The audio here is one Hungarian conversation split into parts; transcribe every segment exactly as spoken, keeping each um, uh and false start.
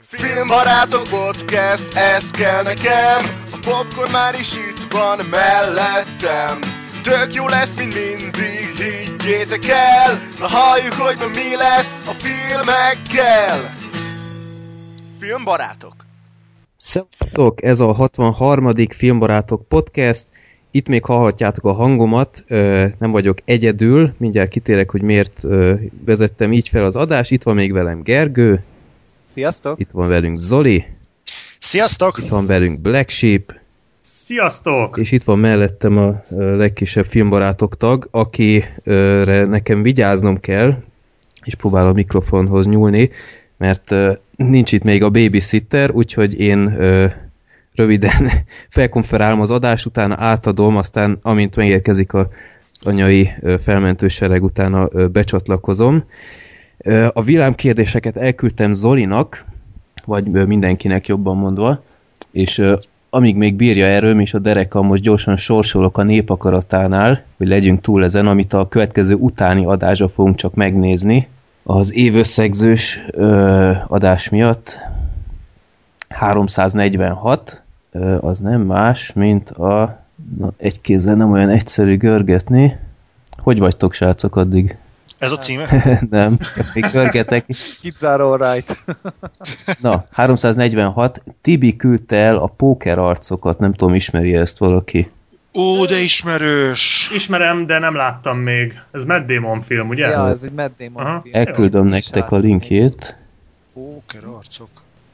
Filmbarátok podcast, ez kell nekem. A popcorn már is itt van mellettem. Tök jó lesz, mint mindig, higgyétek el. Na halljuk, hogy ma mi lesz a filmekkel. Filmbarátok. Sziasztok, ez a hatvanharmadik Filmbarátok podcast. Itt még hallhatjátok a hangomat, nem vagyok egyedül, mindjárt kitérek, hogy miért vezettem így fel az adást. Itt van még velem Gergő. Sziasztok! Itt van velünk Zoli. Sziasztok! Itt van velünk Black Sheep. Sziasztok! És itt van mellettem a legkisebb filmbarátok tag, akire nekem vigyáznom kell, és próbál a mikrofonhoz nyúlni, mert nincs itt még a babysitter, úgyhogy én röviden felkonferálom az adást, utána átadom, aztán amint megérkezik a anyai felmentősereg, utána becsatlakozom. A villámkérdéseket elküldtem Zolinak, vagy mindenkinek jobban mondva, és amíg még bírja erről, és a derekam most gyorsan sorsolok a népakaratánál, hogy legyünk túl ezen, amit a következő utáni adásra fogunk csak megnézni. Az évösszegzős ö, adás miatt háromszáznegyvenhat, ö, az nem más, mint a... Na, egy kézzel nem olyan egyszerű görgetni. Hogy vagytok, srácok, addig? Ez a címe? Nem, még görgetek. Kids are alright. Na, háromszáznegyvenhat. Tibi küldte el a póker arcokat, nem tudom, ismeri ezt valaki? Ó, de ismerős! Ismerem, de nem láttam még. Ez Matt Damon film, ugye? Ja, ez egy Matt Damon Aha. film. Elküldöm nektek a linkjét. Póker arcok.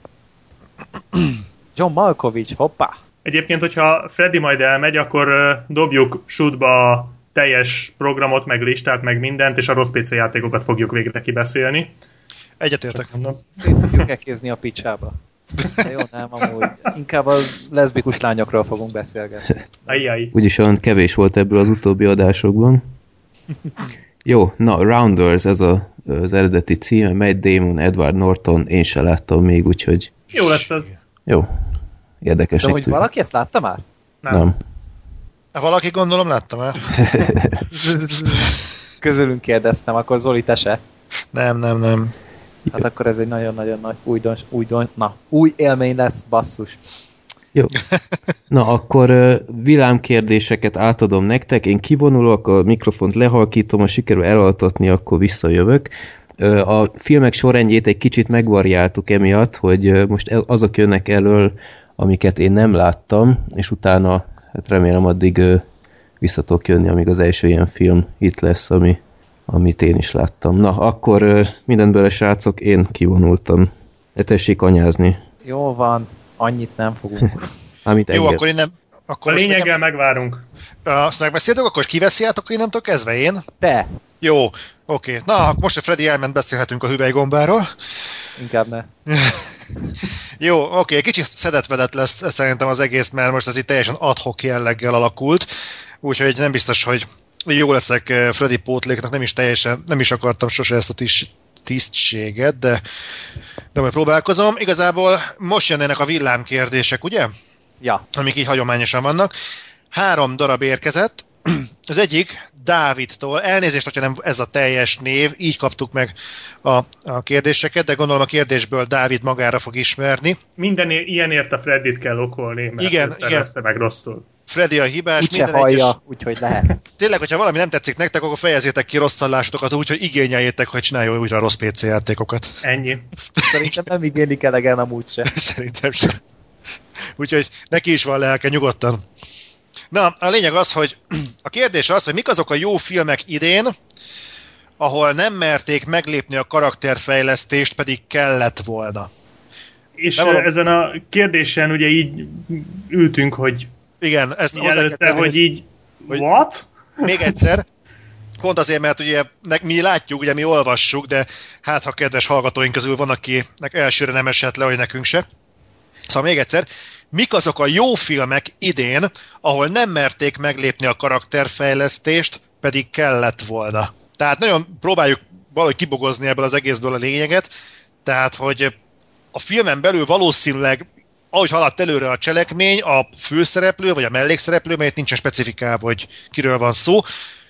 John Malkovich, hoppá! Egyébként, hogyha Freddy majd elmegy, akkor uh, dobjuk shootba a teljes programot, meg listát, meg mindent, és a rossz pé cé játékokat fogjuk végre kibeszélni. Egyetértek. Szét tudjuk ekézni a picsába. De jó, nem, amúgy. Inkább a leszbikus lányokról fogunk beszélgetni. Ajjaj. Úgyis olyan kevés volt ebből az utóbbi adásokban. Jó, na, Rounders, ez a, az eredeti címe, Matt Damon, Edward Norton, én se láttam még, úgyhogy... Jó lesz ez. Jó, érdekes. De hogy valaki ezt látta már? Nem. Nem. Valaki gondolom látta már? Közülünk kérdeztem, akkor Zoli, te se? Nem, nem, nem. Hát akkor ez egy nagyon-nagyon nagy újdon, újdon, na, új élmény lesz, basszus. Jó. Na, akkor uh, villámkérdéseket átadom nektek, én kivonulok, a mikrofont lehalkítom, ha sikerül elaltatni, akkor visszajövök. Uh, a filmek sorrendjét egy kicsit megvariáltuk emiatt, hogy uh, most azok jönnek elől, amiket én nem láttam, és utána, hát remélem addig uh, visszatok jönni, amíg az első ilyen film itt lesz, ami, amit én is láttam. Na, akkor uh, mindenből, srácok, én kivonultam. Ne tessék anyázni. Jó van, annyit nem fogunk. Amit Jó, enged. akkor én nem... Akkor A most lényeggel nekem, megvárunk. uh, azt megbeszéltük, akkor kiveszi át, akkor innentől kezdve én? Te! Jó, oké. Na, akkor most a Freddy elment, beszélhetünk a hüvelygombáról. Inkább ne. Jó, oké, kicsit szedett-vedett lesz szerintem az egész, mert most ez itt teljesen ad-hoc jelleggel alakult, úgyhogy nem biztos, hogy jó leszek Freddy pótléknak, nem is teljesen, nem is akartam sose ezt a tis, tisztséget, de, de majd próbálkozom. Igazából most jönnének a villámkérdések, ugye? Ja. Amik így hagyományosan vannak. Három darab érkezett. Az egyik Dávidtól, elnézést, hogyha nem ez a teljes név, így kaptuk meg a, a kérdéseket, de gondolom a kérdésből Dávid magára fog ismerni. Minden é- ilyenért a Freddit kell okolni, mert Igen, igen, szerezte meg rosszul. Freddy a hibás, Úgyse minden hallja, egyes... úgyhogy lehet. Tényleg, hogyha valami nem tetszik nektek, akkor fejezzétek ki rossz hallásotokat úgy, hogy igényeljétek, hogy csináljon újra rossz pé cé játékokat. Ennyi. Szerintem nem igénylik elegen amúgy se. Szerintem sem. Úgyhogy neki is van lelke, nyugodtan. Na, a lényeg az, hogy a kérdés az, hogy mik azok a jó filmek idén, ahol nem merték meglépni a karakterfejlesztést, pedig kellett volna. És valami... ezen a kérdésen ugye így ültünk, hogy Igen, ezt hozzá kell előtte, tenni, hogy így hogy- what? Még egyszer, pont azért, mert ugye mi látjuk, ugye mi olvassuk, de hát ha kedves hallgatóink közül van, akinek elsőre nem esett le, hogy nekünk se. Szóval még egyszer, mik azok a jó filmek idén, ahol nem merték meglépni a karakterfejlesztést, pedig kellett volna. Tehát nagyon próbáljuk valahogy kibogozni ebből az egészből a lényeget, tehát hogy a filmen belül valószínűleg, ahogy haladt előre a cselekmény, a főszereplő vagy a mellékszereplő, melyet nincsen specifikálva, hogy kiről van szó,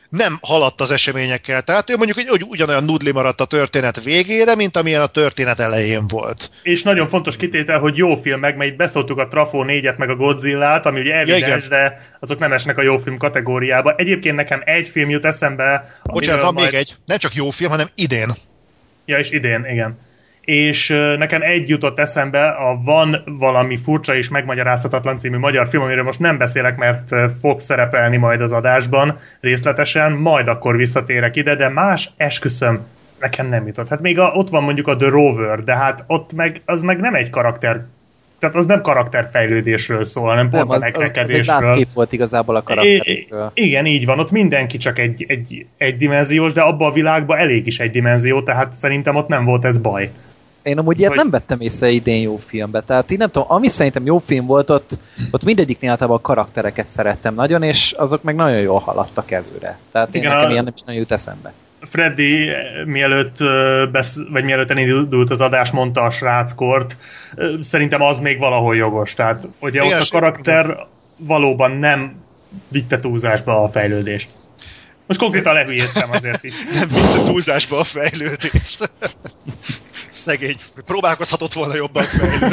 nem haladt az eseményekkel. Tehát ő mondjuk egy ugyanolyan nudli maradt a történet végére, mint amilyen a történet elején volt. És nagyon fontos kitétel, hogy jó filmek, mert itt beszóltuk a Trafó négyet meg a Godzillát, ami ugye evidens, ja, de azok nem esnek a jó film kategóriába. Egyébként nekem egy film jut eszembe. Bocsánat, van majd... még egy. Nem csak jó film, hanem idén. Ja, és idén, igen. És nekem egy jutott eszembe, a Van valami furcsa és megmagyarázhatatlan című magyar film, amiről most nem beszélek, mert fog szerepelni majd az adásban részletesen, majd akkor visszatérek ide, de más, esküszöm, nekem nem jutott. Hát még a, ott van mondjuk a The Rover, de hát ott meg, az meg nem egy karakter, tehát az nem karakterfejlődésről szól, hanem pont nem, az, a megrekedésről. Az, az egy látkép volt igazából a karakterről. Igen, így van, ott mindenki csak egy, egy, egydimenziós, de abban a világban elég is egydimenzió, tehát szerintem ott nem volt ez baj. Én amúgy ilyet nem vettem észre idén jó filmbe, tehát én nem tudom, ami szerintem jó film volt, ott, ott mindegyiknél általában a karaktereket szerettem nagyon, és azok meg nagyon jól haladtak előre. Tehát én igen, nekem a... ilyen nem is nagyon jut eszembe. Freddy, mielőtt, besz... vagy mielőtt elindult az adás, mondta a sráckort, szerintem az még valahol jogos. Tehát ugye igen, ott a karakter igen. valóban nem vitte túlzásba a fejlődést. Most konkrétan lehülyéztem azért is. Nem vitte túlzásba a fejlődést. Szegény. Próbálkozhatott volna jobban fejlődni.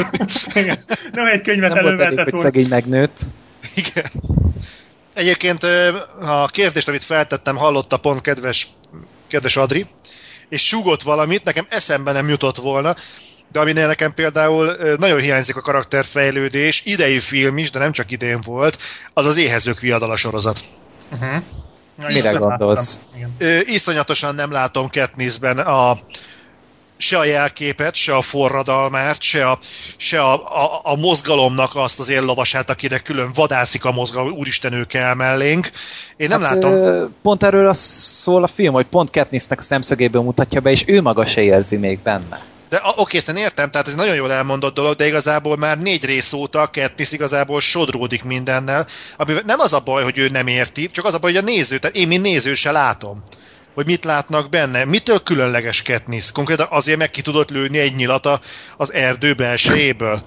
Nem egy könyvet nem elővetett volna. Nem hogy szegény megnőtt. Igen. Egyébként a kérdést, amit feltettem, hallotta pont kedves, kedves Adri, és súgott valamit, nekem eszembe nem jutott volna, de aminél nekem például nagyon hiányzik a karakterfejlődés, idei film is, de nem csak idén volt, az az Éhezők viadala sorozat. Uh-huh. Mire gondolsz? Iszonyatosan nem látom Katnissben a se a jelképet, se a forradalmát, se a, se a, a, a mozgalomnak azt az éllovasát, akinek külön vadászik a mozgalom, úristen, ő kell mellénk. Én nem hát, látom... Ö, pont erről az szól a film, hogy pont Katnissnek a szemszögéből mutatja be, és ő maga se érzi még benne. De oké, ezt én értem, tehát ez nagyon jól elmondott dolog, de igazából már négy rész óta Katniss igazából sodródik mindennel, ami nem az a baj, hogy ő nem érti, csak az a baj, hogy a néző, tehát én, mint néző, se látom, hogy mit látnak benne. Mitől különleges Katniss? Konkrétan azért meg ki tudott lőni egy nyilat az erdő belsejéből?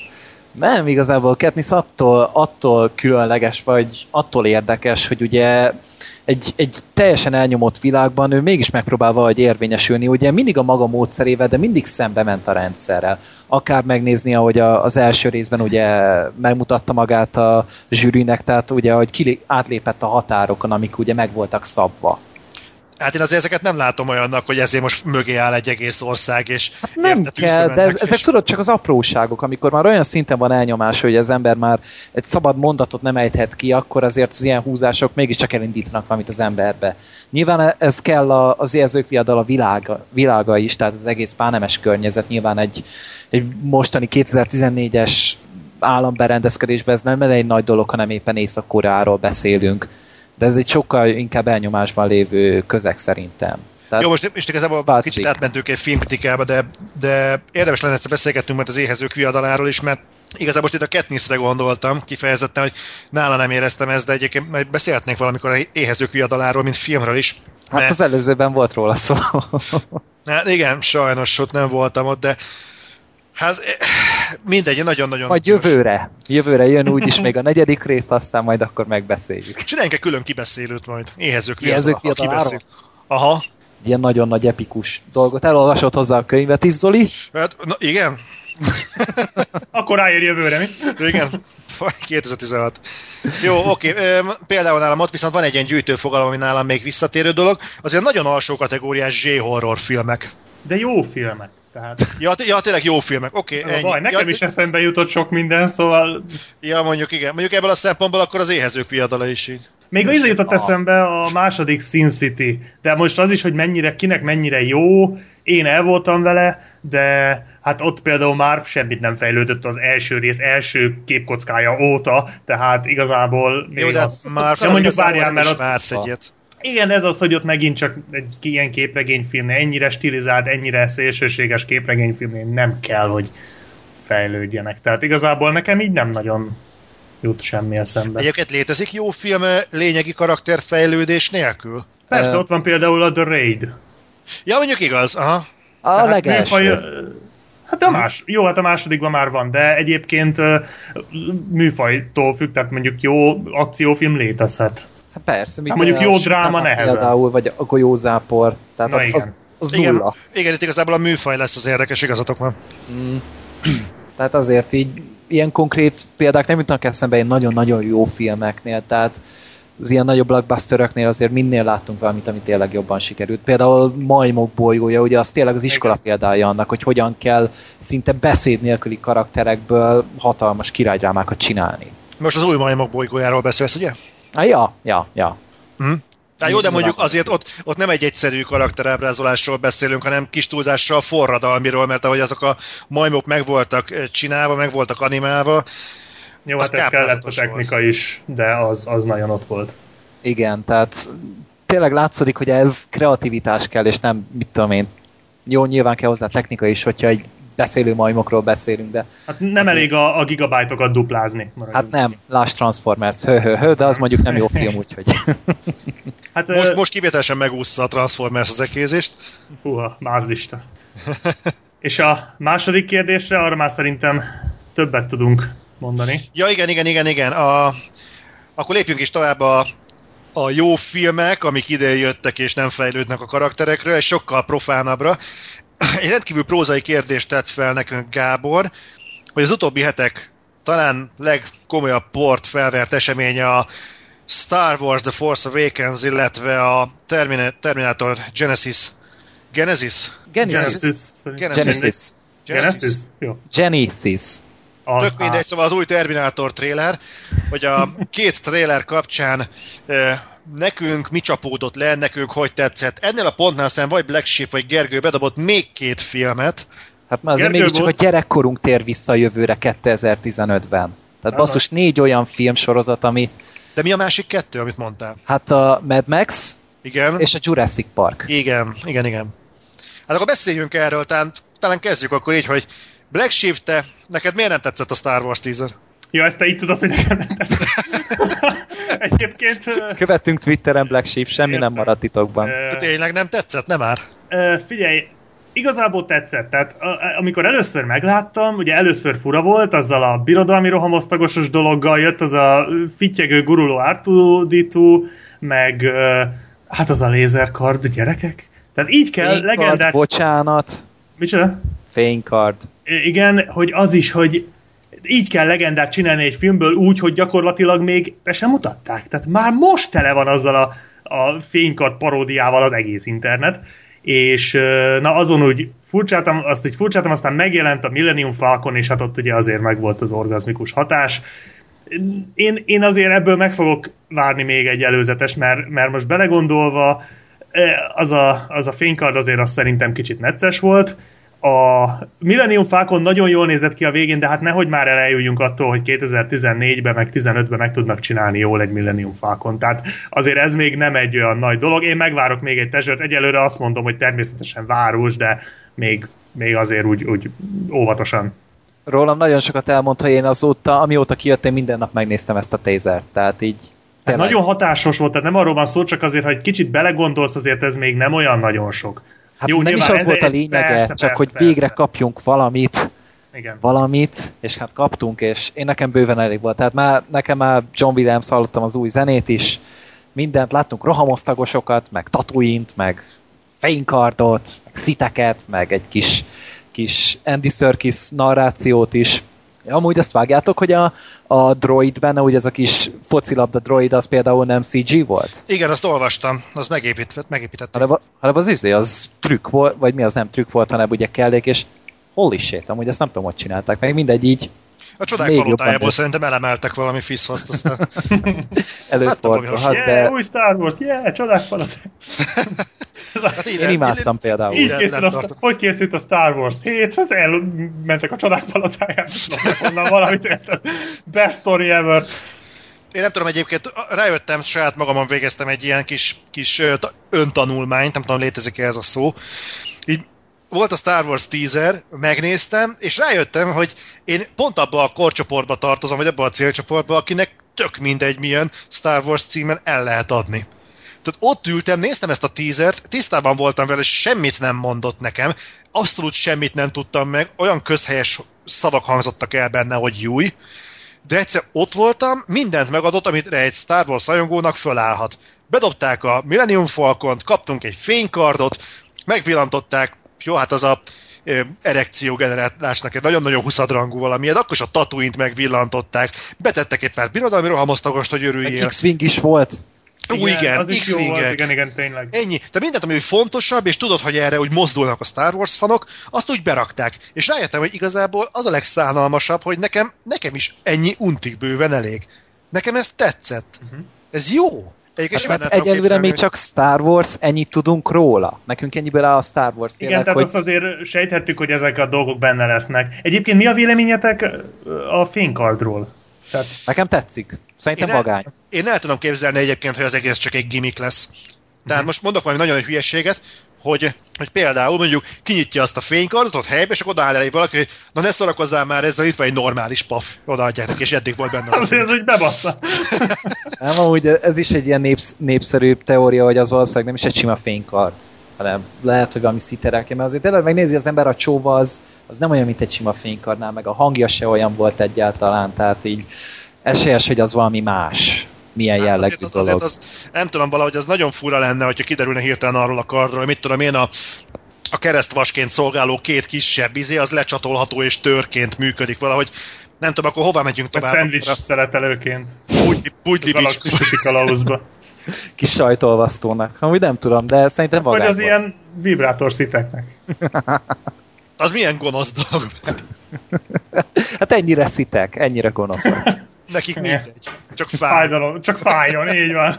Nem, igazából Katniss attól, attól különleges, vagy attól érdekes, hogy ugye egy, egy teljesen elnyomott világban ő mégis megpróbál valahogy érvényesülni, ugye mindig a maga módszerével, de mindig szembe ment a rendszerrel. Akár megnézni, ahogy a, az első részben ugye megmutatta magát a zsűrinek, tehát ugye, hogy kilé, átlépett a határokon, amik ugye meg voltak szabva. Hát én azért ezeket nem látom olyannak, hogy ezért most mögé áll egy egész ország, és... Hát nem kell, de ez, ezek tudod csak az apróságok, amikor már olyan szinten van elnyomás, hogy az ember már egy szabad mondatot nem ejthet ki, akkor azért az ilyen húzások mégiscsak elindítanak valamit az emberbe. Nyilván ez kell az Éhezők viadala világa, világa is, tehát az egész pánemes környezet, nyilván egy, egy mostani kétezer-tizennégyes államberendezkedésben ez nem egy nagy dolog, hanem éppen Észak-Koreáról beszélünk. De ez egy sokkal inkább elnyomásban lévő közeg szerintem. Tehát jó, most, most igazából kicsit átmentünk egy filmkritikába, de, de érdemes lenne egyszer beszélgettünk majd az Éhezők viadaláról is, mert igazából most itt a Katnissre gondoltam kifejezetten, hogy nála nem éreztem ezt, de egyébként majd beszélhetnénk valamikor az Éhezők viadaláról, mint filmről is. Hát mert... az előzőben volt róla szó. Hát igen, sajnos ott nem voltam ott, de hát mindegy, nagyon-nagyon... Majd jövőre. Jövőre jön úgyis még a negyedik részt, aztán majd akkor megbeszéljük. Csináljunk egy külön kibeszélőt majd. Éhezők viadala. Kibeszél. Aha. Ilyen nagyon nagy epikus dolgot. Elolvasod hozzá a könyvet is, Zoli? Hát, na, igen. Akkor ráér jövőre, mi? Igen. kétezer-tizenhat. Jó, oké. Például nálam ott viszont van egy ilyen gyűjtőfogalom, ami nálam még visszatérő dolog. Azért nagyon alsó kategóriás zsé-horror filmek. De jó filmek. Tehát... Ja, ja, tényleg jó filmek, oké. Okay, baj, nekem ja, is eszembe jutott sok minden, szóval... Ja, mondjuk igen. Mondjuk ebből a szempontból akkor az Éhezők viadala is így. Még az jutott eszembe a második Sin City, de most az is, hogy mennyire, kinek mennyire jó, én el voltam vele, de hát ott például már semmit nem fejlődött az első rész, első képkockája óta, tehát igazából... Jó, de az... már de mondjuk várjál, mert ott... vársz egyet. Igen, ez az, hogy ott megint csak egy ilyen képregényfilmnél, ennyire stilizált, ennyire szélsőséges képregényfilmnél nem kell, hogy fejlődjenek. Tehát igazából nekem így nem nagyon jut semmi eszembe. Egyébként létezik jó film lényegi karakterfejlődés nélkül? Persze, uh, ott van például a The Raid. Ja, mondjuk igaz, aha. A legelső. Műfaj, hát a más, jó, hát a másodikban már van, de egyébként műfajtól függ, tehát mondjuk jó akciófilm létezhet. Hát persze. Hát mondjuk jó dráma nehezen. Például, vagy a golyózápor. Tehát Na az, igen. az Igen, nulla. igen, itt igazából a műfaj lesz az érdekes, igazatok van. Mm. Tehát azért így ilyen konkrét példák nem jutnak eszembe ilyen nagyon-nagyon jó filmeknél, tehát az ilyen nagyobb blockbusteröknél azért minél láttunk valamit, ami tényleg jobban sikerült. Például Majmok bolygója, ugye az tényleg az iskola példája annak, hogy hogyan kell szinte beszéd nélküli karakterekből hatalmas királydrámákat csinálni. Most az új Majmok bolygójáról beszélsz, ugye? Ah, ja, ja, ja. Hm? Tehát jó, de mondjuk azért ott, ott nem egy egyszerű karakterábrázolásról beszélünk, hanem kis túlzással forradalmiról, mert ahogy azok a majmok meg voltak csinálva, meg voltak animálva, jó, hát ez kellett a technika volt is, de az, az nagyon ott volt. Igen, tehát tényleg látszik, hogy ez kreativitás kell, és nem, mit tudom én, jó, nyilván kell hozzá technika is, hogyha egy beszélő majmokról beszélünk, de... Hát nem elég a, a gigabájtokat duplázni. Hát nem, láss Transformers, hö, hö, hö, de az mondjuk nem jó film, úgyhogy... Hát, most, most kivételesen megúszza a Transformers az ekézést. Húha, mázlista. És a második kérdésre arra már szerintem többet tudunk mondani. Ja, igen, igen, igen, igen. A... Akkor lépjünk is tovább a, a jó filmek, amik ide jöttek és nem fejlődnek a karakterekről, egy sokkal profánabbra. Egy rendkívül prózai kérdést tett fel nekünk Gábor, hogy az utóbbi hetek talán legkomolyabb port felvert eseménye a Star Wars The Force Awakens, illetve a Termin- Terminator Genesis. Genesis? Genesis. Genesis. Genesis. Genesis. Jó. Genesis. Tök mindegy, szóval az új Terminator trailer, hogy a két trailer kapcsán eh, nekünk mi csapódott le, nekünk hogy tetszett. Ennél a pontnál szem vagy Black Sheep, vagy Gergő bedobott még két filmet. Hát már azért mégiscsak volt... a gyerekkorunk tér vissza a jövőre kétezer-tizenötben. Tehát basszus, négy olyan filmsorozat, ami... De mi a másik kettő, amit mondtál? Hát a Mad Max igen. És a Jurassic Park. Igen, igen, igen. Hát akkor beszéljünk erről, talán, talán kezdjük akkor így, hogy Black Sheep, te, neked miért nem tetszett a Star Wars teaser? Ja, ezt te így tudod, hogy nekem nem tetszett. Egyébként... Követtünk Twitteren Black Sheep, semmi értem. Nem maradt titokban. De tényleg nem tetszett, nem már? Uh, figyelj, igazából tetszett. Tehát a, amikor először megláttam, ugye először fura volt, azzal a birodalmi rohamosztagosos dologgal jött az a fittyegő, guruló er kettő dé kettő, meg uh, hát az a lézerkard, gyerekek. Tehát így kell Fénykard, legendák... bocsánat. Micsoda? Fénykard. Igen, hogy az is, hogy így kell legendát csinálni egy filmből úgy, hogy gyakorlatilag még be sem mutatták. Tehát már most tele van azzal a, a fénykard paródiával az egész internet. És na azon úgy furcsáltam, azt így furcsáltam, aztán megjelent a Millennium Falcon, és hát ott ugye azért megvolt az orgazmikus hatás. Én, én azért ebből meg fogok várni még egy előzetes, mert, mert most belegondolva az a, az a fénykard azért azt szerintem kicsit necces volt. A Millennium Falcon nagyon jól nézett ki a végén, de hát nehogy már eljuljunk attól, hogy kétezer-tizennégyben meg tizenötben meg tudnak csinálni jól egy Millennium Falcon. Tehát azért ez még nem egy olyan nagy dolog. Én megvárok még egy tesőt. Egyelőre azt mondom, hogy természetesen város, de még, még azért úgy, úgy óvatosan. Rólam nagyon sokat elmondta, hogy én azóta, amióta kijött, én minden nap megnéztem ezt a tézert. Tehát így... Tehát nagyon hatásos volt, tehát nem arról van szó, csak azért, ha egy kicsit belegondolsz, azért ez még nem olyan nagyon sok. Hát jó, nem is az volt a lényege, persze, csak persze, hogy persze. Végre kapjunk valamit, igen. valamit, és hát kaptunk, és én nekem bőven elég volt. Tehát már, nekem már John Williams, hallottam az új zenét is, mindent, láttunk rohamosztagosokat, meg Tatooine-t, meg fénykardot, meg sziteket, meg egy kis, kis Andy Serkis narrációt is. Amúgy azt vágjátok, hogy a, a droid benne, ugye ez a kis focilabda droid, az például nem cé gé volt? Igen, azt olvastam, az megépített, megépítették. Hanem, hanem az izé, az trükk volt, vagy mi az nem trükk volt, hanem ugye kellék, és holy shit, amúgy ezt nem tudom, hogy csinálták, meg mindegy így. A Csodák palotájából szerintem elemeltek valami fiszfaszt, aztán... Előfordulhat, yeah, de... új Star Wars, yeah, Csodák palotája. Hát én imádtam így, például. Így készült a, hogy készült a Star Wars hét? Hát elmentek a Csodák palotájába. Onnan valamit értem. Best story ever. Én nem tudom, egyébként rájöttem, saját magamon végeztem egy ilyen kis, kis öntanulmányt, nem tudom, létezik-e ez a szó. Így volt a Star Wars teaser, megnéztem, és rájöttem, hogy én pont abban a korcsoportba tartozom, vagy abban a célcsoportba, akinek tök mindegy milyen Star Wars címen el lehet adni. Tehát ott ültem, néztem ezt a teasert, tisztában voltam vele, semmit nem mondott nekem, abszolút semmit nem tudtam meg, olyan közhelyes szavak hangzottak el benne, hogy júj. de egyszer ott voltam, mindent megadott, amit egy Star Wars rajongónak fölállhat. Bedobták a Millennium Falcont, kaptunk egy fénykardot, megvillantották, jó, hát az a ö, erekció generálásnak egy nagyon-nagyon huszadrangú valamiért, akkor is a Tatooine-t megvillantották, betettek egy pár birodalmi rohamosztagost, hogy örüljél. X-Wing is volt. Ú, igen, igen, X-Wingek. Igen, igen, tényleg. Ennyi. De mindent, ami fontosabb, és tudod, hogy erre úgy mozdulnak a Star Wars fanok, azt úgy berakták. És rájöttem, hogy igazából az a legszánalmasabb, hogy nekem, nekem is ennyi untig bőven elég. Nekem ez tetszett. Uh-huh. Ez jó. Hát, hát egyelőre még csak Star Wars, ennyit tudunk róla. Nekünk ennyiből áll a Star Wars. Igen, tényleg, tehát hogy... azt azért sejthettük, hogy ezek a dolgok benne lesznek. Egyébként mi a véleményetek a fénykardról? Tehát... Nekem tetszik. Szerintem én vagány. El, én el tudom képzelni egyébként, hogy az egész csak egy gimmick lesz. Tehát mm. most mondok valami nagyon nagy hülyeséget, hogy, hogy például mondjuk kinyitja azt a fénykardot ott helybe, és akkor odaáll elé valaki, hogy na ne szórakozzál már ezzel, itt van egy normális paf. Odaadják neki, és eddig volt benne. Azért ez úgy bebassza. Nem, amúgy ez is egy ilyen népsz, népszerű teória, hogy az valószínűleg nem is egy sima fénykard, hanem lehet, hogy valami sziterelke, mert azért tényleg megnézi az ember a csóva, az, az nem olyan, mint egy sima fénykardnál, meg a hangja se olyan volt egyáltalán, tehát így esélyes, hogy az valami más. Milyen jellegű hát azért, dolog. Azért az, nem tudom, valahogy az nagyon fura lenne, hogyha kiderülne hirtelen arról a kardról, hogy mit tudom én, a, a keresztvasként szolgáló két kisebb izé, az lecsatolható és törként működik valahogy. Nem tudom, akkor hova megyünk tovább? A szendvics szeletelőként. Pugylibics. Kalauzba. Kis sajtolvasztónak. Amúgy nem tudom, de szerintem vagány vagy az volt. Ilyen vibrátor sziteknek. Az milyen gonosz dolog. Hát ennyire szitek, ennyire gonoszak. Nekik mindegy. Csak fáj. Fájdalom, csak fájjon, így van.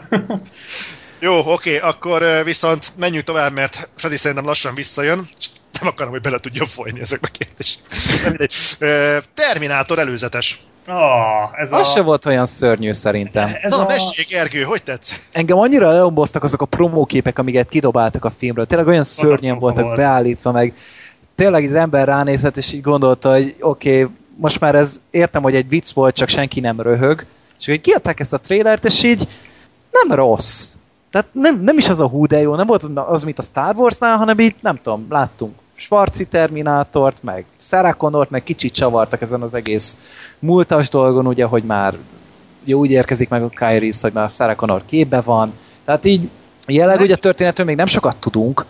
Jó, oké, akkor viszont menjünk tovább, mert Freddy szerintem lassan visszajön. Nem akarom, hogy bele tudjon folyni ezekbe a kérdések. Terminátor előzetes. Oh, ez az a... se volt olyan szörnyű szerintem. Ez Na, a... messék, Ergő, hogy tetsz? Engem annyira leomboztak azok a promóképek, amiket kidobáltak a filmről. Tényleg olyan szörnyen voltak volt. beállítva, meg tényleg az ember ránézett, és így gondolta, hogy oké, okay, most már ez értem, hogy egy vicc volt, csak senki nem röhög. És hogy kiadták ezt a trailert, és így nem rossz. Tehát nem, nem is az a hú de jó, nem volt az, mint a Star Warsnál, hanem így, nem tudom, láttunk Schwarzi Terminátort, meg Sarah Connort, meg kicsit csavartak ezen az egész múltas dolgon, ugye, hogy már jó, úgy érkezik meg a Kyle Reese, hogy már Sarah Connor képbe van. Tehát így jelenleg ugye a történetről még nem sokat tudunk,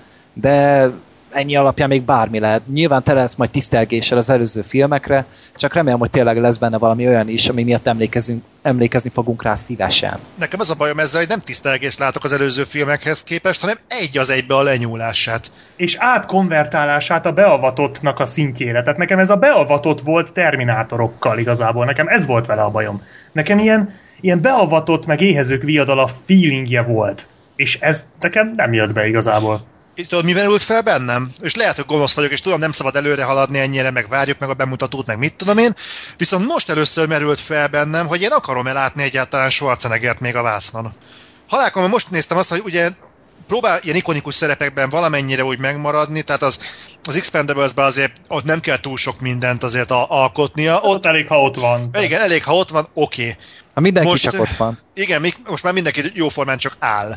de ennyi alapján még bármi lehet. Nyilván te lesz majd tisztelgéssel az előző filmekre, csak remélem, hogy tényleg lesz benne valami olyan is, ami miatt emlékezünk, emlékezni fogunk rá szívesen. Nekem az a bajom ezzel, hogy nem tisztelgést látok az előző filmekhez képest, hanem egy az egybe a lenyúlását. És átkonvertálását a beavatottnak a szintjére. Tehát nekem ez a beavatott volt terminátorokkal igazából. Nekem ez volt vele a bajom. Nekem ilyen, ilyen beavatott, meg éhezők viadala feelingje volt. És ez nekem nem jött be igazából. Tudod, mi merült fel bennem? És lehet, hogy gonosz vagyok, és tudom, nem szabad előre haladni ennyire, meg várjuk meg a bemutatót, meg mit tudom én. Viszont most először merült fel bennem, hogy én akarom-e látni egyáltalán Schwarzeneggert még a vásznon. Halálkomban most néztem azt, hogy ugye próbál ilyen ikonikus szerepekben valamennyire úgy megmaradni, tehát az, az Expendables-ben azért ott nem kell túl sok mindent azért a, alkotnia. Ott, ott elég, ha ott van. Igen, elég, ha ott van, oké. Okay. Ha mindenki most, csak ott van. Igen, most már mindenki jóformán csak áll.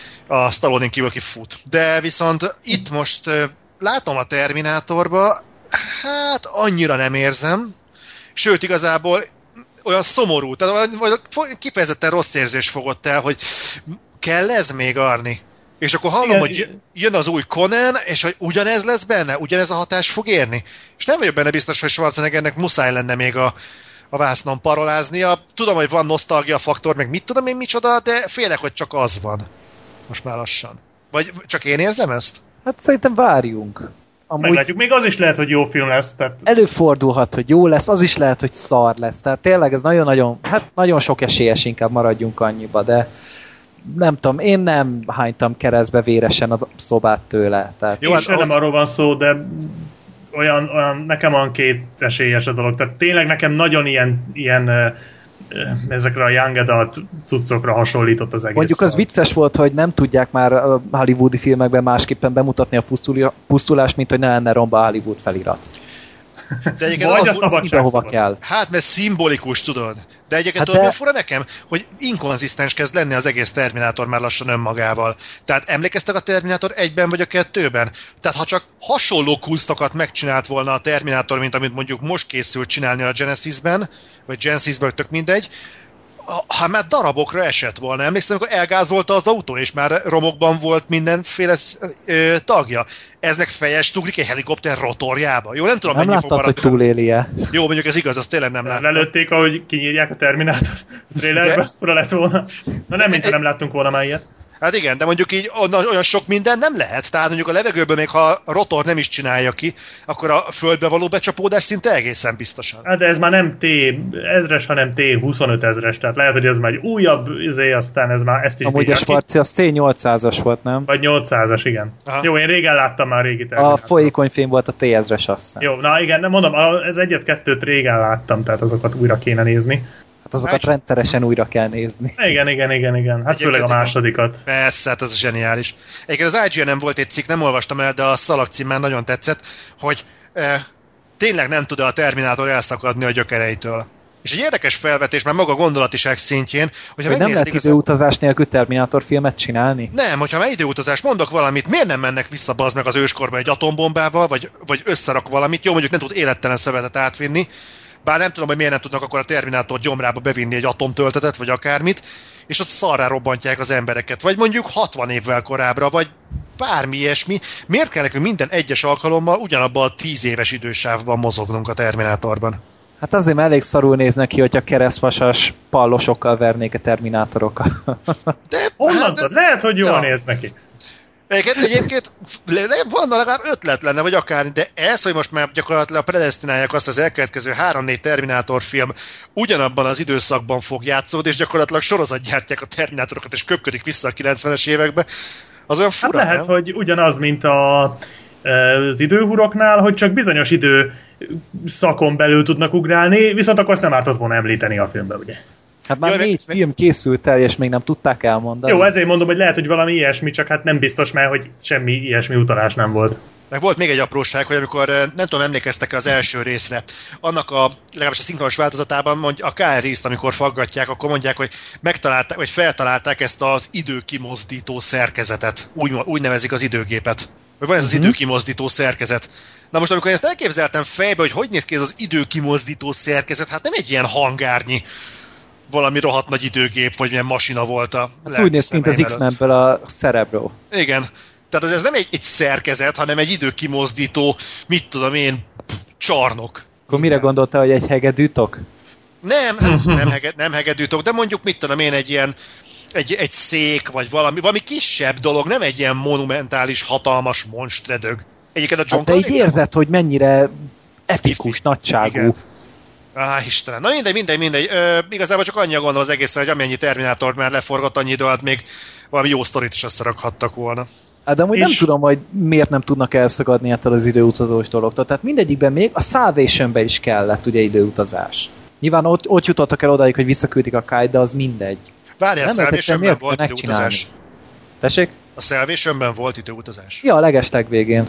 A Stallone-n kívül, aki fut. De viszont itt most uh, látom a Terminátorba, hát annyira nem érzem, sőt igazából olyan szomorú, tehát kifejezetten rossz érzés fogott el, hogy kell ez még, Arni? És akkor hallom, igen, hogy jön az új Conan, és hogy ugyanez lesz benne, ugyanez a hatás fog érni. És nem vagyok benne biztos, hogy Schwarzeneggernek muszáj lenne még a a vásznon paroláznia. Tudom, hogy van nosztalgia faktor, meg mit tudom én micsoda, de félek, hogy csak az van. Most már lassan. Vagy csak én érzem ezt? Hát szerintem várjunk. Amúgy meglátjuk, még az is lehet, hogy jó film lesz. Tehát... Előfordulhat, hogy jó lesz, az is lehet, hogy szar lesz. Tehát tényleg ez nagyon-nagyon, hát nagyon sok esélyes, inkább maradjunk annyiba, de nem tudom, én nem hánytam keresztbe véresen a szobát tőle. Tehát... Jó, hát az... nem arról van szó, de olyan, olyan, nekem olyan két esélyes a dolog. Tehát tényleg nekem nagyon ilyen, ilyen ezekre a young adult cuccokra hasonlított az egész. Mondjuk az vicces volt, hogy nem tudják már a hollywoodi filmekben másképpen bemutatni a pusztulást, mint hogy ne lenne romba Hollywood felirat. De egyébként Vagy az, a az szabadság hova szabad. kell. Hát, mert szimbolikus, tudod. De egyébként Hát tudod, de... mi a fura nekem? Hogy inkonzisztens kezd lenni az egész Terminátor már lassan önmagával. Tehát emlékeztek a Terminátor egyben vagy a kettőben? Tehát ha csak hasonló kusztokat megcsinált volna a Terminátor, mint amit mondjuk most készült csinálni a Genesisben, vagy Genesisben, tök mindegy, ha már darabokra esett volna. Emlékszem, amikor elgázolta az autó, és már romokban volt mindenféle ö, tagja. Ez meg fejes ugrik egy helikopter rotorjába. Jó, nem tudom, nem mennyi fog láttad, hogy maradni. túlélje. Jó, mondjuk ez igaz, azt tényleg nem láttam. Lelőtték, ahogy kinyírják a Terminátor trailerbe, De- az fura lett volna. Na nem, mintha nem láttunk volna már ilyet. Hát igen, de mondjuk így olyan sok minden nem lehet. Tehát mondjuk a levegőből még ha a rotor nem is csinálja ki, akkor a földbe való becsapódás szinte egészen biztosan. Hát de ez már nem T ezres, hanem T huszonöt ezres, tehát lehet, hogy ez már egy újabb izé, aztán ez már ezt is Amúgy a Sparci az T nyolcszázas volt, nem? Vagy nyolcszázas, igen. Aha. Jó, én régen láttam már régi A Terminátort. folyékony film volt a T ezres, azt hiszem. Jó, na igen, nem mondom, ez egyet-kettőt régen láttam, tehát azokat újra kéne nézni. Hát azokat rendszeresen újra kell nézni. Igen, igen, igen, igen. Hát főleg a másodikat. Persze, hát ez zseniális. Egyébként az I G N-en volt egy cikk, nem olvastam el, de a szalag címmel nagyon tetszett, hogy e, tényleg nem tud a Terminátor elszakadni a gyökereitől. És egy érdekes felvetés, már maga gondolatiság szintjén, hogyha Hogy nem lehet az... időutazás nélkül Terminátor filmet csinálni? Nem, hogyha már időutazás, mondok valamit, miért nem mennek vissza bazd meg az őskorba egy atombombával, vagy, vagy összerak valamit, jó, mondjuk nem tud élettelen szövetet átvinni, bár nem tudom, hogy miért nem tudnak akkor a Terminátor gyomrába bevinni egy atomtöltetet, vagy akármit, és ott szarrá robbantják az embereket. Vagy mondjuk hatvan évvel korábbra, vagy bármi ilyesmi. Miért kell nekünk minden egyes alkalommal ugyanabban a tíz éves idősávban mozognunk a Terminátorban? Hát azért már elég szarul néznek ki, hogyha keresztvasas pallosokkal vernék a Terminátorokat. De, Honnan hát, tudod? Lehet, hogy jól ja. néz neki. Egyébként, egyébként van legalább ötlet lenne, vagy akár, de ez, hogy most már gyakorlatilag predesztinálják azt, az elkövetkező három-négy Terminátor film ugyanabban az időszakban fog játszódni, és gyakorlatilag sorozatgyártják a Terminátorokat, és köpködik vissza a kilencvenes évekbe, az olyan fura, Hát lehet, nem? hogy ugyanaz, mint a, az időhuroknál, hogy csak bizonyos idő szakon belül tudnak ugrálni, viszont akkor azt nem ártott volna említeni a filmben, ugye? Hát már Jaj, négy meg- film készült el, és még nem tudták elmondani. Jó, ezért mondom, hogy lehet, hogy valami ilyesmi, csak hát nem biztos, mert hogy semmi ilyesmi utalás nem volt. Meg volt még egy apróság, hogy amikor, nem tudom, emlékeztek az első részre, annak a, legalábbis a szinkronos változatában, mondja, a Kyle Reese-t, amikor faggatják, akkor mondják, hogy megtalálták, vagy feltalálták ezt az időkimozdító szerkezetet. Úgy, úgy nevezik az időgépet. Vagy van ez az Mhm. időkimozdító szerkezet. Na most, amikor én ezt elképzeltem fejbe, hogy hogy néz ki ez az időkimozdító szerkezet, hát nem egy ilyen hangárnyi valami rohadt nagy időgép, vagy milyen masina volt a Hát úgy néz ki, mint az szemeim előtt. X-Menből a Cerebro. Igen. Tehát ez nem egy, egy szerkezet, hanem egy időkimozdító, mit tudom én, csarnok. Akkor mire gondoltál, hogy egy hegedűtok? Nem, hát nem, hege, nem hegedűtok, de mondjuk mit tudom én, egy ilyen egy, egy szék, vagy valami, valami kisebb dolog, nem egy ilyen monumentális, hatalmas monstredög. Egyébként a John Hát te így Carlin- érzed, hogy mennyire Skiffy. epikus, nagyságú. Igen. Á, Istenem. Na mindegy, mindegy, mindegy. Ö, igazából csak annyi a gondol az egészen, hogy amennyi Terminátort már leforgott annyi idő alatt, még valami jó sztorit is összerakhattak volna. Hát de amúgy És- nem tudom, hogy miért nem tudnak elszakadni ettől az időutazós dologtól. Tehát mindegyikben még a Salvationben is kellett ugye időutazás. Nyilván ott, ott jutottak el odáig, hogy visszaküldik a Kite, de az mindegy. Várjál, a Nem lehet egyszer Salvationben miért volt kell megcsinálni? időutazás. Tessék? A Salvationben volt időutazás. Ja, a legesleg végén.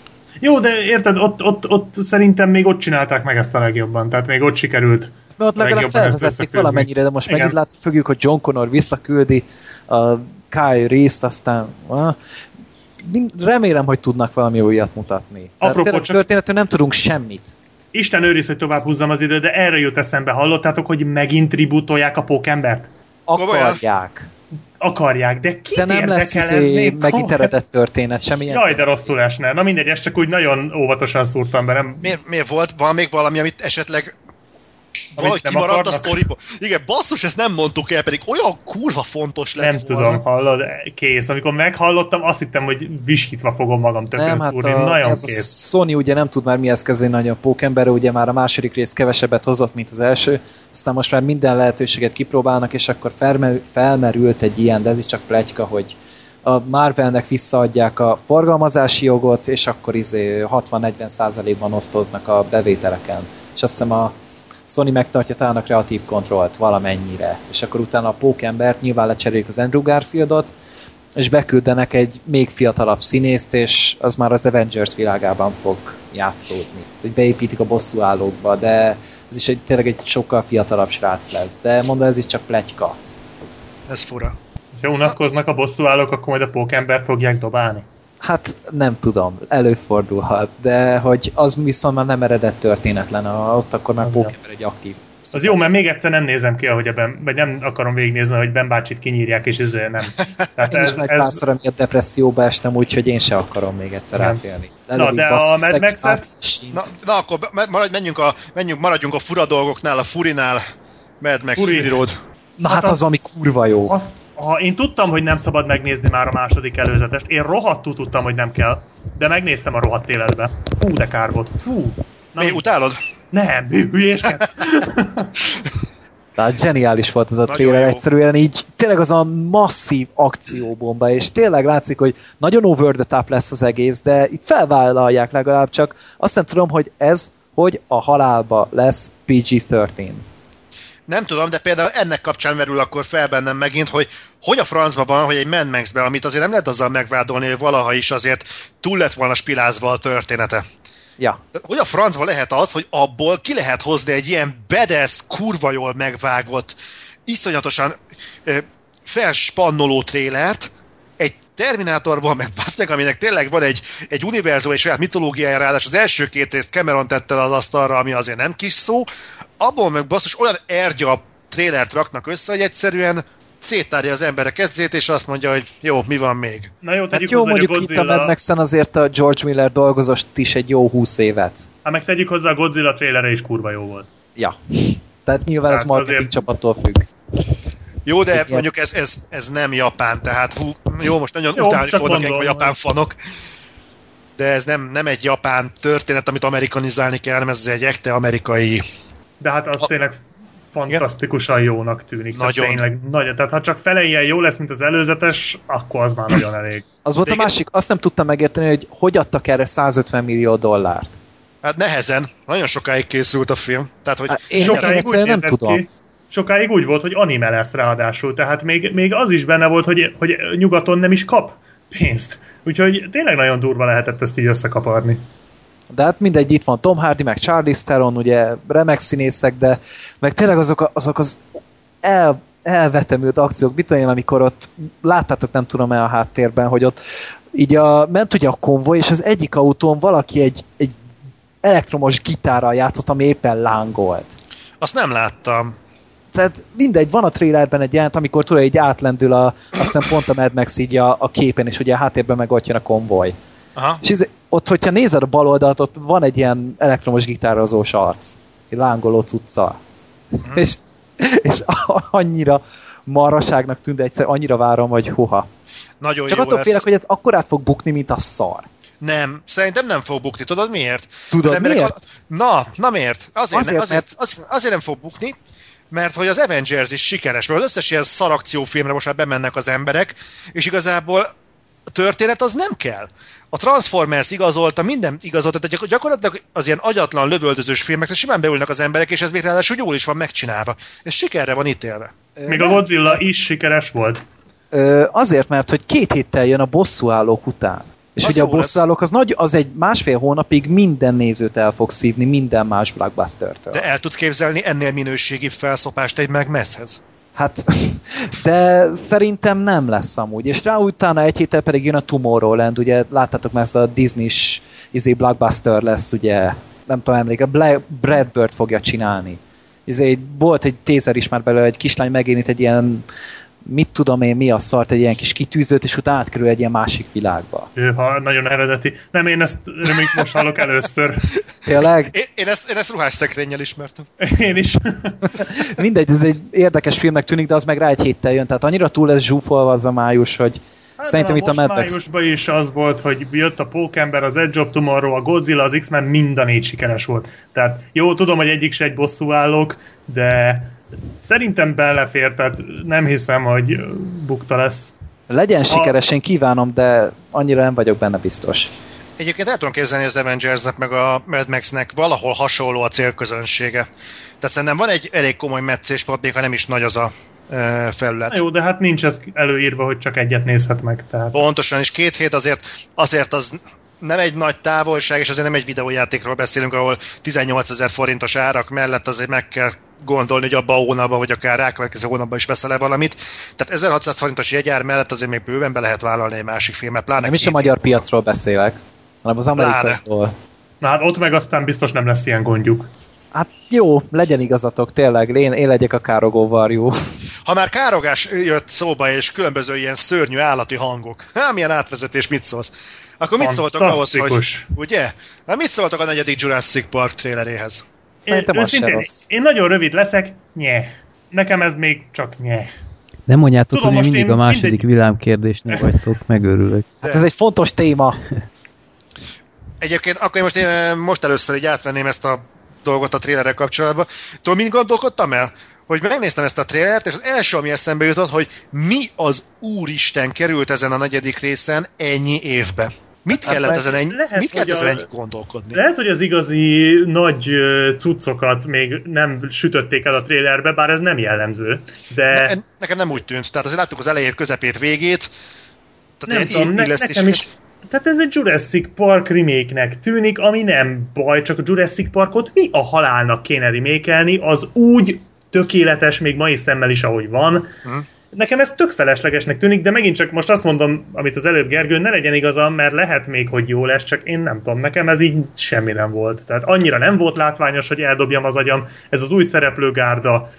Jó, de érted, ott, ott, ott szerintem még ott csinálták meg ezt a legjobban, tehát még ott sikerült. Mert ott legalább Legjobban ezt felvezették összefűzni. valamennyire, de most Igen. megint látni fogjuk, hogy John Connor visszaküldi a Kyle Reese-t, aztán ah, mind- remélem, hogy tudnak valami újat mutatni. Tehát Apropó, tényleg csak- történetről nem tudunk semmit. Isten őriz, hogy tovább húzzam az időt, de erre jut eszembe, hallottátok, hogy megint tributolják a pókembert? Akarják. Akarják, de kit De nem lesz érdekel ez izé még? megíteredett történet, semmilyen. Jaj, de rosszul esne. Na mindegy, ezt csak úgy nagyon óvatosan szúrtam be, nem... Miért, miért volt? Van még valami, amit esetleg valahogy nem kimaradt a akarnak? sztoriból? Igen, basszus, ezt nem mondtuk el, pedig olyan kurva fontos lett Nem volna. tudom, hallod, kész. Amikor meghallottam, azt hittem, hogy viskítva fogom magam tökön Nem, hát szúrni. a, Nagyon ez a kész. Sony ugye nem tud már mihez kezdeni nagyon a Pókemberre, ugye már a második rész kevesebbet hozott, mint az első, aztán most már minden lehetőséget kipróbálnak, és akkor felmerült, felmerült egy ilyen, de ez is csak pletyka, hogy a Marvelnek visszaadják a forgalmazási jogot, és akkor izé hatvan-negyven százalékban osztoznak a bevételeken. És azt hiszem a Sony megtartja talán a kreatív kontrollt valamennyire, és akkor utána a Pókembert nyilván lecserélik az Andrew Garfieldot, és beküldenek egy még fiatalabb színészt, és az már az Avengers világában fog játszódni. Hogy beépítik a bosszúállókba, de ez is egy, tényleg egy sokkal fiatalabb srác lesz. De mondom, ez is csak pletyka. Ez fura. Ha unatkoznak a bosszúállók, akkor majd a pókembert fogják dobálni? Hát nem tudom, előfordulhat, de hogy az viszont már nem eredett történet lenne, ott akkor már pókember egy aktív. Az jó, mert még egyszer nem nézem ki, ahogy ben, vagy nem akarom végignézni, hogy Ben bácsit kinyírják, és ezért nem. Tehát én ez, is meg ez... párszor, amiért depresszióba estem, úgyhogy én se akarom még egyszer átélni. Na, de a Mad Max-et? Na, na, akkor maradj, menjünk a, menjünk, maradjunk a fura dolgoknál, a Furinál, Mad Max Fury Road. Na hát, hát az, az, ami kurva jó. Azt, ha én tudtam, hogy nem szabad megnézni már a második előzetest, én rohadtul tudtam, hogy nem kell, de megnéztem a rohadt életbe. Fú, de kár volt, fú. Na, mi, utálod? Nem, hülyéskedsz. Tehát zseniális volt az a trailer, egyszerűen így tényleg az a masszív akcióbomba, és tényleg látszik, hogy nagyon over the top lesz az egész, de itt felvállalják legalább, csak azt nem tudom, hogy ez, hogy a halálba lesz pé gé tizenhárom. Nem tudom, de például ennek kapcsán merül akkor fel bennem megint, hogy hogy a francban van, hogy egy Mad Max-ben, amit azért nem lehet azzal megvádolni, hogy valaha is azért túl lett volna spilázva a története. Ja. Hogy a francban lehet az, hogy abból ki lehet hozni egy ilyen badass, kurva jól megvágott, iszonyatosan ö, felspannoló trélert, egy Terminátorban, meg basz meg, aminek tényleg van egy, egy univerzum és saját mitológiája, ráadásul az első két részt Cameron tette az asztalra, ami azért nem kis szó, abból meg basszus olyan ergya trélert raknak össze, hogy egyszerűen széttárja az emberek kezét, és azt mondja, hogy jó, mi van még. Na jó, hát jó, mondjuk Godzilla... itt a Mad Max-en azért a George Miller dolgozott is egy jó húsz évet. Hát meg tegyük hozzá, a Godzilla trailere is kurva jó volt. Ja. Tehát nyilván hát ez marketing azért... csapattól függ. Jó, de mondjuk ez, ez, ez nem Japán, tehát hú, jó, most nagyon jó, utálni fognak a japán fanok, de ez nem, nem egy japán történet, amit amerikanizálni kell, hanem ez egy ekte amerikai... De hát az a... tényleg fantasztikusan jónak tűnik. Nagyon. Tehát, tényleg, nagyon. Tehát ha csak fele ilyen jó lesz, mint az előzetes, akkor az már nagyon elég. Az volt a másik, azt nem tudtam megérteni, hogy hogy adtak erre százötven millió dollárt. Hát nehezen. Nagyon sokáig készült a film. Tehát, hogy hát én sokáig úgy nem tudom. Ki, sokáig úgy volt, hogy anime lesz ráadásul. Tehát még, még az is benne volt, hogy, hogy nyugaton nem is kap pénzt. Úgyhogy tényleg nagyon durva lehetett ezt így összekaparni. De hát mindegy, itt van Tom Hardy, meg Charlize Theron, ugye remek színészek, de meg tényleg azok, a, azok az el, elvetemült akciók, mit olyan, amikor ott láttátok, nem tudom-e a háttérben, hogy ott így a, ment ugye a konvoj, és az egyik autón valaki egy, egy elektromos gitárral játszott, ami éppen lángolt. Azt nem láttam. Tehát mindegy, van a trailerben egy jelent, amikor tudod, így átlendül a, azt hiszem pont a Mad Max így a, a képen, és ugye a háttérben meg ott jön a konvoj. Aha. És ez, ott, hogyha nézed a bal oldalt, ott van egy ilyen elektromos gitározós arc. Egy lángoló cuccal. Uh-huh. És, és annyira marhaságnak tűnt, de egyszer annyira várom, hogy huha. Nagyon Csak jó attól lesz. félek, hogy ez akkor át fog bukni, mint a szar. Nem, szerintem nem fog bukni. Tudod miért? Tudod emberek miért? A... Na, na miért? Azért, azért, ne, azért, mert... az, azért nem fog bukni, mert hogy az Avengers is sikeres, mert az összes ilyen szarakciófilmre most már bemennek az emberek, és igazából a történet az nem kell. A Transformers igazolta, minden igazolta, tehát gyakorlatilag az ilyen agyatlan, lövöldözős filmekre simán beülnek az emberek, és ez még ráadásul jól is van megcsinálva. Ez sikerre van ítélve. Még a Godzilla is sikeres volt. Ö, azért, mert hogy két héttel jön a bosszúállók után. És az ugye a bosszúállók az, nagy, az egy másfél hónapig minden nézőt el fog szívni, minden más blockbuster-től. De el tudsz képzelni ennél minőségi felszopást egy Mad Max-hez? Hát, de szerintem nem lesz amúgy. És rá utána egy héttel pedig jön a Tomorrowland, ugye láttátok már, ez a Disney-s izé blockbuster lesz, ugye, nem tudom emléke, Brad Bird fogja csinálni. Izé, volt egy tézer is már belőle, egy kislány megérint egy ilyen, mit tudom én, mi a szart, egy ilyen kis kitűzőt, és utána átkerül egy ilyen másik világba. Hűha, nagyon eredeti. Nem, én ezt még most hallok először. Tényleg? Én, én, ezt, én ezt ruhás szekrénnyel ismertem. Én is. Mindegy, ez egy érdekes filmnek tűnik, de az meg rá egy héttel jön, tehát annyira túl lesz zsúfolva az a május, hogy hát szerintem itt a Mad Max... májusban is az volt, hogy jött a Pókember, az Edge of Tomorrow, a Godzilla, az X-Men, mind a négy sikeres volt. Tehát jó, tudom, hogy egyik se egy bosszúállók, de szerintem belefér, tehát nem hiszem, hogy bukta lesz. Legyen a... sikeres, én kívánom, de annyira nem vagyok benne biztos. Egyébként el tudom képzelni, az Avengersnek meg a Mad Maxnek valahol hasonló a célközönsége. Tehát szerintem van egy elég komoly meccéspont, még ha nem is nagy az a felület. Na jó, de hát nincs ez előírva, hogy csak egyet nézhet meg. Tehát... Pontosan, és két hét azért, azért az nem egy nagy távolság, és azért nem egy videójátékról beszélünk, ahol tizennyolcezer forintos árak mellett azért meg kell gondolni, hogy abban a hónapban, vagy akár rákövetkező hónapban is veszel-e valamit. Tehát ezerhatszáz forintos jegyár mellett azért még bőven be lehet vállalni egy másik filmet. Pláne nem is a magyar piacról beszélek, hanem az amerikairól. Na hát ott meg aztán biztos nem lesz ilyen gondjuk. Hát jó, legyen igazatok, tényleg, én, én legyek a károgó varjú. Ha már károgás jött szóba, és különböző ilyen szörnyű állati hangok, hát milyen átvezetés, mit szólsz? Akkor mit szóltok ahhoz, hogy... Ugye? Hát mit szóltok a negyedik Jurassic Park traileréhez? Én, őszintén, én nagyon rövid leszek, nye. Nekem ez még csak nye. Nem mondjátok, hogy mindig én, a második mindegy... villámkérdésnél vagytok, megörülök. Hát ez egy fontos téma. Egyébként akkor én most, én most először így átvenném ezt a dolgot a trailerrel kapcsolatban. Tudod, mind gondolkodtam el? Hogy megnéztem ezt a trailert, és az első, ami eszembe jutott, hogy mi az úristen került ezen a negyedik részen ennyi évbe. Mit kellett hát ezen ennyi, lehet, mit kellett ezen a, ennyi gondolkodni? Lehet, hogy az igazi nagy cuccokat még nem sütötték el a trailerbe, bár ez nem jellemző. De... Ne, nekem nem úgy tűnt. Tehát azért láttuk az elejét, közepét, végét. Tehát nem tudom, ne, nekem is... Tehát ez egy Jurassic Park remake-nek tűnik, ami nem baj, csak a Jurassic Parkot mi a halálnak kéne remake-elni, az úgy tökéletes, még mai szemmel is, ahogy van. Hmm. Nekem ez tök feleslegesnek tűnik, de megint csak most azt mondom, amit az előbb Gergő, ne legyen igazam, mert lehet még, hogy jó lesz, csak én nem tudom, nekem ez így semmi nem volt. Tehát annyira nem volt látványos, hogy eldobjam az agyam, ez az új szereplőgárda,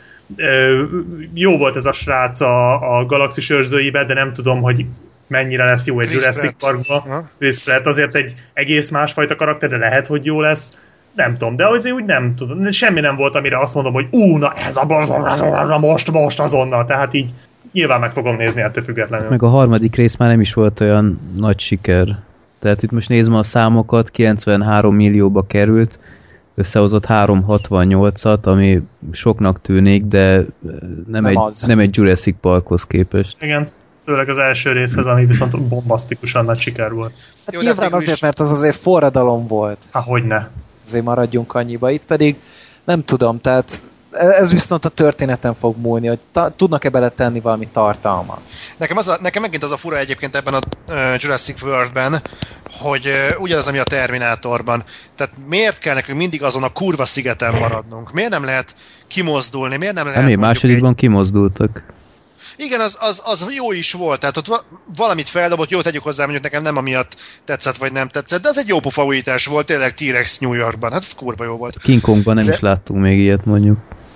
jó volt ez a srác a, a Galaxis őrzőibe, de nem tudom, hogy mennyire lesz jó egy Chris Jurassic Parkban. Chris Pratt azért egy egész másfajta karakter, de lehet, hogy jó lesz. Nem tudom, de azért úgy nem tudom. Semmi nem volt, amire azt mondom, hogy ú, na ez a most, most azonnal. Tehát így nyilván meg fogom nézni ettől függetlenül. Meg a harmadik rész már nem is volt olyan nagy siker. Tehát itt most nézem a számokat, kilencvenhárom millióba került, összehozott háromszázhatvannyolcat, ami soknak tűnik, de nem, nem, egy, nem egy Jurassic Parkhoz képest. Igen. Főleg az első részhez, ami viszont bombasztikusan nagy siker volt. Hát jó, nyilván azért, is... mert az azért forradalom volt. Há, hogyne. Azért maradjunk annyiba. Itt pedig nem tudom, tehát ez viszont a történeten fog múlni, hogy ta- tudnak-e beletenni valami tartalmat. Nekem, az a, nekem megint az a fura egyébként ebben a uh, Jurassic World-ben, hogy uh, ugyanaz, ami a Terminátorban. Tehát miért kell nekünk mindig azon a kurva szigeten maradnunk? Miért nem lehet kimozdulni? Miért nem lehet... Nem, másodikban egy... kimozdultak. Igen, az, az, az jó is volt, tehát ott valamit feldobott, jó, tegyük hozzá, mondjuk nekem nem amiatt tetszett, vagy nem tetszett, de az egy jó pofa újítás volt, tényleg T-Rex New Yorkban, hát ez kurva jó volt. King Kongban nem de... is láttunk még ilyet, mondjuk.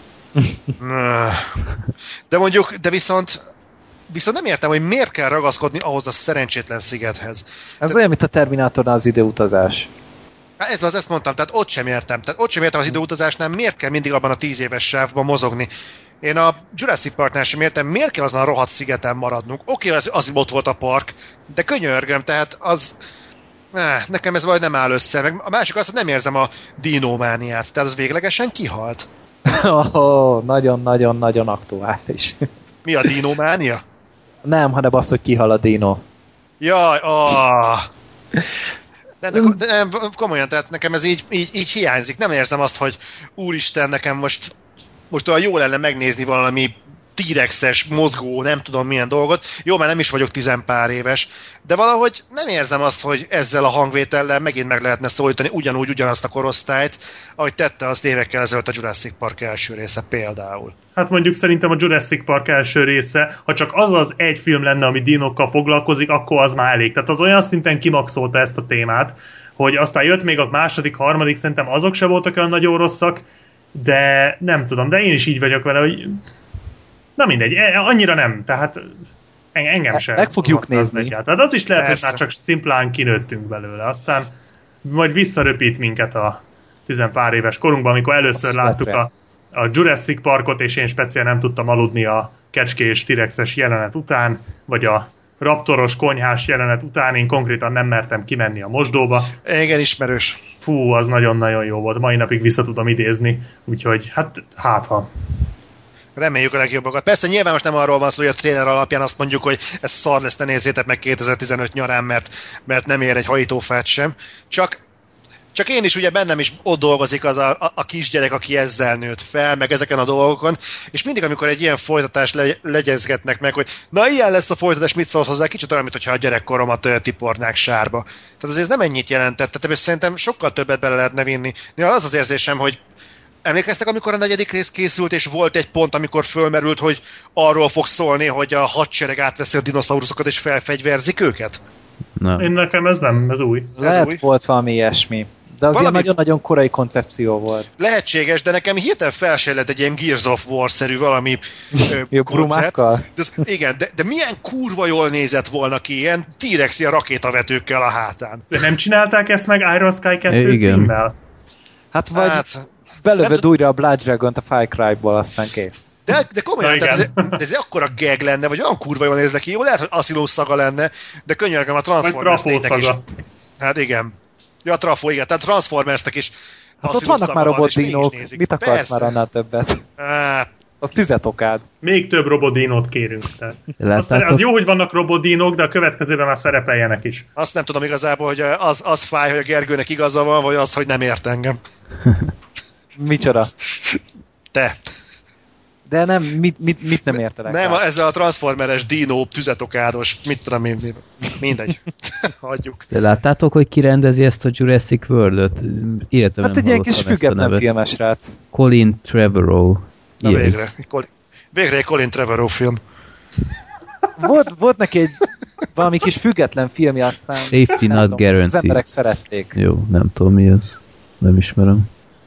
De mondjuk, de viszont viszont nem értem, hogy miért kell ragaszkodni ahhoz a szerencsétlen szigethez. Ez tehát... olyan, mint a Terminátornál az időutazás. Ez az, ezt mondtam, tehát ott sem értem. Tehát ott sem értem az időutazásnál, miért kell mindig abban a tíz éves sávban mozogni. Én a Jurassic Parknál sem értem, miért kell azon a rohadt szigeten maradnunk. Oké, okay, az, az ott volt a park, de könyörgöm, tehát az... Eh, nekem ez valahogy nem áll össze. Meg a másik az, hogy nem érzem a dinómániát. Tehát az véglegesen kihalt. Oh, nagyon-nagyon-nagyon aktuális. Mi a dinómánia? Nem, hanem az, hogy kihal a dino. Jaj, ah... De, de, de nem, komolyan, tehát nekem ez így, így, így hiányzik. Nem érzem azt, hogy úristen, nekem most, most olyan jó lenne megnézni valami T-rexes, mozgó, nem tudom milyen dolgot. Jó, már nem is vagyok tizenpár éves, de valahogy nem érzem azt, hogy ezzel a hangvétellel megint meg lehetne szólítani ugyanúgy ugyanazt a korosztályt, ahogy tette azt évekkel ezelőtt a Jurassic Park első része például. Hát mondjuk szerintem a Jurassic Park első része, ha csak az az egy film lenne, ami dinokkal foglalkozik, akkor az már elég. Tehát az olyan szinten kimaxolta ezt a témát, hogy aztán jött még a második, harmadik, szerintem azok se voltak olyan nagyon rosszak, de nem tudom, de én is így vagyok vele, hogy na mindegy, annyira nem, tehát engem sem. Meg fogjuk nézni. Tehát az is lehet, Persze. hogy már csak szimplán kinőttünk belőle, aztán majd visszaröpít minket a tizenpár éves korunkban, amikor először Azt láttuk a, a Jurassic Parkot, és én speciál nem tudtam aludni a kecskés T-rexes jelenet után, vagy a raptoros konyhás jelenet után, én konkrétan nem mertem kimenni a mosdóba. Igen, ismerős. Fú, az nagyon-nagyon jó volt, mai napig vissza tudom idézni, úgyhogy hát hátha. Reméljük a legjobbakat. Persze nyilván most nem arról van szó, hogy a trailer alapján azt mondjuk, hogy ez szar lesz, ne nézzétek meg kétezer-tizenöt nyarán, mert, mert nem ér egy hajítófát sem. Csak Csak én is ugye bennem is ott dolgozik az a, a, a kisgyerek, aki ezzel nőtt fel, meg ezeken a dolgokon, és mindig, amikor egy ilyen folytatást le, legyezgetnek meg, hogy na ilyen lesz a folytatás, mit szólsz hozzá, kicsit olyan, mintha a gyerekkoromat tipornák sárba. Tehát azért ez nem ennyit jelentett, tehát szerintem sokkal többet bele lehetne vinni. Néha az az érzésem, hogy emlékeztek, amikor a negyedik rész készült, és volt egy pont, amikor fölmerült, hogy arról fog szólni, hogy a hadsereg átveszi a dinoszauruszokat, és felfegyverzik őket? Nem. Én nekem ez nem, ez új. Lehet ez új. Volt valami ilyesmi. De az valami... nagyon-nagyon korai koncepció volt. Lehetséges, de nekem hirtelen felsejlett egy ilyen Gears of War-szerű valami ö, koncept. De, igen, de, de milyen kurva jól nézett volna ki, ilyen T-rex ilyen rakétavetőkkel a hátán. De nem csinálták ezt meg Iron Sky kettő címmel? Hát vagy hát, belövöd nem... újra a Blood Dragon-t a Far Cry-ból, aztán kész. De, de komolyan, tehát ez, ez akkora gag lenne, vagy olyan kurva jól néz neki, jó, lehet, hogy Asilós szaga lenne, de könyörgöm a Transformers-nek is. Hát igen. Ja, a trafó, igen, tehát Transformers-nek is. Hát ott vannak már robotdinók, mit akarsz Persze. már annál többet? Hát. Az tüzet okád. Még több robotdinót kérünk. Az, az jó, hogy vannak robotdinók, de a következőben már szerepeljenek is. Azt nem tudom igazából, hogy az, az fáj, hogy a Gergőnek igaza van, vagy az, hogy nem ért engem. Micsoda? Te. De nem, mit, mit, mit nem értelek? Nem, rá? Ez a transformeres dino, tüzetokádos, mit tudom én, mindegy. Hagyjuk. De láttátok, hogy ki rendezi ezt a Jurassic World-öt? Életem hát egy ilyen kis független filmes rác. Colin Trevorrow. Na yes. végre. Végre egy Colin Trevorrow film. Volt, volt neki egy valami kis független filmje, aztán Safety Not Guaranteed. Az emberek szerették. Jó, nem tudom mi az. Nem ismerem.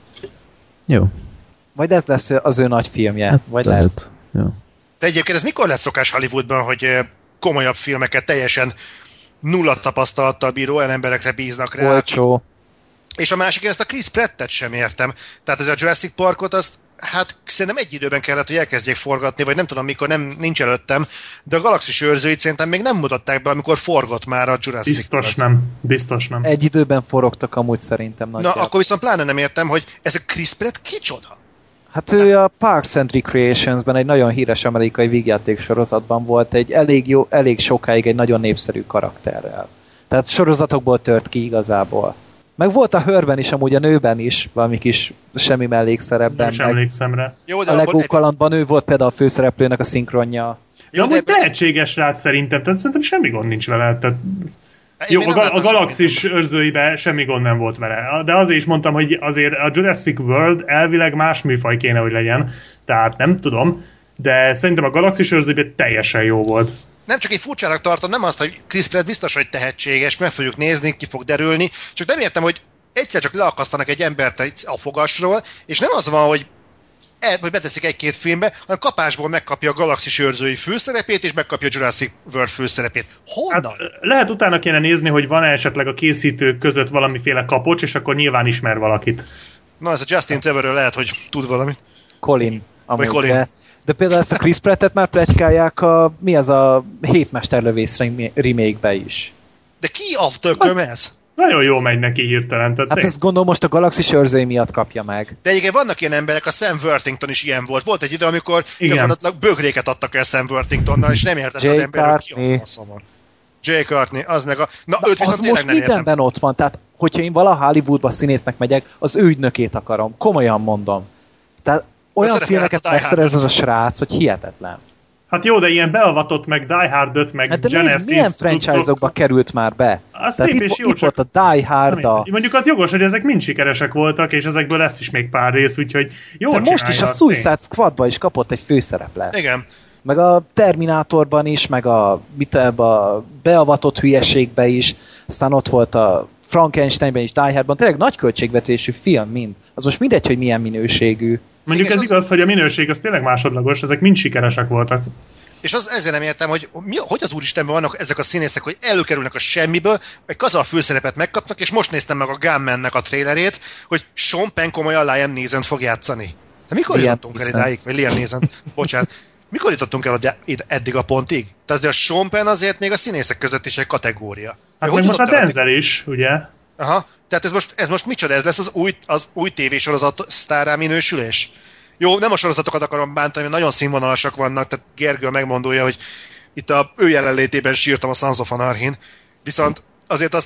Jó. Majd ez lesz az ő nagy filmje. Hát vagy lehet. lehet. Jó. De egyébként ez mikor lett szokás Hollywoodban, hogy komolyabb filmeket teljesen nulla tapasztalattal bíró olyan emberekre bíznak rá? Olcsó. És a másik, én ezt a Chris Pratt-et sem értem. Tehát ez a Jurassic Parkot, azt hát szerintem egy időben kellett, hogy elkezdjék forgatni, vagy nem tudom mikor, nem, nincs előttem, de a Galaxis őrzőit szerintem még nem mutatták be, amikor forgott már a Jurassic Biztos Park. nem, biztos nem. Egy időben forogtak amúgy szerintem. Na, akkor viszont pláne nem értem, hogy ez a Chris Pratt kicsoda? Hát ő a Parks and Recreationsben egy nagyon híres amerikai vígjáték sorozatban volt egy elég, jó, elég sokáig egy nagyon népszerű karakterrel. Tehát sorozatokból tört ki igazából. Meg volt a Hörben is, amúgy a Nőben is, valami kis semmi mellékszerepben. Nem emlékszem rá. Jó, a Lego kalandban ő volt például a főszereplőnek a szinkronja. Jó, de amúgy tehetséges rád szerintem, tehát szerintem semmi gond nincs vele. Tehát... Jó, a, a Galaxis őrzőiben semmi gond nem volt vele. De azért is mondtam, hogy azért a Jurassic World elvileg más műfaj kéne, hogy legyen. Tehát nem tudom, de szerintem a Galaxis őrzőiben teljesen jó volt. Nem csak egy furcsának tartom, nem azt, hogy Chris Pratt biztos, hogy tehetséges, meg fogjuk nézni, ki fog derülni, csak nem értem, hogy egyszer csak leakasztanak egy embert a fogasról, és nem az van, hogy el, hogy beteszik egy-két filmbe, hanem kapásból megkapja a Galaxis őrzői főszerepét, és megkapja a Jurassic World főszerepét. Honnan? Hát, lehet utána kéne nézni, hogy van-e esetleg a készítők között valamiféle kapocs, és akkor nyilván ismer valakit. Na, ez a Justin Trevorről lehet, hogy tud valamit. Colin. Amúgy, Vagy Colin. De, de például ezt a Chris Prattet már pletykálják a, mi az a Hétmesterlövész remake-be is. De ki a tököm ez? Nagyon jól megy neki hirtelen. Tehát hát ezt gondolom most a Galaxis őrzői miatt kapja meg. De egyébként vannak ilyen emberek, a Sam Worthington is ilyen volt. Volt egy idő, amikor gyakorlatilag bögréket adtak el Sam Worthingtonnal, és nem értett az ember, hogy ki a faszom van. Jay Courtney, az meg a... Na, Na őt viszont az most mindenben értem. Ott van, tehát hogyha én valaha Hollywoodba színésznek megyek, az ő ügynökét akarom, komolyan mondom. Tehát olyan filmeket megszerez az a srác, hogy hihetetlen. Hát jó, de ilyen beavatott, meg Die Hard öt, meg hát Genesis... Hát milyen franchise-okba került már be? Az szép itt, és jó, itt csak... volt a Die Hard, a... Mondjuk az jogos, hogy ezek mind sikeresek voltak, és ezekből lesz is még pár rész, úgyhogy jó. De most is a Suicide Squadba is kapott egy főszereplet. Igen. Meg a Terminátorban is, meg a, mit, a beavatott hülyeségben is, aztán ott volt a Frankensteinben is, Die Hardban, tényleg nagy költségvetésű film mind. Az most mindegy, hogy milyen minőségű. Mondjuk ez az... igaz, hogy a minőség az tényleg másodlagos, ezek mind sikeresek voltak. És az, ezzel nem értem, hogy mi, hogy az úristenben vannak ezek a színészek, hogy előkerülnek a semmiből, egy kaza a főszerepet megkapnak, és most néztem meg a Gunman-nek a trailerét, hogy Sean Penn komolyan Liam Neeson fog játszani. De mikor Liam jutottunk el idáig? Vagy Liam Neeson, bocsánat. Mikor jutottunk el eddig a pontig? Tehát a Sean Penn azért még a színészek között is egy kategória. Hát meg most a Denzel is, ugye? Aha, tehát ez most, ez most micsoda? Ez lesz az új, az új tévésorozat sztárrá minősülés? Jó, nem a sorozatokat akarom bántani, mert nagyon színvonalasak vannak, tehát Gergő megmondója, hogy itt a ő jelenlétében sírtam a Sons of Anarchy-n, viszont azért azt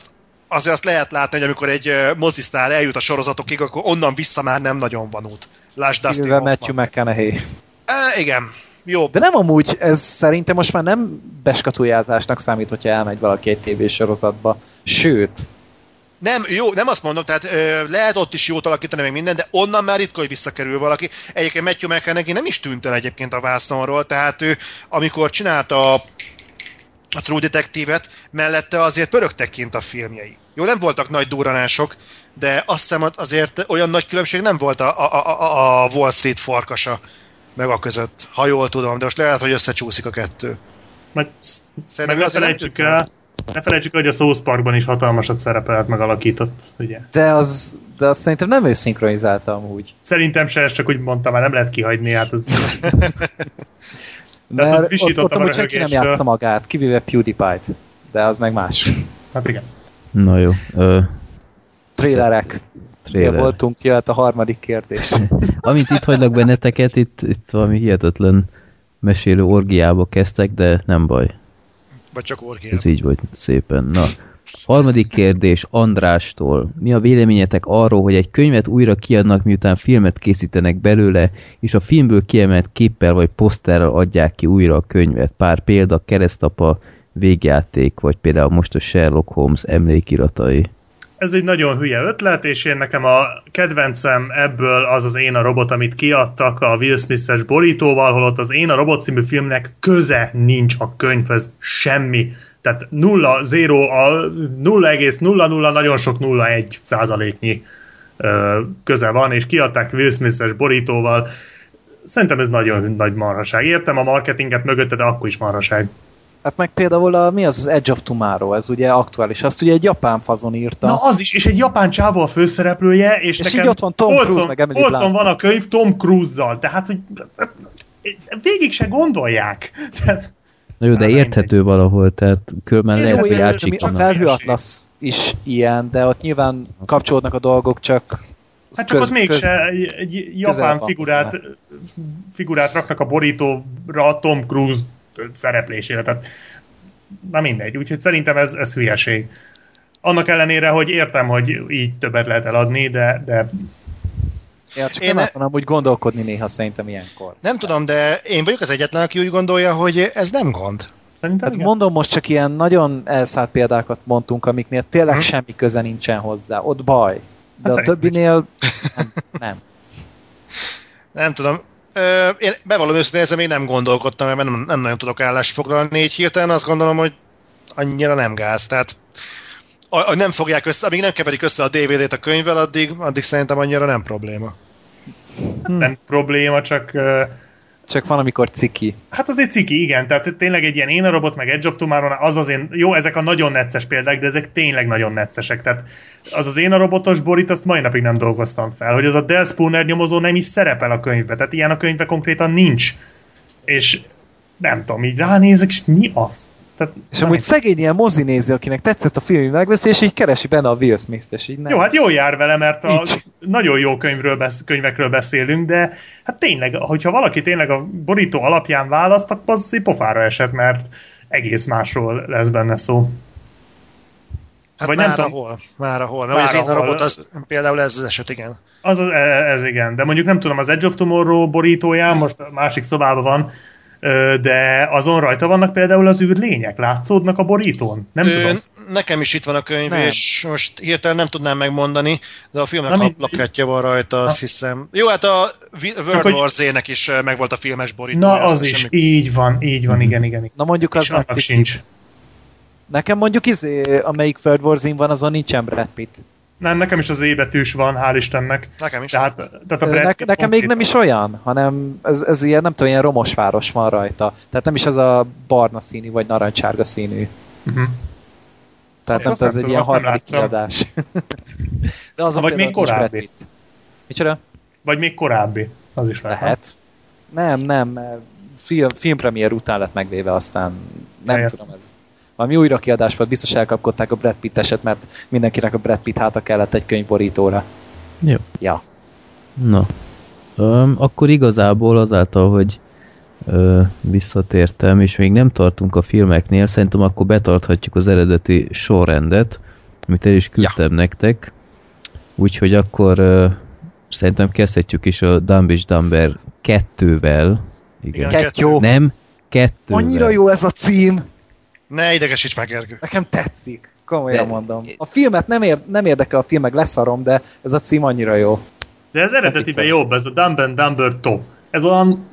azért azt lehet látni, hogy amikor egy mozisztár eljut a sorozatokig, akkor onnan vissza már nem nagyon van út. Lásd Dustin Hoffman. Matthew McConaughey. E, igen. Jó. De nem amúgy, ez szerintem most már nem beskatujázásnak számít, hogyha elmegy valaki egy tévésorozatba. Sőt. Nem, jó, nem azt mondom, tehát ö, lehet ott is jót alakítani meg minden, de onnan már ritka, hogy visszakerül valaki. Egyébként Matthew McConaughey nem is tűnt el egyébként a vászonról, tehát ő, amikor csinálta a, a True Detective-et, mellette azért pörögtek kint a filmjei. Jó, nem voltak nagy durranások, de azt hiszem azért olyan nagy különbség nem volt a, a, a, a Wall Street farkasa meg a között, ha jól tudom, de most lehet, hogy összecsúszik a kettő. Meg, Szerintem meg ne felejtsük el, ne felejtsük el, hogy a South Parkban is hatalmasat szerepelt, meg alakított, ugye? De az, de az szerintem nem ő szinkronizálta amúgy. Szerintem se, ezt csak úgy mondtam, már nem lehet kihagyni, hát az... Mert ott, ott amúgy senki nem játsza magát, kivéve PewDiePie-t, de az meg más. Hát igen. Na jó. Ö... Trélerek. Trailer. Voltunk, jöhet a harmadik kérdés. Amint itt hagynak benneteket, itt, itt valami hihetetlen mesélő orgiába kezdtek, de nem baj. Vagy csak orgiába. Ez így volt szépen. Na, harmadik kérdés Andrástól. Mi a véleményetek arról, hogy egy könyvet újra kiadnak, miután filmet készítenek belőle, és a filmből kiemelt képpel vagy poszterrel adják ki újra a könyvet? Pár példa, Keresztapa, Végjáték, vagy például most a Sherlock Holmes emlékiratai. Ez egy nagyon hülye ötlet, és én nekem a kedvencem ebből az az Én a robot, amit kiadtak a Will Smith-es borítóval, holott az Én a robot című filmnek köze nincs a könyvhez, semmi. Tehát nulla, zéro, a nulla egész nulla nulla, nagyon sok nulla egy százaléknyi ö, köze van, és kiadták Will Smith-es borítóval. Szerintem ez nagyon nagy marhaság. Értem a marketinget mögötte, de akkor is marhaság. Hát meg például a, mi az az Edge of Tomorrow, ez ugye aktuális, azt ugye egy japán fazon írta. Na az is, és egy japán csávó a főszereplője, és, és nekem így ott van Tom polcon, Cruise, meg Emily polcon Blunt. van a könyv Tom Cruise-zal, tehát hogy végig se gondolják. Na jó, de érthető valahol, tehát különben lehet, hogy átsiktanak. A Felhőatlasz is ilyen, de ott nyilván kapcsolódnak a dolgok, csak... Hát csak köz, ott mégse egy, egy japán figurát, figurát raknak a borítóra Tom Cruise szereplésére, tehát na mindegy, úgyhogy szerintem ez, ez hülyeség. Annak ellenére, hogy értem, hogy így többet lehet eladni, de... de... Ja, csak én nem ne... úgy gondolkodni néha szerintem ilyenkor. Nem tudom, de én vagyok az egyetlen, aki úgy gondolja, hogy ez nem gond. Hát mondom, most csak ilyen nagyon elszállt példákat mondtunk, amiknél tényleg hmm. semmi köze nincsen hozzá. Ott baj. De hát a többinél nem, nem. Nem tudom. Ö, én bevallom őszintén, ezzel még nem gondolkodtam, mert nem, nem nagyon tudok állást foglalni. Így hirtelen azt gondolom, hogy annyira nem gáz. Tehát a, a nem fogják össze, amíg nem keverik össze a dé vé dét a könyvvel, addig, addig szerintem annyira nem probléma. Hmm. Nem probléma, csak... Uh... Csak van, amikor ciki. Hát azért ciki, igen. Tehát tényleg egy ilyen Én a robot, meg Edge of Tomorrow, az azért, jó, ezek a nagyon necces példák, de ezek tényleg nagyon neccesek. Tehát az az Én a robotos borít, azt mai napig nem dolgoztam fel, hogy az a Del Spooner nyomozó nem is szerepel a könyvbe. Tehát ilyen a könyvbe konkrétan nincs. És nem tudom, így ránézek, és mi az? Tehát, és amúgy szegény ilyen mozinéző, akinek tetszett a film, megveszi, és így keresi benne a Will Smith-t, és így nem. Jó, hát jól jár vele, mert a nagyon jó könyvről besz- könyvekről beszélünk, de hát tényleg, hogyha valaki tényleg a borító alapján választ, akkor az szép pofára esett, mert egész másról lesz benne szó. Hát vagy már nem tudom, ahol, már ahol. Mert az Én a robot, az például ez az eset, igen. Az, az, ez igen, de mondjuk nem tudom, az Edge of Tomorrow borítóján, most a másik szobában van, de azon rajta vannak például az űrlények, látszódnak a borítón? Nem Ö, tudom. Nekem is itt van a könyv, nem. És most hirtelen nem tudnám megmondani, de a filmnek a plakátja van rajta, azt hiszem. Jó, hát a World War Z-nek is megvolt a filmes borító. Na, az is, semmi... így van, így van, igen, igen. igen. Na mondjuk az annak sincs. Nekem mondjuk izé, amelyik World War Z-n van, azon nincsen Brad Pitt. Nem, nekem is az éjbetűs van, hál' Istennek. Nekem is. Tehát, tehát a ne, nekem még nem is olyan, hanem ez, ez ilyen, nem tudom, ilyen romosváros van rajta. Tehát nem is az a barna színű, vagy narancsárga színű. Uh-huh. Tehát nem tudom, ez egy ilyen harmadik kiadás. De az a vagy még korábbi. Micsoda? Vagy még korábbi. Az is lehet. lehet. Nem, nem. Film, filmpremiér után lett megvéve, aztán nem Helyet. tudom ez. Valami újrakiadás volt, biztos elkapkodták a Brad Pitt-eset, mert mindenkinek a Brad Pitt háta kellett egy könyvborítóra. Jó. Ja. Na. Öm, akkor igazából azáltal, hogy ö, visszatértem, és még nem tartunk a filmeknél, szerintem akkor betarthatjuk az eredeti sorrendet, amit el is küldtem ja. nektek. Úgyhogy akkor uh, szerintem kezdhetjük is a Dumb és Dumber kettővel. Igen. Kettő. Nem, kettővel. Annyira jó ez a cím. Ne idegesíts meg, Gergő. Nekem tetszik. Komolyan de, mondom. A filmet nem, ér, nem érdekel a film, meg leszarom, de ez a cím annyira jó. De ez eredetiben jobb, ez a Dumb and Dumber Top. Ez olyan...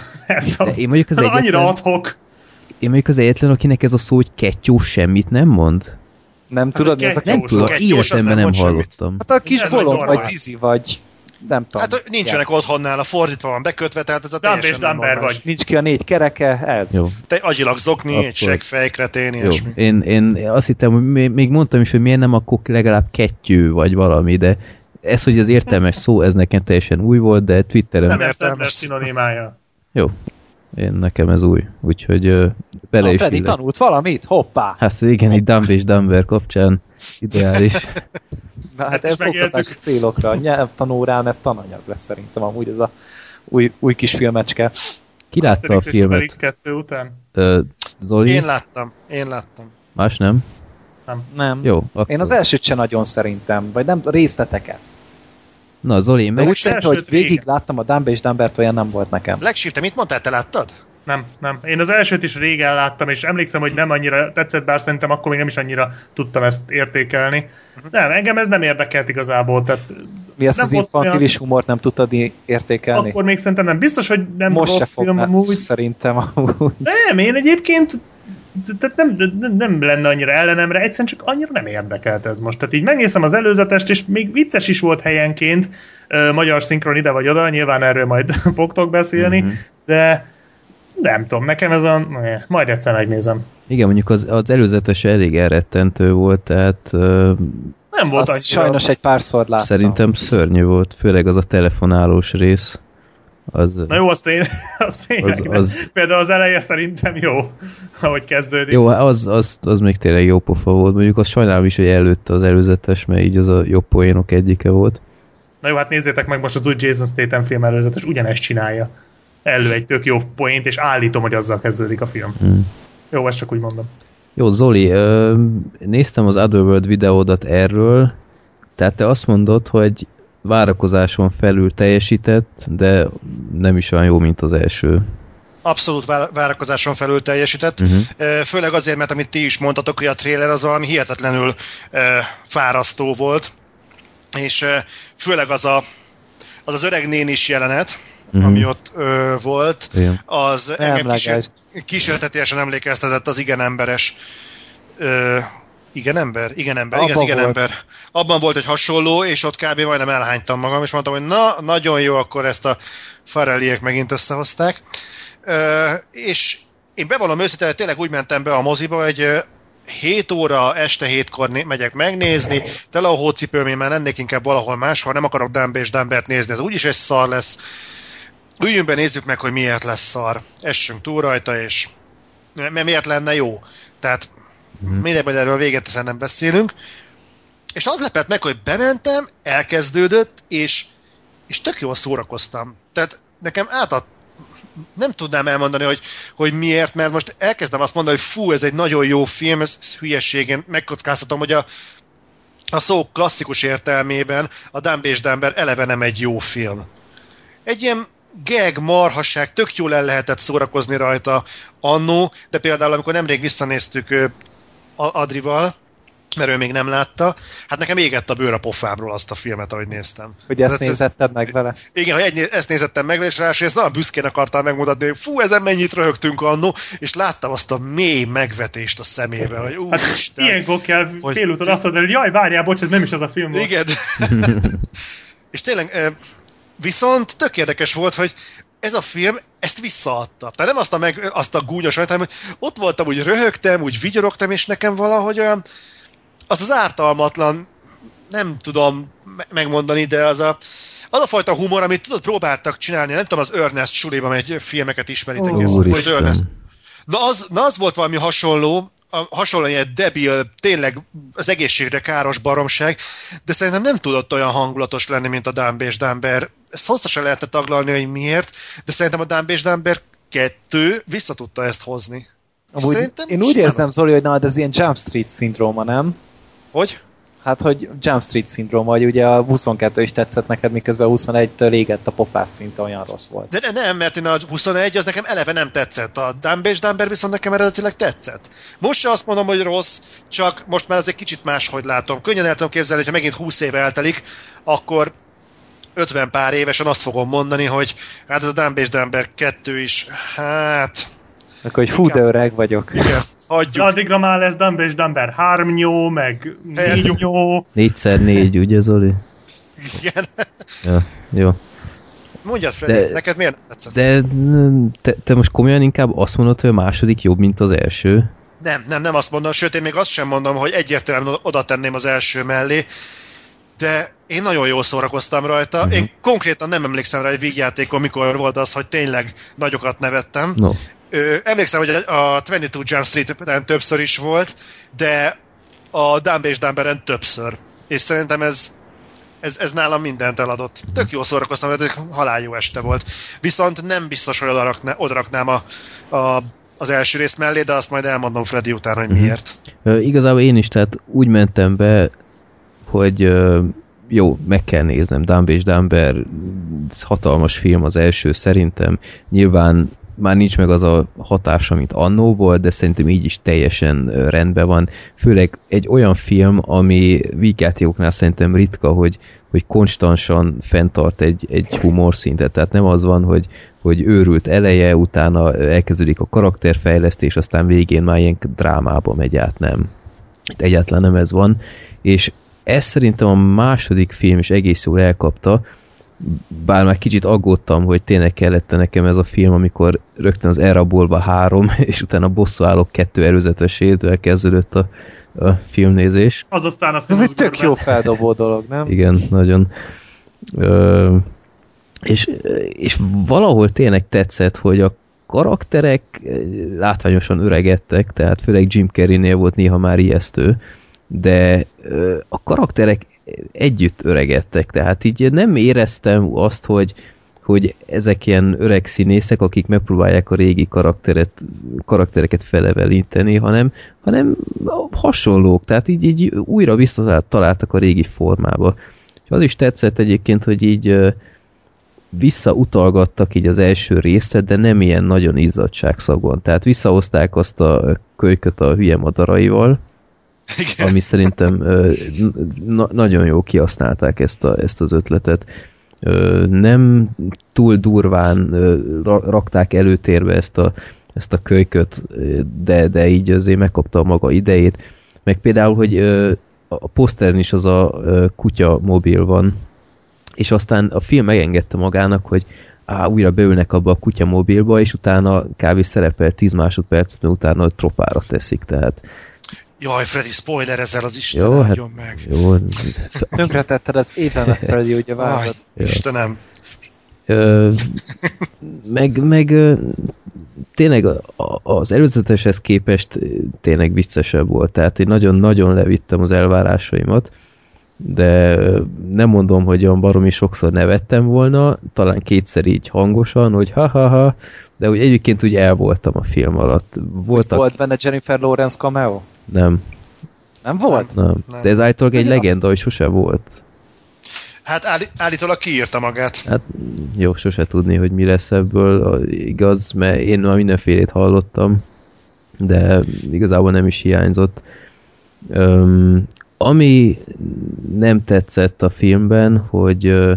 én mondjuk az egyetlen... Annyira adhok. Én mondjuk az egyetlen, akinek ez a szó, hogy kettős semmit nem mond. Nem hát tudod, mi ez a nem tudom, életemben nem, nem hallottam. Hát a kis bolond, vagy Zizi, vagy... Nem tudom. Hát nincsenek ja. otthonnál, fordítva van bekötve, tehát ez a Dumb és Dumber vagy. Nincs ki a négy kereke, ez. Jó. Te agyilag zokni, akkor... egy seggfej, kretén, ilyesmi. Én, én azt hittem, hogy még mondtam is, hogy miért nem akkor legalább kettő, vagy valami, de ez, hogy az értelmes szó, ez nekem teljesen új volt, de Twitteren... Nem értelmes szinonimája. Jó. Én nekem ez új, úgyhogy uh, bele a is Freddy illet. tanult valamit? Hoppá! Hát igen, egy Dumb és Dumber kapcsán ideális. Na hát ez oktatási célokra, a nyelvtanórán ez tananyag lesz szerintem amúgy ez a új, új kis filmecske. Ki látta a filmet? iksz kettő után? Uh, Zoli? Én láttam, én láttam. Más nem? Nem. Nem. Jó, akkor... Én az elsőt sem nagyon szerintem, vagy nem részleteket. Na Zoli, én meg... Úgy szerintem, hogy végig láttam a Dumb és Dumbert, olyan nem volt nekem. Legsír, te mit mondtál, te láttad? Nem, nem. Én az elsőt is régen láttam, és emlékszem, hogy nem annyira tetszett, bár szerintem akkor még nem is annyira tudtam ezt értékelni. Uh-huh. Nem, engem ez nem érdekelt igazából. Tehát mi ezt az infantilis olyan... humort nem tudtad értékelni? Akkor még szerintem nem. Biztos, hogy nem most rossz film amúgy. Szerintem amúgy. Nem, én egyébként tehát nem, nem, nem lenne annyira ellenemre, egyszerűen csak annyira nem érdekelt ez most. Tehát így megnézem az előzetest, és még vicces is volt helyenként, magyar szinkron ide vagy oda, nyilván erről majd fogtok beszélni, uh-huh. de nem tudom, nekem ez a... Majd egyszer megnézem. Igen, mondjuk az, az előzetes elég elrettentő volt, tehát... Uh, nem volt annyira. Sajnos egy párszor láttam. Szerintem szörnyű volt, főleg az a telefonálós rész. Az, Na jó, azt én, azt én az, az, például az eleje szerintem jó, ahogy kezdődik. Jó, az, az, az még tényleg jó pofa volt. Mondjuk azt sajnálom is, hogy előtte az előzetes, mert így az a jobb poénok egyike volt. Na jó, hát nézzétek meg most az új Jason Statham film előzetes, ugyanezt csinálja. Elő egy tök jó poént, és állítom, hogy azzal kezdődik a film. Hmm. Jó, ezt csak úgy mondom. Jó, Zoli, néztem az Otherworld videódat erről, tehát te azt mondod, hogy várakozáson felül teljesített, de nem is olyan jó, mint az első. Abszolút várakozáson felül teljesített. Uh-huh. Főleg azért, mert amit ti is mondtatok, hogy a trailer az valami hihetetlenül fárasztó volt. És főleg az a, az, az öreg nénis jelenet, uh-huh. ami ott ö, volt, igen. az engem kísér, kísértetésen emlékeztetett az igen emberes ö, igen ember? Igen ember, igaz, igen volt. ember. Abban volt egy hasonló, és ott kb. Majdnem elhánytam magam, és mondtam, hogy na, nagyon jó, akkor ezt a Farrelliek megint összehozták. Ö, és én bevallom őszintén, hogy tényleg úgy mentem be a moziba, hogy hét óra, este hétkor né- megyek megnézni, tele a hócipőm, én már lennék inkább valahol máshol, nem akarok Dumb és Dumbert nézni, ez úgyis egy szar lesz. Üljünk be, nézzük meg, hogy miért lesz szar. Essünk túl rajta, és mert miért lenne jó. Tehát mm. mindenben erről véget nem beszélünk. És az lepett meg, hogy bementem, elkezdődött, és, és tök jól szórakoztam. Tehát nekem átad, nem tudnám elmondani, hogy, hogy miért, mert most elkezdem azt mondani, hogy fú, ez egy nagyon jó film, ez, ez hülyesség, én megkockáztatom, hogy a, a szó klasszikus értelmében a Dumb és Dumber eleve nem egy jó film. Egy ilyen gag, marhasság, tök jól el lehetett szórakozni rajta annó, de például amikor nemrég visszanéztük Adrival, mert ő még nem látta, hát nekem égett a bőr a pofámról azt a filmet, ahogy néztem. Hogy ezt ez, nézetted meg vele? Igen, hogy egy, ezt nézettem meg vele, és ráadásul ezt nagyon büszkén akartál megmutatni, hogy fú, ezen mennyit röhögtünk annó, és láttam azt a mély megvetést a szemébe, hogy ú, hát Isten, ilyenkor kell hogy... félúton azt mondani, hogy jaj, várjál, bocs, ez nem is az a film volt. Igen. És tényleg, viszont tök érdekes volt, hogy ez a film ezt visszaadta. Tehát nem azt a, meg, azt a gúnyos, hanem hogy ott voltam, úgy röhögtem, úgy vigyorogtam, és nekem valahogy olyan az az ártalmatlan, nem tudom megmondani, de az a, az a fajta humor, amit tudod, próbáltak csinálni, nem tudom, az Ernest suliban egy filmeket ismeritek. Oh, ezt, Ernest. Na, az, na az volt valami hasonló, a, hasonló ilyen debil, tényleg az egészségre káros baromság, de szerintem nem tudott olyan hangulatos lenni, mint a Dumb és Dumber. Ezt hosszasan lehetne taglalni, hogy miért, de szerintem a Dumb és Dumber kettő vissza tudta ezt hozni. Amúgy én úgy érzem, Zoli, hogy na, ez ilyen Jump Street szindróma, nem? Hogy? Hát, hogy Jump Street szindróma, vagy ugye a huszonkettő is tetszett neked, miközben a huszonegytől régett a pofát, szinte olyan rossz volt. De nem, mert én a huszonegy az nekem eleve nem tetszett. A Dumb és Dumber viszont nekem eredetileg tetszett. Most se azt mondom, hogy rossz, csak most már ez egy kicsit máshogy látom. Könnyen el tudom képzelni, hogyha megint húsz éve eltelik, akkor ötven pár évesen azt fogom mondani, hogy hát ez a Dumb és Dumber kettő is, hát... Akkor, hogy fú, de öreg vagyok. Igen, hagyjuk. Addigra már lesz Dumb és Dumber három nyó, meg négy nyó. Négyszer négy, ugye, Zoli? Igen. Ja, jó. Mondjad, Freddy, De- neked miért nem tetszett? De te, te most komolyan inkább azt mondod, hogy a második jobb, mint az első? Nem, nem, nem azt mondom, sőt, én még azt sem mondom, hogy egyértelműen oda tenném az első mellé, de én nagyon jól szórakoztam rajta. Uh-huh. Én konkrétan nem emlékszem rá egy vígjátékon, mikor volt az, hogy tényleg nagyokat nevettem. No. Ö, emlékszem, hogy a huszonkettő Jump Street-en többször is volt, de a Dumb és Dumberen többször. És szerintem ez, ez, ez nálam mindent eladott. Tök jól szórakoztam, de halálljó este volt. Viszont nem biztos, hogy odarakná, odaraknám a, a, az első rész mellé, de azt majd elmondom Freddy után, hogy miért. Ö, igazából én is, tehát úgy mentem be, hogy ö, jó, meg kell néznem, Dumb és Dumber, hatalmas film az első szerintem, nyilván már nincs meg az a hatása, mint annó volt, de szerintem így is teljesen ö, rendben van, főleg egy olyan film, ami vígjátékoknál szerintem ritka, hogy, hogy konstansan fenntart egy, egy humorszintet, tehát nem az van, hogy, hogy őrült eleje, utána elkezdődik a karakterfejlesztés, aztán végén már ilyen drámába megy át, nem. Itt egyáltalán nem ez van, és ez szerintem a második film is egész jól elkapta, bár már kicsit aggódtam, hogy tényleg kellett nekem ez a film, amikor rögtön az Elrabolva három, és utána Bosszúállók kettő előzetesétől kezdődött a, a filmnézés. Az aztán azt Ez egy tök jó feldobó dolog, nem? Igen, nagyon. Ö, és, és valahol tényleg tetszett, hogy a karakterek látványosan öregedtek, tehát főleg Jim Carreynél volt néha már ijesztő, de a karakterek együtt öregedtek, tehát így nem éreztem azt, hogy, hogy ezek ilyen öreg színészek, akik megpróbálják a régi karakteret, karaktereket felevelíteni, hanem, hanem hasonlók, tehát így, így újra visszataláltak a régi formába. És az is tetszett egyébként, hogy így visszautalgattak így az első részre, de nem ilyen nagyon izzadságszagúan. Tehát visszahozták azt a kölyköt a hülye madaraival, igen. Ami szerintem ö, na, nagyon jó kihasználták ezt, a, ezt az ötletet. Ö, nem túl durván ö, rakták előtérbe ezt a, ezt a kölyköt, de, de így azért megkapta a maga idejét. Meg például, hogy ö, a poszteren is az a ö, kutya mobil van, és aztán a film megengedte magának, hogy á, újra beülnek abba a kutya mobilba, és utána kb. Szerepel tíz másodpercet, mert utána tropára teszik, tehát Jaj, Freddy, spoiler ezzel az Isten, jó, áldjon hát, meg. Jó. Tönkretetted az évemet, Freddy, ugye vágod. Istenem. Ö, meg, meg ö, tényleg a, a, az előzeteshez képest tényleg viccesebb volt, tehát én nagyon-nagyon levittem az elvárásaimat, de nem mondom, hogy olyan baromi sokszor nevettem volna, talán kétszer így hangosan, hogy ha-ha-ha, de úgy egyébként úgy el voltam a film alatt. Voltak... Volt benne Jennifer Lawrence cameo? Nem. Nem volt? Nem. nem. De ez állítólag egy legenda, hogy sose volt. Hát állí- állítólag kiírta magát. Hát jó, sose tudni, hogy mi lesz ebből, igaz, mert én már mindenfélét hallottam, de igazából nem is hiányzott. Um, ami nem tetszett a filmben, hogy uh,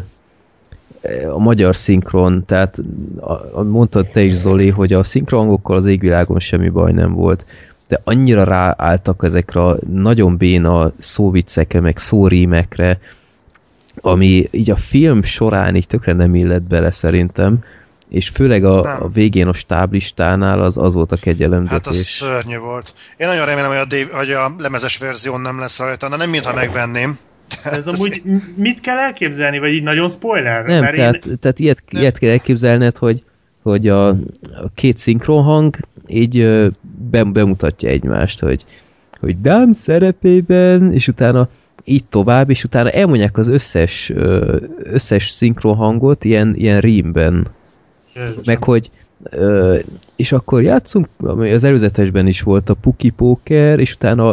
a magyar szinkron, tehát a, mondtad te is, Zoli, hogy a szinkronhangokkal az égvilágon semmi baj nem volt, de annyira ráálltak ezekre a nagyon béna szóviccekre, meg szórímekre, ami így a film során így tökre nem illett bele szerintem, és főleg a, a végén a stáblistánál az, az volt a kegyelemzés. Hát az szörnyű volt. Én nagyon remélem, hogy a, Dave, hogy a lemezes verzión nem lesz rajta, de nem mintha megvenném. Ez amúgy mit kell elképzelni, vagy így nagyon spoiler? Nem, Mert tehát, én... tehát ilyet, ilyet kell elképzelned, hogy, hogy a, a két szinkronhang így be, bemutatja egymást, hogy, hogy Dám szerepében, és utána így tovább, és utána elmondják az összes, összes szinkronhangot ilyen, ilyen rímben. Meg hogy és akkor játszunk, az előzetesben is volt a Puki Póker, és utána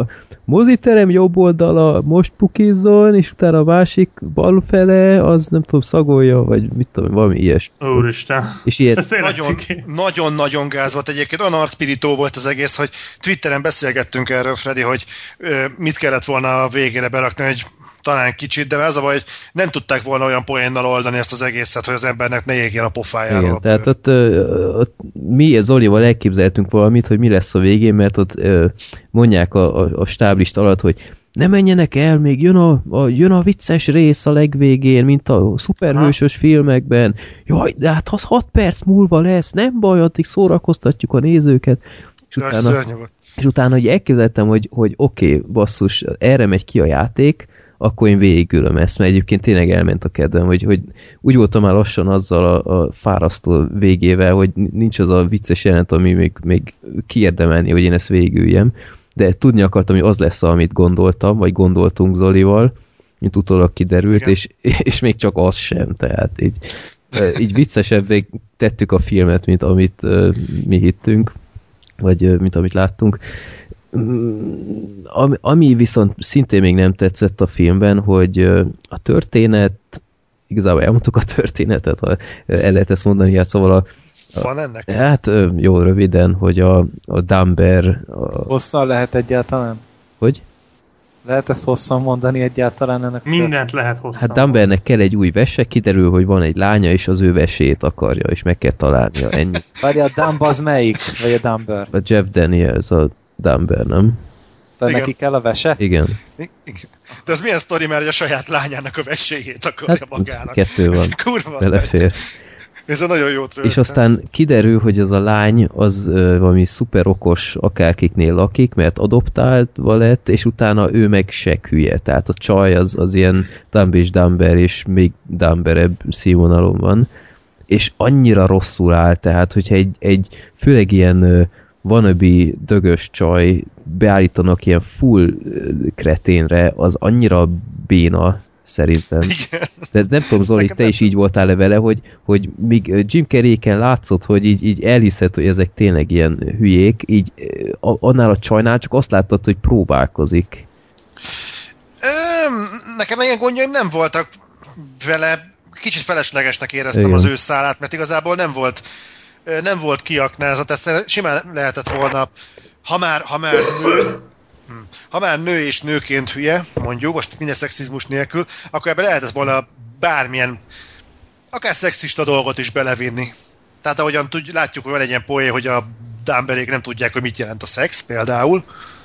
moziterem jobb oldala most pukizzon, és utána a másik bal fele, az nem tudom, szagolja, vagy mit tudom, valami ilyes. Úristen. És ilyet... Nagyon-nagyon gáz volt egyébként. Olyan arcpirító volt az egész, hogy Twitteren beszélgettünk erről, Freddy, hogy ö, mit kellett volna a végére berakni, hogy talán kicsit, de az a baj, hogy nem tudták volna olyan poénnal oldani ezt az egészet, hogy az embernek ne égjen a pofájáról. Igen, a tehát ott, ott mi Zolival elképzeltünk valamit, hogy mi lesz a végén, mert ott mondják a, a, a stáblista alatt, hogy ne menjenek el, még jön a, a, jön a vicces rész a legvégén, mint a szuperhősös filmekben. Jaj, de hát az hat perc múlva lesz, nem baj, addig szórakoztatjuk a nézőket. És Jaj, utána, és utána hogy elképzeltem, hogy, hogy oké, okay, basszus, erre megy ki a játék, akkor én végigülöm ezt, mert egyébként tényleg elment a kedvem, hogy, hogy úgy voltam már lassan azzal a, a fárasztó végével, hogy nincs az a vicces jelent, ami még, még kiérdemelni, hogy én ezt végigüljem, de tudni akartam, hogy az lesz, amit gondoltam, vagy gondoltunk Zolival, mint utólag kiderült, és, és még csak az sem, tehát így, így viccesebbé tettük a filmet, mint amit uh, mi hittünk, vagy uh, mint amit láttunk. Ami, ami viszont szintén még nem tetszett a filmben, hogy a történet, igazából elmondtuk a történetet, ha el lehet ezt mondani, hát szóval a, a van ennek? Hát jó, röviden, hogy a, a Dumber... A... Hosszan lehet egyáltalán? Hogy? Lehet ezt hosszan mondani egyáltalán ennek? Mindent lehet hosszan. Hát Dumbernek kell egy új vese, kiderül, hogy van egy lánya, és az ő vesét akarja, és meg kell találnia, ennyi. Vagy a Dumb az melyik? Vagy a Dumber? A Jeff Daniels, a Dumber, nem? Tehát neki kell a vese? Igen. Igen. De az milyen sztori, mert a saját lányának a veséjét akarja hát, magának. Kettő van. Kurva. Belefér. Ez a nagyon jót rögtön. És aztán kiderül, hogy az a lány az uh, valami szuper okos akárkiknél lakik, mert adoptáltva lett, és utána ő meg se hülye. Tehát a csaj az, az ilyen dumb és dumber, és még dumberebb színvonalon van. És annyira rosszul áll, tehát hogyha egy, egy főleg ilyen uh, wannabe dögös csaj beállítanak ilyen full kreténre, az annyira béna szerintem. Igen. De nem tudom, Zoli, te is így voltál-e vele, hogy, hogy míg Jim Carrey-ken látszott, hogy így, így elhiszed, hogy ezek tényleg ilyen hülyék, így annál a csajnál csak azt láttad, hogy próbálkozik. Öm, nekem ilyen gondjaim nem voltak vele, kicsit feleslegesnek éreztem Igen. az ő szálát, mert igazából nem volt nem volt kiaknázott, ezt simán lehetett volna, ha már, ha már nő, ha már nő és nőként hülye, mondjuk, most minden szexizmus nélkül, akkor ebbe lehetett volna bármilyen, akár szexista dolgot is belevinni. Tehát ahogyan tud, látjuk, hogy van egy ilyen poén, hogy a Dumberék nem tudják, hogy mit jelent a szex, például.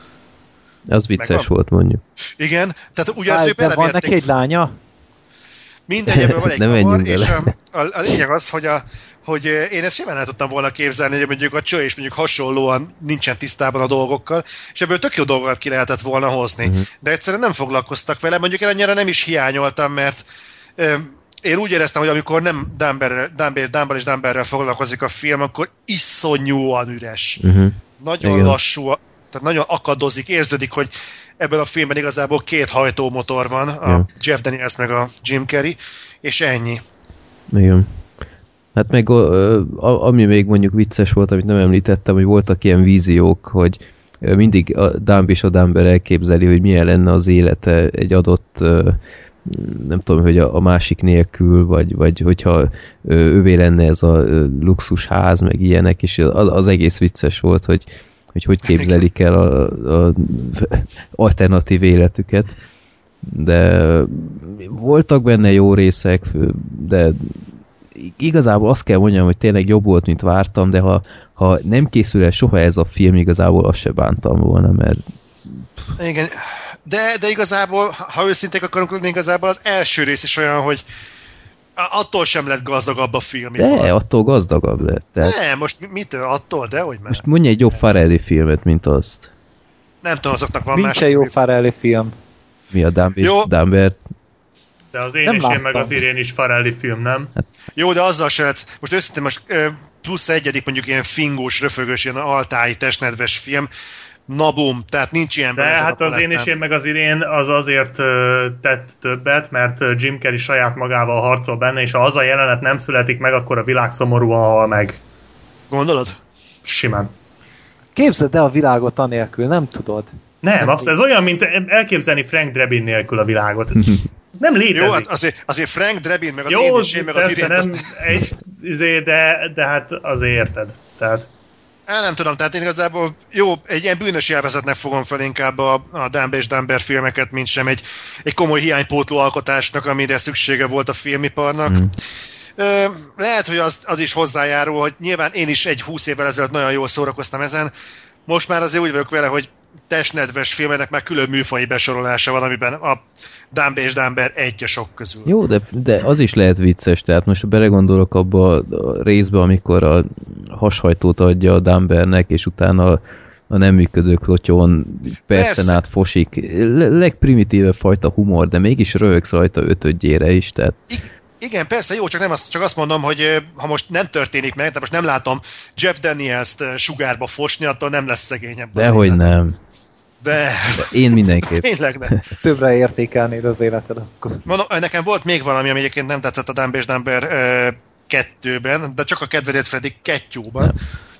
Az vicces volt, mondjuk. Igen, tehát ugye az Á, ő de van neki egy lánya? Mindegy, ebből van egy kavar, és a, a, a lényeg az, hogy, a, hogy én ezt simán el tudtam volna képzelni, hogy mondjuk a cső és mondjuk hasonlóan nincsen tisztában a dolgokkal, és ebből tök jó dolgokat ki lehetett volna hozni. Uh-huh. De egyszerűen nem foglalkoztak vele, mondjuk én annyira nem is hiányoltam, mert ö, én úgy éreztem, hogy amikor nem Dumber, Dumber, Dumber és Dumberrel foglalkozik a film, akkor iszonyúan üres. Uh-huh. Nagyon Igen. lassú, tehát nagyon akadozik, érződik, hogy ebben a filmben igazából két hajtómotor van, a ja. Jeff Daniels meg a Jim Carrey, és ennyi. Igen. Hát meg a, a, ami még mondjuk vicces volt, amit nem említettem, hogy voltak ilyen víziók, hogy mindig a Dumb és a Dumber elképzeli, hogy milyen lenne az élete egy adott, nem tudom, hogy a, a másik nélkül, vagy, vagy hogyha ővé lenne ez a luxusház, meg ilyenek, és az, az egész vicces volt, hogy hogy hogy képzelik el a, a alternatív életüket. De voltak benne jó részek, de igazából azt kell mondjam, hogy tényleg jobb volt, mint vártam, de ha, ha nem készül el soha ez a film, igazából azt se bántam volna, mert... Igen, de, de igazából, ha őszinték akarunk lenni, igazából az első rész is olyan, hogy attól sem lett gazdagabb a film. De, attól gazdagabb lett. Tehát... Ne, most mitől? Attól, de hogy már. Most mondj egy jobb Farrelly filmet, mint azt. Nem tudom, azoknak van Nincs egy jó Farrelly film. Mi a Dumber? De az én nem és láttam. Én meg az Irén is Farrelly film, nem? Hát... Jó, de azzal sem, most őszintén most plusz egyedik mondjuk ilyen fingós, röfögös, ilyen altái, testnedves film, na bum, tehát nincs ilyen. De hát az én és én meg az Irén az azért tett többet, mert Jim Carrey saját magával harcol benne, és ha az a jelenet nem születik meg, akkor a világ szomorúan hal meg. Gondolod? Simán. Képzeld el a világot anélkül, nem tudod. Nem, az, ez olyan, mint elképzelni Frank Drebin nélkül a világot. Nem létezik. Jó, hát azért, azért Frank Drebin, meg az Jó, Édesén, meg az Irén... nem, egy, izé, de, de hát azért érted. Tehát... El nem tudom, tehát én igazából jó, egy ilyen bűnös élvezetnek fogom fel inkább a, a Dumb és Dumber filmeket, mint sem egy, egy komoly hiánypótló alkotásnak, amire szüksége volt a filmiparnak. Mm. Ö, lehet, hogy az, az is hozzájárul, hogy nyilván én is egy húsz évvel ezelőtt nagyon jól szórakoztam ezen. Most már azért úgy vagyok vele, hogy testnedves filmenek már külön műfaji besorolása van, amiben a Dumb és Dumber egy a sok közül. Jó, de, de az is lehet vicces, tehát most belegondolok abba a részbe, amikor a hashajtót adja a Dumbernek, és utána a, a nem működő klotyon percen át fosik. Legprimitívebb fajta humor, de mégis röhögsz rajta ötödjére is, tehát... I- Igen, persze, jó, csak nem azt, csak azt mondom, hogy ha most nem történik meg, de most nem látom Jeff Daniels-t sugárba fosni, attól nem lesz szegényebb. Dehogy nem. De... de én mindenképp. Tényleg nem. Többre értékelnéd az életed akkor. Mondom, nekem volt még valami, ami egyébként nem tetszett a Dumb és Dumber uh, kettőben, de csak a kedvedét Freddy kettőben.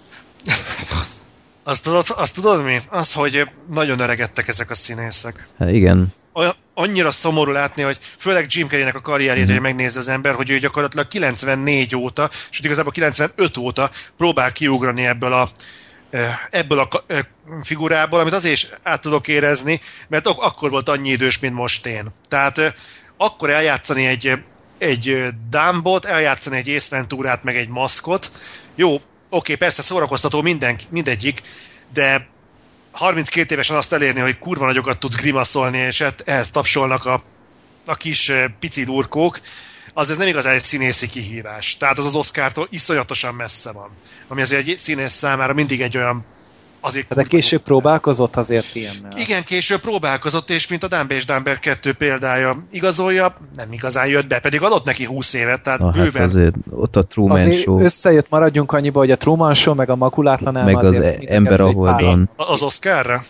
Ez az. Azt tudod, azt tudod mi? Az, hogy nagyon öregedtek ezek a színészek. Hát igen. Olyan, annyira szomorú látni, hogy főleg Jim Carreynek a karrierjét, mm. hogy megnézze az ember, hogy ő gyakorlatilag kilencvennégy óta, sőt igazából kilencvenöt óta próbál kiugrani ebből a, ebből a figurából, amit azért is át tudok érezni, mert ak- akkor volt annyi idős, mint most én. Tehát akkor eljátszani egy, egy Dumbot, eljátszani egy Ace Venturát, meg egy maszkot. Jó, oké, persze szórakoztató minden, mindegyik, de harminckét évesen azt elérni, hogy kurva nagyokat tudsz grimaszolni, és ehhez tapsolnak a, a kis pici durkók, az ez nem igazán egy színészi kihívás. Tehát az az Oscartól iszonyatosan messze van. Ami azért egy színész számára mindig egy olyan... Azért de később próbálkozott azért ilyennel. Igen, később próbálkozott, és mint a Dumb és Dumber kettő példája igazolja, nem igazán jött be, pedig adott neki húsz évet, tehát na, bőven... Hát azért ott a Truman azért Show... összejött, maradjunk annyiba, hogy a Truman Show, meg a Makulátlan Elme meg az Ember a Holdon. Az Oscarra?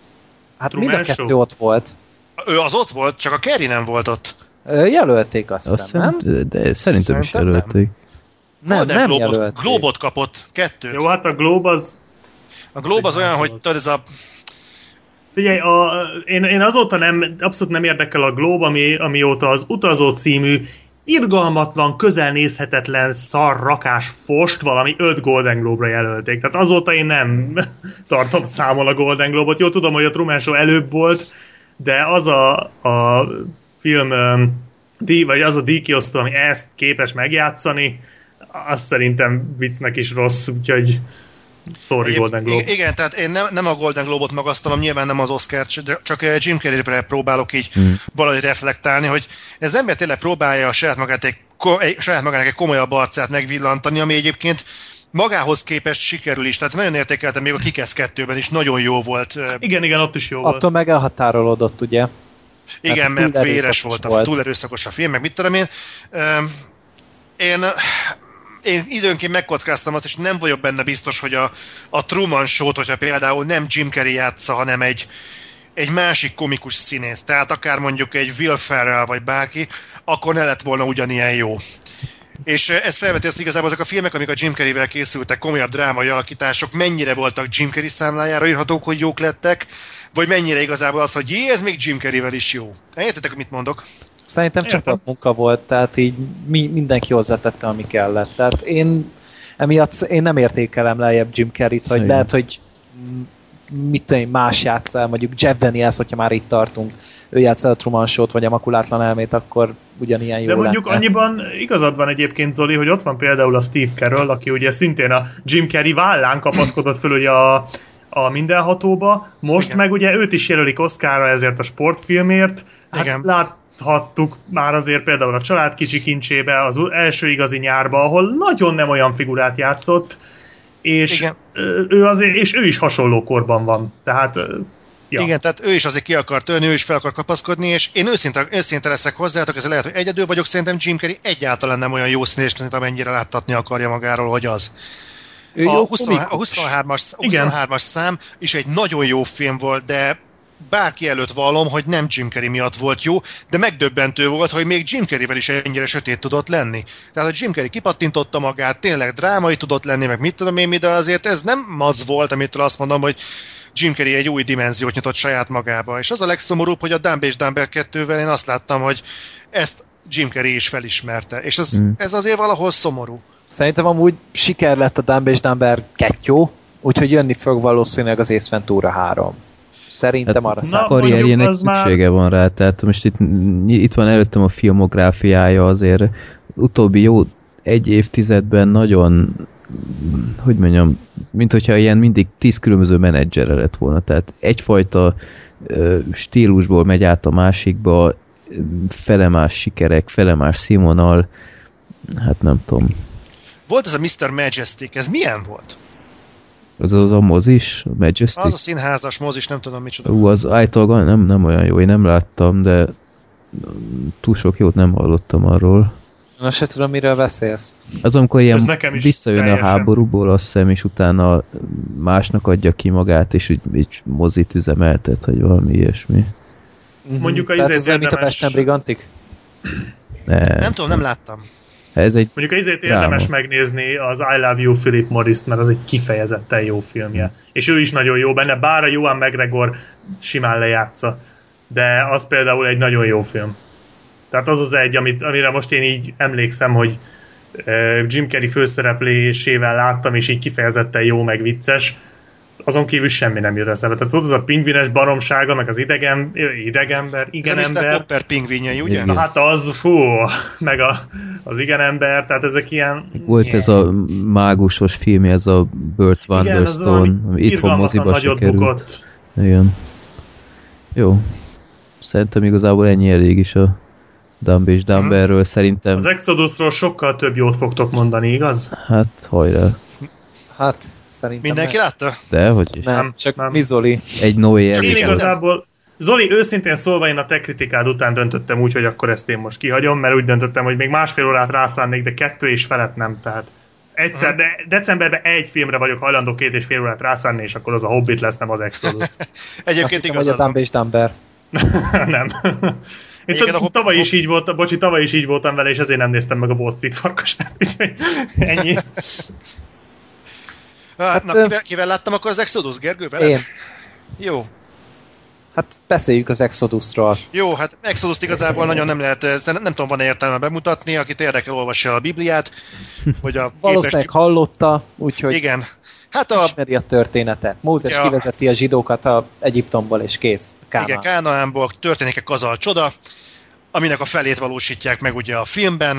Hát Truman mind a kettő Show? ott volt. Ő az ott volt, csak a Carrey nem volt ott. Jelölték azt, azt hiszem, nem? De, de szerintem Szerintem is jelölték. Nem, nem, nem Globot, jelölték. Globot kapott, kettőt. Jó, hát a Globe az... A Globe az olyan, hogy tudod, ez a... Figyelj, a, én, én azóta nem, abszolút nem érdekel a Globe, ami, amióta az Utazó című irgalmatlan, közelnézhetetlen szar rakás fost valami öt Golden Globe-ra jelölték. Tehát azóta én nem tartom számon a Golden Globe-ot. Jó, tudom, hogy a Truman Show előbb volt, de az a, a film, díj, vagy az a díjkiosztó, ami ezt képes megjátszani, az szerintem viccnek is rossz, úgyhogy sorry, Golden Globe. Igen, igen, tehát én nem, nem a Golden Globe-ot magasztalom, nyilván nem az Oscar, csak Jim Carrey-re próbálok így hmm. valahogy reflektálni, hogy ez az ember tényleg próbálja a saját, magát egy, egy, saját magának egy komolyabb arcát megvillantani, ami egyébként magához képest sikerül is, tehát nagyon értékeltem, még a Kick-Ass kettőben is nagyon jó volt. Igen, igen, ott is jó volt. Attól meg elhatárolódott, ugye? Igen, hát, mert véres volt, volt. Túl erőszakos a film, meg mit tudom én. Én... Én időnként megkockáztam azt, és nem vagyok benne biztos, hogy a, a Truman Show-t, hogyha például nem Jim Carrey játsza, hanem egy, egy másik komikus színész, tehát akár mondjuk egy Will Ferrell vagy bárki, akkor ne lett volna ugyanilyen jó. És ez felveti azt igazából, azok a filmek, amik a Jim Carrey-vel készültek, komolyabb drámai alakítások, mennyire voltak Jim Carrey számlájára írhatók, hogy jók lettek, vagy mennyire igazából az, hogy jé, ez még Jim Carrey-vel is jó. Értitek, mit mondok? Szerintem csapatmunka volt, tehát így mi, mindenki hozzátette, ami kellett. Tehát én emiatt én nem értékelem lejjebb Jim Carrey-t, hogy lehet, hogy mit tudom, más játsszál, mondjuk Jeff Daniels, hogyha már itt tartunk, ő játsszál a Truman Show-t, vagy a Makulátlan Elmét, akkor ugyanilyen jó De mondjuk lenne. annyiban igazad van egyébként, Zoli, hogy ott van például a Steve Carell, aki ugye szintén a Jim Carrey vállán kapaszkodott föl ugye a, a Mindenhatóba, most igen. Meg ugye őt is jelölik Oscarra ezért a sportfilmért. Hát igen. Láthattuk már azért például a Család kicsi kincsébe, az első igazi nyárba, ahol nagyon nem olyan figurát játszott, és igen. ő azért, és ő is hasonló korban van. Tehát ja. Igen, tehát ő is azért ki akar törni, ő is fel akar kapaszkodni, és én őszinte, őszinte leszek hozzátok, ez lehet, hogy egyedül vagyok, szerintem Jim Carrey egyáltalán nem olyan jó színész, mint amennyire láttatni akarja magáról, hogy az. A, huszonhárom, a huszonhármas, huszonhármas szám is egy nagyon jó film volt, de bárki előtt vallom, hogy nem Jim Carrey miatt volt jó, de megdöbbentő volt, hogy még Jim Carreyvel is ennyire sötét tudott lenni. Tehát, hogy Jim Carrey kipattintotta magát, tényleg drámai tudott lenni, meg mit tudom én mi, de azért ez nem az volt, amitől azt mondom, hogy Jim Carrey egy új dimenziót nyitott saját magába. És az a legszomorúbb, hogy a Dumb és Dumber kettővel én azt láttam, hogy ezt Jim Carrey is felismerte. És ez, hmm. ez azért valahol szomorú. Szerintem amúgy siker lett a Dumb és Dumber kettő, úgyhogy jönni fog valószínűleg az Ace Ventura három. Szerintem hát, arra számít. A karrierjének szüksége már... van rá, tehát most itt, itt van előttem a filmográfiája, azért utóbbi jó egy évtizedben nagyon, hogy mondjam, mint hogyha ilyen mindig tíz különböző menedzsere lett volna, tehát egyfajta uh, stílusból megy át a másikba, felemás sikerek, felemás színvonal, hát nem tudom. Volt ez a miszter Majestic, ez milyen volt? Az az a mozis, a Majestic? Az a színházas mozis, nem tudom micsoda. Ú, az állítólag nem, nem olyan jó, én nem láttam, de túl sok jót nem hallottam arról. Na se tudom, miről beszélsz. Az, amikor ilyen visszajön teljesen a háborúból, azt hiszem, és utána másnak adja ki magát, és úgy, így mozit üzemeltet, hogy valami ilyesmi. Mondjuk a Tehát izét ez érdemes... mint a Pesten Brigantik? Ne. Nem tudom, nem láttam. Ez egy Mondjuk a izét érdemes megnézni az I Love You Philip Morris-t, mert az egy kifejezetten jó filmje. És ő is nagyon jó benne, bár a Ewan McGregor simán lejátsza. De az például egy nagyon jó film. Tehát az az egy, amit, amire most én így emlékszem, hogy uh, Jim Carrey főszereplésével láttam, és így kifejezetten jó, meg vicces. Azon kívül semmi nem jut eszembe. Tehát ott az a pingvines baromsága, meg az idegen, idegember, igenember. Ez a miszter Popper pingvinjei, ugye? Na hát az, fú, meg a, az igenember, tehát ezek ilyen... Volt yeah. ez a mágusos film, ez a Burt Wonderstone, ami itthon moziba se került. Igen. Jó. Szerintem igazából ennyi elég is a Dumb és Dumberről, szerintem... Az Exodusról sokkal több jót fogtok mondani, igaz? Hát, hajrá. Hát, szerintem... Mindenki nem. látta? De, hogy is. Nem, csak nem. Mi Zoli? Egy Noé elég. Én igazából... Zoli, őszintén szólva én a te kritikád után döntöttem úgy, hogy akkor ezt én most kihagyom, mert úgy döntöttem, hogy még másfél órát rászánnék, de kettő és felett nem, tehát... Egyszer, de decemberben egy filmre vagyok hajlandó két és fél órát rászánni, és akkor az a Hobbit lesz, nem az Exodus. Egyébként igazad. Azt hittem, hogy a Dumb és Dumber. Nem. Én t- a tavaly is így voltam, bocsi, tavaly is így voltam vele, és ezért nem néztem meg a Wall Street farkasát, úgyhogy ennyi. Hát, na, kivel, kivel láttam akkor az Exodus, Gergő? Veled? Én. Jó. Hát beszéljük az Exodusról. Jó, hát Exodust igazából nagyon nem lehet, nem, nem tudom, van-e értelme bemutatni, akit érdekel, olvassa el a Bibliát, vagy a valószínűleg képes... hallotta, úgyhogy igen. Hát a... ismeri a történetet. Mózes ja. kivezeti a zsidókat a Egyiptomból, és kész. Kánaán. Igen, Kánaánból történik egy kazal csoda, aminek a felét valósítják meg ugye a filmben. A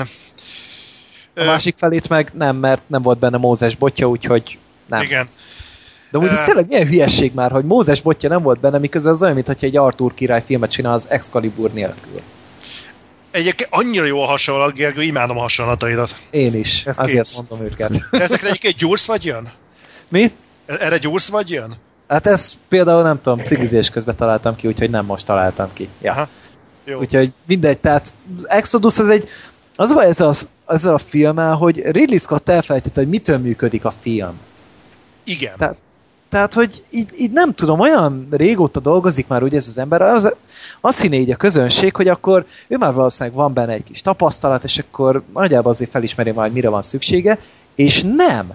Ö... másik felét meg nem, mert nem volt benne Mózes botja, úgyhogy nem. Igen. De úgy ez tényleg milyen hülyesség már, hogy Mózes botja nem volt benne, miközben az olyan, mintha egy Arthur király filmet csinál az Excalibur nélkül. Egyébként annyira jó a hasonlat, Gergő, imádom a hasonlataidat. Én is, ez azért kész. Mondom őket. Ezekre egyébként gyúrsz vagy jön? Mi? Erre gyúrsz vagy jön? Hát ezt például nem tudom, cigizés közben találtam ki, úgyhogy nem most találtam ki. Ja. Aha, jó. Úgyhogy mindegy, tehát az Exodus az egy, az baj ezzel, az, ezzel a filmmel, hogy Ridley Scott elfelejtette, hogy mitől működik a film. Igen. Tehát, tehát hogy így, így nem tudom, olyan régóta dolgozik már ugye ez az ember, az, azt hinné így a közönség, hogy akkor ő már valószínűleg van benne egy kis tapasztalat, és akkor nagyjából azért felismeri majd, mire van szüksége, és nem.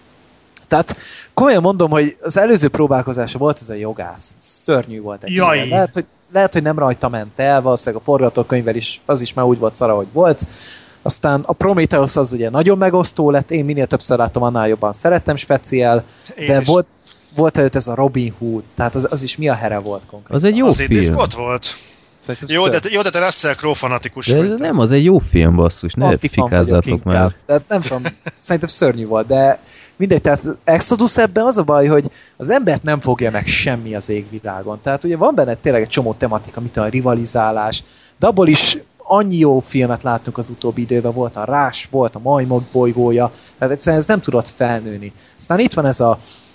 Tehát komolyan mondom, hogy az előző próbálkozása volt ez a jogász. Szörnyű volt egy ilyen. Lehet, hogy, lehet, hogy nem rajta ment el, valószínűleg a forgatókönyvvel is, az is már úgy volt szara, hogy volt. Aztán a Prometheus az ugye nagyon megosztó lett, én minél többször látom, annál jobban szerettem speciál, de volt, volt előtt ez a Robin Hood, tehát az, az is mi a here volt konkrétan. Az egy jó az film. Az Scott volt. Jó de, jó, de te Russell Crowe fanatikus de vagy. Nem, az egy jó film, basszus, ne fikázzátok már. Tehát nem tudom, szerintem szörnyű volt, de mindegy, tehát az Exodus ebben az a baj, hogy az embert nem fogja meg semmi az égvilágon. Tehát ugye van benne tényleg egy csomó tematika, mint a rivalizálás, de abból is annyi jó filmet láttunk az utóbbi időben, volt a Rás, volt a Majmok bolygója, tehát egyszerűen ez nem tudott felnőni. Aztán itt van ez a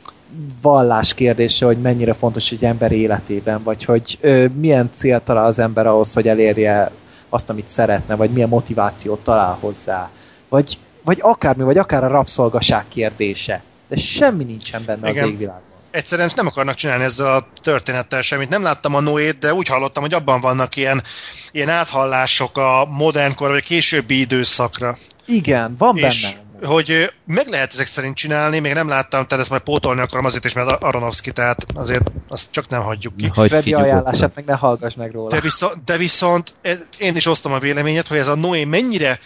vallás kérdése, hogy mennyire fontos egy ember életében, vagy hogy ö, milyen célt talál az ember ahhoz, hogy elérje azt, amit szeretne, vagy milyen motivációt talál hozzá, vagy, vagy akármi, vagy akár a rabszolgaság kérdése. De semmi nincsen benne igen. Az égvilágban. Egyszerűen nem akarnak csinálni ezzel a történettel semmit. Nem láttam a Noét, de úgy hallottam, hogy abban vannak ilyen, ilyen áthallások a modernkor, vagy a későbbi időszakra. Igen, van és, benne. hogy meg lehet ezek szerint csinálni, még nem láttam, tehát ezt majd pótolni akarom azért is, mert Aronofsky, tehát azért azt csak nem hagyjuk ki. Vedi ajánlását, meg ne hallgass meg róla. De viszont, de viszont ez, én is osztom a véleményet, hogy ez a Noé mennyire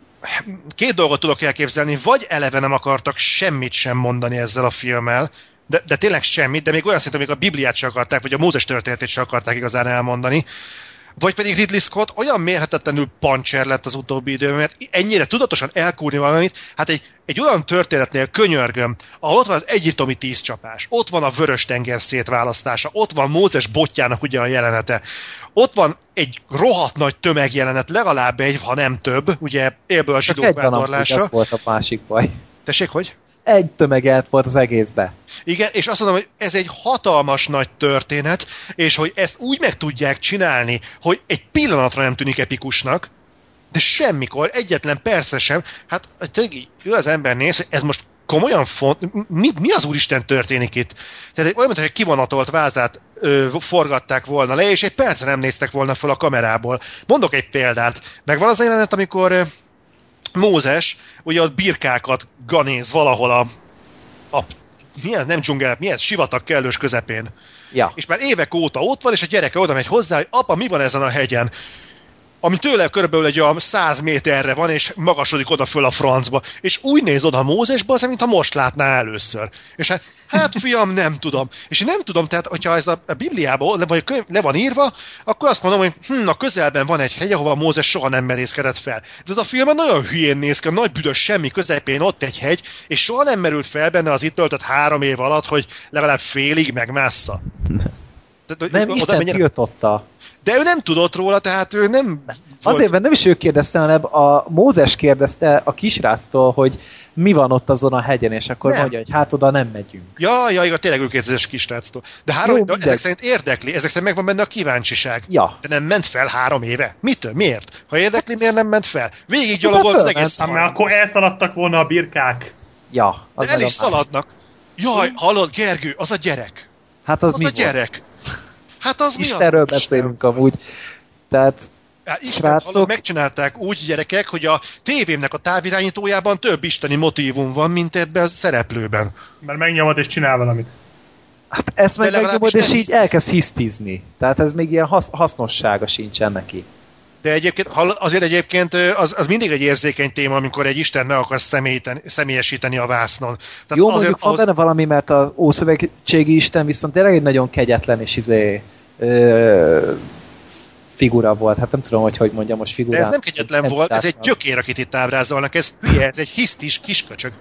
két dolgot tudok elképzelni, vagy eleve nem akartak semmit sem mondani ezzel a filmmel, de, de tényleg semmit, de még olyan szinten, még a Bibliát sem akarták, vagy a Mózes történetét sem akarták igazán elmondani, vagy pedig Ridley Scott olyan mérhetetlenül pancser lett az utóbbi időben, mert ennyire tudatosan elkúrni valamit, hát egy, egy olyan történetnél könyörgöm, ahol ott van az egyiptomi tízcsapás, ott van a Vörös-tenger szétválasztása, ott van Mózes botjának ugye a jelenete, ott van egy rohadt nagy tömegjelenet, legalább egy, ha nem több, ugye élből a zsidók vándorlása. Ez volt a másik baj. Tessék, hogy? Egy tömegelt volt az egészbe. Igen, és azt mondom, hogy ez egy hatalmas nagy történet, és hogy ezt úgy meg tudják csinálni, hogy egy pillanatra nem tűnik epikusnak, de semmikor, egyetlen percre sem, hát tényleg ő az ember néz, hogy ez most komolyan font, mi, mi az úristen történik itt? Tehát olyan, mintha egy kivonatolt vázát ö, forgatták volna le, és egy percre nem néztek volna fel a kamerából. Mondok egy példát. Megvan az a jelenet, amikor ö, Mózes ugye ott birkákat ganéz valahol a, a milyen, nem dzsungel, milyen sivatag kellős közepén. Ja. És már évek óta ott van, és a gyereke oda megy hozzá, hogy apa, mi van ezen a hegyen? Ami tőle körülbelül egy olyan száz méterre van, és magasodik oda föl a francba. És úgy néz oda Mózesba, az, mintha most látná először. És hát, hát fiam, nem tudom. És én nem tudom, tehát, hogyha ez a, a Bibliában le, vagy könyv, le van írva, akkor azt mondom, hogy hm, a közelben van egy hegy, ahova Mózes soha nem merészkedett fel. De ez a filmben nagyon hülyén néz ki, nagy büdös semmi közepén ott egy hegy, és soha nem merült fel benne az itt töltött három év alatt, hogy legalább félig megmásza. Tehát, nem, Isten mennyire... tiltotta. De ő nem tudott róla, tehát ő nem... Azért, volt... mert nem is ő kérdezte, hanem a Mózes kérdezte a kisráctól, hogy mi van ott azon a hegyen, és akkor nem. mondja, hogy hát oda nem megyünk. Ja, ja, igaz, tényleg ő kérdezés kisráctól. De három, Jó, ezek szerint érdekli, ezek szerint megvan benne a kíváncsiság. Ja. De nem ment fel három éve. Mitől? Miért? Ha érdekli, miért nem ment fel? Végig gyalogolt az egész... Hát, mert akkor elszaladtak volna a birkák. Ja. Az de el is szaladnak. Jaj, hallod, Gergő, az a gyerek. Hát az, az mi a gyerek. Volt? Hát az Istenről mi beszélünk amúgy. Tehát, ja, srácok... Hallod, megcsinálták úgy, gyerekek, hogy a tévémnek a távirányítójában több isteni motívum van, mint ebben a szereplőben. Mert megnyomod és csinál valamit. Hát ezt meg megnyomod, és így elkezd hisztizni. Tehát ez még ilyen hasz, hasznossága sincsen neki. De egyébként, azért egyébként az, az mindig egy érzékeny téma, amikor egy Isten meg akarsz személyesíteni a vásznon. Tehát jó, azért mondjuk van ahhoz... benne valami, mert az ószövetségi Isten viszont tényleg egy nagyon kegyetlen és izé, ö, figura volt. Hát nem tudom, hogy hogy mondjam most figurát. De ez nem kegyetlen volt, ez egy gyökér, akit itt ábrázolnak. Ez hülye, ez egy hisztis kisköcsög.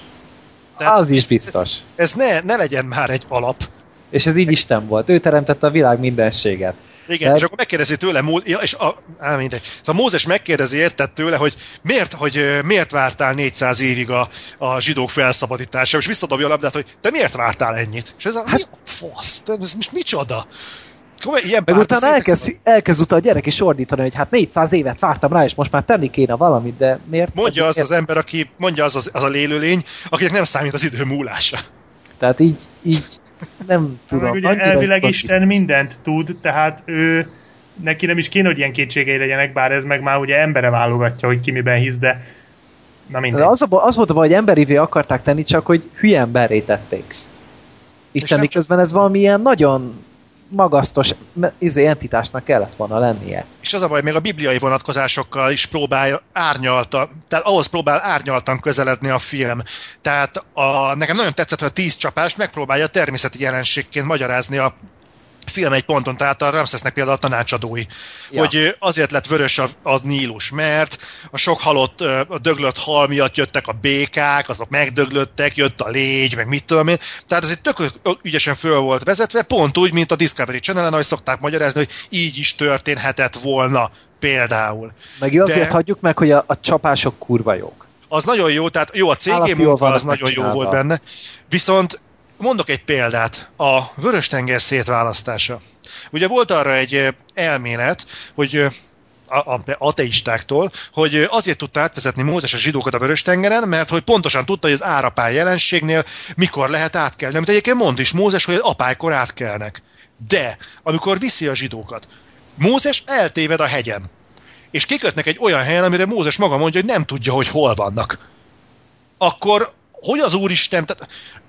Tehát az is biztos. Ez, ez ne, ne legyen már egy alap. És ez így Isten volt. Ő teremtette a világ mindenséget. Igen, de... és akkor megkérdezi tőle, ja, és a, á, mindegy. Szóval Mózes megkérdezi érted tőle, hogy miért, hogy miért vártál négyszáz évig a, a zsidók felszabadítása, és visszadobja a labdát, hogy te miért vártál ennyit? És ez a, hát... mi a fasz? Ez most micsoda? Ilyen meg utána elkezd, elkezd utána a gyerek is ordítani, hogy hát négyszáz évet vártam rá, és most már tenni kéne valamit, de miért? Mondja az miért? az ember, aki, mondja az, az, az a lélőlény, akinek nem számít az idő múlása. Tehát így, így nem tudom. Meg ugye elvileg Isten mindent tud, tehát ő, neki nem is kéne, hogy ilyen kétségei legyenek, bár ez meg már ugye embere válogatja, hogy ki miben hisz, de na mindegy. De az, a, az volt a baj, hogy emberivé akarták tenni, csak hogy hülye emberré tették. Isten miközben ez valamilyen nagyon magasztos izé, entitásnak kellett volna lennie. És az a baj, még a bibliai vonatkozásokkal is próbál árnyaltan, tehát ahhoz próbál árnyaltan közeledni a film. Tehát a, nekem nagyon tetszett, hogy a tíz csapást megpróbálja természeti jelenségként magyarázni a film egy ponton, tehát a Ramszesznek például a tanácsadói, ja. hogy azért lett vörös a, a Nílus, mert a sok halott, a döglött hal miatt jöttek a békák, azok megdöglöttek, jött a légy, meg mit tudom én. Tehát ez egy tök ügyesen föl volt vezetve, pont úgy, mint a Discovery Channel-en, ahogy szokták magyarázni, hogy így is történhetett volna például. Meg azért De... hagyjuk meg, hogy a, a csapások kurva jók. Az nagyon jó, tehát jó a cé gé munka, az nagyon jó volt benne. Viszont mondok egy példát, a Vörös-tenger szétválasztása. Ugye volt arra egy elmélet, hogy a, a ateistáktól, hogy azért tudta átvezetni Mózes a zsidókat a Vörös-tengeren, mert hogy pontosan tudta, hogy az árapály jelenségnél mikor lehet átkelni. Amit egyébként mond is Mózes, hogy apálykor átkelnek. De amikor viszi a zsidókat, Mózes eltéved a hegyen. És kikötnek egy olyan helyen, amire Mózes maga mondja, hogy nem tudja, hogy hol vannak. akkor hogy az úristen, tehát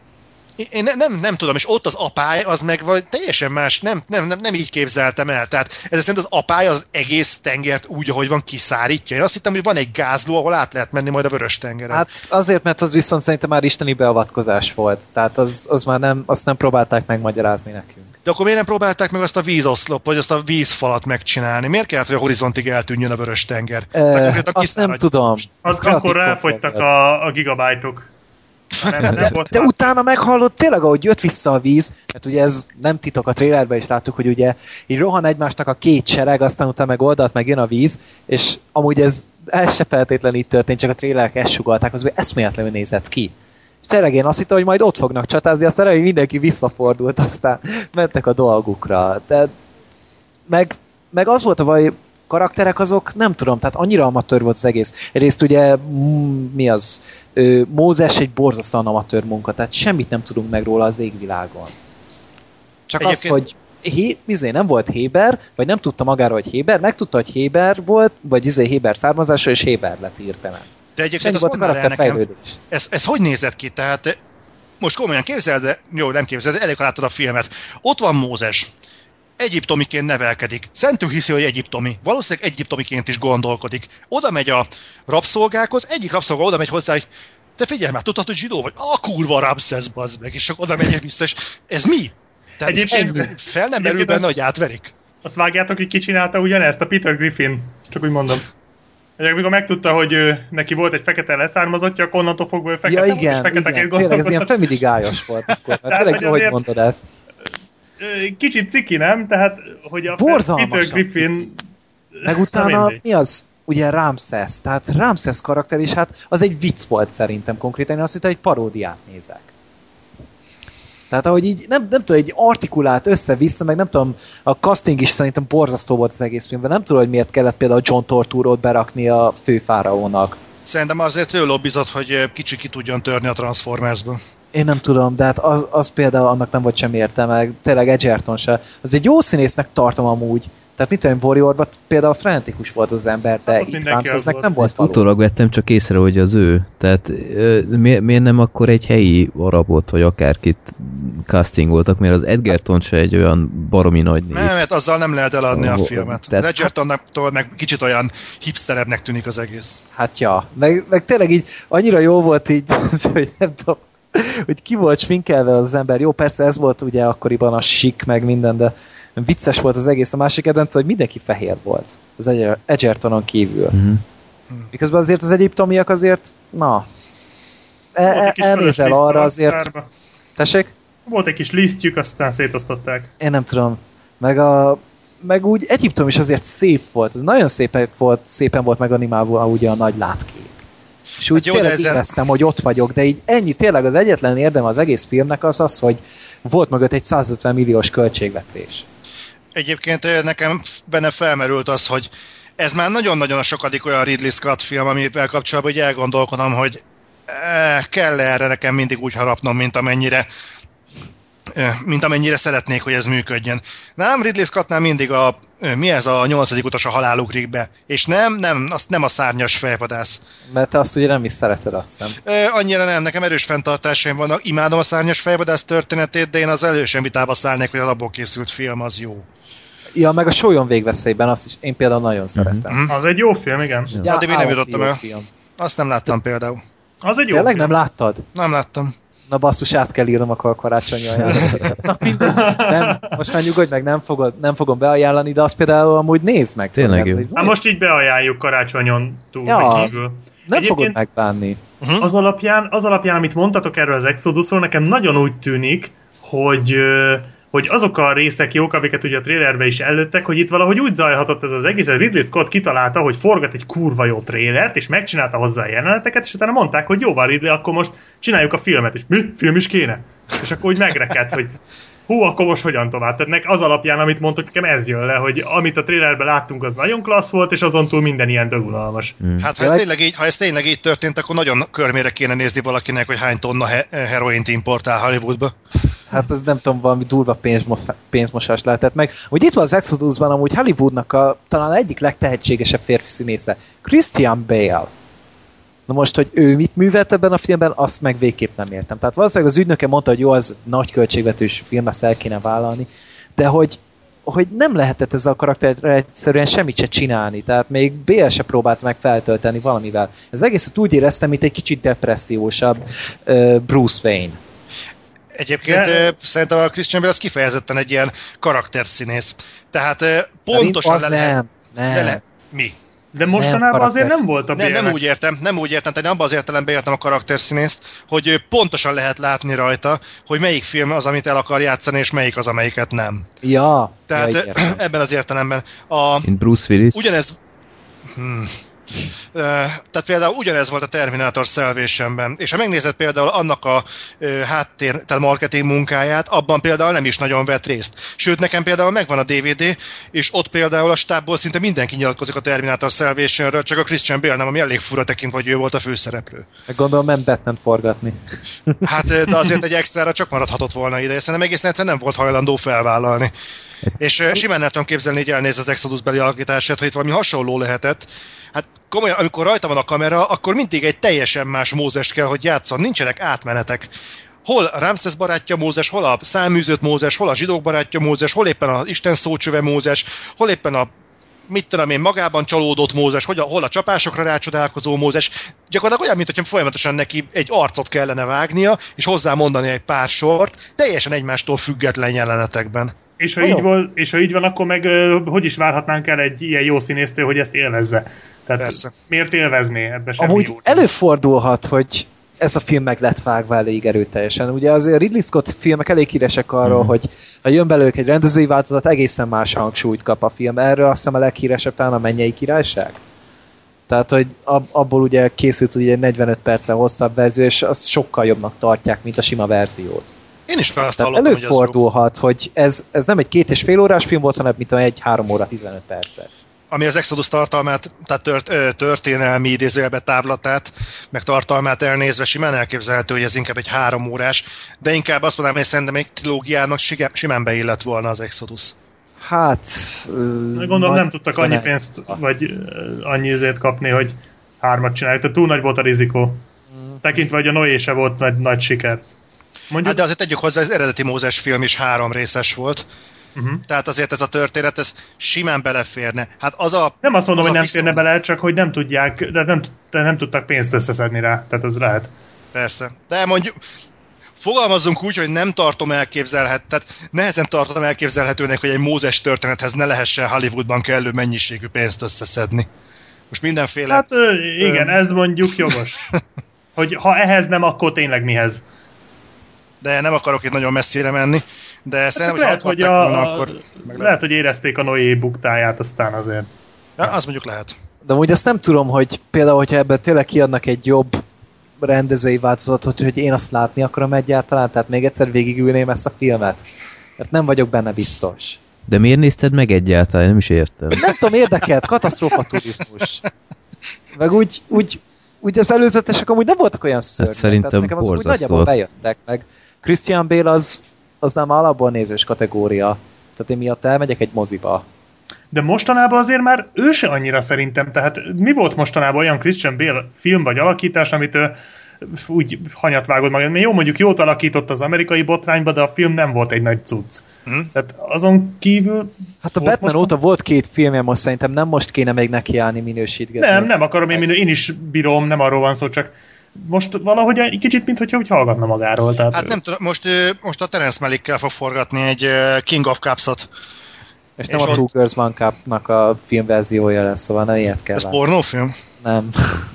én ne, nem, nem tudom, és ott az apály, az meg valami teljesen más, nem, nem, nem, nem így képzeltem el. Tehát ez szerint az apály az egész tengert úgy, ahogy van, kiszárítja. Én azt hittem, hogy van egy gázló, ahol át lehet menni majd a Vörös-tengeren. Hát azért, mert az viszont szerintem már isteni beavatkozás volt. Tehát az, az már nem, azt nem próbálták megmagyarázni nekünk. De akkor miért nem próbálták meg azt a vízoszlop, vagy azt a vízfalat megcsinálni? Miért kellett, hogy a horizontig eltűnjön a Vörös-tenger? E, azt nem tudom. Az akkor ráfogytak a, a gigabájtok. Nem, nem de, de utána meghallott tényleg, ahogy jött vissza a víz, mert ugye ez nem titok, a trailerben is láttuk, hogy ugye így rohan egymásnak a két sereg, aztán utána meg oldalt meg jön a víz, és amúgy ez, ez se feltétlenül így történt, csak a trailerek ezt sugallták, az eszméletlenül nézett ki. És tényleg én azt hittem, hogy majd ott fognak csatázni, aztán hogy mindenki visszafordult, aztán mentek a dolgukra. De meg, meg az volt a baj, karakterek azok, nem tudom, tehát annyira amatőr volt az egész. Egyrészt ugye, mi az, Mózes egy borzasztóan amatőr munka, tehát semmit nem tudunk meg róla az égvilágon. Csak Egyébként... az, hogy Hé, izé, nem volt Héber, vagy nem tudta magára, hogy Héber, megtudta, hogy Héber volt, vagy izé Héber származása, és Héber lett hirtelen. De egyébként az mondd már el nekem, ez, ez hogy nézett ki? Tehát most komolyan képzeld, de jó, nem képzeld, de elég, ha láttad a filmet. Ott van Mózes. Egyiptomiként nevelkedik. Szentül hiszi, hogy egyiptomi. Valószínűleg egyiptomiként is gondolkodik. Oda megy a rabszolgákhoz, egyik rabszolga oda megy hozzá, hogy te figyelj már, tudtad, hogy zsidó vagy? A kurva Ramszesz, bazd meg, és akkor oda megy vissza, és ez mi? Tehát egyébként fel nem merül benne, hogy átverik. Azt vágjátok, hogy ki csinálta ugyanezt? A Peter Griffin. Csak úgy mondom. Amikor megtudta, hogy ő, neki volt egy fekete leszármazottja, akkor onnantól fogva ő fekete ja, igen, és feketeként igen. Tényleg ez ilyen Family Guy-os volt akkor. Hát tényleg, hogy azért... mondod ezt? Kicsit ciki, nem? Tehát, hogy a Peter Griffin... Meg utána mi az? Ugye Ramszesz. Tehát Ramszesz karakter is, hát az egy vicc volt szerintem konkrétan. Én azt hittem, hogy paródiát nézek. Tehát ahogy így, nem, nem tudom, egy artikulált össze-vissza, meg nem tudom, a casting is szerintem borzasztó volt az egész filmben. Nem tudom, hogy miért kellett például John Turturrót berakni a főfáraónak. Szerintem azért ő lobbizott, hogy kicsi ki tudjon törni a Transformersből. Én nem tudom, de hát az, az például annak nem volt semmi értelme, tényleg Edgerton se. Az egy jó színésznek tartom amúgy. Tehát mit tudom, Warriorban például frenetikus volt az ember, de hát itt Ramszesznek nem volt való. Utólag vettem csak észre, hogy az ő. Tehát mi, miért nem akkor egy helyi arabot, vagy akárkit castingoltak, mert az Edgerton se egy olyan baromi nagy név. Nem, mert azzal nem lehet eladni a filmet. Tehát... Edgertontól meg kicsit olyan hipsterebbnek tűnik az egész. Hát ja, meg, meg tényleg így annyira jó volt így, hogy nem tudom, hogy ki volt sminkelve az ember. Jó, persze ez volt ugye akkoriban a sik, meg minden, de vicces volt az egész. A másik kedvenc, hogy mindenki fehér volt az Edgertonon kívül. Uh-huh. Miközben azért az egyiptomiak azért, na, el, elnézel arra azért... Szárba. Tessék? Volt egy kis lisztjük, aztán szétosztották. Én nem tudom. Meg, a, meg úgy Egyiptom is azért szép volt. Ez nagyon szépen volt, szépen volt meganimálva ugye a nagy látkép. És úgy hát jó, tényleg ezen... éreztem, hogy ott vagyok, de így ennyi, tényleg az egyetlen érdeme az egész filmnek az az, hogy volt mögött egy százötven milliós költségvetés. Egyébként nekem benne felmerült az, hogy ez már nagyon-nagyon a sokadik olyan Ridley Scott film, amivel kapcsolatban hogy elgondolkodom, hogy eh, kell erre nekem mindig úgy harapnom, mint amennyire eh, mint amennyire szeretnék, hogy ez működjön. Nem, Ridley Scottnál mindig a eh, mi ez a nyolcadik utas a halál ugrik be. És nem, nem, azt nem a szárnyas fejvadász. Mert te azt ugye nem is szereted, azt hiszem. Eh, annyira nem, nekem erős fenntartásaim vannak. Imádom a szárnyas fejvadász történetét, de én az elősen vitába szállnék, hogy a abból készült film az jó. Ja, meg a Sólyon végveszélyben, azt is én például nagyon szeretem. Mm-hmm. Az egy jó film, igen. Ja, addig én nem jutottam el. Azt nem láttam de... például. Az egy jó Tényleg film. Nem láttad? Nem láttam. Na basszus, át kell írnom akkor a karácsonyi ajánlatot. Na minden, nem, most már nyugodj meg, nem, fogod, nem fogom beajánlani, de azt például amúgy nézd meg. Tényleg jó. Hát most így beajánljuk karácsonyon túl, ja, kívül. Nem Egyébként fogod megbánni. Uh-huh. Az, alapján, az alapján, amit mondtatok erről az Exodusról, nekem nagyon úgy tűnik, hogy... hogy azok a részek jók, amiket ugye a trailerbe is előttek, hogy itt valahogy úgy zajhatott ez az egész, hogy Ridley Scott kitalálta, hogy forgat egy kurva jó trailert, és megcsinálta hozzá a jeleneteket, és utána mondták, hogy jó van Ridley, akkor most csináljuk a filmet, és mi? Film is kéne? És akkor úgy megrekedt, hogy hú, akkor most hogyan tovább? Tehát az alapján, amit mondtok, nekem ez jön le, hogy amit a trailerben láttunk, az nagyon klassz volt, és azon túl minden ilyen dögunalmas. Hmm. Hát ha ez, tényleg így, ha ez tényleg így történt, akkor nagyon körmére kéne nézni valakinek, hogy hány tonna he- heroint importál Hollywoodba. Hát ez nem tudom, valami durva pénzmos- pénzmosás lehetett meg. Úgy itt van az Exodusban amúgy Hollywoodnak a talán egyik legtehetségesebb férfi színésze, Christian Bale. Na most, hogy ő mit művelt ebben a filmben, azt meg végképp nem értem. Tehát valószínűleg az ügynöke mondta, hogy jó, ez nagy költségvetős film, ezt el kéne vállalni, de hogy, hogy nem lehetett ezzel a karakterre egyszerűen semmit se csinálni, tehát még Bale se próbált meg feltölteni valamivel. Ez egészet úgy éreztem, mint egy kicsit depressziósabb uh, Bruce Wayne. Egyébként de... szerintem a Christian Bale az kifejezetten egy ilyen karakterszínész. Tehát pontosan le lehet... Nem, nem. Le... Mi? De mostanában nem, azért nem volt a nem, nem úgy értem, nem úgy értem, tehát abban az értelemben értem a karakterszínészt, hogy pontosan lehet látni rajta, hogy melyik film az, amit el akar játszani, és melyik az, amelyiket nem. Ja. Tehát ja, ebben az értelemben. A... Mint Bruce Willis. Ugyanez... Hmm. Uh, tehát például ugyanez volt a Terminator Salvationben, és ha megnézed például annak a uh, háttér, tehát marketing munkáját, abban például nem is nagyon vett részt. Sőt, nekem például megvan a dé vé dé, és ott például a stábból szinte mindenki nyilatkozik a Terminator Salvationről, csak a Christian Bale nem, ami elég fura tekintve, hogy ő volt a főszereplő. Gondolom nem Batman forgatni. Hát, de azért egy extrára csak maradhatott volna ide, szerintem egészen egyszerűen nem volt hajlandó felvállalni. És uh, simán el tudom képzelni, hogy elnéz az Exodus beli alakítását, hogy itt valami hasonló lehetett. Hát komolyan, amikor rajta van a kamera, akkor mindig egy teljesen más Mózes kell, hogy játszon. Nincsenek átmenetek. Hol Ramszesz barátja Mózes, hol a száműzött Mózes, hol a zsidók barátja Mózes, hol éppen az Isten szócsöve Mózes, hol éppen a mit tudom én, magában csalódott Mózes, hogy a, hol a csapásokra rácsodálkozó Mózes. Gyakorlatilag olyan, mint hogyha folyamatosan neki egy arcot kellene vágnia, és hozzá mondani egy pár sort, teljesen egymástól független jelenetekben. És ha, így van, és ha így van, akkor meg hogy is várhatnánk el egy ilyen jó színésztől, hogy ezt élvezze? Tehát persze. Miért élvezné ebbe semmi Amúgy jó? előfordulhat, hogy ez a film meg lett vágva elég erőteljesen. Ugye azért Ridley Scott filmek elég híresek arról, mm. hogy ha jön belőlük egy rendezői változat, egészen más hangsúlyt kap a film. Erről azt hiszem a leghíresebb talán a Mennyei Királyság. Tehát, hogy abból ugye készült ugye egy negyvenöt perccel hosszabb verzió, és azt sokkal jobbnak tartják, mint a sima verziót. Én is azt Tehát hallottam, előfordulhat, hogy, hogy ez, ez nem egy két és fél órás film volt, hanem mint egy három óra tizenöt perces. Ami az Exodus tartalmát, tehát tört, történelmi idézőjelbe távlatát, meg tartalmát elnézve simán elképzelhető, hogy ez inkább egy három órás, de inkább azt mondanám, hogy szerintem egy trilógiának simán beillett volna az Exodus. Hát... Gondolom nem tudtak annyi pénzt, vagy annyi izét kapni, hogy hármat csinálják, tehát túl nagy volt a rizikó. Tekintve, hogy a Noé se volt nagy, nagy siker. Mondjuk... Hát de azért tegyük hozzá, az eredeti Mózes film is három részes volt. Uh-huh. Tehát azért ez a történet, ez simán beleférne. Hát az a, nem azt mondom, az hogy nem viszont... férne bele, csak hogy nem tudják, de nem, de nem tudtak pénzt összeszedni rá. Tehát az lehet. Persze. De mondjuk, fogalmazzunk úgy, hogy nem tartom elképzelhet, tehát nehezen tartom elképzelhetőnek, hogy egy Mózes történethez ne lehessen Hollywoodban kellő mennyiségű pénzt összeszedni. Most mindenféle... Hát igen, ez mondjuk jogos. Hogy ha ehhez nem, akkor tényleg mihez. De nem akarok itt nagyon messzire menni, de hát szerintem, lehet, hogy a, volna, akkor... Lehet, lehet, hogy érezték a Noé buktáját aztán azért. Ja, az mondjuk lehet. De úgy azt nem tudom, hogy például, hogyha ebben tényleg kiadnak egy jobb rendezői változatot, hogy én azt látni akarom egyáltalán, tehát még egyszer végigülném ezt a filmet. Mert nem vagyok benne biztos. De miért nézted meg egyáltalán? Nem is értem. Nem tudom, érdekelt, katasztrófa turizmus. Meg úgy, úgy, úgy az előzetesek amúgy nem voltak olyan szörnyek. Hát szerintem nekem azok úgy nagyjából bejöttek meg. Christian Bale az, az nem alapból nézős kategória. Tehát én miatt elmegyek egy moziba. De mostanában azért már ő se annyira szerintem. Tehát mi volt mostanában olyan Christian Bale film vagy alakítás, amit ő úgy hanyat vágod magad. Jó, mondjuk jót alakított az Amerikai Botrányba, de a film nem volt egy nagy cucc. Mm. Tehát azon kívül... Hát a Batman mostan... óta volt két filmje, most szerintem nem most kéne még nekiállni minősítgetni. Nem, nem akarom én minő, én is bírom, nem arról van szó, csak most valahogy egy kicsit, mintha úgy hallgatna magáról. Tehát hát nem tudom, most, most a Terence Malickkel fog forgatni egy King of Cups-ot. És nem és a Two Girls One Cup-nak a filmverziója lesz, szóval nem ilyet kell. Ez pornófilm? Nem.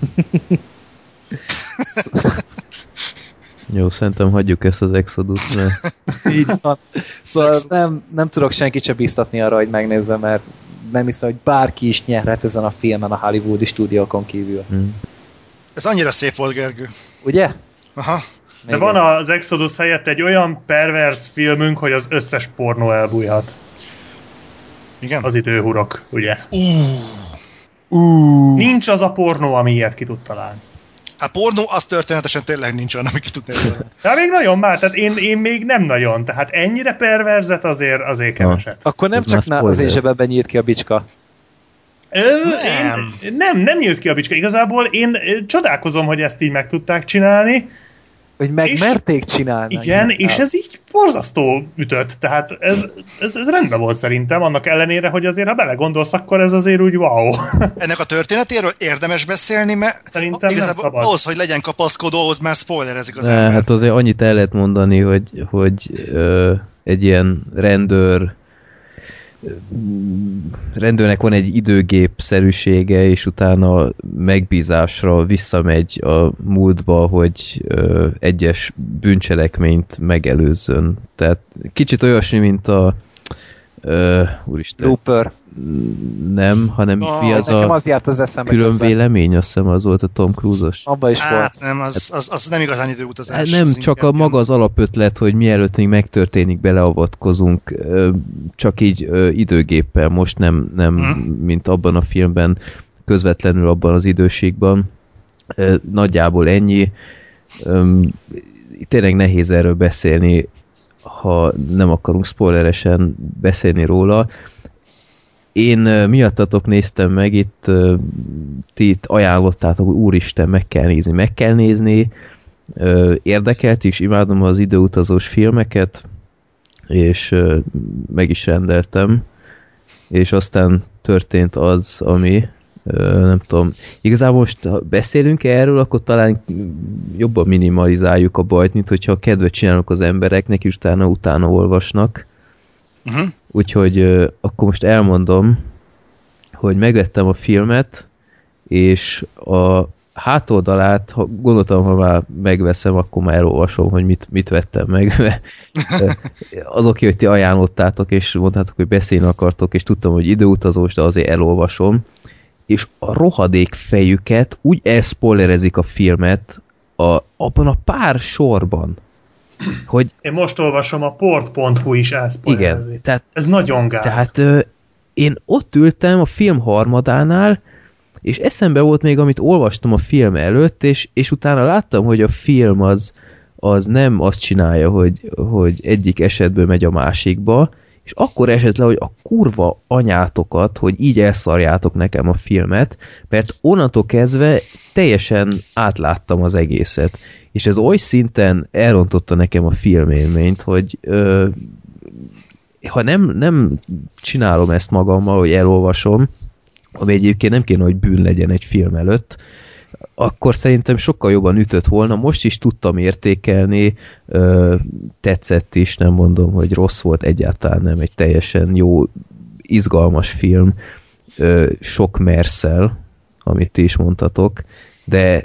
Jó, szerintem hagyjuk ezt az Exodus, mert... Így van. Szóval nem, nem tudok senkit se biztatni arra, hogy megnézzem, mert nem hiszem, hogy bárki is nyerhet ezen a filmen a hollywoodi stúdiókon kívül. Mm. Ez annyira szép volt, Gergő. Ugye? Aha. De van az Exodus helyett egy olyan pervers filmünk, hogy az összes pornó elbújhat. Igen? Az időhurok, ugye? Uh. Uh. Nincs az a pornó, ami ilyet ki tud találni. Hát pornó, az történetesen tényleg nincs olyan, ami ki tud találni. De még nagyon már, tehát én, én még nem nagyon. Tehát ennyire perverzet azért, azért keveset. Akkor nem Ez csak ná- az én zsebemben nyílt ki a bicska. Ö, nem. Én, nem, nem nyílt ki a bicska. Igazából én csodálkozom, hogy ezt így meg tudták csinálni. Hogy megmerték csinálni. Igen, és ez így borzasztó ütött. Tehát ez, ez, ez rendben volt szerintem, annak ellenére, hogy azért, ha belegondolsz, akkor ez azért úgy wow. Ennek a történetéről érdemes beszélni, mert szerintem igazából ahhoz, hogy legyen kapaszkodó, ahhoz már spoilerezik az ne, ember. Hát azért annyit el lehet mondani, hogy, hogy ö, egy ilyen rendőr rendőrnek van egy időgépszerűsége, és utána megbízásra visszamegy a múltba, hogy ö, egyes bűncselekményt megelőzzön. Tehát kicsit olyasmi, mint a ö, úristen. Looper. Nem, hanem oh, mi az nekem a az járt az eszembe külön közben. vélemény, azt hiszem az volt a Tom Cruise-os. Abba is hát, volt. nem, az, az, az nem igazán időutazás. Hát nem, az csak a maga az alapötlet, hogy mielőtt még megtörténik, beleavatkozunk, csak így időgéppel, most nem, nem hmm. mint abban a filmben, közvetlenül abban az időségben. Nagyjából ennyi. Tényleg nehéz erről beszélni, ha nem akarunk spoileresen beszélni róla. Én miattatok néztem meg, itt ti itt ajánlottátok, hogy úristen, meg kell nézni, meg kell nézni. Érdekelt is, imádom az időutazós filmeket, és meg is rendeltem. És aztán történt az, ami nem tudom, igazából most ha beszélünk erről, akkor talán jobban minimalizáljuk a bajt, mint hogyha kedvet csinálnak az embereknek, és utána utána olvasnak. Uh-huh. Úgyhogy uh, akkor most elmondom, hogy megvettem a filmet, és a hátoldalát, ha, gondoltam, ha már megveszem, akkor már elolvasom, hogy mit, mit vettem meg. Azok, hogy ti ajánlottátok, és mondtátok, hogy beszélni akartok, és tudtam, hogy időutazós, de azért elolvasom. És a rohadék fejüket úgy elszpoilerezik a filmet a, abban a pár sorban, hogy... Én most olvasom, a port pont hu is elszpoilerezi. Igen, tehát... Ez nagyon gáz. Tehát ö, én ott ültem a film harmadánál, és eszembe volt még, amit olvastam a film előtt, és, és utána láttam, hogy a film az, az nem azt csinálja, hogy, hogy egyik esetből megy a másikba, és akkor esett le, hogy a kurva anyátokat, hogy így elszarjátok nekem a filmet, mert onnantól kezdve teljesen átláttam az egészet. És ez oly szinten elrontotta nekem a filmélményt, hogy ö, ha nem, nem csinálom ezt magammal, hogy elolvasom, ami egyébként nem kéne, hogy bűn legyen egy film előtt, akkor szerintem sokkal jobban ütött volna. Most is tudtam értékelni, ö, tetszett is, nem mondom, hogy rossz volt, egyáltalán nem, egy teljesen jó, izgalmas film, ö, sok merszel, amit ti is mondtatok, de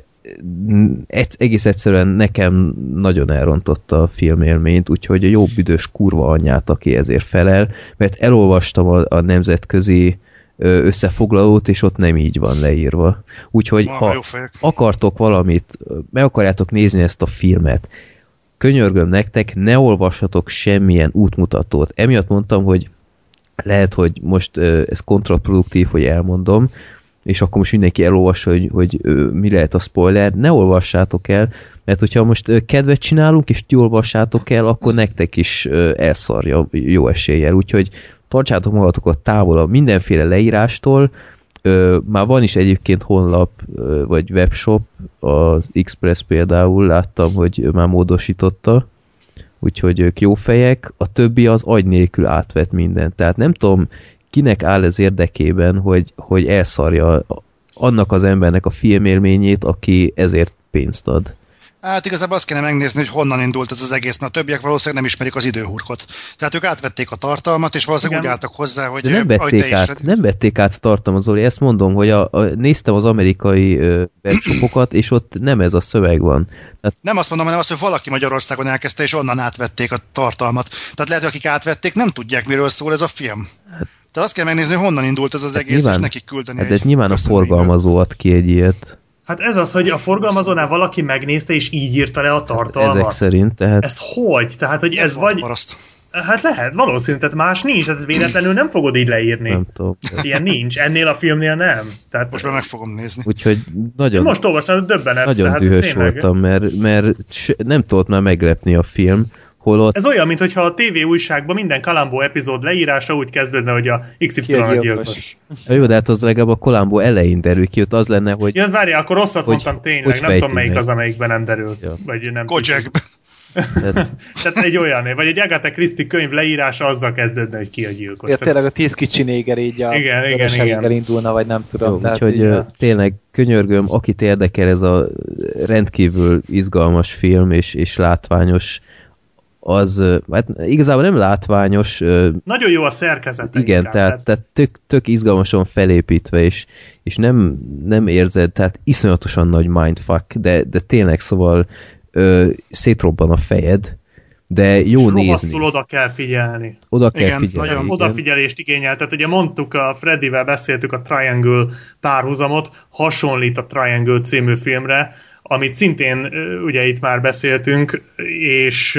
egész egyszerűen nekem nagyon elrontotta a filmélményt, úgyhogy a jó büdös kurva anyját, aki ezért felel, mert elolvastam a, a nemzetközi összefoglalót, és ott nem így van leírva. Úgyhogy ha akartok valamit, meg akarjátok nézni ezt a filmet, könyörgöm nektek, ne olvassatok semmilyen útmutatót. Emiatt mondtam, hogy lehet, hogy most ez kontraproduktív, hogy elmondom, és akkor most mindenki elolvassa, hogy, hogy mi lehet a spoiler. Ne olvassátok el, mert hogyha most kedvet csinálunk, és ti olvassátok el, akkor nektek is elszarja jó eséllyel. Úgyhogy tartsátok magatokat távol a mindenféle leírástól. Már van is egyébként honlap, vagy webshop, az Express például, láttam, hogy már módosította, úgyhogy ők jó fejek. A többi az agy nélkül átvett mindent. Tehát nem tudom, kinek áll ez érdekében, hogy, hogy elszarja annak az embernek a filmélményét, aki ezért pénzt ad. Hát igazából azt kéne megnézni, hogy honnan indult ez az egész, mert a többiek valószínűleg nem ismerik az időhurkot. Tehát ők átvették a tartalmat, és valószínűleg igen. Úgy álltak hozzá, hogy... De nem vették át, nem vették át a tartalmat, Zoli, ezt mondom, hogy a, a, néztem az amerikai webshopokat, és ott nem ez a szöveg van. Tehát... Nem azt mondom, hanem azt, hogy valaki Magyarországon elkezdte, és onnan átvették a tartalmat. Tehát lehet, hogy akik átvették, nem tudják, miről szól ez a film. Hát... Tehát azt kell megnézni, hogy honnan indult ez az hát egész, nyilván, és nekik küldeni hát egy nyilván a forgalmazó ad ki egy ilyet. Hát ez az, hogy a forgalmazónál valaki megnézte, és így írta le a tartalmat. Ezek szerint, tehát... Ezt hogy? Tehát, hogy ez, ez vagy... Paraszt. Hát lehet, valószínű, tehát más nincs, ez véletlenül nem fogod így leírni. Nem tudom. Ilyen nincs, ennél a filmnél nem. Tehát... Most már meg fogom nézni. Úgyhogy nagyon... Most olvastam, döbbenet. Nagyon tehát dühös tényleg... voltam, mert, mert nem tudott már meglepni a film, Holott... Ez olyan, mintha a té vé újságban minden Columbo epizód leírása úgy kezdődne, hogy a iksz ipszilon a gyilkos. Jó, de hát az legalább a Columbo elején derül ki, ott az lenne, hogy... Ja, várjál, akkor rosszat hogy, mondtam tényleg, nem tudom melyik meg. Az, amelyikben nem derült. Ja. Vagy nem Kojak. Tehát egy olyan, vagy egy Agatha Christie könyv leírása azzal kezdődne, hogy ki a gyilkos. Ja, tényleg a tíz kicsi néger így a igen, igen, igen. indulna, vagy nem tudom. Jó, úgyhogy így, tényleg könyörgöm, akit érdekel ez a rendkívül izgalmas film és, és látványos, az, hát igazából nem látványos. Nagyon jó a szerkezet. Igen, inkább, tehát, tehát tök, tök izgalmasan felépítve, és, és nem, nem érzed, tehát iszonyatosan nagy mindfuck, de, de tényleg szóval ö, szétrobban a fejed, de jó és nézni. Rohasztul oda kell figyelni. Oda kell igen, figyelni. Nagyon odafigyelést igényel. Tehát ugye mondtuk, a Freddyvel beszéltük a Triangle párhuzamot, hasonlít a Triangle című filmre, amit szintén ugye itt már beszéltünk, és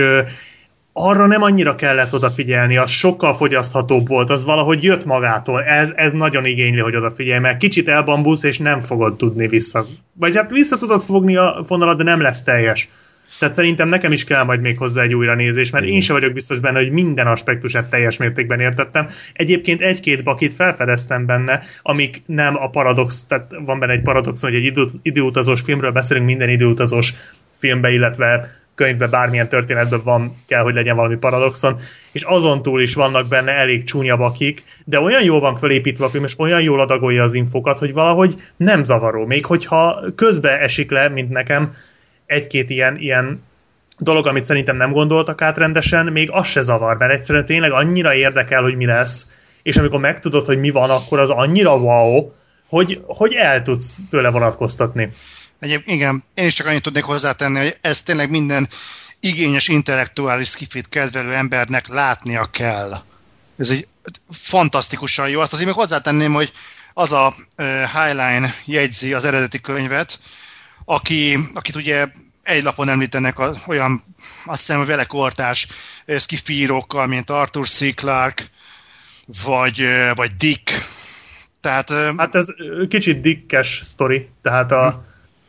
arra nem annyira kellett odafigyelni, az sokkal fogyaszthatóbb volt, az valahogy jött magától. Ez, ez nagyon igényli, hogy odafigyelj, mert kicsit elbambusz, és nem fogod tudni vissza. Vagy hát vissza tudod fogni a fonalat, de nem lesz teljes. Tehát szerintem nekem is kell majd még hozzá egy újranézés, mert én sem vagyok biztos benne, hogy minden aspektusát teljes mértékben értettem. Egyébként egy-két bakit felfedeztem benne, amik nem a paradox, tehát van benne egy paradox, hogy egy idő, időutazós filmről beszélünk, minden időutazós filmbe, illetve könyvben, bármilyen történetben van, kell, hogy legyen valami paradoxon, és azon túl is vannak benne elég csúnya bakik, de olyan jól van felépítve a film, és olyan jól adagolja az infokat, hogy valahogy nem zavaró. Még hogyha közbe esik le, mint nekem, egy-két ilyen, ilyen dolog, amit szerintem nem gondoltak át rendesen, még az se zavar, mert egyszerűen tényleg annyira érdekel, hogy mi lesz, és amikor megtudod, hogy mi van, akkor az annyira wow, hogy, hogy el tudsz tőle vonatkoztatni. Egyébként igen, én is csak annyit tudnék hozzátenni, hogy ez tényleg minden igényes, intellektuális skifit kedvelő embernek látnia kell. Ez egy fantasztikusan jó. Azt azért még hozzátenném, hogy az a uh, Highline jegyzi az eredeti könyvet, aki, akit ugye egy lapon említenek a, olyan, azt hiszem, vele kortárs uh, skifi írókkal, mint Arthur C. Clarke, vagy, uh, vagy Dick. Tehát, uh, hát ez kicsit Dickes sztori, tehát a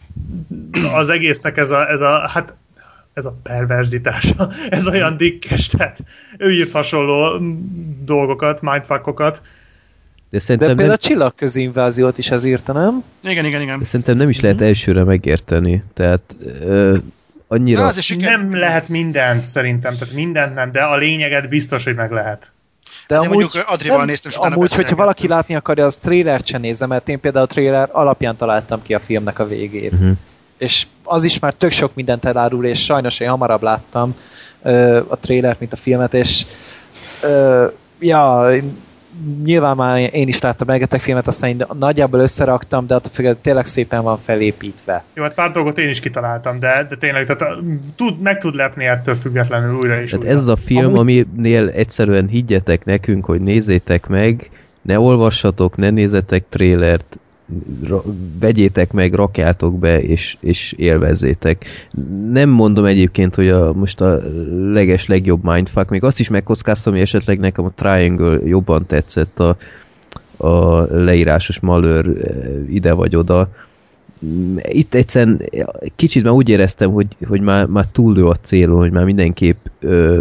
az egésznek ez a, ez a, hát ez a perverzitása, ez olyan dikkes, tehát ő írt hasonló dolgokat, mindfuckokat. De, De például nem... a csillagközi inváziót is ez írta, nem? Igen, igen, igen. De szerintem nem is lehet elsőre megérteni, tehát ö, annyira... Az is nem lehet mindent szerintem, tehát mindent nem, de a lényeget biztos, hogy meg lehet. De, de amúgy, mondjuk Adrival néztem, és utána amúgy, hogyha valaki látni akarja, az trailert sem nézze, mert én például a trailer alapján találtam ki a filmnek a végét. Uh-huh. És az is már tök sok mindent elárul, és sajnos én hamarabb láttam ö, a trailert, mint a filmet, és ö, ja, nyilván már én is láttam rengeteg filmet, aztán én nagyjából összeraktam, de attól függően tényleg szépen van felépítve. Jó, hát pár dolgot én is kitaláltam, de, de tényleg tehát, tud, meg tud lepni ettől függetlenül újra és tehát újra. Ez a film, Amúgy... aminél egyszerűen higgyetek nekünk, hogy nézzétek meg, ne olvassatok, ne nézzetek trailert, ra- vegyétek meg, rakjátok be, és, és élvezzétek. Nem mondom egyébként, hogy a, most a leges legjobb mindfuck, még azt is megkockáztam, hogy esetleg nekem a Triangle jobban tetszett, a, a leírásos malőr ide vagy oda. Itt egyszerűen kicsit már úgy éreztem, hogy, hogy már, már túl a célon, hogy már mindenképp ö,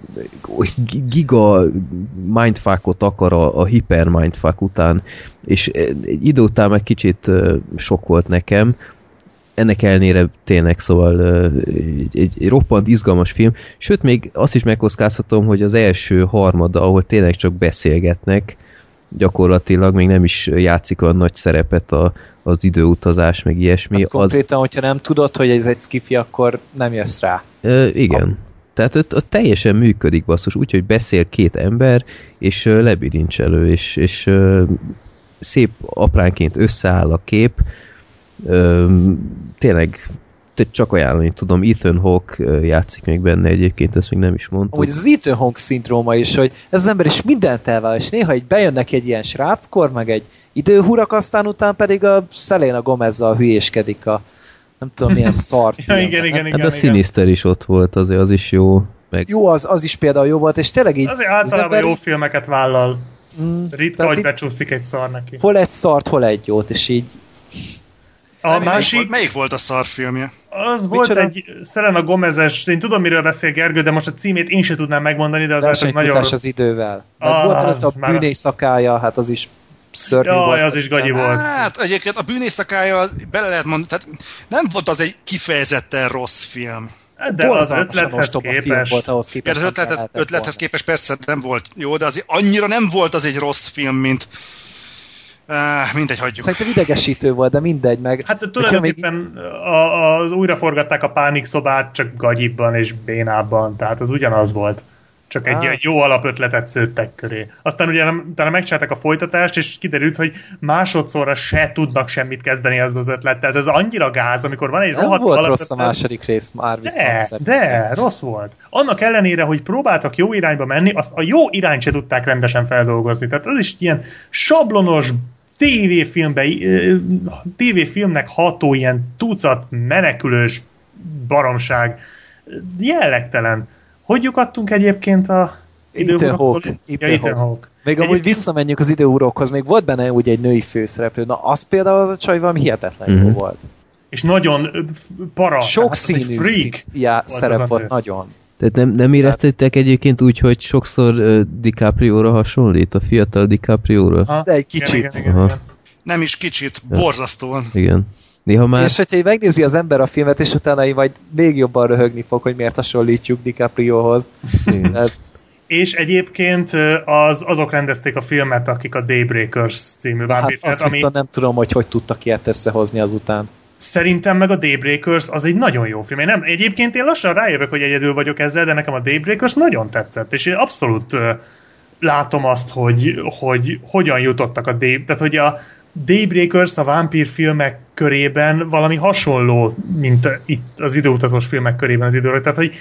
giga mindfuckot akar a, a hiper mindfuck után, és egy idő után meg kicsit sok volt nekem, ennek ellenére tényleg szóval egy, egy, egy roppant izgalmas film, sőt még azt is megkockáztatom, hogy az első harmada, ahol tényleg csak beszélgetnek, gyakorlatilag még nem is játszik olyan nagy szerepet a, az időutazás, meg ilyesmi. Hát konkrétan, az... hogyha nem tudod, hogy ez egy skifi, akkor nem jössz rá. E, igen. A... Tehát ott, ott teljesen működik basszus, úgyhogy beszél két ember, és uh, lebilincselő, és, és uh, szép apránként összeáll a kép. Uh, tényleg csak ajánlani tudom, Ethan Hawke játszik még benne egyébként, ezt még nem is mondtuk. Úgy az Ethan Hawke szindróma is, hogy ez az ember is mindent elvállal, és néha így bejön neki egy ilyen sráckor, meg egy időhurak, aztán után pedig a Selena Gomez-zal hülyéskedik a nem tudom, milyen szar film. Ja, igen, igen, igen, hát a Sinister is ott volt, azért az is jó. Meg... Jó, az, az is például jó volt, és tényleg így... Azért általában ember... jó filmeket vállal. Mm, ritka, hogy becsúszik egy szar neki. Hol egy szart, hol egy jót, és így... A melyik másik... Volt, melyik volt a szarfilmje? Az volt Micsoda? egy Selena Gomez-es, én tudom, miről beszél Gergő, de most a címét én sem tudnám megmondani, de az lehet, nagyon rossz. az idővel. Meg Ah, volt az előtt a már- bűnészakája, hát az is szörnyű Jaj, volt. az is gagyi volt. Hát egyébként a bűnészakája bele lehet mondani, tehát nem volt az egy kifejezetten rossz film. De az Borzalmasan ötlethez ostoba film képest. volt ahhoz Ja, képest. az nem ötlethez, lehetett ötlethez volna. képest persze nem volt jó, de azért annyira nem volt az egy rossz film, mint uh, mindegy, hagyjuk. Szerintem idegesítő volt, de mindegy, meg... Hát meg tulajdonképpen a, az újraforgatták a pánikszobát, csak gagyibban és bénábban, tehát az ugyanaz volt. Csak egy, Ah. egy jó alapötletet szőttek köré. Aztán ugye utána megcsinálták a folytatást, és kiderült, hogy másodszorra se tudnak semmit kezdeni ezzel az ötlet. Tehát ez annyira gáz, amikor van egy Nem rohadt volt alapötlet. rossz a második rész már viszont. De, szerintem. de, rossz volt. Annak ellenére, hogy próbáltak jó irányba menni, azt a jó irányt se tudták rendesen feldolgozni. Tehát az is ilyen sablonos tévéfilmbe, tévéfilmnek ható ilyen tucat menekülős baromság. Jellegtelen. Hogy lyukadtunk egyébként a Ethan időurakról? Hawke. Ja, Ethan Ethan Hawke. Hawke. Még amúgy Egyébként- visszamenjük az időurókhoz, még volt benne úgy egy női főszereplő. Na, az például az a csaj valami hihetetlen Mhm. jó volt. És nagyon ö, f- para. Sok tehát az egy színű freak. szín- já, volt az szerep a volt, nő. nagyon. Tehát nem, nem éreztétek egyébként úgy, hogy sokszor uh, DiCaprio-ra hasonlít, a fiatal DiCaprio-ra? Ha? De egy Igen, kicsit. igen, igen, Aha. igen. Nem is kicsit, borzasztóan. Igen. Néha már... És hogyha így megnézi az ember a filmet, és utána így majd még jobban röhögni fog, hogy miért hasonlítjuk DiCapriohoz. Igen. Tehát És egyébként ö, az, azok rendezték a filmet, akik a Daybreakers című hát vámpírfilmet, azt ami viszont nem tudom, hogy hogy tudtak ilyet összehozni azután. szerintem meg a Daybreakers az egy nagyon jó film. Én nem, egyébként én lassan rájövök, hogy egyedül vagyok ezzel, de nekem a Daybreakers nagyon tetszett, és én abszolút ö, látom azt, hogy, hogy hogyan jutottak a Day, tehát hogy a Daybreakers a vámpírfilmek körében valami hasonló, mint itt az időutazós filmek körében az időre. Tehát, hogy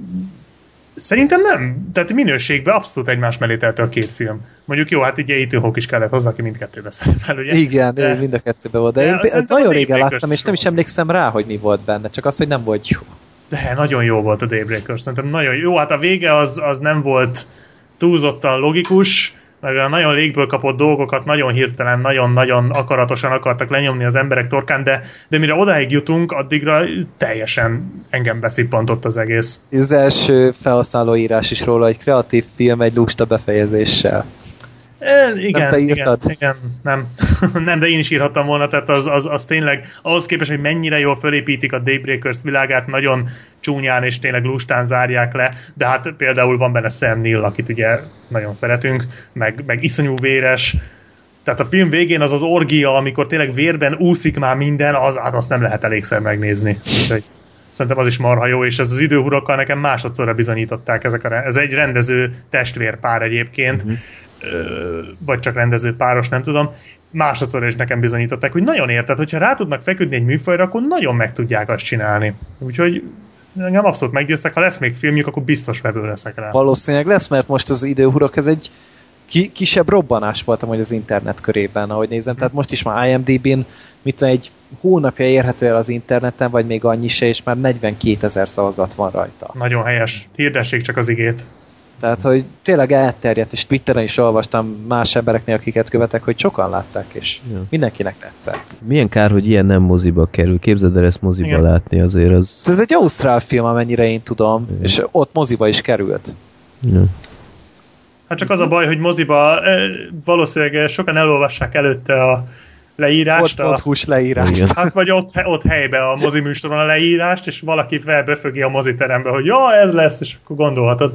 szerintem nem. Tehát minőségben abszolút egymás mellé telt a két film. Mondjuk jó, hát ugye Ethan Hawke is kellett hozzá, aki mindkettőben szerepel, ugye? Igen, de, ő mind a kettőben volt. De, de én szerintem nagyon a régen Daybreakers láttam, és nem is jó. emlékszem rá, hogy mi volt benne. Csak az, hogy nem volt jó. de nagyon jó volt a Daybreakers. Szerintem nagyon jó. Hát a vége az, az nem volt túlzottan logikus, meg a nagyon légből kapott dolgokat nagyon hirtelen, nagyon-nagyon akaratosan akartak lenyomni az emberek torkán, de, de mire odáig jutunk, addigra teljesen engem beszippantott az egész. Az első felhasználóírás is róla, egy kreatív film egy lusta befejezéssel. E, igen, te igen, írtad? igen, nem. nem, de én is írhattam volna, tehát az, az, az tényleg, ahhoz képest, hogy mennyire jól fölépítik a Daybreakers világát, nagyon csúnyán és tényleg lustán zárják le, de hát például van benne Sam Neill, akit ugye nagyon szeretünk, meg, meg iszonyú véres, tehát a film végén az az orgia, amikor tényleg vérben úszik már minden, az, hát azt nem lehet elégszer megnézni. Úgyhogy szerintem az is marha jó, és ez az időhurakkal nekem másodszorra bizonyították ezek a, ez egy rendező testvérpár egyébként, mm-hmm. vagy csak rendező páros, nem tudom, másodszor is nekem bizonyították, hogy nagyon érted, hogyha rá tudnak feküdni egy műfajra, akkor nagyon meg tudják azt csinálni. Úgyhogy engem abszolút meggyőztek, ha lesz még filmjük, akkor biztos vevő leszek rá. Valószínűleg lesz, mert most az időhurok, ez egy ki- kisebb robbanás volt amúgy az internet körében, ahogy nézem. Tehát most is már IMDb-n mit tudom, egy hónapja érhető el az interneten, vagy még annyi se, és már negyvenkétezer szavazat van rajta. Nagyon helyes. Hirdessék csak az igét. Tehát, hogy tényleg elterjedt, és Twitteren is olvastam más embereknél, akiket követek, hogy sokan látták, és Ja. mindenkinek tetszett. Milyen kár, hogy ilyen nem moziba kerül. Képzeld el ezt moziba Igen. látni azért, az... Ez egy ausztrál film, amennyire én tudom, Igen. és ott moziba is került. Ja. Hát csak az a baj, hogy moziba eh, valószínűleg sokan elolvassák előtte a leírást. Ott, a, ott hús leírást. Igen. hát vagy ott, ott helyben a moziműsoron a leírást, és valaki felbefögi a moziterembe, hogy ja, ez lesz, és akkor gondolhatod.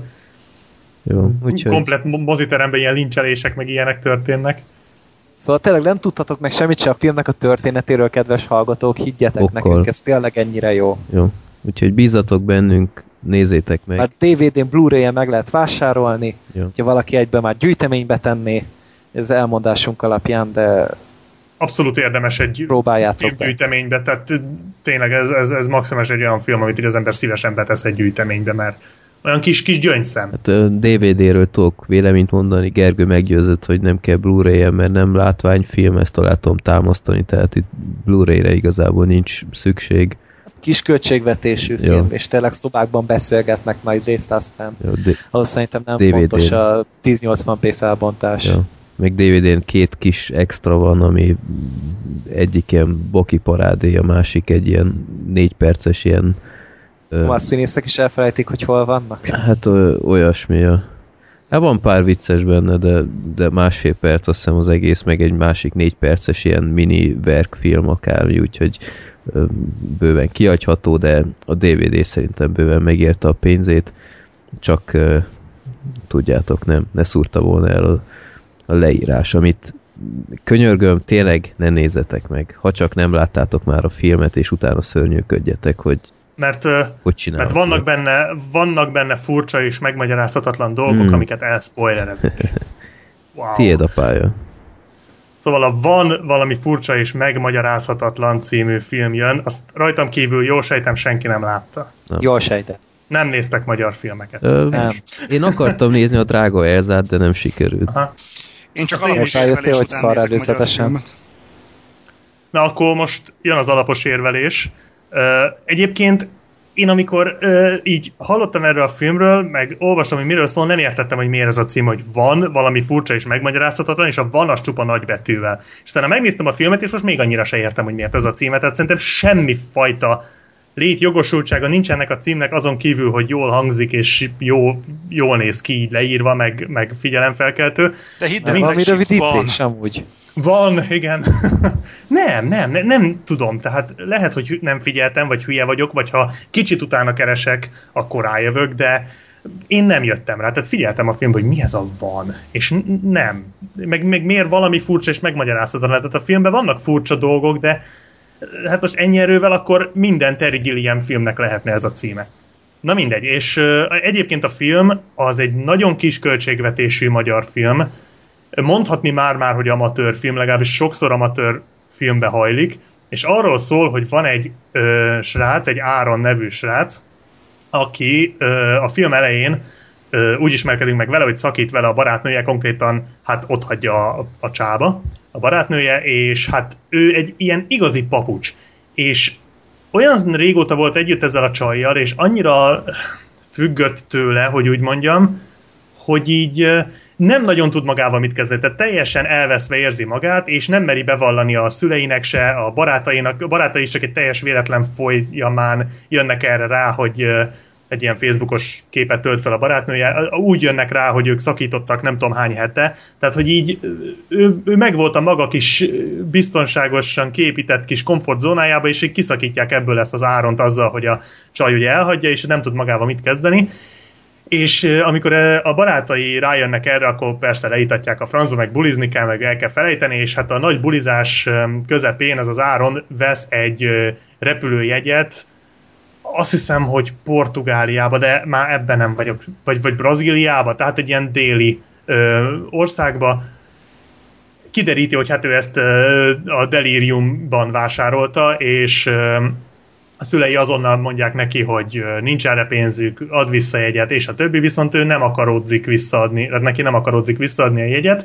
Jó, úgyhogy... Komplet mo- moziteremben ilyen lincselések, meg ilyenek történnek. Szóval tényleg nem tudtatok meg semmit se a filmnek a történetéről, kedves hallgatók, higgyetek Okkal. nekünk, ez tényleg ennyire jó. Jó. Úgyhogy bízzatok bennünk, nézzétek meg. Már dé vé dén, Blu-ray-en meg lehet vásárolni, Jó. ha valaki egyben már gyűjteménybe tenné, ez elmondásunk alapján, de Abszolút érdemes egy próbáljátok be. filmgyűjteménybe, tehát tényleg ez, ez, ez maximális egy olyan film, amit így az ember szívesen betesz egy gyűjteménybe, mert olyan kis, kis gyöngyszem. Hát ö, dé vé dé-ről tudok véleményt mondani, Gergő meggyőzött, hogy nem kell Blu-ray-en, mert nem látványfilm, ezt alá tudom támasztani, tehát itt Blu-ray-re igazából nincs szükség. Kis költségvetésű Jó. film, és tényleg szobákban beszélgetnek majd részt aztán. Jó, de, Ahhoz szerintem nem dé vé dén. fontos a ezernyolcvan pé felbontás. ja. meg dé vé dén két kis extra van, ami egyik ilyen boki parádé, a másik egy ilyen négy perces ilyen... A színészek is elfelejtik, hogy hol vannak? Hát ö, olyasmi. A... Hát van pár vicces benne, de, de másfél perc azt hiszem az egész, meg egy másik négy perces ilyen mini verkfilm akármi, úgyhogy ö, bőven kihagyható, de a dé vé dé szerintem bőven megérte a pénzét, csak ö, tudjátok, nem, ne szúrta volna el a, a leírás, amit könyörgöm, tényleg ne nézzetek meg, ha csak nem láttátok már a filmet, és utána szörnyűködjetek, hogy Mert, hogy mert vannak, benne, vannak benne furcsa és megmagyarázhatatlan dolgok, mm. amiket elspoilerezek. Wow. Tiéd a pálya. Szóval a Van valami furcsa és megmagyarázhatatlan című film jön, azt rajtam kívül jól sejtem senki nem látta. Na. Jól sejtett. Nem néztek magyar filmeket. Ö, nem. Én akartam nézni a Drága Elzát, de nem sikerült. Aha. Én csak alapos érvelés után nézek magyar filmet. Na akkor most jön az alapos érvelés. Uh, egyébként én amikor uh, így hallottam erről a filmről, meg olvastam, hogy miről szól, nem értettem, hogy miért ez a cím, hogy van, valami furcsa és megmagyarázhatatlan, és a van az csupa nagybetűvel. És utána megnéztem a filmet, és most még annyira se értem, hogy miért ez a címe. Tehát szerintem semmi fajta létjogosultsága nincs ennek a címnek, azon kívül, hogy jól hangzik, és jó, jól néz ki így leírva, meg, meg figyelemfelkeltő. De hidd el, valami rövidítés amúgy. Van, igen. nem, nem, nem, nem tudom. Tehát lehet, hogy nem figyeltem, vagy hülye vagyok, vagy ha kicsit utána keresek, akkor rájövök, de én nem jöttem rá. Tehát figyeltem a filmben, hogy mi ez a van. És nem. Meg, meg miért valami furcsa és megmagyarázhatatlan. Tehát a filmben vannak furcsa dolgok, de hát most ennyi erővel akkor minden Terry Gilliam filmnek lehetne ez a címe. Na mindegy. És uh, egyébként a film az egy nagyon kis költségvetésű magyar film. Mondhatni már-már, hogy amatőr film, legalábbis sokszor amatőr filmbe hajlik, és arról szól, hogy van egy ö, srác, egy Áron nevű srác, aki ö, a film elején ö, úgy ismerkedünk meg vele, hogy szakít vele a barátnője, konkrétan hát ott hagyja a, a csába, a barátnője, és hát ő egy ilyen igazi papucs. És olyan régóta volt együtt ezzel a csajjal, és annyira függött tőle, hogy úgy mondjam, hogy így nem nagyon tud magával mit kezdeni, tehát teljesen elveszve érzi magát, és nem meri bevallani a szüleinek se, a barátainak, a barátai is csak egy teljes véletlen folyamán jönnek erre rá, hogy egy ilyen Facebookos képet tölt fel a barátnője, úgy jönnek rá, hogy ők szakítottak nem tudom hány hete, tehát hogy így ő, ő megvolt a maga kis biztonságosan kiépített kis komfortzónájába, és így kiszakítják ebből ezt az Áront azzal, hogy a csaj ugye elhagyja, és nem tud magával mit kezdeni. És amikor a barátai rájönnek erre, akkor persze leítatják a francba, meg bulizni kell, meg el kell felejteni, és hát a nagy bulizás közepén az az Áron vesz egy repülőjegyet, azt hiszem, hogy Portugáliába, de már ebben nem vagyok, vagy, vagy Brazíliába, tehát egy ilyen déli ö, országba. Kideríti, hogy hát ő ezt ö, a delíriumban vásárolta, és ö, a szülei azonnal mondják neki, hogy nincs erre pénzük, ad vissza jegyet, és a többi, viszont ő nem akarodzik visszaadni, tehát neki nem akarodzik visszaadni a jegyet,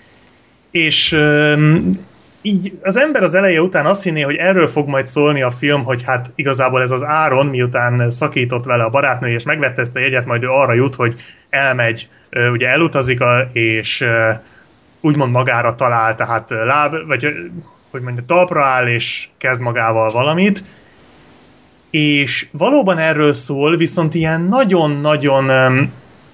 és um, így az ember az eleje után azt hinné, hogy erről fog majd szólni a film, hogy hát igazából ez az Áron, miután szakított vele a barátnő, és megvette ezt a jegyet, majd ő arra jut, hogy elmegy, ugye elutazik, a, és úgymond magára talál, tehát láb, vagy hogy mondja, talpra áll, és kezd magával valamit, és valóban erről szól, viszont ilyen nagyon-nagyon um,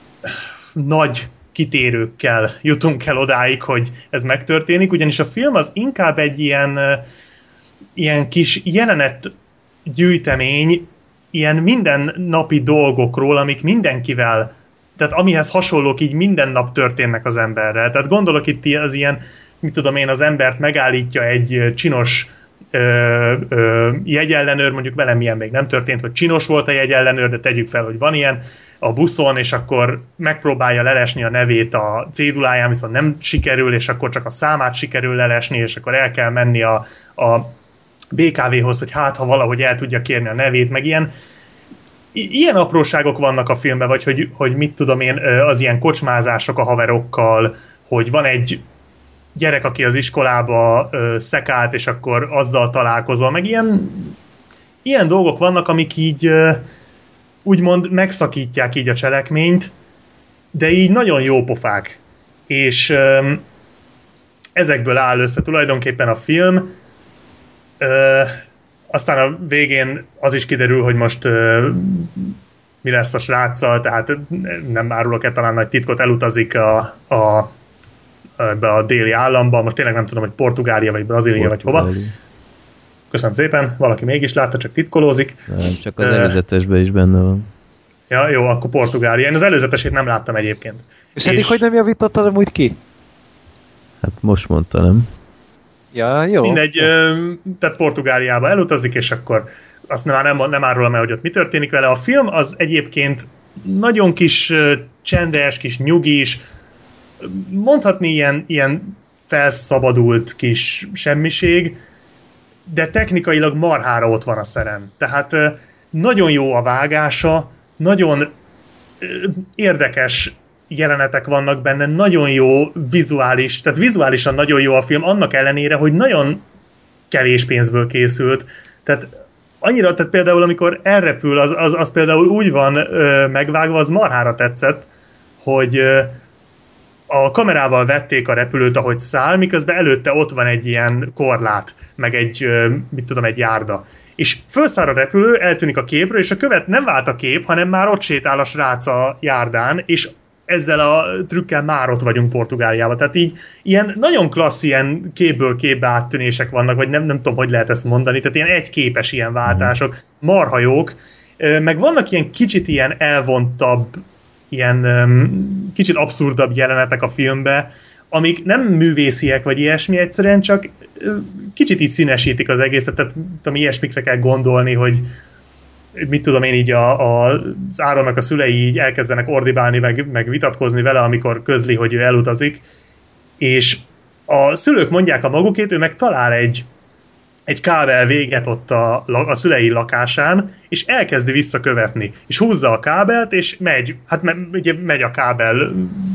nagy kitérőkkel jutunk el odáig, hogy ez megtörténik, ugyanis a film az inkább egy ilyen, uh, ilyen kis jelenet gyűjtemény, ilyen mindennapi dolgokról, amik mindenkivel, tehát amihez hasonlók így minden nap történnek az emberrel. Tehát gondolok itt az ilyen, mit tudom én, az embert megállítja egy csinos Ö, ö, jegyellenőr, mondjuk velem ilyen még nem történt, hogy csinos volt a jegyellenőr, de tegyük fel, hogy van ilyen a buszon, és akkor megpróbálja lelesni a nevét a céduláján, viszont nem sikerül, és akkor csak a számát sikerül lelesni, és akkor el kell menni a, a bé ká véhoz, hogy hát, ha valahogy el tudja kérni a nevét, meg ilyen ilyen apróságok vannak a filmben, vagy hogy, hogy mit tudom én, az ilyen kocsmázások a haverokkal, hogy van egy gyerek, aki az iskolába ö, szekált, és akkor azzal találkozol, meg ilyen, ilyen dolgok vannak, amik így ö, úgymond megszakítják így a cselekményt, de így nagyon jó pofák. És ö, ezekből áll össze tulajdonképpen a film. Ö, aztán a végén az is kiderül, hogy most ö, mi lesz a sráccal, tehát nem árulok-e talán nagy titkot, elutazik a, a, be a déli államba, most tényleg nem tudom, hogy Portugália, vagy Brazília, vagy hova. Köszönöm szépen, valaki mégis látta, csak titkolózik. Nem, csak az előzetesben is benne van. Ja, jó, akkor Portugália. Én az előzetesét nem láttam egyébként. És, és eddig hogy nem javítottad amúgy ki? Hát most mondta, nem? Ja, jó. Mindegy, ö, tehát Portugáliába elutazik, és akkor azt már nem, nem árulom el, hogy ott mi történik vele. A film az egyébként nagyon kis csendes, kis nyugis, mondhatni ilyen, ilyen felszabadult kis semmiség, de technikailag marhára ott van a szerem. Tehát nagyon jó a vágása, nagyon érdekes jelenetek vannak benne, nagyon jó vizuális, tehát vizuálisan nagyon jó a film, annak ellenére, hogy nagyon kevés pénzből készült. Tehát annyira, tehát például amikor elrepül, az, az, az például úgy van ö, megvágva, az marhára tetszett, hogy ö, a kamerával vették a repülőt, ahogy száll, miközben előtte ott van egy ilyen korlát, meg egy, ö, mit tudom, egy járda. És felszáll a repülő, eltűnik a képről, és a követ nem vált a kép, hanem már ott sétál a srác a járdán, és ezzel a trükkel már ott vagyunk Portugáliában. Tehát így ilyen nagyon klassz ilyen képből képbe áttűnések vannak, vagy nem, nem tudom, hogy lehet ezt mondani, tehát ilyen egyképes ilyen váltások, marha jók, meg vannak ilyen kicsit ilyen elvontabb, ilyen kicsit abszurdabb jelenetek a filmbe, amik nem művésziek, vagy ilyesmi, egyszerűen csak kicsit így színesítik az egészet, tehát tudom, ilyesmikre kell gondolni, hogy mit tudom én így a, a, az Áronnak a szülei így elkezdenek ordibálni, meg, meg vitatkozni vele, amikor közli, hogy ő elutazik, és a szülők mondják a magukét, ő meg talál egy, egy kábel véget ott a, a szülei lakásán, és elkezdi visszakövetni, és húzza a kábelt, és megy, hát me, ugye megy a kábel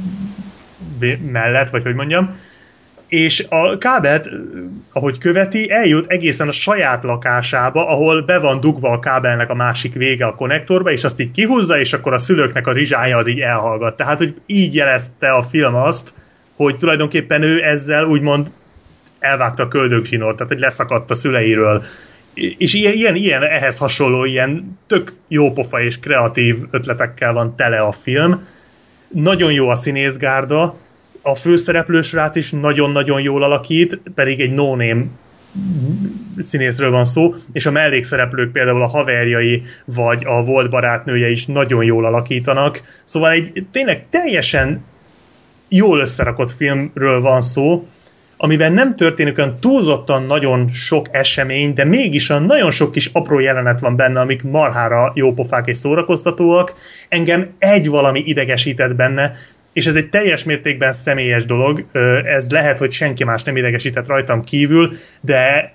mellett, vagy hogy mondjam, és a kábelt, ahogy követi, eljut egészen a saját lakásába, ahol be van dugva a kábelnek a másik vége a konnektorba, és azt így kihúzza, és akkor a szülőknek a rizsája az így elhallgat. Tehát, hogy így jelezte a film azt, hogy tulajdonképpen ő ezzel úgymond elvágta a köldögzsinort, tehát hogy leszakadt a szüleiről. És ilyen, ilyen, ilyen ehhez hasonló, ilyen tök jópofa és kreatív ötletekkel van tele a film. Nagyon jó a színészgárda, a főszereplő srác is nagyon-nagyon jól alakít, pedig egy no-name színészről van szó, és a mellékszereplők, például a haverjai, vagy a volt barátnője is nagyon jól alakítanak. Szóval egy tényleg teljesen jól összerakott filmről van szó, amiben nem történik olyan túlzottan nagyon sok esemény, de mégis olyan nagyon sok kis apró jelenet van benne, amik marhára jópofák és szórakoztatóak. Engem egy valami idegesített benne, és ez egy teljes mértékben személyes dolog, ez lehet, hogy senki más nem idegesített rajtam kívül, de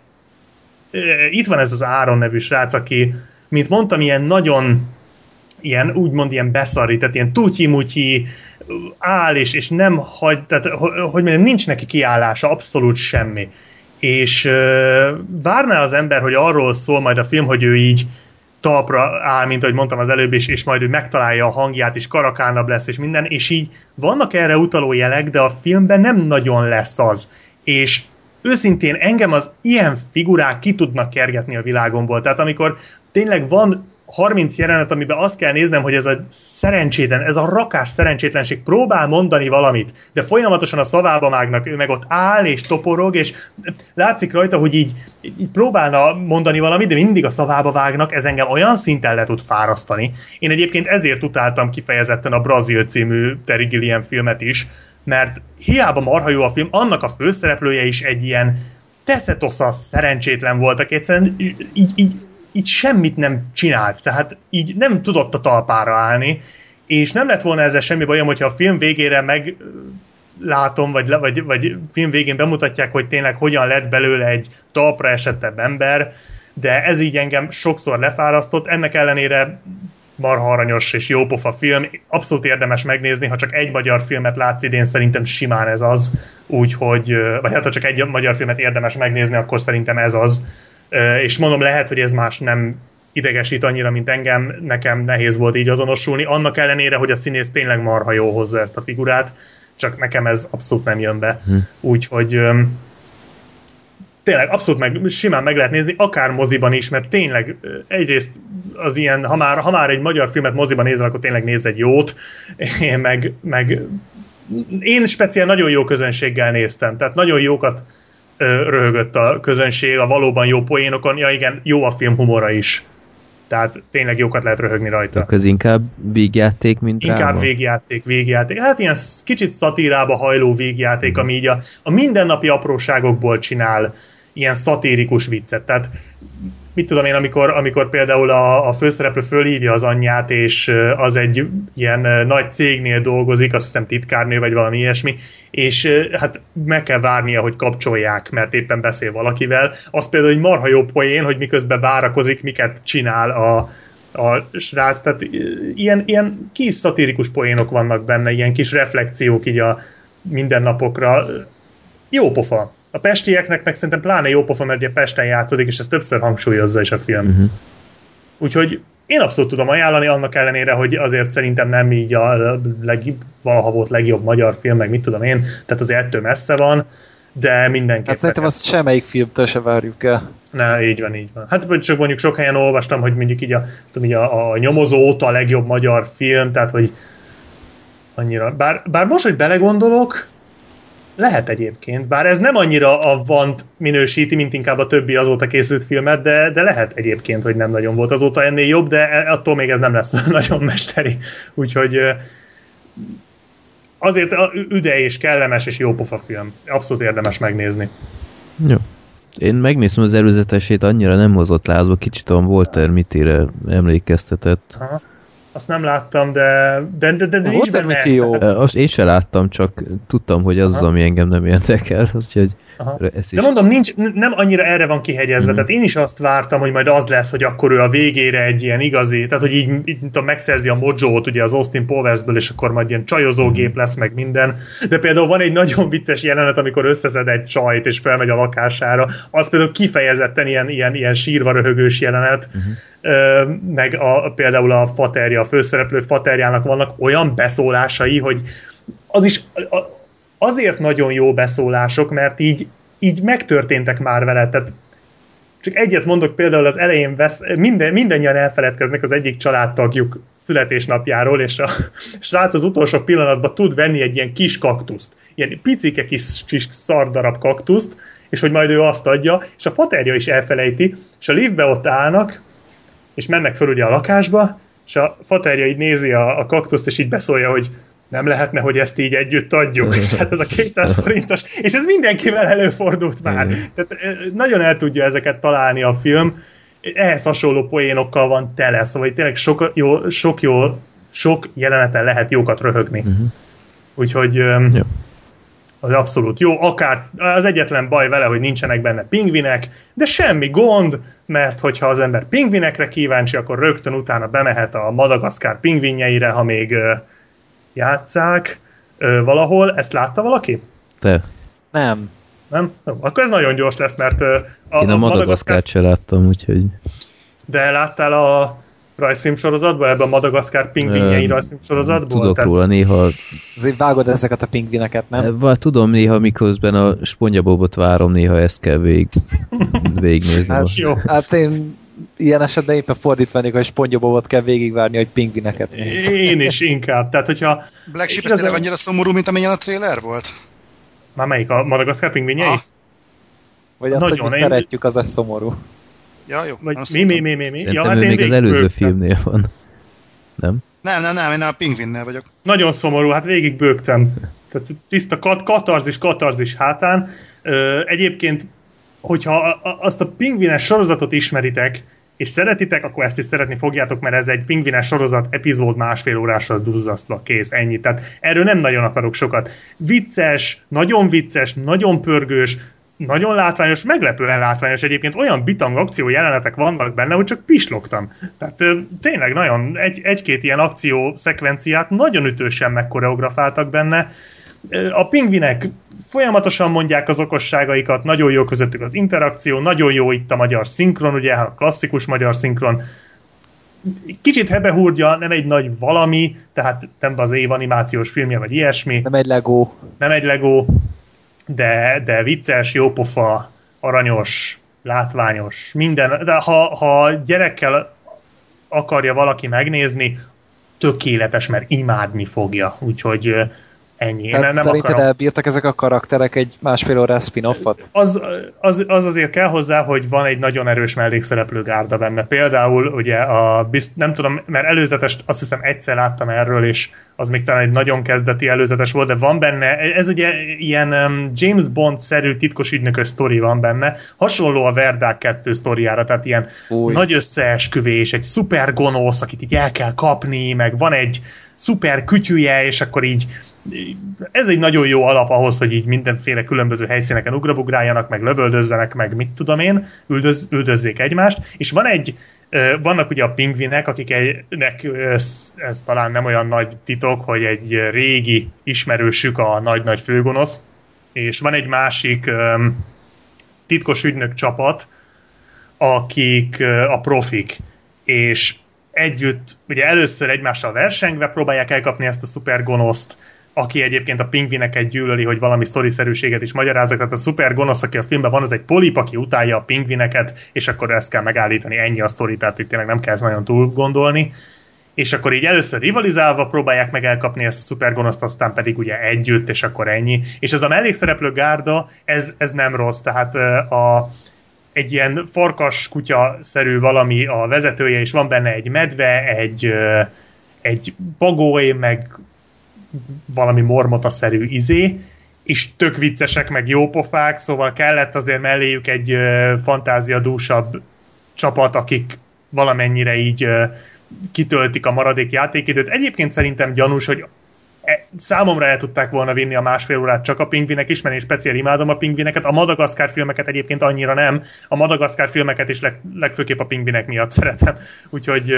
itt van ez az Áron nevű srác, aki, mint mondtam, ilyen nagyon, ilyen úgymond ilyen beszarri, tehát ilyen tutyi-mutyi, áll és, és nem hagy, tehát hogy mondjam, nincs neki kiállása, abszolút semmi. És várná az ember, hogy arról szól majd a film, hogy ő így talpra áll, mint ahogy mondtam az előbb, és, és majd ő megtalálja a hangját, és karakánabb lesz, és minden, és így vannak erre utaló jelek, de a filmben nem nagyon lesz az. És őszintén engem az ilyen figurák ki tudnak kergetni a világomból. Tehát amikor tényleg van harminc jelenet, amiben azt kell néznem, hogy ez a szerencsétlen, ez a rakás szerencsétlenség próbál mondani valamit, de folyamatosan a szavába mágnak, ő meg ott áll és toporog, és látszik rajta, hogy így, így próbálna mondani valamit, de mindig a szavába vágnak, ez engem olyan szinten le tud fárasztani. Én egyébként ezért utáltam kifejezetten a Brazil című Terry Gilliam filmet is, mert hiába marha jó a film, annak a főszereplője is egy ilyen teszetosza szerencsétlen volt, aki egyszerűen így, így így semmit nem csinált, tehát így nem tudott a talpára állni, és nem lett volna ezzel semmi bajom, hogyha a film végére meglátom, vagy, vagy, vagy film végén bemutatják, hogy tényleg hogyan lett belőle egy talpra esettebb ember, de ez így engem sokszor lefárasztott, ennek ellenére marha aranyos és jópofa film, abszolút érdemes megnézni, ha csak egy magyar filmet látsz idén, szerintem simán ez az, úgyhogy, vagy hát ha csak egy magyar filmet érdemes megnézni, akkor szerintem ez az. És mondom, lehet, hogy ez más nem idegesít annyira, mint engem, nekem nehéz volt így azonosulni, annak ellenére, hogy a színész tényleg marha jó hozza ezt a figurát, csak nekem ez abszolút nem jön be. Hm. Úgyhogy tényleg abszolút meg, simán meg lehet nézni, akár moziban is, mert tényleg egyrészt az ilyen, ha már, ha már egy magyar filmet moziban nézel, akkor tényleg nézz egy jót, én meg, meg én speciál nagyon jó közönséggel néztem, tehát nagyon jókat ö, röhögött a közönség a valóban jó poénokon, ja igen, jó a film humora is. Tehát tényleg jókat lehet röhögni rajta. Akkor ez inkább vígjáték, mint Inkább dráma? végjáték, végjáték. Hát ilyen kicsit szatírába hajló végjáték, ami így a, a mindennapi apróságokból csinál ilyen szatirikus viccet. Tehát mit tudom én, amikor, amikor például a, a főszereplő fölhívja az anyját, és az egy ilyen nagy cégnél dolgozik, azt hiszem titkárnő, vagy valami ilyesmi, és hát meg kell várnia, hogy kapcsolják, mert éppen beszél valakivel. Az például egy marha jó poén, hogy miközben várakozik, miket csinál a, a srác. Tehát ilyen, ilyen kis szatirikus poénok vannak benne, ilyen kis reflexiók így a mindennapokra. Jó pofa. A pestieknek meg szerintem pláne jó pofa, mert ugye Pesten játszódik, és ezt többször hangsúlyozza is a film. Uh-huh. Úgyhogy én abszolút tudom ajánlani, annak ellenére, hogy azért szerintem nem így a leg, valaha volt legjobb magyar film, meg mit tudom én, tehát azért ettől messze van, de mindenképpen. Hát szerintem azt semmelyik filmtől se várjuk el. Ne, így van, így van. Hát csak mondjuk sok helyen olvastam, hogy mondjuk így a, tudom, így a, a Nyomozó óta a legjobb magyar film, tehát hogy annyira. Bár, bár most, hogy belegondolok, lehet egyébként, bár ez nem annyira a Vant minősíti, mint inkább a többi azóta készült filmet, de, de lehet egyébként, hogy nem nagyon volt azóta ennél jobb, de attól még ez nem lesz nagyon mesteri. Úgyhogy azért üde és kellemes és jópofa film. Abszolút érdemes megnézni. Jó. Én megnéztem az előzetesét, annyira nem hozott lázba, kicsit a Walter Mittyre emlékeztetett. Aha. Azt nem láttam, de, de, de, de nincs benne ezt. Jó. Azt én sem láttam, csak tudtam, hogy az az, ami engem nem érdekel. Úgyhogy ezt is... De mondom, nincs, nem annyira erre van kihegyezve, mm-hmm. tehát én is azt vártam, hogy majd az lesz, hogy akkor ő a végére egy ilyen igazi, tehát hogy így, így tudom, megszerzi a mojo-t ugye az Austin Powersből, és akkor majd ilyen csajozógép lesz, meg minden. De például van egy nagyon vicces jelenet, amikor összeszed egy csajt, és felmegy a lakására. Az például kifejezetten ilyen, ilyen, ilyen sírva röhögős jelenet. Mm-hmm. Meg a, például a faterja, a főszereplő faterjának vannak olyan beszólásai, hogy az is azért nagyon jó beszólások, mert így, így megtörténtek már vele. Tehát csak egyet mondok, például az elején vesz, minden, mindannyian elfeledkeznek az egyik családtagjuk születésnapjáról, és a srác az utolsó pillanatban tud venni egy ilyen kis kaktuszt, ilyen picike kis, kis szardarab kaktuszt, és hogy majd ő azt adja, és a faterja is elfelejti, és a liftbe ott állnak, és mennek fel ugye a lakásba, és a faterja így nézi a, a kaktuszt, és így beszólja, hogy nem lehetne, hogy ezt így együtt adjuk. Tehát ez a kétszáz forintos, és ez mindenkivel előfordult már. Tehát nagyon el tudja ezeket találni a film. Ehhez hasonló poénokkal van tele, szóval tényleg sok jó, sok, jó, sok jeleneten lehet jókat röhögni. Uh-huh. Úgyhogy ja. Az abszolút jó. Akár az egyetlen baj vele, hogy nincsenek benne pingvinek, de semmi gond, mert hogyha az ember pingvinekre kíváncsi, akkor rögtön utána bemehet a Madagaszkár pingvinjeire, ha még játsszák ö, valahol. Ezt látta valaki? Te. Nem. Nem? Akkor ez nagyon gyors lesz, mert ö, a, Én a, a Madagaszkárt se láttam, úgyhogy... Tudok Tehát... róla néha... Azért vágod ezeket a pingvineket, nem? Val, tudom néha, miközben a SpongeBobot várom, néha ezt kell végig, végignézni. Hát, jó. Hát én ilyen esetben éppen fordítva vennék, hogy SpongeBobot kell végigvárni, hogy pingvineket nézd. Én is inkább. Tehát, hogyha... Black Sheep ez tényleg annyira szomorú, mint amilyen a trailer volt? Már melyik? A Madagaszkár pingvinjei? Ah. Vagy azt, nagyon, hogy mi én... szeretjük, az a szomorú. Ja, jó. Vagy mi, mi, mi, mi, mi? Szerintem ja, hát ő még az előző bőgtem. filmnél van. Nem? Nem, nem, nem, én a pingvinnel vagyok. Nagyon szomorú, hát végig bőgtem. Tehát tiszta kat, katarzis, katarzis hátán. Ö, egyébként, hogyha azt a pingvines sorozatot ismeritek, és szeretitek, akkor ezt is szeretni fogjátok, mert ez egy pingvines sorozat, epizód másfél órásra duzzasztva, kész, ennyi. Tehát erről nem nagyon akarok sokat. Vicces, nagyon vicces, nagyon pörgős, nagyon látványos, meglepően látványos egyébként, olyan bitang akció jelenetek vannak benne, hogy csak pislogtam. Tehát tényleg nagyon egy, egy-két ilyen akció szekvenciát nagyon ütősen megkoreografáltak benne. A pingvinek folyamatosan mondják az okosságaikat, nagyon jó közöttük az interakció, nagyon jó itt a magyar szinkron, ugye a klasszikus magyar szinkron. kicsit hebehúrja, nem egy nagy valami, tehát nem az év animációs filmje, vagy ilyesmi. Nem egy Lego. Nem egy Lego, de, de vicces, jópofa, aranyos, látványos, minden. De ha, ha gyerekkel akarja valaki megnézni, tökéletes, mert imádni fogja. Úgyhogy ennyi. Tehát nem szerinted akarom. elbírtak ezek a karakterek egy másfél órás spin-offot? Az, az, az azért kell hozzá, hogy van egy nagyon erős mellékszereplő gárda benne. Például ugye a, bizt, nem tudom, mert előzetes azt hiszem egyszer láttam erről, és az még talán egy nagyon kezdeti előzetes volt, de van benne, ez ugye ilyen um, James Bond-szerű titkos ügynökös sztori van benne, hasonló a Verdák kettő sztoriára, tehát ilyen Új. nagy összeesküvés, egy szuper gonosz, akit így el kell kapni, meg van egy szuper kütyüje, és akkor így ez egy nagyon jó alap ahhoz, hogy így mindenféle különböző helyszíneken ugrabugráljanak, meg lövöldözzenek, meg mit tudom én, üldöz, üldözzék egymást, és van egy, vannak ugye a pingvinek, akiknek ez, ez talán nem olyan nagy titok, hogy egy régi ismerősük a nagy-nagy főgonosz, és van egy másik um, titkos ügynök csapat, akik uh, a profik, és együtt, ugye először egymással versengve próbálják elkapni ezt a szuper gonoszt, aki egyébként a pingvineket gyűlöli, hogy valami sztoriszerűséget is magyarázzak. Tehát a szuper gonosz, aki a filmben van, az egy polip, aki utálja a pingvineket, és akkor ezt kell megállítani, ennyi a sztori, tehát itt tényleg nem kell nagyon túl gondolni. És akkor így először rivalizálva próbálják meg elkapni ezt a szuper gonoszt, aztán pedig ugye együtt, és akkor ennyi. És ez a mellékszereplő gárda, ez, ez nem rossz, tehát a egy ilyen farkas-kutya-szerű valami a vezetője, és van benne egy medve, egy, egy bagoly, meg valami mormota-szerű izé, és tök viccesek, meg jópofák, szóval kellett azért melléjük egy fantáziadúsabb csapat, akik valamennyire így kitöltik a maradék játékidőt. Egyébként szerintem gyanús, hogy számomra el tudták volna vinni a másfél órát csak a pingvinek is, mert én speciál imádom a pingvineket. A Madagaszkár filmeket egyébként annyira nem. A Madagaszkár filmeket is leg, legfőképp a pingvinek miatt szeretem. Úgyhogy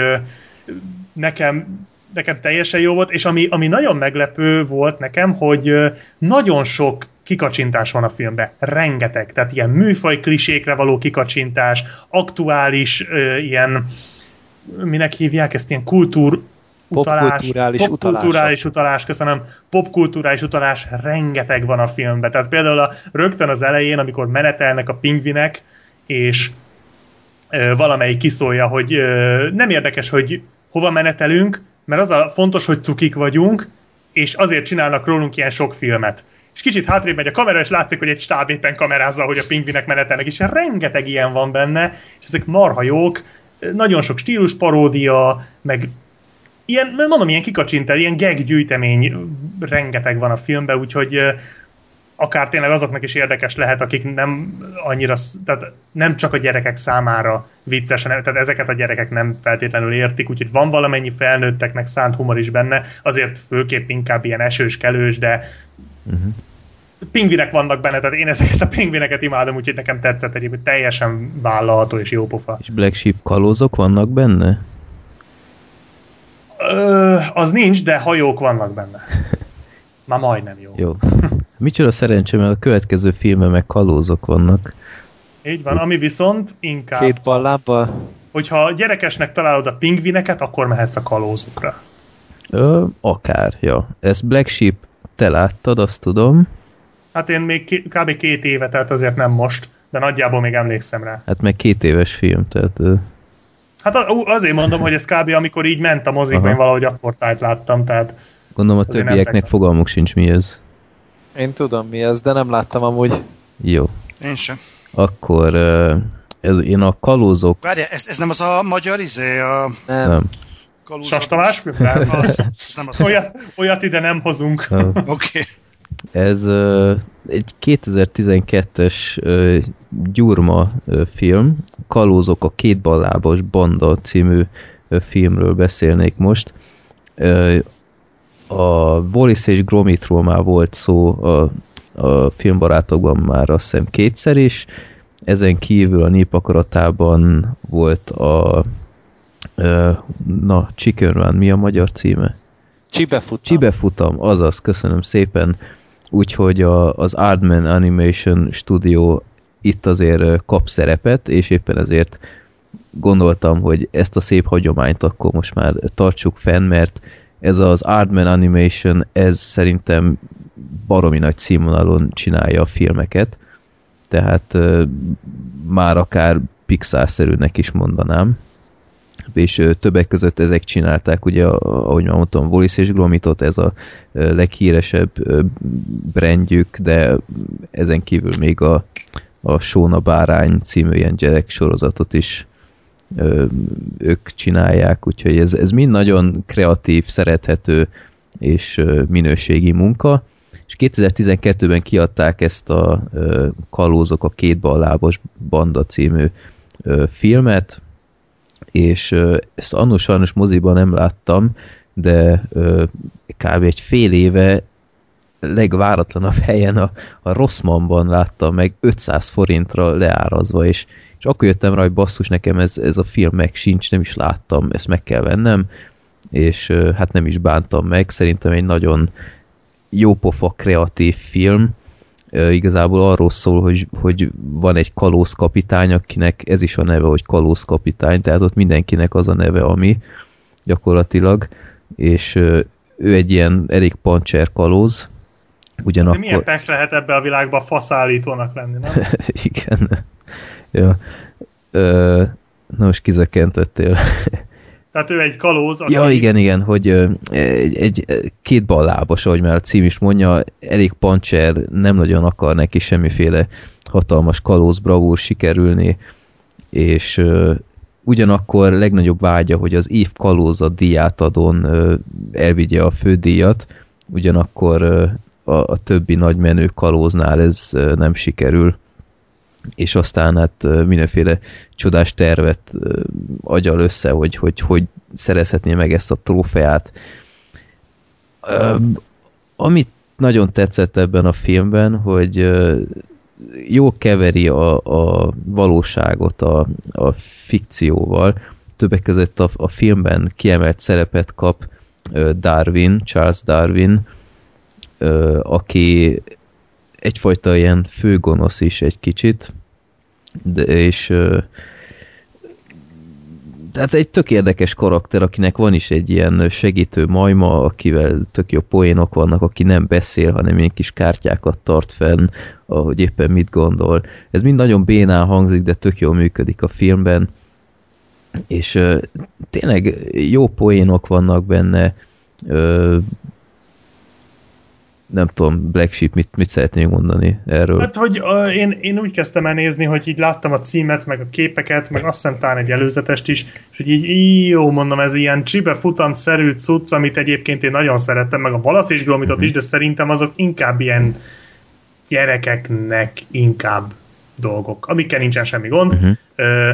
nekem, nekem teljesen jó volt, és ami, ami nagyon meglepő volt nekem, hogy nagyon sok kikacsintás van a filmben. Rengeteg. Tehát ilyen műfaj klisékre való kikacsintás, aktuális ilyen, minek hívják ezt, ilyen kultúr utalás, popkulturális popkulturális utalás, köszönöm, popkulturális utalás rengeteg van a filmben. Tehát például a, rögtön az elején, amikor menetelnek a pingvinek, és ö, valamelyik kiszólja, hogy ö, nem érdekes, hogy hova menetelünk, mert az a fontos, hogy cukik vagyunk, és azért csinálnak rólunk ilyen sok filmet. És kicsit hátrébb megy a kamera, és látszik, hogy egy stáb éppen kamerázza, hogy a pingvinek menetelnek, és rengeteg ilyen van benne, és ezek marha jók, nagyon sok stílus paródia, meg ilyen, mondom, ilyen kikacsintel, ilyen gag gyűjtemény rengeteg van a filmben, úgyhogy akár tényleg azoknak is érdekes lehet, akik nem annyira, tehát nem csak a gyerekek számára vicces, tehát ezeket a gyerekek nem feltétlenül értik, úgyhogy van valamennyi felnőtteknek szánt humor is benne, azért főképp inkább ilyen esős, kelős, de uh-huh. pingvinek vannak benne, tehát én ezeket a pingvineket imádom, úgyhogy nekem tetszett egyébként, teljesen vállalható és jópofa. És Black Sheep kalózok vannak benne? Ö, az nincs, de hajók vannak benne. Már majdnem jó. Jó. Micsoda szerencsé, mert a következő filmben meg kalózok vannak. Így van, ami viszont inkább... Két ballábbal? Hogyha gyerekesnek találod a pingvineket, akkor mehetsz a kalózokra. Ö, akár, ja. Ezt Black Sheep te láttad, azt tudom. Hát én még k- kb. két éve, tehát azért nem most, de nagyjából még emlékszem rá. Hát meg két éves film, tehát... Ö... Hát azért mondom, hogy ez kb. Amikor így ment a mozikban, én valahogy akkor tájt láttam, tehát... Gondolom a többieknek fogalmuk sincs mi ez. Én tudom mi ez, de nem láttam amúgy. Jó. Én sem. Akkor ez, én a kalózok... Várjál, ez, ez nem az a magyar izé, a... Nem. nem. Sastamás film? Nem, az, nem az olyat, olyat ide nem hozunk. Oké. Okay. Ez uh, egy kétezer-tizenkettes uh, Gyurma uh, film, Kalózok a kétballábos banda című uh, filmről beszélnék most. Uh, a Wallis és Gromitról már volt szó a, a filmbarátokban már azt hiszem kétszer is. Ezen kívül a Népakaratában volt a uh, na, Chicken Run, mi a magyar címe? Csibefutam. Csibefutam, azaz, köszönöm szépen. Úgyhogy a, az Aardman Animation Studio itt azért kap szerepet, és éppen ezért gondoltam, hogy ezt a szép hagyományt akkor most már tartsuk fenn, mert ez az Aardman Animation, ez szerintem baromi nagy színvonalon csinálja a filmeket, tehát uh, már akár Pixar-szerűnek is mondanám. És uh, többek között ezek csinálták, ugye, ahogy már mondtam, Wallace és Gromitot, ez a uh, leghíresebb uh, brandjük, de ezen kívül még a, a Sóna Bárány című ilyen gyerek sorozatot is uh, ők csinálják, úgyhogy ez, ez mind nagyon kreatív, szerethető és uh, minőségi munka. És kétezer-tizenkettőben kiadták ezt a uh, Kalózok a kétballábos banda című uh, filmet, és uh, ezt annól sajnos moziban nem láttam, de uh, kb. Egy fél éve legváratlanabb helyen a, a Rossmannban láttam meg ötszáz forintra leárazva, és, és akkor jöttem rá, hogy basszus, nekem ez, ez a film meg sincs, nem is láttam, ezt meg kell vennem, és uh, hát nem is bántam meg, szerintem egy nagyon jópofa kreatív film, e, igazából arról szól, hogy, hogy van egy kalózkapitány, akinek ez is a neve, hogy kalózkapitány, tehát ott mindenkinek az a neve, ami gyakorlatilag, és e, ő egy ilyen Erik Pancser kalóz. Ugyanakkor... Milyen pek lehet ebbe a világba faszállítónak lenni, nem? Igen. Ja. E, na most kizökkentettél. Tehát ő egy kalóz, aki... Ja, igen, igen, hogy egy, egy két ballábos, ahogy már a cím is mondja, Erik Pancser nem nagyon akar neki semmiféle hatalmas kalóz bravúr sikerülni, és uh, ugyanakkor legnagyobb vágya, hogy az év kalóza díjátadón uh, elvigye a fődíjat, ugyanakkor uh, a, a többi nagy menő kalóznál ez uh, nem sikerül, és aztán hát mindenféle csodás tervet agyal össze, hogy, hogy hogy szerezhetné meg ezt a trófeát. Amit nagyon tetszett ebben a filmben, hogy jól keveri a, a valóságot a, a fikcióval. Többek között a, a filmben kiemelt szerepet kap Darwin, Charles Darwin, aki egyfajta ilyen főgonosz is egy kicsit, de, és tehát egy tök érdekes karakter, akinek van is egy ilyen segítő majma, akivel tök jó poénok vannak, aki nem beszél, hanem ilyen kis kártyákat tart fenn, ahogy éppen mit gondol. Ez mind nagyon bénán hangzik, de tök jól működik a filmben, és uh, tényleg jó poénok vannak benne. Uh, nem tudom, Black Sheep, mit, mit szeretnék mondani erről? Hát, hogy uh, én, én úgy kezdtem el nézni, hogy így láttam a címet, meg a képeket, meg azt hiszem talán egy előzetest is, és hogy így jó, mondom, ez ilyen csibe futamszerű cucc, amit egyébként én nagyon szerettem, meg a Wallace és Gromitot uh-huh. is, de szerintem azok inkább ilyen gyerekeknek inkább dolgok, amikkel nincsen semmi gond, uh-huh. uh,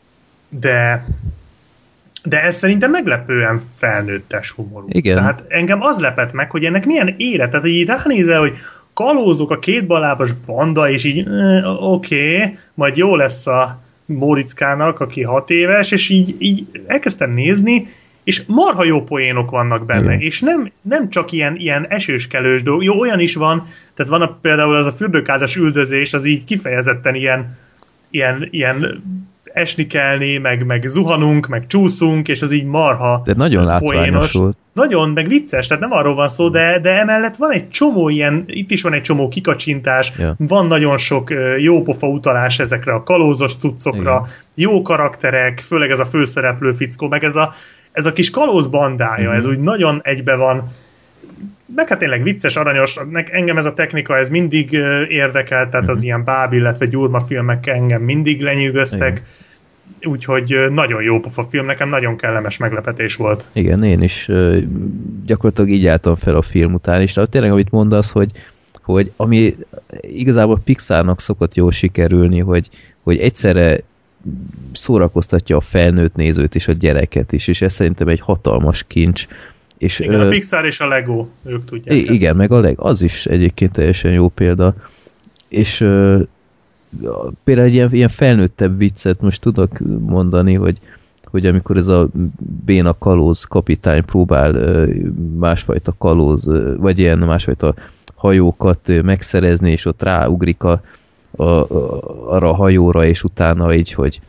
de de ez szerintem meglepően felnőttes humorú. Igen. Tehát engem az lepett meg, hogy ennek milyen élet, tehát így ránézel, hogy kalózok a kétballábos banda, és így eh, oké, okay, majd jó lesz a Móriczkának, aki hat éves, és így, így elkezdtem nézni, és marha jó poénok vannak benne, igen. És nem, nem csak ilyen, ilyen esőskelős dolog, jó, olyan is van, tehát van a, például az a fürdőkádas üldözés, az így kifejezetten ilyen, ilyen, ilyen esni kellni, meg, meg zuhanunk, meg csúszunk, és az így marha de nagyon látványos volt. Nagyon, meg vicces, tehát nem arról van szó, de, de emellett van egy csomó ilyen, itt is van egy csomó kikacsintás, ja. Van nagyon sok uh, jópofa utalás ezekre a kalózos cuccokra, igen. Jó karakterek, főleg ez a főszereplő fickó, meg ez a, ez a kis kalóz bandája, mm-hmm. Ez úgy nagyon egybe van, meg hát tényleg vicces, aranyos, engem ez a technika, ez mindig érdekel, tehát az ilyen Báb, illetve Gyurma filmek engem mindig lenyűgöztek, úgyhogy nagyon jó pofa film, nekem nagyon kellemes meglepetés volt. Igen, én is gyakorlatilag így álltam fel a film után, és tényleg amit mondasz, hogy, hogy ami igazából Pixarnak szokott jól sikerülni, hogy, hogy egyszerre szórakoztatja a felnőtt nézőt és a gyereket is, és ez szerintem egy hatalmas kincs. És, igen, a Pixar és a Lego, ők tudják I- igen, meg a Lego, az is egyébként teljesen jó példa. És uh, például egy ilyen, ilyen felnőttebb viccet most tudok mondani, hogy, hogy amikor ez a béna kalóz kapitány próbál uh, másfajta kalóz, uh, vagy ilyen másfajta hajókat uh, megszerezni, és ott ráugrik a, a, a, arra a hajóra, és utána így, hogy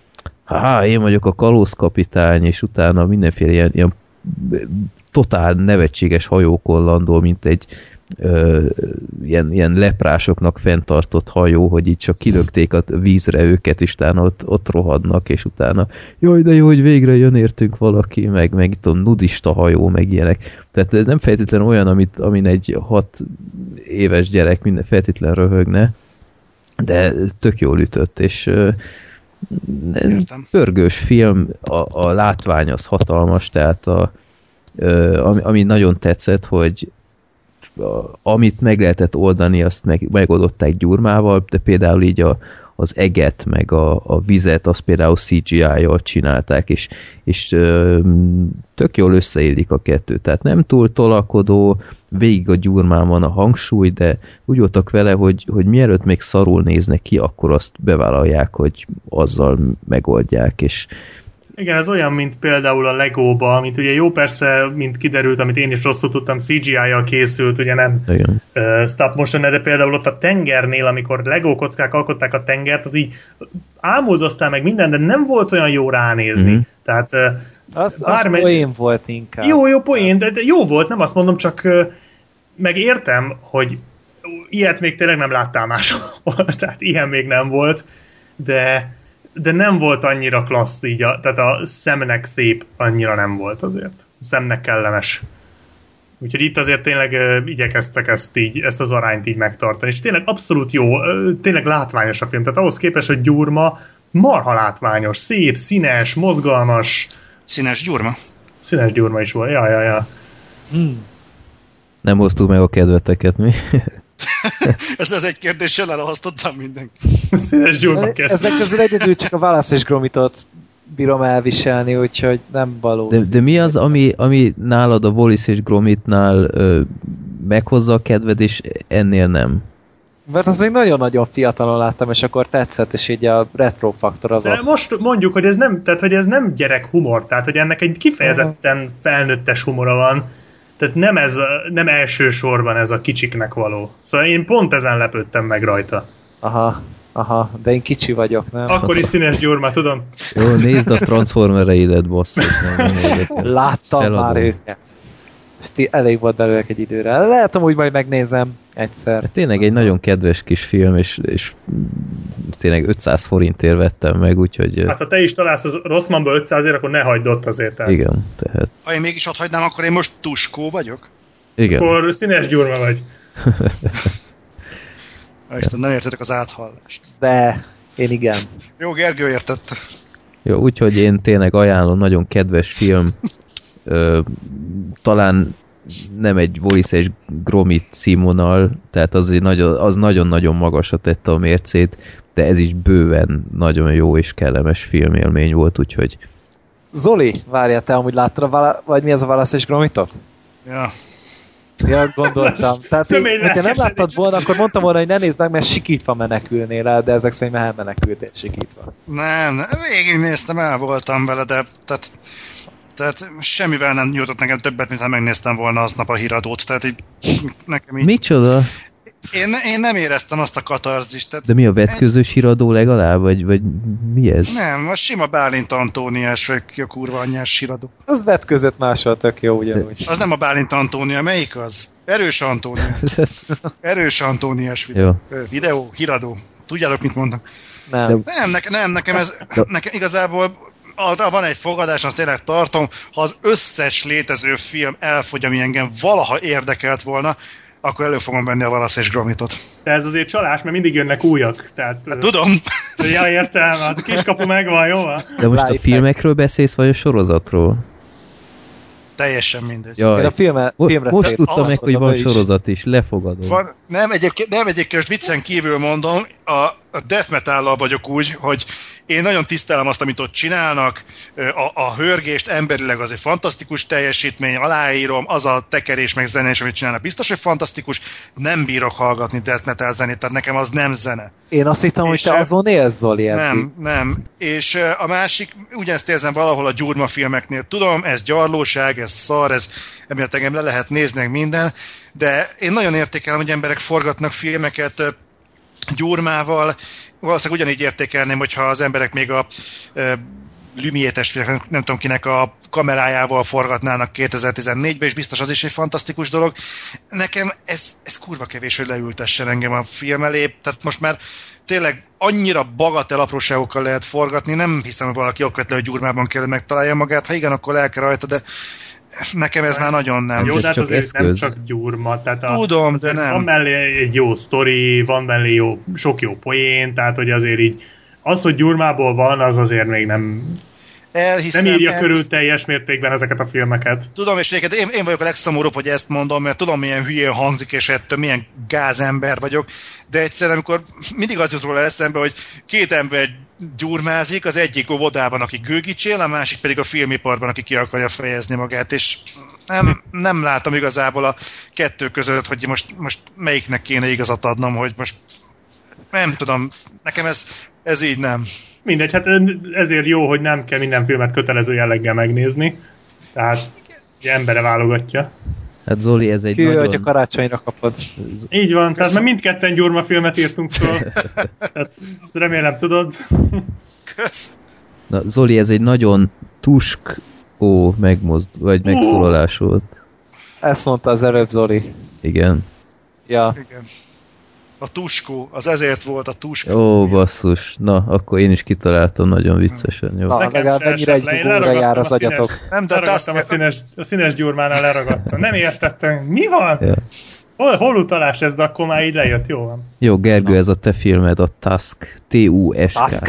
ha én vagyok a kalózkapitány, és utána mindenféle ilyen, ilyen totál nevetséges hajókon landol, mint egy ö, ilyen, ilyen leprásoknak fenntartott hajó, hogy így csak kilökték a vízre őket, és utána ott, ott rohadnak, és utána jaj, de jó, hogy végre jön értünk valaki, meg, meg itt a nudista hajó, meg ilyenek. Tehát nem feltétlenül olyan, amit, amin egy hat éves gyerek minden feltétlenül röhögne, de tök jól ütött, és ö, pörgős film, a, a látvány az hatalmas, tehát a, ö, ami, ami nagyon tetszett, hogy amit meg lehetett oldani, azt meg, megoldották gyurmával, de például így a, az eget, meg a, a vizet, azt például cé gé í-jal csinálták, és, és ö, tök jól összeillik a kettő. Tehát nem túl tolakodó, végig a gyurmán van a hangsúly, de úgy voltak vele, hogy, hogy mielőtt még szarul néznek ki, akkor azt bevállalják, hogy azzal megoldják, és igen, ez olyan, mint például a Legóba, mint ugye jó persze, mint kiderült, amit én is rosszul tudtam, cé gé í-jal készült, ugye nem uh, stop motion, de például ott a tengernél, amikor Legó kockák alkották a tengert, az így ámuldoztál meg minden, de nem volt olyan jó ránézni. Mm-hmm. Tehát uh, az, bármely... az poén volt inkább. Jó, jó poén, de, de jó volt, nem azt mondom, csak uh, megértem, hogy ilyet még tényleg nem láttál máshol, tehát ilyen még nem volt, de de nem volt annyira klassz így, a, tehát a szemnek szép annyira nem volt azért. A szemnek kellemes. Úgyhogy itt azért tényleg uh, igyekeztek ezt így, ezt az arányt így megtartani. És tényleg abszolút jó, uh, tényleg látványos a film. Tehát ahhoz képest, hogy Gyurma marha látványos, szép, színes, mozgalmas. Színes Gyurma? Színes Gyurma is volt, ja, ja, ja. Hmm. Nem hoztuk meg a kedveteket, mi? Ez az egy kérdéssel elhasztottam mindenki. Színes Gyurma kezd. Ezek közül egyedül csak a Wallace és Gromitot bírom elviselni, úgyhogy nem valószínű. De, de mi az, ami, ami nálad a Wallace és Gromitnál ö, meghozza a kedved, és ennél nem? Mert az még nagyon-nagyon fiatalon láttam, és akkor tetszett, és így a retro faktor az de ott. Most mondjuk, hogy ez nem, tehát, hogy ez nem gyerek humor, tehát hogy ennek egy kifejezetten felnőttes humora van. Tehát nem, ez, nem elsősorban ez a kicsiknek való. Szóval én pont ezen lepődtem meg rajta. Aha, aha, de én kicsi vagyok, nem? Akkor is Színes Gyurma, tudom. Jó, nézd a Transformer-eidet, basszus. Láttam Feladom. Már őket. Ezt elég volt belőlek egy időre. Lehet, hogy majd megnézem egyszer. Hát tényleg egy nagyon kedves kis film, és, és tényleg ötszáz forintért vettem meg, úgyhogy... Hát ha te is találsz az Rosszmanba ötszázért, akkor ne hagyd ott azért. Tehát. Igen, tehát... Ha én mégis ott hagynám, akkor én most Tuskó vagyok? Igen. Akkor Színes Gyurma vagy. Isten, nem értetek az áthallást. De, én igen. Jó, Gergő értette. Jó, úgyhogy én tényleg ajánlom, nagyon kedves film. Ö, talán nem egy Wallace és Gromit színvonal, tehát az, nagyon, az nagyon-nagyon magasra tette a mércét, de ez is bőven nagyon jó és kellemes filmélmény volt, úgyhogy... Zoli, várjál, te amúgy láttad a Vala, vagy mi az a Wallace és Gromitot? Ja. Ja, gondoltam. Tehát én, hogyha nem láttad volna, akkor mondtam volna, hogy ne nézd meg, mert sikítva menekülnél el, de ezek szerint már elmenekültél sikítva. Nem, nem, végignéztem, el voltam vele, de tehát, tehát semmivel nem nyújtott nekem többet, mint ha megnéztem volna aznap a híradót. Tehát így nekem így... Micsoda? Én, én nem éreztem azt a katarzist. Tehát de mi a vetközős híradó legalább? Vagy, vagy mi ez? Nem, a sima Bálint Antóniás, vagy ki a kurva anyás híradó. Az vetközött máshol tök jó ugyanúgy. Az nem a Bálint Antónia, melyik az? Erős Antónia. Erős Antóniás videó. videó, híradó. Tudjátok, mit mondnak? Nem. Nem, nekem, nem, nekem ez, nekem igazából arra van egy fogadás, azt tényleg tartom, ha az összes létező film elfogy, ami engem valaha érdekelt volna, akkor elő fogom venni a Wallace és Gromitot. De ez azért csalás, mert mindig jönnek újak. Tehát, hát, tudom. Ja, értem, a kiskapu megvan, jó? De most a filmekről beszélsz, vagy a sorozatról? Teljesen mindegy. Jaj. Én a filme, filmre most tudtam meg, hogy van sorozat is, lefogadom. Van, nem, egyébként, nem egyébként most viccen kívül mondom, a, a death metal-lal vagyok úgy, hogy én nagyon tisztelem azt, amit ott csinálnak, a, a hörgést emberileg az egy fantasztikus teljesítmény, aláírom, az a tekerés meg zenés, amit csinálnak, biztos, hogy fantasztikus, nem bírok hallgatni death metal zenét, tehát nekem az nem zene. Én azt hittem, hogy te azon élsz, Zoli. Nem, nem. És a másik, ugyanezt érzem valahol a Gyurma filmeknél. Tudom, ez gyarlóság, ez szar, ez emiatt engem le lehet nézni minden, de én nagyon értékelem, hogy emberek forgatnak filmeket Gyurmával valószínűleg ugyanígy értékelném, hogyha az emberek még a e, Lumière testvérek, nem tudom kinek a kamerájával forgatnának kétezer-tizennégyben, és biztos az is egy fantasztikus dolog. Nekem ez, ez kurva kevés, hogy leültessen engem a film elé, tehát most már tényleg annyira bagatel apróságokkal lehet forgatni, nem hiszem, hogy valaki okvetlen, hogy Gyurmában kell megtalálja magát, ha igen, akkor el kell rajta, de nekem ez már nagyon nem. Jó, de hát azért eszköz. nem csak Gyurma. Tehát a, Tudom, de nem. Van mellé egy jó sztori, van mellé jó, sok jó poén, tehát hogy azért így az, hogy Gyurmából van, az azért még nem... Elhiszem, nem írja elhiszem. körül teljes mértékben ezeket a filmeket. Tudom, és egyébként én, én vagyok a legszomorúbb, hogy ezt mondom, mert tudom, milyen hülyén hangzik, és ettől milyen gázember vagyok, de egyszerűen, amikor mindig az jut róla eszembe, hogy két ember gyurmázik, az egyik óvodában, aki gőgicsél, a másik pedig a filmiparban, aki ki akarja fejezni magát, és nem, nem látom igazából a kettő között, hogy most, most melyiknek kéne igazat adnom, hogy most nem tudom, nekem ez, ez így nem. Mindegy, hát ezért jó, hogy nem kell minden filmet kötelező jelleggel megnézni. Tehát egy embere válogatja. Hát Zoli, ez egy Hű, nagyon... hogy a karácsonyra kapod. Így van, tehát mert mindketten Gyurma filmet írtunk föl. Tehát remélem tudod. Kösz. Na, Zoli, ez egy nagyon tuskó megmozd, vagy megszólalás volt. Ezt mondta az előbb Zoli. Igen. Ja. Igen. A tuskó, az ezért volt a tuskó. Ó, basszus. Na, akkor én is kitaláltam nagyon viccesen. Jó. Na, Nekem legalább se ennyire egy esett le. Én dugóra jár az a színes- agyatok. Nem, de Leragadtam a azt- színes, a színes Gyurmánál leragadtam. Nem értettem. Mi van? Ja. Hol, hol utalás ez, de akkor már így lejött. Jó van. Jó, Gergő, ez a te filmed, a Tusk. T U S K. Tusk.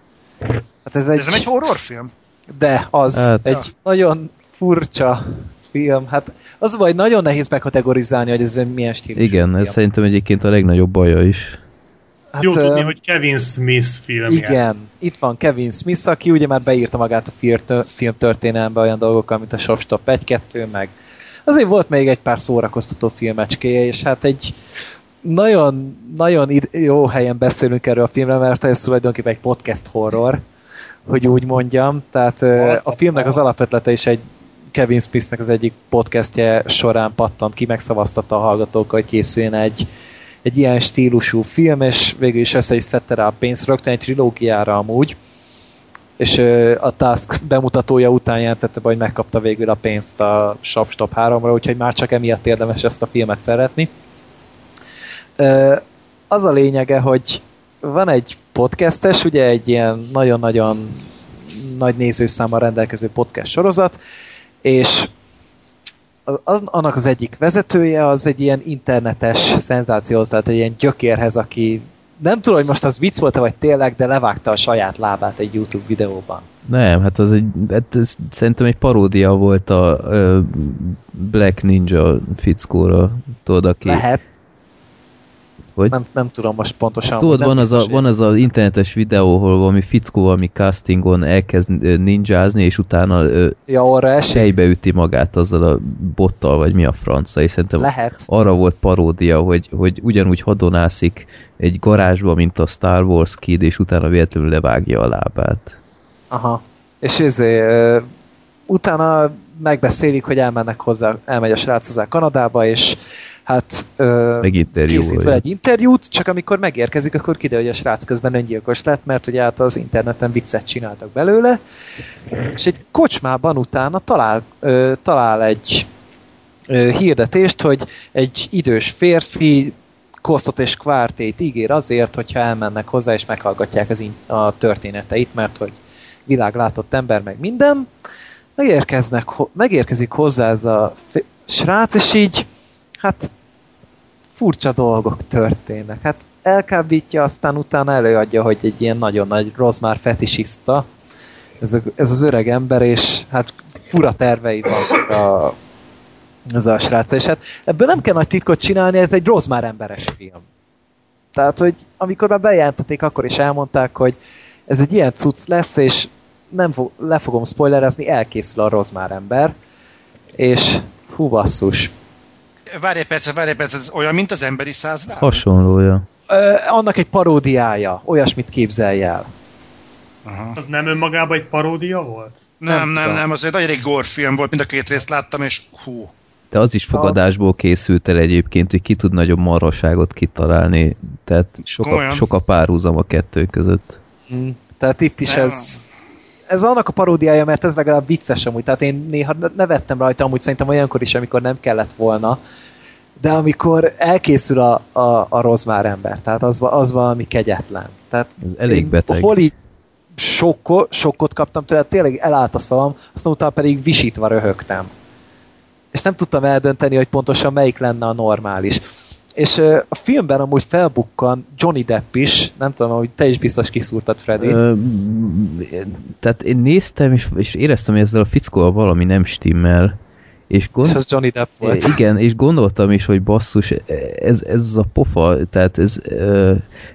Hát ez egy... Ez nem egy horrorfilm? De, az Hát- egy nagyon furcsa film. Hát az baj, nagyon nehéz bekategorizálni, hogy ez milyen stílusú Igen, ez film. szerintem egyébként a legnagyobb baja is. Hát, Jó tudni, ö, hogy Kevin Smith filmje. igen, itt van Kevin Smith, aki ugye már beírta magát a film- filmtörténelembe olyan dolgokkal, mint a Shopstop egy kettő, meg azért volt még egy pár szórakoztató filmecskéje, és hát egy nagyon, nagyon id- jó helyen beszélünk erről a filmről, mert ez tulajdonképpen egy podcast horror, hogy úgy mondjam. Tehát ö, a filmnek az alapötlete is egy Kevin Smithnek az egyik podcastje során pattant ki, megszavaztatta a hallgatókkal, hogy készüljön egy, egy ilyen stílusú film, és végül is össze is szedte rá a pénzt, rögtön egy trilógiára amúgy, és ö, a Tusk bemutatója után jelentette be, hogy megkapta végül a pénzt a Shopstop háromra, úgyhogy már csak emiatt érdemes ezt a filmet szeretni. Ö, az a lényege, hogy van egy podcastes, ugye egy ilyen nagyon-nagyon nagy nézőszámmal rendelkező podcast sorozat, és az, az, annak az egyik vezetője az egy ilyen internetes szenzációhoz, tehát egy ilyen gyökérhez, aki nem tudom, hogy most az vicc volt-e vagy tényleg, de levágta a saját lábát egy YouTube videóban. Nem, hát az egy, hát ez szerintem egy paródia volt a uh, Black Ninja fickóra, tudod, aki... Lehet. Hogy? Nem, nem tudom most pontosan. Tudod, nem van az, biztos, a, van az az internetes videó, ahol valami fickó valami castingon elkezd ö, ninjázni, és utána ö, ja, arra esik. sejbe üti magát azzal a bottal, vagy mi a franca, és szerintem Lehet. arra volt paródia, hogy, hogy ugyanúgy hadonászik egy garázsba, mint a Star Wars Kid, és utána véletlenül levágja a lábát. Aha. És ezért utána megbeszélik, hogy elmennek hozzá, elmegy a srác hozzá Kanadába, és hát ö, készít vele egy interjút, csak amikor megérkezik, akkor kiderül, hogy a srác közben öngyilkos lett, mert ugye hát az interneten viccet csináltak belőle, és egy kocsmában utána talál, ö, talál egy ö, hirdetést, hogy egy idős férfi kosztot és kvártét ígér azért, hogyha elmennek hozzá, és meghallgatják az in- a történeteit, mert hogy világlátott ember, meg minden, megérkeznek, megérkezik hozzá ez a f- srác, és így hát furcsa dolgok történnek. Hát elkábítja, aztán utána előadja, hogy egy ilyen nagyon nagy rozmár fetisista, ez, a, ez az öreg ember, és hát fura tervei van a, ez a srác, és hát ebből nem kell nagy titkot csinálni, ez egy rozmár emberes film. Tehát, hogy amikor már bejelentették, akkor is elmondták, hogy ez egy ilyen cucc lesz, és nem fog, le fogom spoilerezni, elkészül a rozmár ember, és hú basszus. Várj egy percet, várj egy percet, ez olyan, mint az emberi százláb? Hasonlója. Ö, annak egy paródiája, olyasmit képzelj el. Aha. Az nem önmagában egy paródia volt? Nem, Nem nem, tudom. nem, az egy nagyon egy gore film volt, mind a két részt láttam, és hú. De az is fogadásból készült el egyébként, hogy ki tud nagyobb marhaságot kitalálni. Tehát sok a, sok a párhuzam a kettő között. Mm, tehát itt is ez... Ez annak a paródiája, mert ez legalább vicces amúgy. Tehát én néha nevettem rajta, amúgy szerintem olyankor is, amikor nem kellett volna. De amikor elkészül a, a, a rozmár ember, tehát az, az valami kegyetlen. Tehát ez elég beteg. Hol így sokko, sokkot kaptam tőle, tényleg elállt a szavam, aztán utána pedig visítva röhögtem. És nem tudtam eldönteni, hogy pontosan melyik lenne a normális. És uh, a filmben amúgy felbukkan Johnny Depp is, nem tudom, hogy te is biztos kiszúrtad, Freddy. Ö, tehát én néztem, és, és éreztem, hogy ezzel a fickóval valami nem stimmel. És, gond... és az Johnny Depp volt. Igen, és gondoltam is, hogy basszus, ez, ez a pofa, tehát ez ö,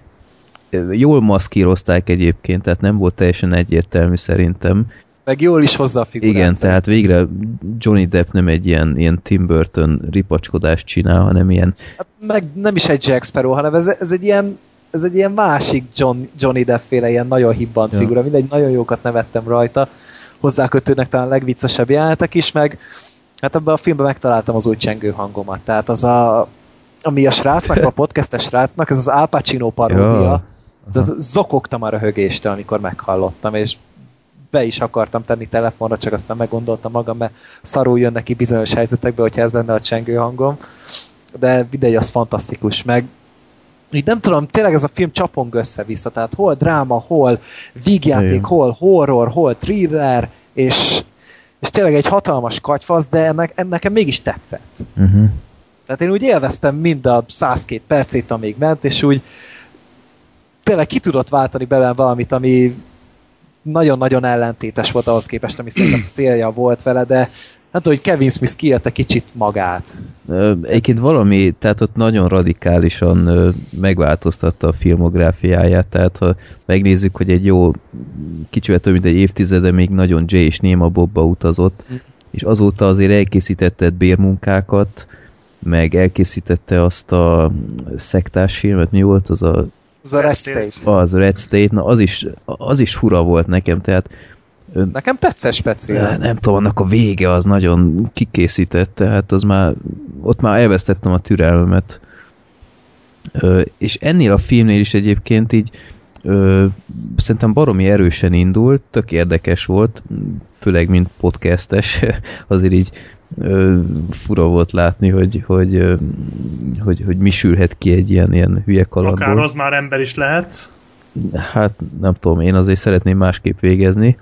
jól maszkírozták egyébként, tehát nem volt teljesen egyértelmű szerintem. Meg jól is hozzá a figurát. Igen, tehát végre Johnny Depp nem egy ilyen, ilyen Tim Burton ripacskodást csinál, hanem ilyen... Hát meg nem is egy Jack Sparrow, hanem ez, ez egy ilyen ez egy ilyen másik John, Johnny Depp-féle ilyen nagyon hibbant ja. figura, mindegy, nagyon jókat nevettem rajta, hozzákötődnek talán a legviccesebb jelenetek is, meg hát ebben a filmben megtaláltam az új csengő hangomat, tehát az a ami a srácnak, a podcastes srácnak, ez az Al Pacino paródia, ja. tehát zokogtam a röhögéstől, amikor meghallottam, és be is akartam tenni telefonra, csak aztán meggondoltam magam, mert szarul jön neki bizonyos helyzetekbe, hogyha ez lenne a csengő hangom. De mindegy, az fantasztikus. Meg így nem tudom, tényleg ez a film csapong össze-vissza, tehát hol dráma, hol vígjáték, hol horror, hol thriller, és, és tényleg egy hatalmas katyfasz, de ennek, ennek nekem mégis tetszett. Uh-huh. Tehát én úgy élveztem mind a százkét percét, amíg ment, és úgy tényleg ki tudott váltani belőlem valamit, ami nagyon-nagyon ellentétes volt ahhoz képest, ami szerintem célja volt vele, de nem tudom, hogy Kevin Smith kiélte kicsit magát. Egyébként valami, tehát ott nagyon radikálisan megváltoztatta a filmográfiáját, tehát ha megnézzük, hogy egy jó kicsivel több mint egy évtizede még nagyon Jay és Néma Bobba utazott, mm. és azóta azért elkészítette bérmunkákat, meg elkészítette azt a szektás filmet, mi volt az a Az a Red State. Az a Red State, na az is, az is fura volt nekem, tehát nekem tetszett speciál. Nem tudom, annak a vége az nagyon kikészített, tehát az már, ott már elvesztettem a türelmet. És ennél a filmnél is egyébként így szerintem baromi erősen indult, tök érdekes volt, főleg mint podcastes, azért így fura volt látni, hogy, hogy, hogy, hogy mi sülhet ki egy ilyen, ilyen hülye kalandból. Akár az már ember is lehet. Hát nem tudom, én azért szeretném másképp végezni.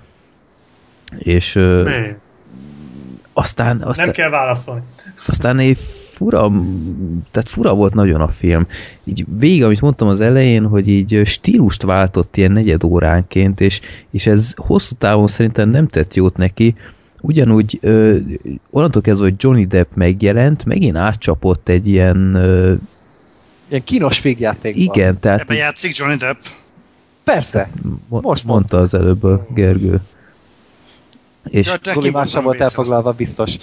És Mi? aztán, aztán... Nem kell válaszolni. Aztán egy fura, tehát fura volt nagyon a film. Így végig, amit mondtam az elején, hogy így stílust váltott ilyen negyed óránként, és, és ez hosszú távon szerintem nem tett jót neki. Ugyanúgy ö, onnantól kezdve, hogy Johnny Depp megjelent, megint átcsapott egy ilyen... Ö, ilyen kínos végjátékban. Igen, tehát... Ebben játszik Johnny Depp? Persze. Mo- most mondta az előbb a Gergő. És Zoli mással volt elfoglalva, biztos.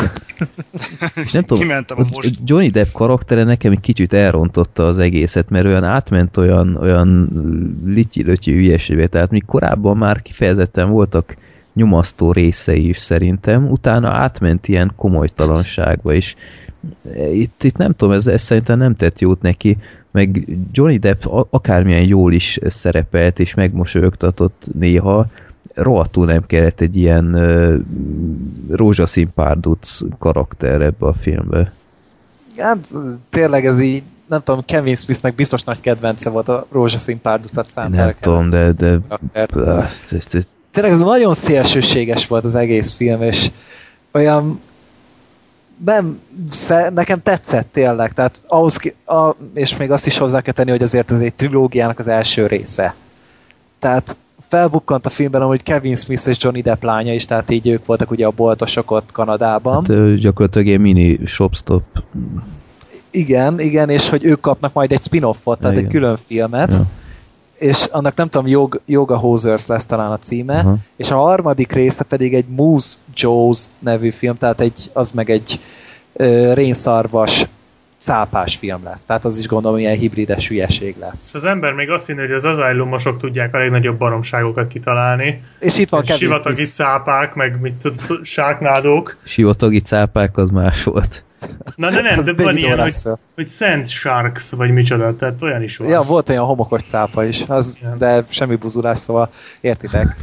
És nem tudom, most. Johnny Depp karaktere nekem egy kicsit elrontotta az egészet, mert olyan átment olyan, olyan lityi-lötyi hülyeségbe, tehát még korábban már kifejezetten voltak nyomasztó részei is szerintem, utána átment ilyen komolytalanságba, és itt, itt nem tudom, ez, ez szerintem nem tett jót neki, meg Johnny Depp akármilyen jól is szerepelt, és megmosolyogtatott néha, rohadtul nem kellett egy ilyen uh, rózsaszín párduc karakter ebbe a filmbe. Hát tényleg ez így, nem tudom, Kevin Smithnek biztos nagy kedvence volt a rózsaszín párducat számtára. Nem tudom, de... de tényleg ez nagyon szélsőséges volt az egész film, és olyan nem, nekem tetszett tényleg, tehát ahhoz ki, a, és még azt is hozzá kell tenni, hogy azért ez egy trilógiának az első része. Tehát felbukkant a filmben, hogy Kevin Smith és Johnny Depp lánya is, tehát így ők voltak ugye a boltosok ott Kanadában. Hát gyakorlatilag egy mini shopstop. Igen, igen, és hogy ők kapnak majd egy spin-offot, tehát igen. Egy külön filmet, ja. És annak nem tudom, Yoga, Yoga Hosers lesz talán a címe, uh-huh. És a harmadik része pedig egy Moose Jaws nevű film, tehát egy, az meg egy ö, rénszarvas cápás film lesz. Tehát az is gondolom, ilyen hibrides hülyeség lesz. Az ember még azt hinni, hogy az asylumosok tudják a legnagyobb baromságokat kitalálni. És itt van sivatagi cápák, meg mit, sárknádók. Sivatagi cápák az más volt. Na de nem, de van ilyen, hogy, hogy Sand Sharks, vagy micsoda, tehát olyan is van. Ja, volt olyan homokos cápa is, az, de semmi buzulás, szóval értitek.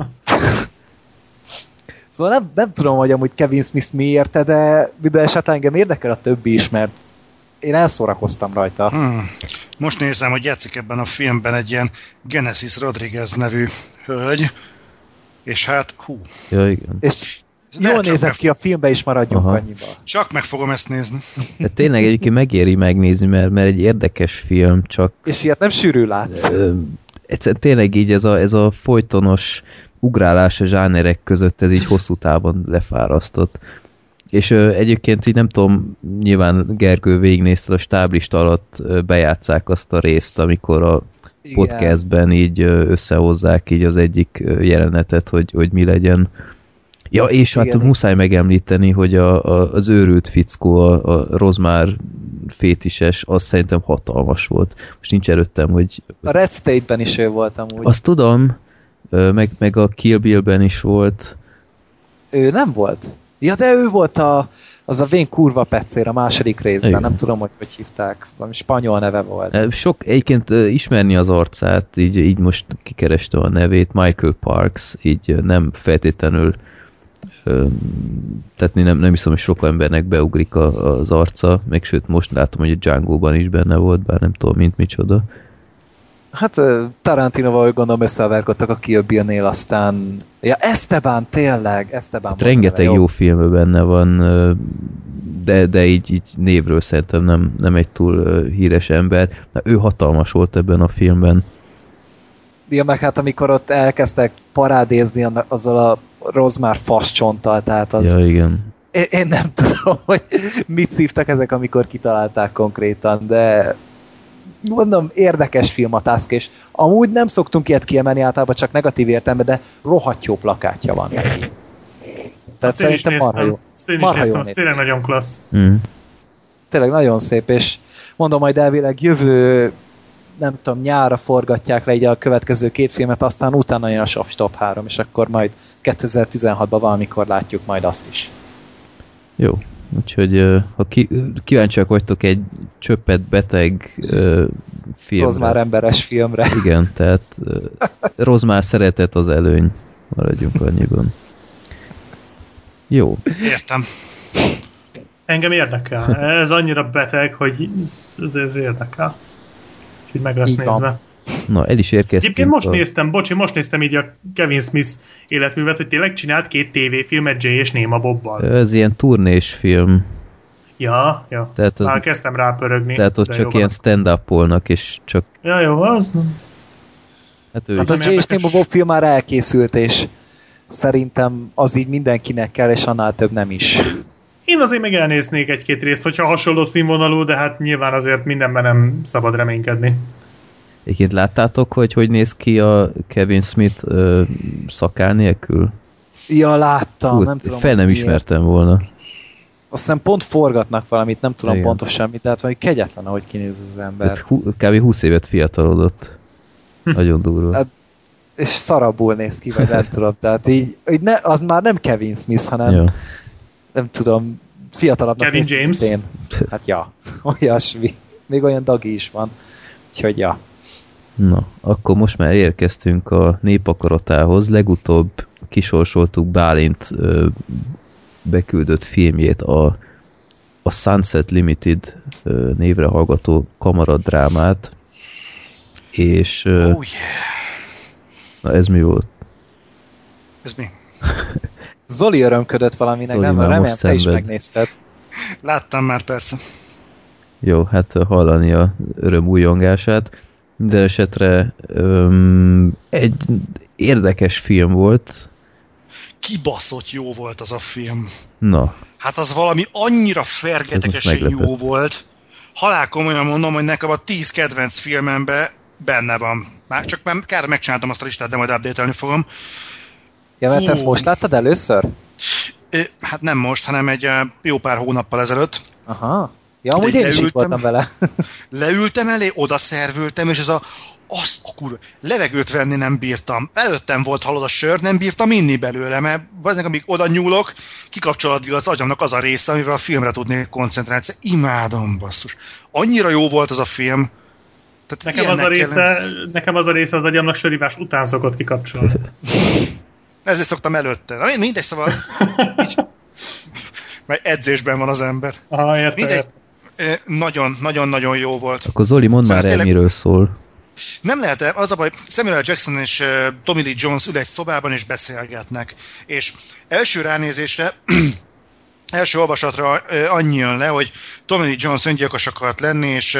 Szóval nem, nem tudom, hogy amúgy Kevin Smith mi érte, de minden esetben engem érdekel a többi is, mert én elszórakoztam rajta. Hmm. Most nézem, hogy játszik ebben a filmben egy ilyen Genesis Rodriguez nevű hölgy, és hát hú. Ja, igen. És jól nézett ki a filmbe is, maradjunk annyiba. Csak meg fogom ezt nézni. De tényleg egyébként megéri megnézni, mert, mert egy érdekes film, csak... És ilyet nem sűrű látsz. Egyszerűen tényleg így ez a, ez a folytonos ugrálás a zsánerek között, ez így hosszú távon lefárasztott. És ö, egyébként így nem tudom, nyilván Gergő végignézte a stáblista alatt ö, bejátszák azt a részt, amikor a igen. podcastben így ö, összehozzák így az egyik ö, jelenetet, hogy, hogy mi legyen. Ja, és hát igen. muszáj megemlíteni, hogy a, a, az őrült fickó, a, a rozmár fétises, az szerintem hatalmas volt. Most nincs előttem, hogy... A Red State-ben is ő volt amúgy. Azt tudom, meg, meg a Kill Bill-ben is volt. Ő nem volt? Ja, de ő volt a, az a vén kurva pecér a második részben, igen. Nem tudom, hogy hogy hívták. Valami spanyol neve volt. Sok, egyébként ismerni az arcát, így, így most kikerestem a nevét, Michael Parks, így nem feltétlenül tehát nem, nem hiszem, hogy sok embernek beugrik a, az arca, meg sőt most látom, hogy a Django-ban is benne volt, bár nem tudom, mint micsoda. Hát Tarantinoval, hogy gondolom, összeverkodtak a Kill Bill-nél, aztán... Ja, Esteban, tényleg, Esteban. Hát rengeteg jó, jó filmben benne van, de, de így, így névről szerintem nem, nem egy túl híres ember. Na, ő hatalmas volt ebben a filmben. Ja, meg hát amikor ott elkezdtek parádézni azzal a rozmár fascsonttal, tehát az... Ja, igen. Én, én nem tudom, hogy mit szívtak ezek, amikor kitalálták konkrétan, de mondom, érdekes film a Tusk, és amúgy nem szoktunk ilyet kiemelni általában, csak negatív értelemben, de rohadt jó plakátja van neki. Tehát azt szerintem marha jó. Azt én is néztem, az tényleg nagyon klassz. Mm. Tényleg nagyon szép, és mondom, majd elvileg jövő nem tudom, nyárra forgatják le így a következő két filmet, aztán utána jön a Shop Top három, és akkor majd kétezer-tizenhatban valamikor látjuk majd azt is. Jó, úgyhogy ha ki, kíváncsiak vagytok egy csöppet beteg uh, filmre. Rozmár emberes filmre. Igen, tehát uh, rozmár szeretet az előny. Maradjunk annyiban. Jó. Értem. Engem érdekel. Ez annyira beteg, hogy ez, ez érdekel. Úgyhogy meg lesz nézve. Na, el is érkeztünk. Egyébként most a... néztem, bocsi, most néztem így a Kevin Smith életművet, hogy tényleg csinált két tévéfilmet Jay és Néma Bobbal. Ez ilyen turnés film. Ja, ja. Tehát az... Már kezdtem rápörögni. Tehát ott csak ilyen stand-up-olnak, és csak... Ja, jó, az nem. Hát, ő hát a Jay és Néma Bob film már elkészült, és szerintem az így mindenkinek kell, és annál több nem is. Én azért még elnéznék egy-két részt, hogyha hasonló színvonalú, de hát nyilván azért mindenben nem szabad reménykedni. Egyébként láttátok, hogy hogy néz ki a Kevin Smith ö, szakál nélkül? Ja, láttam, Hú, nem tudom. Fel nem ismertem miért. volna. Azt hiszem pont forgatnak valamit, nem tudom igen. pontosan mit, tehát hogy kegyetlen, ahogy kinéz az ember. Hát, hú, kb. húsz évet fiatalodott. Nagyon durva. Hát, és szarabbul néz ki, vagy nem tudom, tehát így, így ne, az már nem Kevin Smith, hanem ja. nem tudom, fiatalabbnak Kevin James? Én. Hát ja, olyasmi. Még olyan dagi is van. Úgyhogy ja. Na, akkor most már érkeztünk a népakaratához. Legutóbb kisorsoltuk Bálint ö, beküldött filmjét, a, a Sunset Limited ö, névre hallgató kamaradrámát. És... Ö, oh yeah. Na ez mi volt? Ez mi? Zoli örömködött valaminek, Zoli nem? Remélem, te is megnézted. Láttam már, persze. Jó, hát hallani a öröm újongását. Minden esetre um, egy érdekes film volt. Kibaszott jó volt az a film. Na. Hát az valami annyira fergetegesen jó volt. Halál komolyan mondom, hogy nekem a tíz kedvenc filmemben benne van. Már csak már kár megcsináltam azt a listát, de majd update-elni fogom. Ja, mert ezt most láttad először? Hát nem most, hanem egy jó pár hónappal ezelőtt. Aha. Ja, amúgy én is itt voltam vele. Leültem elé, oda szervültem, és ez a azt a kurva, levegőt venni nem bírtam. Előttem volt, hallod, a sör, nem bírtam inni belőle, mert azért, amíg oda nyúlok, kikapcsol addig az agyamnak az a része, amivel a filmre tudnék koncentrálni. Imádom, basszus. Annyira jó volt az a film. Tehát nekem, az a része, kellene... nekem az a része az agyamnak sörívás után szokott kikapcsolni. Ezért szoktam előtte. Na, mindegy, szóval... Mert edzésben van az ember. Aha, érte, mindegy, nagyon-nagyon-nagyon jó volt. Akkor Zoli, mondd szóval már el, tényleg... miről szól. Nem lehet, az a baj, Samuel L. Jackson és uh, Tommy Lee Jones ül egy szobában és beszélgetnek. És első ránézésre, első olvasatra uh, annyi jön le, hogy Tommy Lee Jones öngyilkos akart lenni, és uh,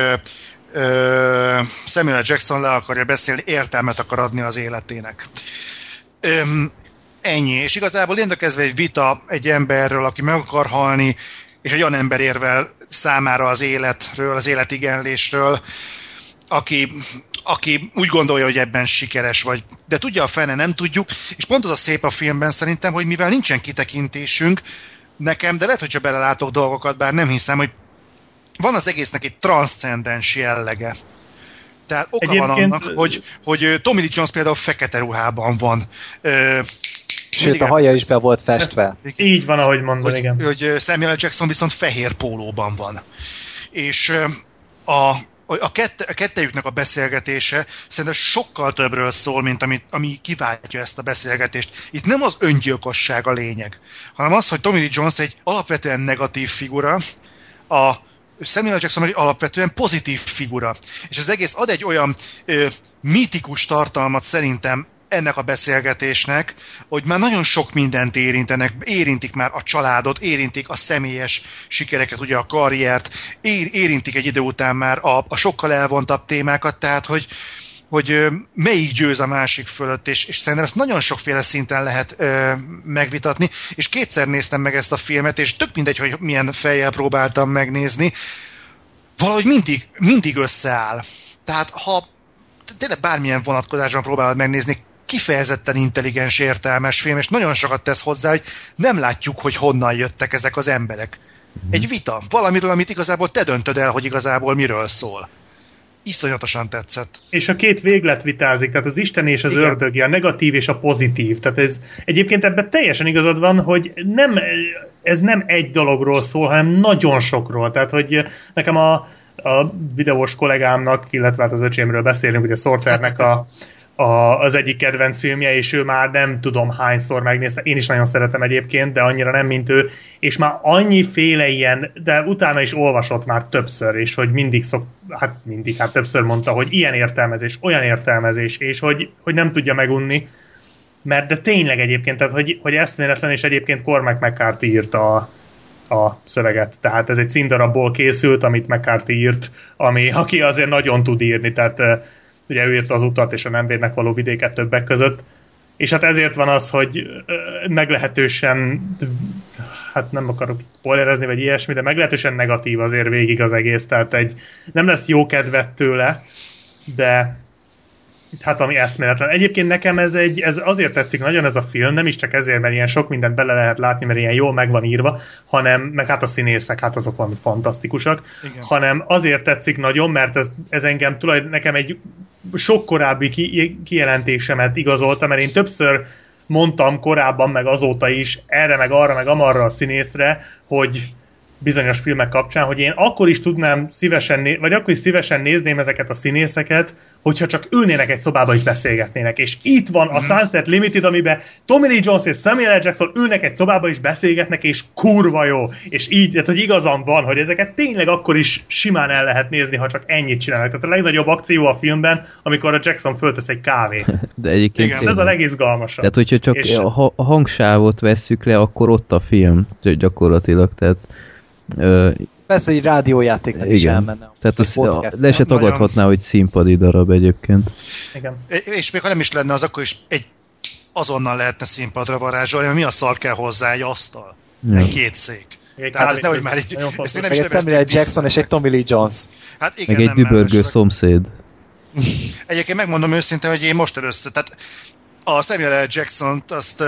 uh, Samuel L. Jackson le akarja beszélni, értelmet akar adni az életének. Um, ennyi. És igazából érdekezve egy vita egy emberről, aki meg akar halni, és egy olyan ember érvel számára az életről, az életigenlésről, aki, aki úgy gondolja, hogy ebben sikeres vagy. De tudja a fene, nem tudjuk, és pont az a szép a filmben szerintem, hogy mivel nincsen kitekintésünk nekem, de lehet, hogyha belelátok dolgokat, bár nem hiszem, hogy van az egésznek egy transzcendens jellege. Tehát oka Egyébként... van annak, hogy, hogy Tommy Lee Jones például fekete ruhában van. Sőt, a haja is be volt festve. Ez így van, ahogy mondod, hogy, igen. Hogy Samuel L. Jackson viszont fehér pólóban van. És a A, kette, a kettejüknek a beszélgetése szerintem sokkal többről szól, mint ami, ami kiváltja ezt a beszélgetést. Itt nem az öngyilkosság a lényeg, hanem az, hogy Tommy Lee Jones egy alapvetően negatív figura, a Samuel L. Jackson egy alapvetően pozitív figura. És az egész ad egy olyan ö, mítikus tartalmat szerintem ennek a beszélgetésnek, hogy már nagyon sok mindent érintenek, érintik már a családot, érintik a személyes sikereket, ugye a karriert, érintik egy idő után már a, a sokkal elvontabb témákat, tehát hogy, hogy melyik győz a másik fölött, és, és szerintem ezt nagyon sokféle szinten lehet ö, megvitatni, és kétszer néztem meg ezt a filmet, és tök mindegy, hogy milyen fejjel próbáltam megnézni, valahogy mindig, mindig összeáll. Tehát ha tényleg bármilyen vonatkozásban próbálod megnézni, kifejezetten intelligens, értelmes film, és nagyon sokat tesz hozzá, hogy nem látjuk, hogy honnan jöttek ezek az emberek. Egy vita, valamiről, amit igazából te döntöd el, hogy igazából miről szól. Iszonyatosan tetszett. És a két véglet vitázik, tehát az Isten és az Igen. ördögi, a negatív és a pozitív. Tehát ez egyébként ebben teljesen igazad van, hogy nem, ez nem egy dologról szól, hanem nagyon sokról. Tehát, hogy nekem a, a videós kollégámnak, illetve hát az öcsémről beszélünk, ugye Sorternek a A, az egyik kedvenc filmje, és ő már nem tudom hányszor megnézte, én is nagyon szeretem egyébként, de annyira nem, mint ő, és már annyiféle ilyen, de utána is olvasott már többször, és hogy mindig szok, hát mindig, hát többször mondta, hogy ilyen értelmezés, olyan értelmezés, és hogy, hogy nem tudja megunni, mert de tényleg egyébként, tehát hogy, hogy eszméletlen, és egyébként Cormac McCarthy írta a, a szöveget, tehát ez egy színdarabból készült, amit McCarthy írt, ami, aki azért nagyon tud írni, tehát ugye ő írta az Utat és a Nem vérnek való vidéket többek között, és hát ezért van az, hogy meglehetősen, hát nem akarok spoilerezni, vagy ilyesmi, de meglehetősen negatív azért végig az egész, tehát egy, nem lesz jó kedvet tőle, de hát ami eszméletlen. Egyébként nekem ez, egy, ez azért tetszik nagyon ez a film, nem is csak ezért, mert ilyen sok mindent bele lehet látni, mert ilyen jól meg van írva, hanem, meg hát a színészek, hát azok valami fantasztikusak, Igen. hanem azért tetszik nagyon, mert ez, ez engem tulajdon, nekem egy sok korábbi ki, kijelentésemet igazolta, mert én többször mondtam korábban, meg azóta is erre, meg arra, meg amarra a színészre, hogy bizonyos filmek kapcsán, hogy én akkor is tudnám szívesen, né- vagy akkor is szívesen nézném ezeket a színészeket, hogyha csak ülnének egy szobába és beszélgetnének. És itt van a Sunset Limited, amiben Tommy Lee Jones és Samuel L. Jackson ülnek egy szobába és beszélgetnek, és kurva jó. És így, tehát, hogy igazam van, hogy ezeket tényleg akkor is simán el lehet nézni, ha csak ennyit csinálnak. Tehát a legnagyobb akció a filmben, amikor a Jackson föltesz egy kávét. De egyébként Igen, ez a legizgalmasabb. Tehát, hogyha csak és... a hangsávot vesszük le, akkor ott a film gyakorlatilag. Tehát Ö, Persze, egy rádiójátéknak is elmenne. Tehát az, le se tagadhatná, hogy színpadi darab egyébként. Igen. És még ha nem is lenne, az akkor is egy azonnal lehetne színpadra varázsolni, mert mi a szar kell hozzá, egy asztal, ja. egy két szék. Egy Tehát ez nehogy már így... Ezt nem is egy Samuel L. Jackson és egy Tommy Lee Jones. Hát igen, meg egy dübörgő szomszéd. Egyébként megmondom őszintén, hogy én most először, tehát a Samuel L. Jackson-t azt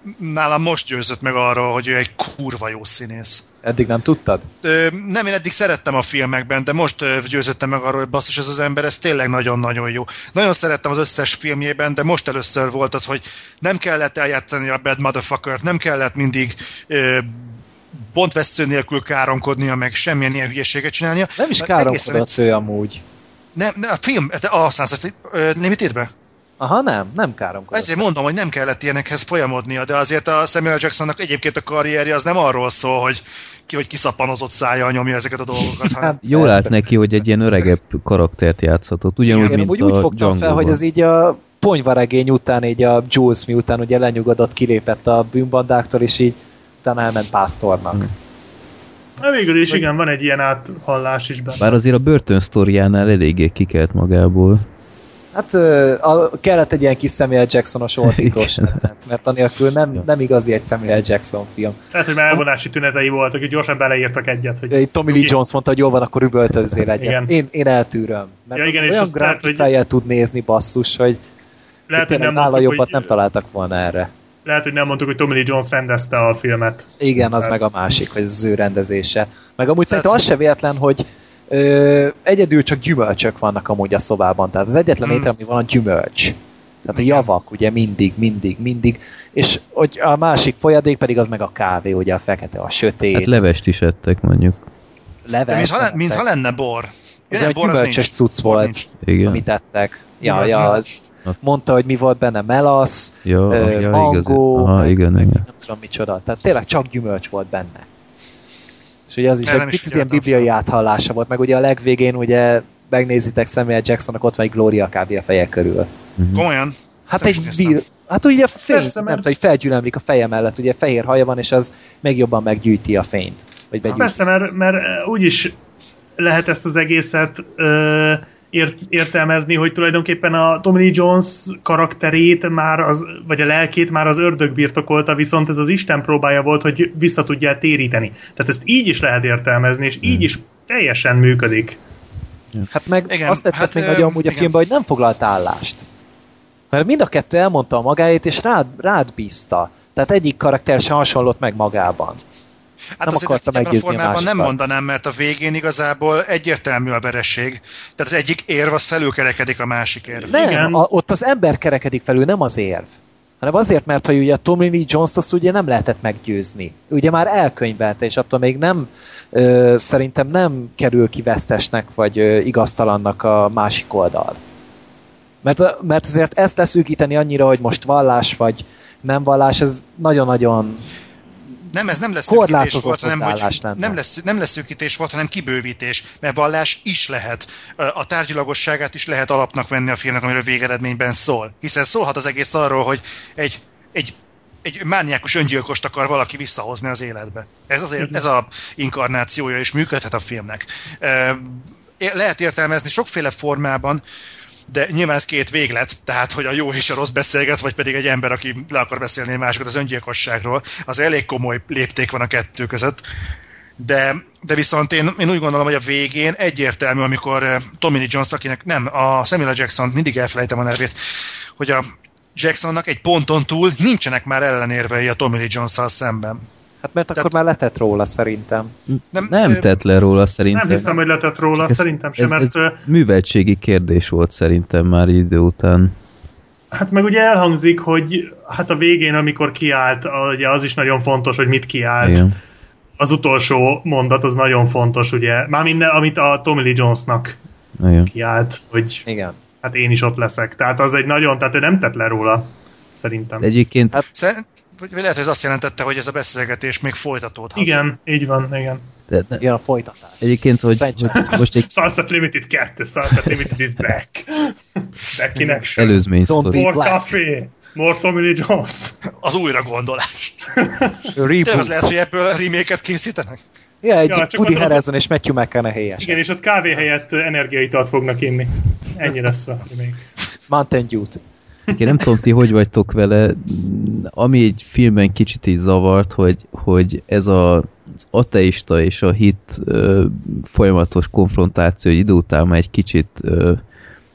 nálam most győzött meg arra, hogy ő egy kurva jó színész. Eddig nem tudtad? Ö, nem, én eddig szerettem a filmekben, de most ö, győzöttem meg arról, hogy basszus, ez az ember, ez tényleg nagyon-nagyon jó. Nagyon szerettem az összes filmjében, de most először volt az, hogy nem kellett eljátszani a bad motherfuckert, nem kellett mindig ö, pontvesztő nélkül káromkodnia, meg semmilyen ilyen hülyeséget csinálnia. Nem is káromkodott ő amúgy. Nem, nem, a film, a Sunset Limitedbe? Aha, nem, nem káromkodott. Ezért mondom, hogy nem kellett ilyenekhez folyamodnia, de azért a Samuel Jacksonnak egyébként a karrierje az nem arról szól, hogy ki, hogy kiszapanozott szája nyomja ezeket a dolgokat. Hanem... Jól állt neki, hogy egy ilyen öregebb karaktert játszhatott, ugyanúgy, igen, mint úgy, a úgy fogtam Django-ban. fel, hogy ez így a ponyvaregény után, így a Jules miután ugye lenyugodott, kilépett a bűnbandáktól, és így utána elment pásztornak. Hmm. Na, végül is igen, van egy ilyen áthallás is benne. Bár azért a börtön sztoriánál eléggé kikelt magából. Hát a, kellett egy ilyen kis Samuel Jackson-os ordítós, mert anélkül nem, nem igazi egy Samuel Jackson film. Tehát, hogy már elvonási tünetei voltak, hogy gyorsan beleírtak egyet. Hogy... Tommy Lee Jones mondta, hogy jól van, akkor üvöltözzél egyet. Én, én eltűröm. Mert ja, igen, olyan gráfi hogy... fejjel tud nézni, basszus, hogy lehet, hogy nem nála jobbat hogy... nem találtak volna erre. Lehet, hogy nem mondtuk, hogy Tommy Lee Jones rendezte a filmet. Igen, az meg a másik, hogy az ő rendezése. Meg amúgy szerintem az se véletlen, hogy Ö, egyedül csak gyümölcsök vannak amúgy a szobában, tehát az egyetlen hmm. étel, ami van, a gyümölcs. Tehát a javak, ugye mindig, mindig, mindig. És hogy a másik folyadék pedig az meg a kávé, ugye a fekete, a sötét. Hát levest is ettek, mondjuk. Leves. Mintha mint lenne bor. Ez egy gyümölcsös cucc volt, igen. amit ettek. Ja, ja, az mondta, hogy mi volt benne, melasz, ja, ö, ja, mangó, Aha, meg, igen, igen. nem tudom micsoda. Tehát tényleg csak gyümölcs volt benne. És ugye az is egy picit ilyen bibliai áthallása volt, meg ugye a legvégén ugye megnézitek Samuel Jacksonnak, ott van egy Gloria kb. A feje körül. Komolyan? Hát egy vír, hát ugye a fény, persze, nem mert... tudom, hogy felgyülemlik a feje mellett, ugye fehér haja van, és az még jobban meggyűjti a fényt. Vagy ha, persze, mert, mert úgyis lehet ezt az egészet ö, ért, értelmezni, hogy tulajdonképpen a Tommy Lee Jones karakterét már az, vagy a lelkét már az ördög birtokolta, viszont ez az Isten próbája volt, hogy vissza tudja téríteni. Tehát ezt így is lehet értelmezni, és így is teljesen működik. Hát meg igen, azt tetszett hát, még nagyon amúgy a filmben, hogy nem foglalt állást. Mert mind a kettő elmondta a magáét, és rád, rád bízta. Tehát egyik karakter sem hasonlott meg magában. Hát nem akarta meggyőzni a formában nem mondanám, mert a végén igazából egyértelmű a vereség. Tehát az egyik érv az felülkerekedik a másik érv. Nem, a, ott az ember kerekedik felül, nem az érv. Hanem azért, mert hogy ugye Tommy Lee Jones-t azt ugye nem lehetett meggyőzni. Ugye már elkönyvelte, és attól még nem, ö, szerintem nem kerül ki vesztesnek, vagy ö, igaztalannak a másik oldal. Mert, mert azért ezt leszűkíteni annyira, hogy most vallás, vagy nem vallás, ez nagyon-nagyon nem, ez nem leszűkítés volt, hanem hogy nem, lesz, nem leszűkítés volt, hanem kibővítés, mert vallás is lehet. A tárgyilagosságát is lehet alapnak venni a filmnek, amiről végeredményben szól. Hiszen szólhat az egész arról, hogy egy, egy, egy mániákus öngyilkost akar valaki visszahozni az életbe. Ez azért, ez a inkarnációja, és működhet a filmnek. Lehet értelmezni sokféle formában, de nyilván ez két véglet, tehát hogy a jó és a rossz beszélget, vagy pedig egy ember, aki le akar beszélni másokat az öngyilkosságról, az elég komoly lépték van a kettő között. De, de viszont én, én úgy gondolom, hogy a végén egyértelmű, amikor Tommy Lee Jones, akinek nem, a Samuel Jackson, mindig elfelejtem a nevét, hogy a Jacksonnak egy ponton túl nincsenek már ellenérvei a Tommy Lee Jones-szal szemben. Hát mert akkor Tehát, már letett róla szerintem. Nem, nem tett le róla szerintem. Nem hiszem, hogy letett róla, ez, szerintem sem, ez, mert... Ez műveltségi kérdés volt szerintem már idő után. Hát meg ugye elhangzik, hogy hát a végén, amikor kiállt, ugye az is nagyon fontos, hogy mit kiállt. Igen. Az utolsó mondat az nagyon fontos, ugye. Már minden, amit a Tommy Lee Jonesnak Igen. kiállt, hogy Igen. hát én is ott leszek. Tehát az egy nagyon, tehát ő nem tett le róla, szerintem. Egyébként... Hát, Szerint, vagy lehet, hogy ez azt jelentette, hogy ez a beszélgetés még folytatódhat. Igen, így van, igen. De, de, igen, a folytatás. Egyébként, hogy, hogy most egy... Sunset Limited kettő, Sunset Limited is back. Back in action. Előzmény sztori. More café, more Tommy Lee Jones. Az újra gondolás. Tényleg az lehet, hogy ebből remake-et készítenek? Ja, egy ja, Woody Harrelson és Matthew McConaughey-es. Igen, és ott kávé helyett energiaitalt fognak inni. Ennyi lesz a remake. Mountain Dew-t. Én nem tudom, ti hogy vagytok vele, ami egy filmben kicsit így zavart, hogy, hogy ez a, az ateista és a hit ö, folyamatos konfrontáció, hogy idő után már egy kicsit ö,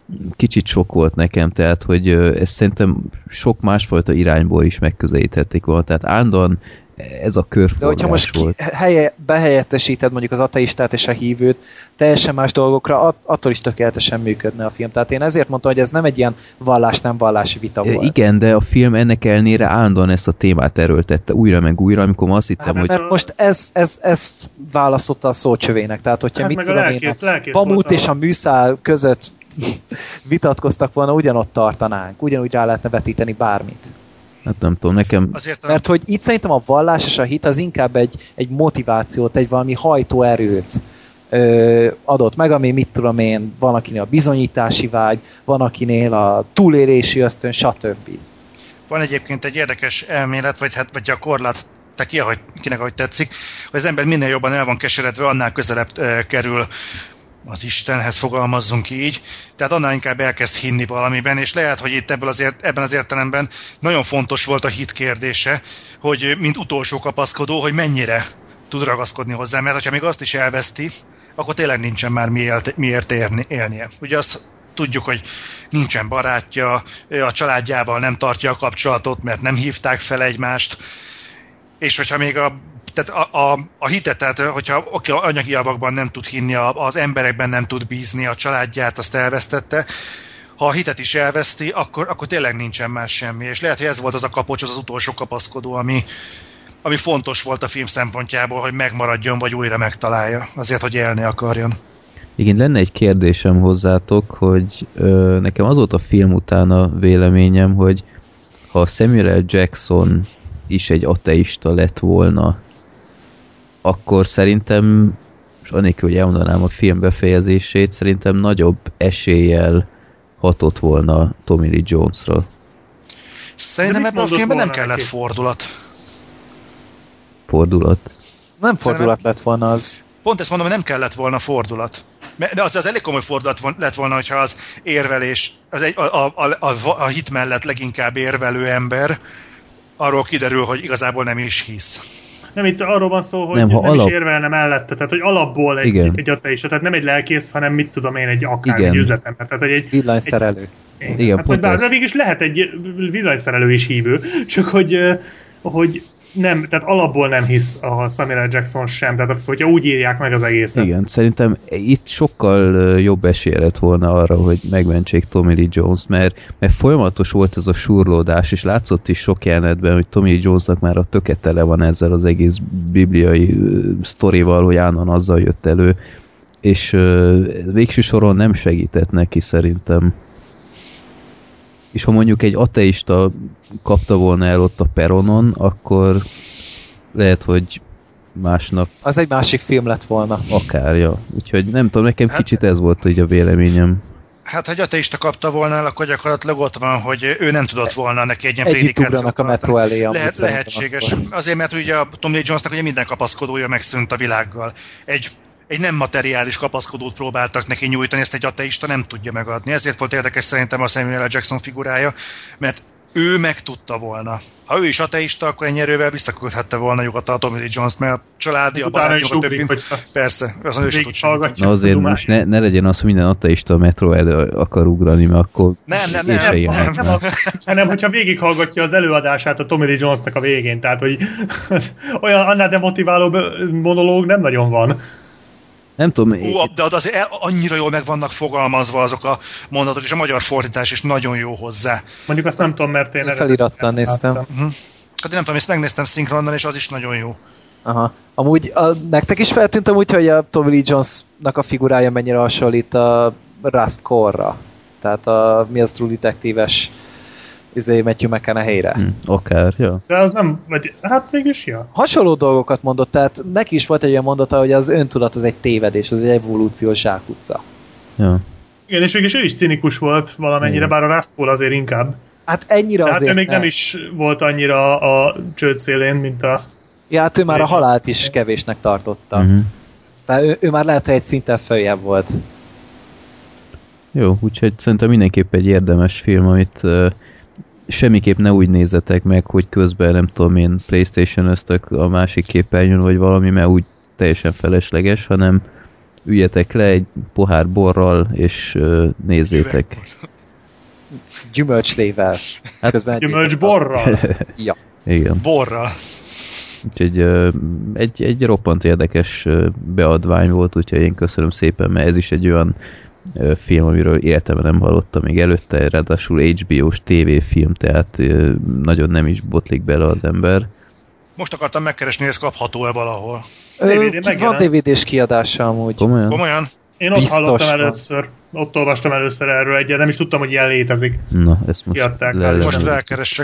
kicsit sok volt nekem, tehát, hogy ezt szerintem sok másfajta irányból is megközelíthették volna, tehát állandóan ez a körforgás volt. De hogyha most ki, helye, behelyettesíted mondjuk az ateistát és a hívőt, teljesen más dolgokra, att, attól is tökéletesen működne a film. Tehát én ezért mondtam, hogy ez nem egy ilyen vallás-nem vallási vita volt. Igen, de a film ennek ellenére állandóan ezt a témát erőltette újra meg újra, amikor ma azt hittem, hát, hogy... Mert most ez, ez, ez választotta a szócsövének. Tehát, hogyha hát mit tudom lelkész, én, a pamut és a műszál között vitatkoztak volna, ugyanott tartanánk. Ugyanúgy rá lehetne vetíteni bármit. Hát nem tudom, nekem... Azért Mert hogy itt szerintem a vallás és a hit az inkább egy, egy motivációt, egy valami hajtóerőt ö, adott meg, ami mit tudom én, van akinél a bizonyítási vágy, van akinél a túlélési ösztön, stb. Van egyébként egy érdekes elmélet, vagy, hát, vagy gyakorlat, te ki, ahogy, kinek ahogy tetszik, hogy az ember minél jobban el van keseredve, annál közelebb e, kerül az Istenhez, fogalmazzunk így, tehát annál inkább elkezd hinni valamiben, és lehet, hogy itt ebből az ért, ebben az értelemben nagyon fontos volt a hit kérdése, hogy mint utolsó kapaszkodó, hogy mennyire tud ragaszkodni hozzá, mert ha még azt is elveszti, akkor tényleg nincsen már miért, miért érni, élnie. Ugye azt tudjuk, hogy nincsen barátja, a családjával nem tartja a kapcsolatot, mert nem hívták fel egymást, és hogyha még a tehát a, a, a hitet, tehát hogyha oké, anyagi javakban nem tud hinni, az emberekben nem tud bízni, a családját azt elvesztette, ha a hitet is elveszti, akkor, akkor tényleg nincsen más semmi. És lehet, hogy ez volt az a kapocs, az az utolsó kapaszkodó, ami, ami fontos volt a film szempontjából, hogy megmaradjon, vagy újra megtalálja, azért, hogy élni akarjon. Igen, lenne egy kérdésem hozzátok, hogy ö, nekem az volt a film után a véleményem, hogy ha Samuel L. Jackson is egy ateista lett volna, akkor szerintem, és anélkül, hogy elmondanám a film befejezését, szerintem nagyobb eséllyel hatott volna Tommy Lee Jonesra. Szerintem ebben a filmben nem kellett neki fordulat. Fordulat? Nem fordulat lett volna az. Pont ezt mondom, hogy nem kellett volna fordulat. De az, az elég komoly fordulat lett volna, hogyha az érvelés, az egy, a, a, a, a hit mellett leginkább érvelő ember, arról kiderül, hogy igazából nem is hisz. Nem, itt arról van szó, hogy nem, nem alap... is érvelne mellette, tehát hogy alapból egy, egy ateista, tehát nem egy lelkész, hanem mit tudom én, egy akár igen. Egy üzletember. Tehát egy villanyszerelő. Egy, igen, hát, vagy bár, de végig is lehet egy villanyszerelő is hívő, csak hogy, hogy nem, tehát alapból nem hisz a Samuel L. Jackson sem, tehát hogyha úgy írják meg az egészet. Igen, szerintem itt sokkal jobb esély lett volna arra, hogy megmentsék Tommy Lee Jones, mert, mert folyamatos volt ez a surlódás, és látszott is sok jelenetben, hogy Tommy Lee Jonesnak már a töke tele van ezzel az egész bibliai uh, sztorival, hogy állandóan azzal jött elő, és uh, végső soron nem segített neki szerintem. És ha mondjuk egy ateista kapta volna el ott a peronon, akkor lehet, hogy másnap... Az egy másik film lett volna. Akár, ja. Úgyhogy nem tudom, nekem hát, kicsit ez volt így a véleményem. Hát, ha egy ateista kapta volna el, akkor gyakorlatilag ott van, hogy ő nem tudott volna neki egy ilyen prédikációt. a metró elé. Lehet, lehetséges. Akkor. Azért, mert ugye a Tommy Lee Jonesnak ugye minden kapaszkodója megszűnt a világgal. Egy egy nem materiális kapaszkodót próbáltak neki nyújtani, ezt egy ateista nem tudja megadni. Ezért volt érdekes szerintem a Samuel L. Jackson figurája, mert ő meg tudta volna. Ha ő is ateista, akkor ennyi erővel visszaküldhette volna nyugodtan a Tommy Lee Jones-t, mert a családi, a barátja, a többi... Persze, azon ő sem tud Na azért most ne, ne legyen az, hogy minden ateista a metró elő akar ugrani, mert akkor... Nem, nem, nem, nem, nem, nem, hanem hogyha végighallgatja az előadását a Tommy Lee Jonesnak a végén, tehát hogy olyan annál demotiváló monológ nem nagyon van. Nem tudom. Hú, de azért annyira jól meg vannak fogalmazva azok a mondatok, és a magyar fordítás is nagyon jó hozzá. Mondjuk azt nem tudom, mert én... én felirattal néztem. Uh-huh. Hát én nem tudom, ezt megnéztem szinkronnal, és az is nagyon jó. Aha. Amúgy a, nektek is feltűnt amúgy, hogy a Tommy Lee Jonesnak a figurája mennyire hasonlít a Rust Core-ra. Tehát a mi az True Detective-es izé Matthew McConaughey-re. Hmm, akár, ja. De az nem, vagy, hát mégis ja. Hasonló dolgokat mondott, tehát neki is volt egy olyan mondata, hogy az öntudat az egy tévedés, az egy evolúciós zsákutca. Ja. Igen, és mégis ő is cinikus volt valamennyire, bár a Rust Core azért inkább. Hát ennyire de azért hát ő még nem. nem is volt annyira a csőd szélén, mint a... Ja, hát ő már a halált is kevésnek tartotta. Uh-huh. Aztán ő, ő már lehet, hogy egy szinten följebb volt. Jó, úgyhogy szerintem mindenképp egy érdemes film, amit uh, semmiképp ne úgy nézzetek meg, hogy közben nem tudom én PlayStation-öztök a másik képernyőn, vagy valami, mert úgy teljesen felesleges, hanem üljetek le egy pohár borral, és uh, nézzétek. Gyümölcslével. Hát, gyümölcsborral? Ja. Igen. Borral. Úgyhogy uh, egy, egy roppant érdekes uh, beadvány volt, úgyhogy én köszönöm szépen, mert ez is egy olyan uh, film, amiről életemben nem hallottam még előtte, ráadásul há bé ó-s tévéfilm, tehát uh, nagyon nem is botlik bele az ember. Most akartam megkeresni, ez kapható-e valahol. Ö, van dé vé dés kiadása amúgy. Komolyan? Komolyan? Én ott Biztos hallottam van. először, ott olvastam először erről egyet, nem is tudtam, hogy ilyen létezik. Na, ezt most Kiadták le- el. le- Most nem- rákeressek.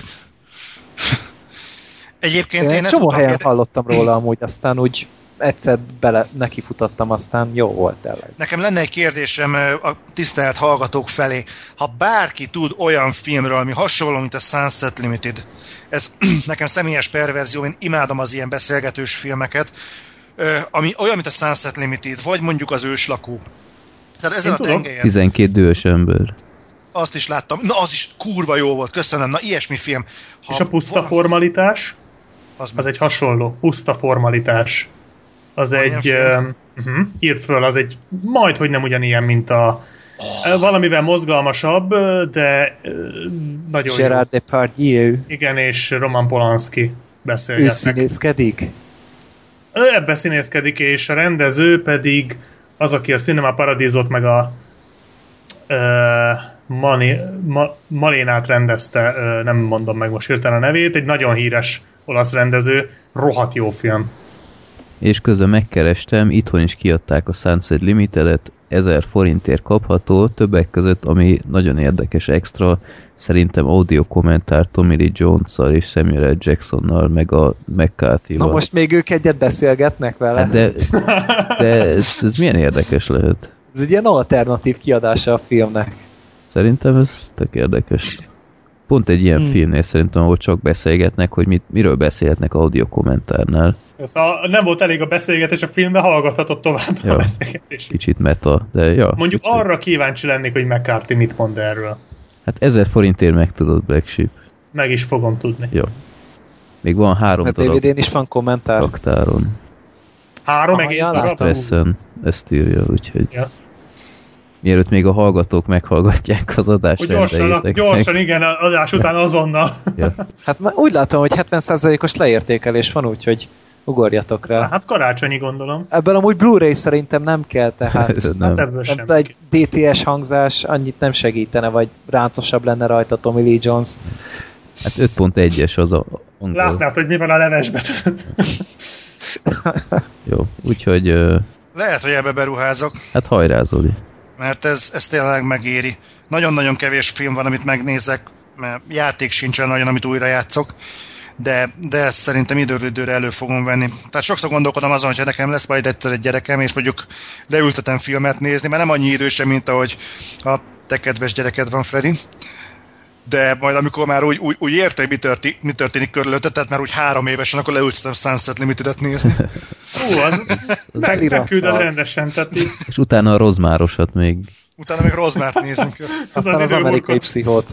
Egyébként Én én egy ezt csomó tudtam helyen kérdezni. hallottam róla amúgy, aztán úgy egyszer bele nekifutottam, aztán jó volt tényleg. Nekem lenne egy kérdésem ö, a tisztelt hallgatók felé. Ha bárki tud olyan filmről, ami hasonló, mint a Sunset Limited, ez nekem személyes perverzió, én imádom az ilyen beszélgetős filmeket, ö, ami olyan, mint a Sunset Limited, vagy mondjuk az Őslakó. Tehát ezen Én a tudom. tengelyen tizenkét dühös ember. azt is láttam. Na, az is kurva jó volt, köszönöm. Na, ilyesmi film. Ha És a puszta valami- formalitás, az az egy hasonló. Puszta formalitás. Az Van egy... ilyen Uh, uh-huh, írd föl, az egy majd, hogy nem ugyanilyen, mint a... Oh. Valamivel mozgalmasabb, de uh, nagyon Gerard jó. Depardieu, Igen, és Roman Polanski ő beszélgetnek. színészkedik. Ő ebbe színészkedik, és a rendező pedig az, aki a Cinema Paradiso-t meg a uh, Mani, Ma, Malénát rendezte, uh, nem mondom meg most hirtelen a nevét, egy nagyon híres olasz rendező, rohadt jó film. És közben megkerestem, itthon is kiadták a Sunset Limited-et, ezer forintért kapható, többek között, ami nagyon érdekes extra, szerintem audio kommentár Tommy Lee Jones-szal és Samuel L. Jacksonnal, meg a McCarthy-val. Na most még ők egyet beszélgetnek vele. Hát de, de ez, ez milyen érdekes lehet? Ez egy ilyen alternatív kiadása a filmnek. Szerintem ez tök érdekes. Pont egy ilyen hmm. filmnél szerintem, ahol csak beszélgetnek, hogy mit, miről beszélhetnek audio kommentárnál. Szóval nem volt elég a beszélgetés a filmben, hallgathatott tovább Ja. a beszélgetés. Kicsit meta, de ja. Mondjuk úgyhogy- arra kíváncsi lennék, hogy McCarthy mit mond erről. Hát ezer forintért megtudod, Black Sheep. Meg is fogom tudni. Jó. Még van három Mert darab dé vé dén is van kommentár. raktáron. Három Aha, egész ja, darab? láttam. Expressen ezt írja, úgyhogy Ja. mielőtt még a hallgatók meghallgatják az adást, Hogy gyorsan, rendeljétek gyorsan meg. igen, adás után azonnal. Ja. Hát már úgy látom, hogy hetven százalékos leértékelés van, úgyhogy ugorjatok rá. Hát karácsonyi gondolom. Ebből amúgy Blu-ray szerintem nem kell, tehát Ez Hát nem. ebből nem sem. tudom, egy dé té es hangzás annyit nem segítene, vagy ráncosabb lenne rajta Tommy Lee Jones. Hát öt pont egyes az a angol. Látnád, hogy mi van a levesben. Jó, úgyhogy ö, Lehet, hogy ebbe beruházok, hát hajrá, Zoli. mert ez, ez tényleg megéri. Nagyon-nagyon kevés film van, amit megnézek, mert játék sincsen nagyon, amit újra játszok, de, de ezt szerintem időről időre elő fogom venni. Tehát sokszor gondolkodom azon, hogy nekem lesz majd egyszer egy gyerekem, és mondjuk leültetem filmet nézni, mert nem annyi idősem, mint ahogy a te kedves gyereked van, Freddy. De majd amikor már úgy, úgy, úgy érte, hogy mi, történik, mi történik körülötte, tehát már úgy három évesen, akkor leültetem Sunset Limited-et nézni. Ú, az meg, Felirattal. megküldöd rendesen, tehát így, És utána a Rozmárosat még. Utána még Rozmárt nézünk. Aztán az, az az amerikai időburkot. pszichót.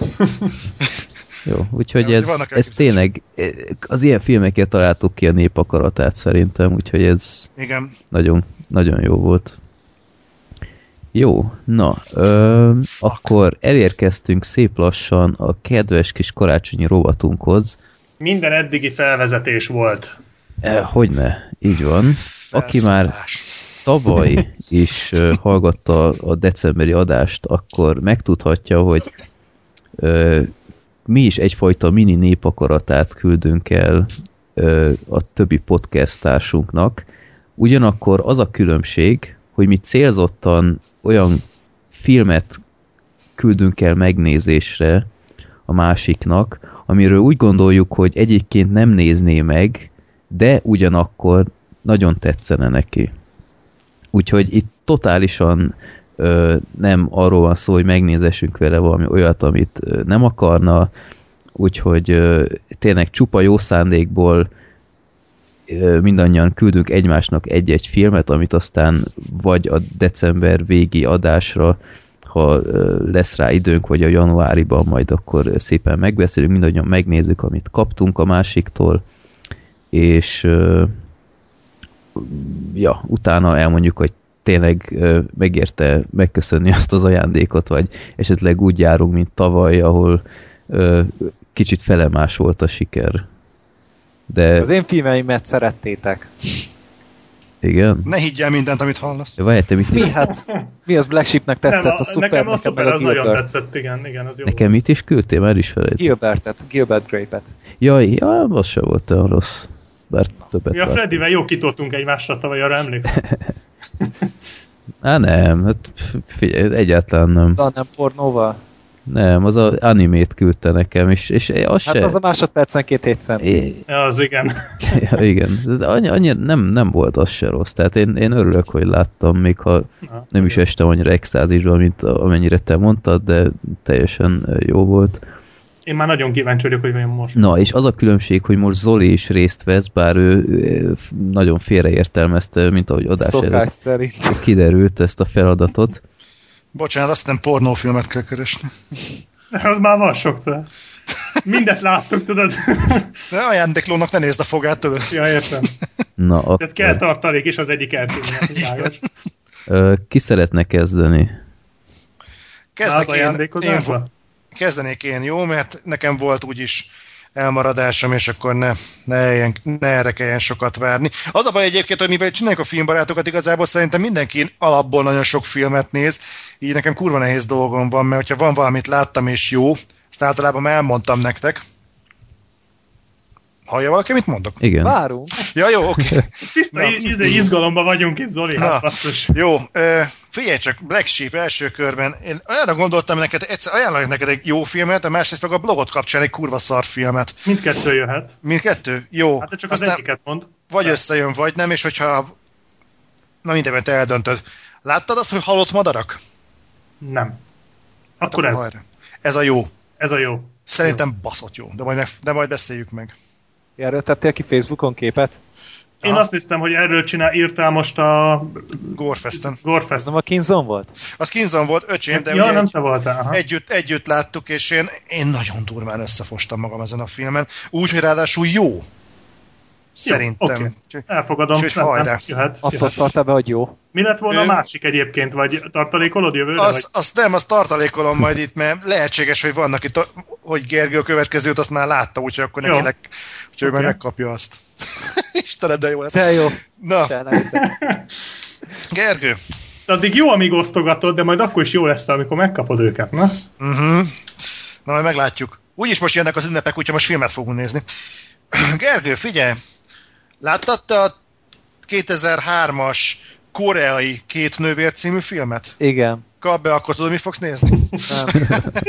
Jó, úgyhogy Ja, ez, vannak ez tényleg, eh, az ilyen filmekért találtuk ki a nép akaratát szerintem, úgyhogy ez Igen. nagyon, nagyon jó volt. Jó, na, ö, akkor elérkeztünk szép lassan a kedves kis karácsonyi rovatunkhoz. minden eddigi felvezetés volt. Eh, hogyne, így van. Aki már Felszólás. tavaly is ö, hallgatta a decemberi adást, akkor megtudhatja, hogy ö, mi is egyfajta mini népakaratát küldünk el ö, a többi podcast társunknak. Ugyanakkor az a különbség, hogy mi célzottan olyan filmet küldünk el megnézésre a másiknak, amiről úgy gondoljuk, hogy egyébként nem nézné meg, de ugyanakkor nagyon tetszene neki. Úgyhogy itt totálisan ö, nem arról van szó, hogy megnézessünk vele valami olyat, amit ö, nem akarna, úgyhogy ö, tényleg csupa jó szándékból ö, mindannyian küldünk egymásnak egy-egy filmet, amit aztán vagy a december végi adásra, ha ö, lesz rá időnk, vagy a januáriban majd akkor szépen megbeszélünk, mindannyian megnézzük, amit kaptunk a másiktól, és ö, ja, utána elmondjuk, hogy tényleg megérte megköszönni azt az ajándékot, vagy esetleg úgy járunk, mint tavaly, ahol kicsit felemás volt a siker. De... Az én filmeimet szerettétek. Igen? Ne higgyel mindent, amit hallasz. Ja, várj, te mit... Mi hát? Mi az Black Sheepnek tetszett? Nem, a, a szuper, nekem a nekem szuper meg az a nagyon Gilbert. tetszett, igen, igen, az jó. Nekem mit is küldtél? Már is felejtettem. Gilbertet, Gilbert Grape-et. Jaj, ja, az sem volt olyan rossz. Bár többet Mi a Freddyvel jó kitoltunk egymással tavaly, arra emlékszem. Á, nem, hát figyelj, egyáltalán nem. Szóval nem pornóval? Nem, az a animét küldte nekem, és, és az Hát se... az a másodpercenként hét cent. É... Ja, az igen. Ja, igen, ez annyi, annyi, nem, nem volt az se rossz, tehát én, én örülök, hogy láttam, még ha Na, nem is estem annyira extázisban, mint amennyire te mondtad, de teljesen jó volt. Én már nagyon kíváncsi vagyok, hogy milyen most. Na, és az a különbség, hogy most Zoli is részt vesz, bár ő ő nagyon félreértelmezte, mint ahogy adás Szokás előtt szerint. kiderült ezt a feladatot. Bocsánat, azt nem pornófilmet kell keresni. Az már van sokszor. Mindet láttuk, tudod? De ajándéklónak ne nézd a fogát, tudod? Ja, értem. Na, akkor, Tehát kell tartalék, és az egyik eltűnni. ö, ki szeretne kezdeni? Kezdek Az én, én, ajándékozásba? kezdenék én, jó? Mert nekem volt úgyis elmaradásom, és akkor ne, ne, ilyen, ne erre kelljen sokat várni. Az a baj egyébként, hogy mivel csináljuk a filmbarátokat, igazából szerintem mindenki alapból nagyon sok filmet néz, így nekem kurva nehéz dolgom van, mert hogyha van valamit láttam és jó, azt általában elmondtam nektek. Hallja valaki, mit mondok? Igen. Várunk. Ja, jó, oké. Okay. Tiszta íz- izgalomban vagyunk itt, Zoli, hát basszus. Jó, ö, figyelj csak, Black Sheep első körben. Én olyanra gondoltam neked, egyszer ajánlok neked egy jó filmet, a másrészt meg a blogot kapcsán egy kurva szar filmet. Mindkettő jöhet. Mindkettő? Jó. Hát csak az Aztán egyiket mond. vagy összejön, vagy nem, és hogyha... Na mindenben te eldöntöd. Láttad azt, hogy halott madarak? Nem. Hát Akkor ez. hajrá. Ez a jó. Ez a jó. Szerintem baszott jó, de majd, meg, de majd beszéljük meg. Erről tettél ki Facebookon képet? Én Aha. azt néztem, hogy erről csinál, írtál most a Gorefesten. Ez Gorefest. nem a Kinzon volt? Az Kinzon volt, öcsém, de Ja, ugye nem egy, te voltál. Aha. együtt, együtt láttuk, és én, én nagyon durván összefostam magam ezen a filmen. Úgy, hogy ráadásul jó. Szerintem. oké. Úgyhogy- Elfogadom. Úgyhogy Nem, hajrá. nem, jöhet, Attól jöhet. szartál be, hogy jó. Mi lett volna Ő- a másik egyébként, vagy tartalékolod jövőre? Az, vagy? azt nem, azt tartalékolom majd itt, mert lehetséges, hogy vannak itt, hogy Gergő a következőt azt már látta, úgyhogy akkor neki Jó. le, úgyhogy Oké. majd megkapja azt. Istenem, de jó lesz. De jó. Na, Csinálj. Gergő. Addig jó, amíg osztogatod, de majd akkor is jó lesz, amikor megkapod őket, na? Uh-huh. Na, majd meglátjuk. Úgyis most jönnek az ünnepek, úgyhogy most filmet fogunk nézni. Gergő, figyelj! Láttad te a kétezer-hármas koreai Két nővér című filmet? Igen. Kap be, akkor tudod, mi fogsz nézni? Nem.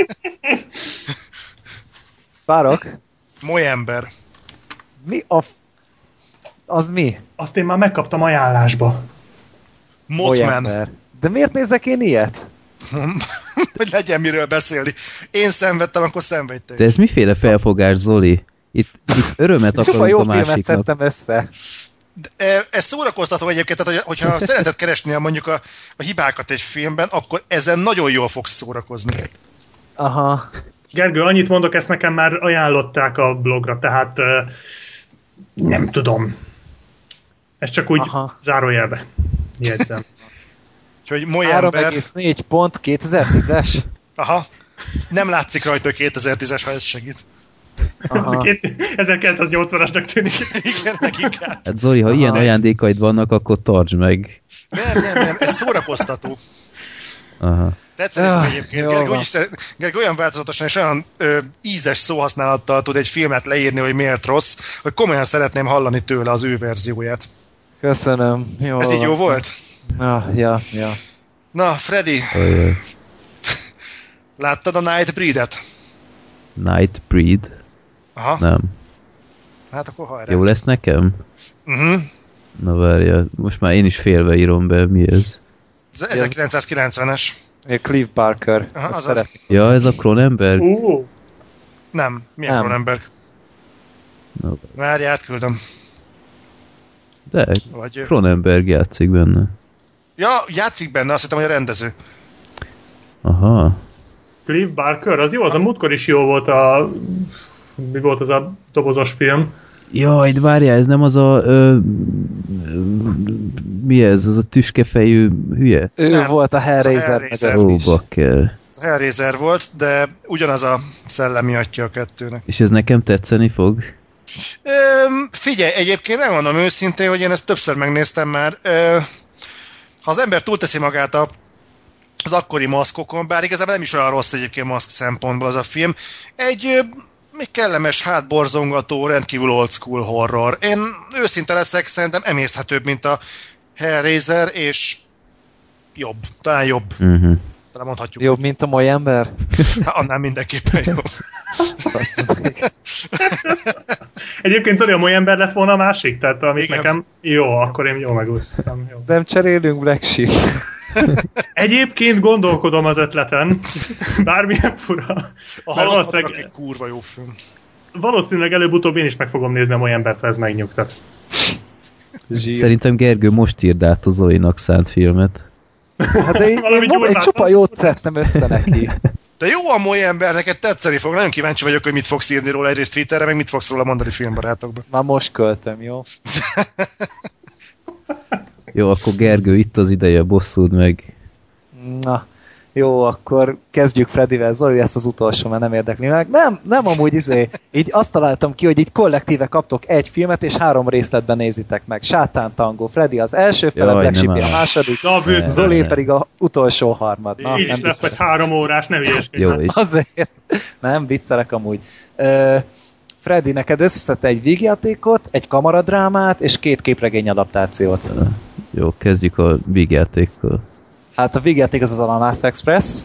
Várok. Molyember. Mi a... f- Az mi? Azt én már megkaptam ajánlásba. Mothman. Ember. De miért nézek én ilyet? Hogy legyen miről beszélni. Én szenvedtem, akkor szenvedj te De is. ez miféle felfogás, Zoli? Itt, itt örömet Csupa jó akarunk a filmet másiknak. szedtem össze. De, e, ez szórakoztató egyébként, tehát hogy- hogyha szereted keresni a, mondjuk a, a hibákat egy filmben, akkor ezen nagyon jól fogsz szórakozni. Aha. Gergő, annyit mondok, ezt nekem már ajánlották a blogra, tehát ö, nem tudom. Ez csak úgy Aha. zárójelbe jegyzem. Úgyhogy három Molyember, egész négy pont kétezer-tízes. aha, nem látszik rajta, hogy kétezer-tízes, ha ez segít. Ez Aha. két- ezerkilencszáznyolcvanasnak tűnik. Igen, leginkább. Hát Zoli, ha Aha. ilyen ajándékaid vannak, akkor tartsd meg. Nem, nem, nem, ez szórakoztató. Aha. Tetszeni Ah, fog egyébként. jó Gergő, van. úgyis szeret, Gergő olyan változatosan és olyan ö, ízes szóhasználattal tud egy filmet leírni, hogy miért rossz, hogy komolyan szeretném hallani tőle az ő verzióját. Köszönöm. Jó Ez így jó van. volt? Ja, ja, ja. Na, Freddy, Ajaj. láttad a Nightbreed-et? Nightbreed? Aha, Nem. hát akkor hajrá. Jó lesz nekem? Uh-huh. Na várja, most már én is félve írom be, mi ez? Ez ezerkilencszázkilencvenes. Még Clive Barker. Aha, Azt azaz. szeretném. Ja, ez a Cronenberg? Ó, Nem, milyen Nem. Cronenberg? Na, Várj, átküldöm. de Vagy... Cronenberg játszik benne. Ja, játszik benne, azt hittem, hogy a rendező. Aha. Clive Barker, az jó, az a múltkor is jó volt a... Mi volt az a dobozos film? Jaj, várjál, ez nem az a ö, ö, mi ez? Az a tüskefejű hülye? Ő Nem, volt a Hellraiser. Hellraiser. Ó, bakker. Ez Hellraiser volt, de ugyanaz a szellemi atya a kettőnek. És ez nekem tetszeni fog? Öm, figyelj, egyébként megmondom őszintén, hogy én ezt többször megnéztem már. Ö, ha az ember túlteszi magát a, az akkori maszkokon, bár igazából nem is olyan rossz egyébként maszk szempontból az a film, egy, ö, egy kellemes, hátborzongató, rendkívül old school horror. Én őszinte leszek, szerintem emészhetőbb, mint a Hellraiser, és jobb, talán jobb. Uh-huh. Talán mondhatjuk. Jobb, mint a mai ember? Hát, annál mindenképpen jobb. Egyébként Zoli, a mai ember lett volna a másik? Tehát amit Igen. nekem... Jó, akkor én jól megúsztam. Jó. Nem cserélünk Black Sheep. Egyébként gondolkodom az ötleten. Bármilyen fura. A Mert halott valószínűleg, egy kurva jó film. valószínűleg előbb-utóbb én is meg fogom nézni a mai embert, ha ez megnyugtat. Zsír. Szerintem Gergő most írt át a Zoinak szánt filmet. Hát de én, Valami én mond, egy gyurmát. csupa jót szedtem össze neki. De jó a moly ember, neked tetszeni fog. Nagyon kíváncsi vagyok, hogy mit fogsz írni róla egyrészt Twitterre, meg mit fogsz róla mondani filmbarátokba. Már most költöm, jó? Jó, akkor Gergő, itt az ideje, bosszúd meg. Na, jó, akkor kezdjük Freddyvel. Zoli, ezt az utolsó, mert nem érdekli meg. Nem, nem amúgy izé. Így azt találtam ki, hogy így kollektíve kaptok egy filmet, és három részletben nézitek meg. Sátán Tango. Freddy az első fele, Jaj, Black nem Sheep a áll. második, Na, bőt, Zoli nem. pedig a utolsó harmad. Na, így nem is lesz viccelek. vagy három órás, ne hülyeskedj. Jó, és Azért. Nem, viccelek amúgy. Uh, Freddy, neked összeszedte egy vígjátékot, egy kamaradrámát, és két képregény adaptációt. jó, kezdjük a vígjátékkal. Hát a vígjáték az az Ananas Express.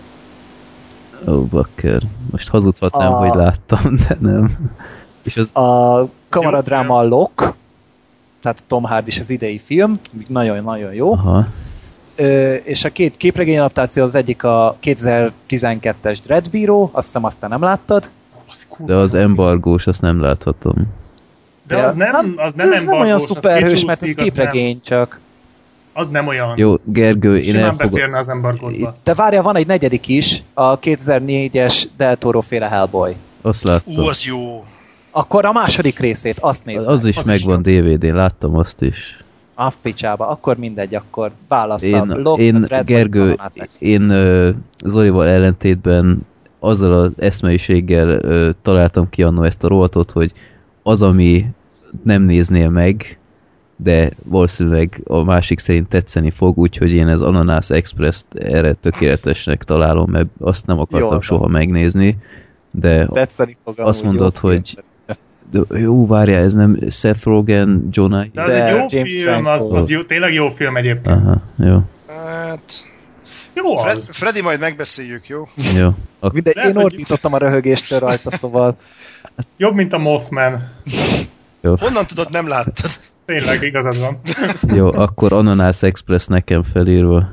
Ó, bakker. Most hazudhatnám, A- hogy láttam, de nem. És az... A kamaradráma a Lock, tehát Tom Hardy is az idei film, nagyon-nagyon jó. Aha. Ö, és a két képregény adaptáció, az egyik a kétezer-tizenkettes Dread Bureau, azt hiszem aztán nem láttad. Az kurva De az jó. embargós, azt nem láthatom. De az nem, az nem ez nem olyan embargós, az szuperhős, mert ez kicsúszik, az képregény csak. Az nem olyan. Jó, Gergő, én Simán elfogom. beférne az embargódba. De várja, van egy negyedik is, a kétezer-négyes Del Toro féle Hellboy. Azt láttam. Ú, az jó. Akkor a második részét, azt nézd Az meg. is Az megvan is dé vé dén, láttam azt is. A picsába, akkor mindegy, akkor válasz a Én, Lock, a én Dread, Gergő, vagy az Ananas Express. én uh, Zolival ellentétben azzal az eszmeiséggel uh, találtam ki annó ezt a rovatot, hogy az, ami nem néznél meg, de valószínűleg a másik szerint tetszeni fog, úgyhogy én az Ananas Express-t erre tökéletesnek találom, mert azt nem akartam Jól van. soha megnézni, de Tetszeni fog azt amúgy, mondod, jó hogy de jó, várjál, ez nem Seth Rogen, Jonah De az De egy jó James film, az, Franco. az jó, tényleg jó film egyébként. Aha, jó, Hát... Jó Fred, az. Freddy, majd megbeszéljük, jó? jó. Ak- Mindegy, Lehet, én hogy- ordítottam a röhögéstől rajta, szóval Jobb, mint a Mothman. jó, Honnan tudod, nem láttad? Tényleg, igazad van. jó, akkor Ananas Express nekem felírva.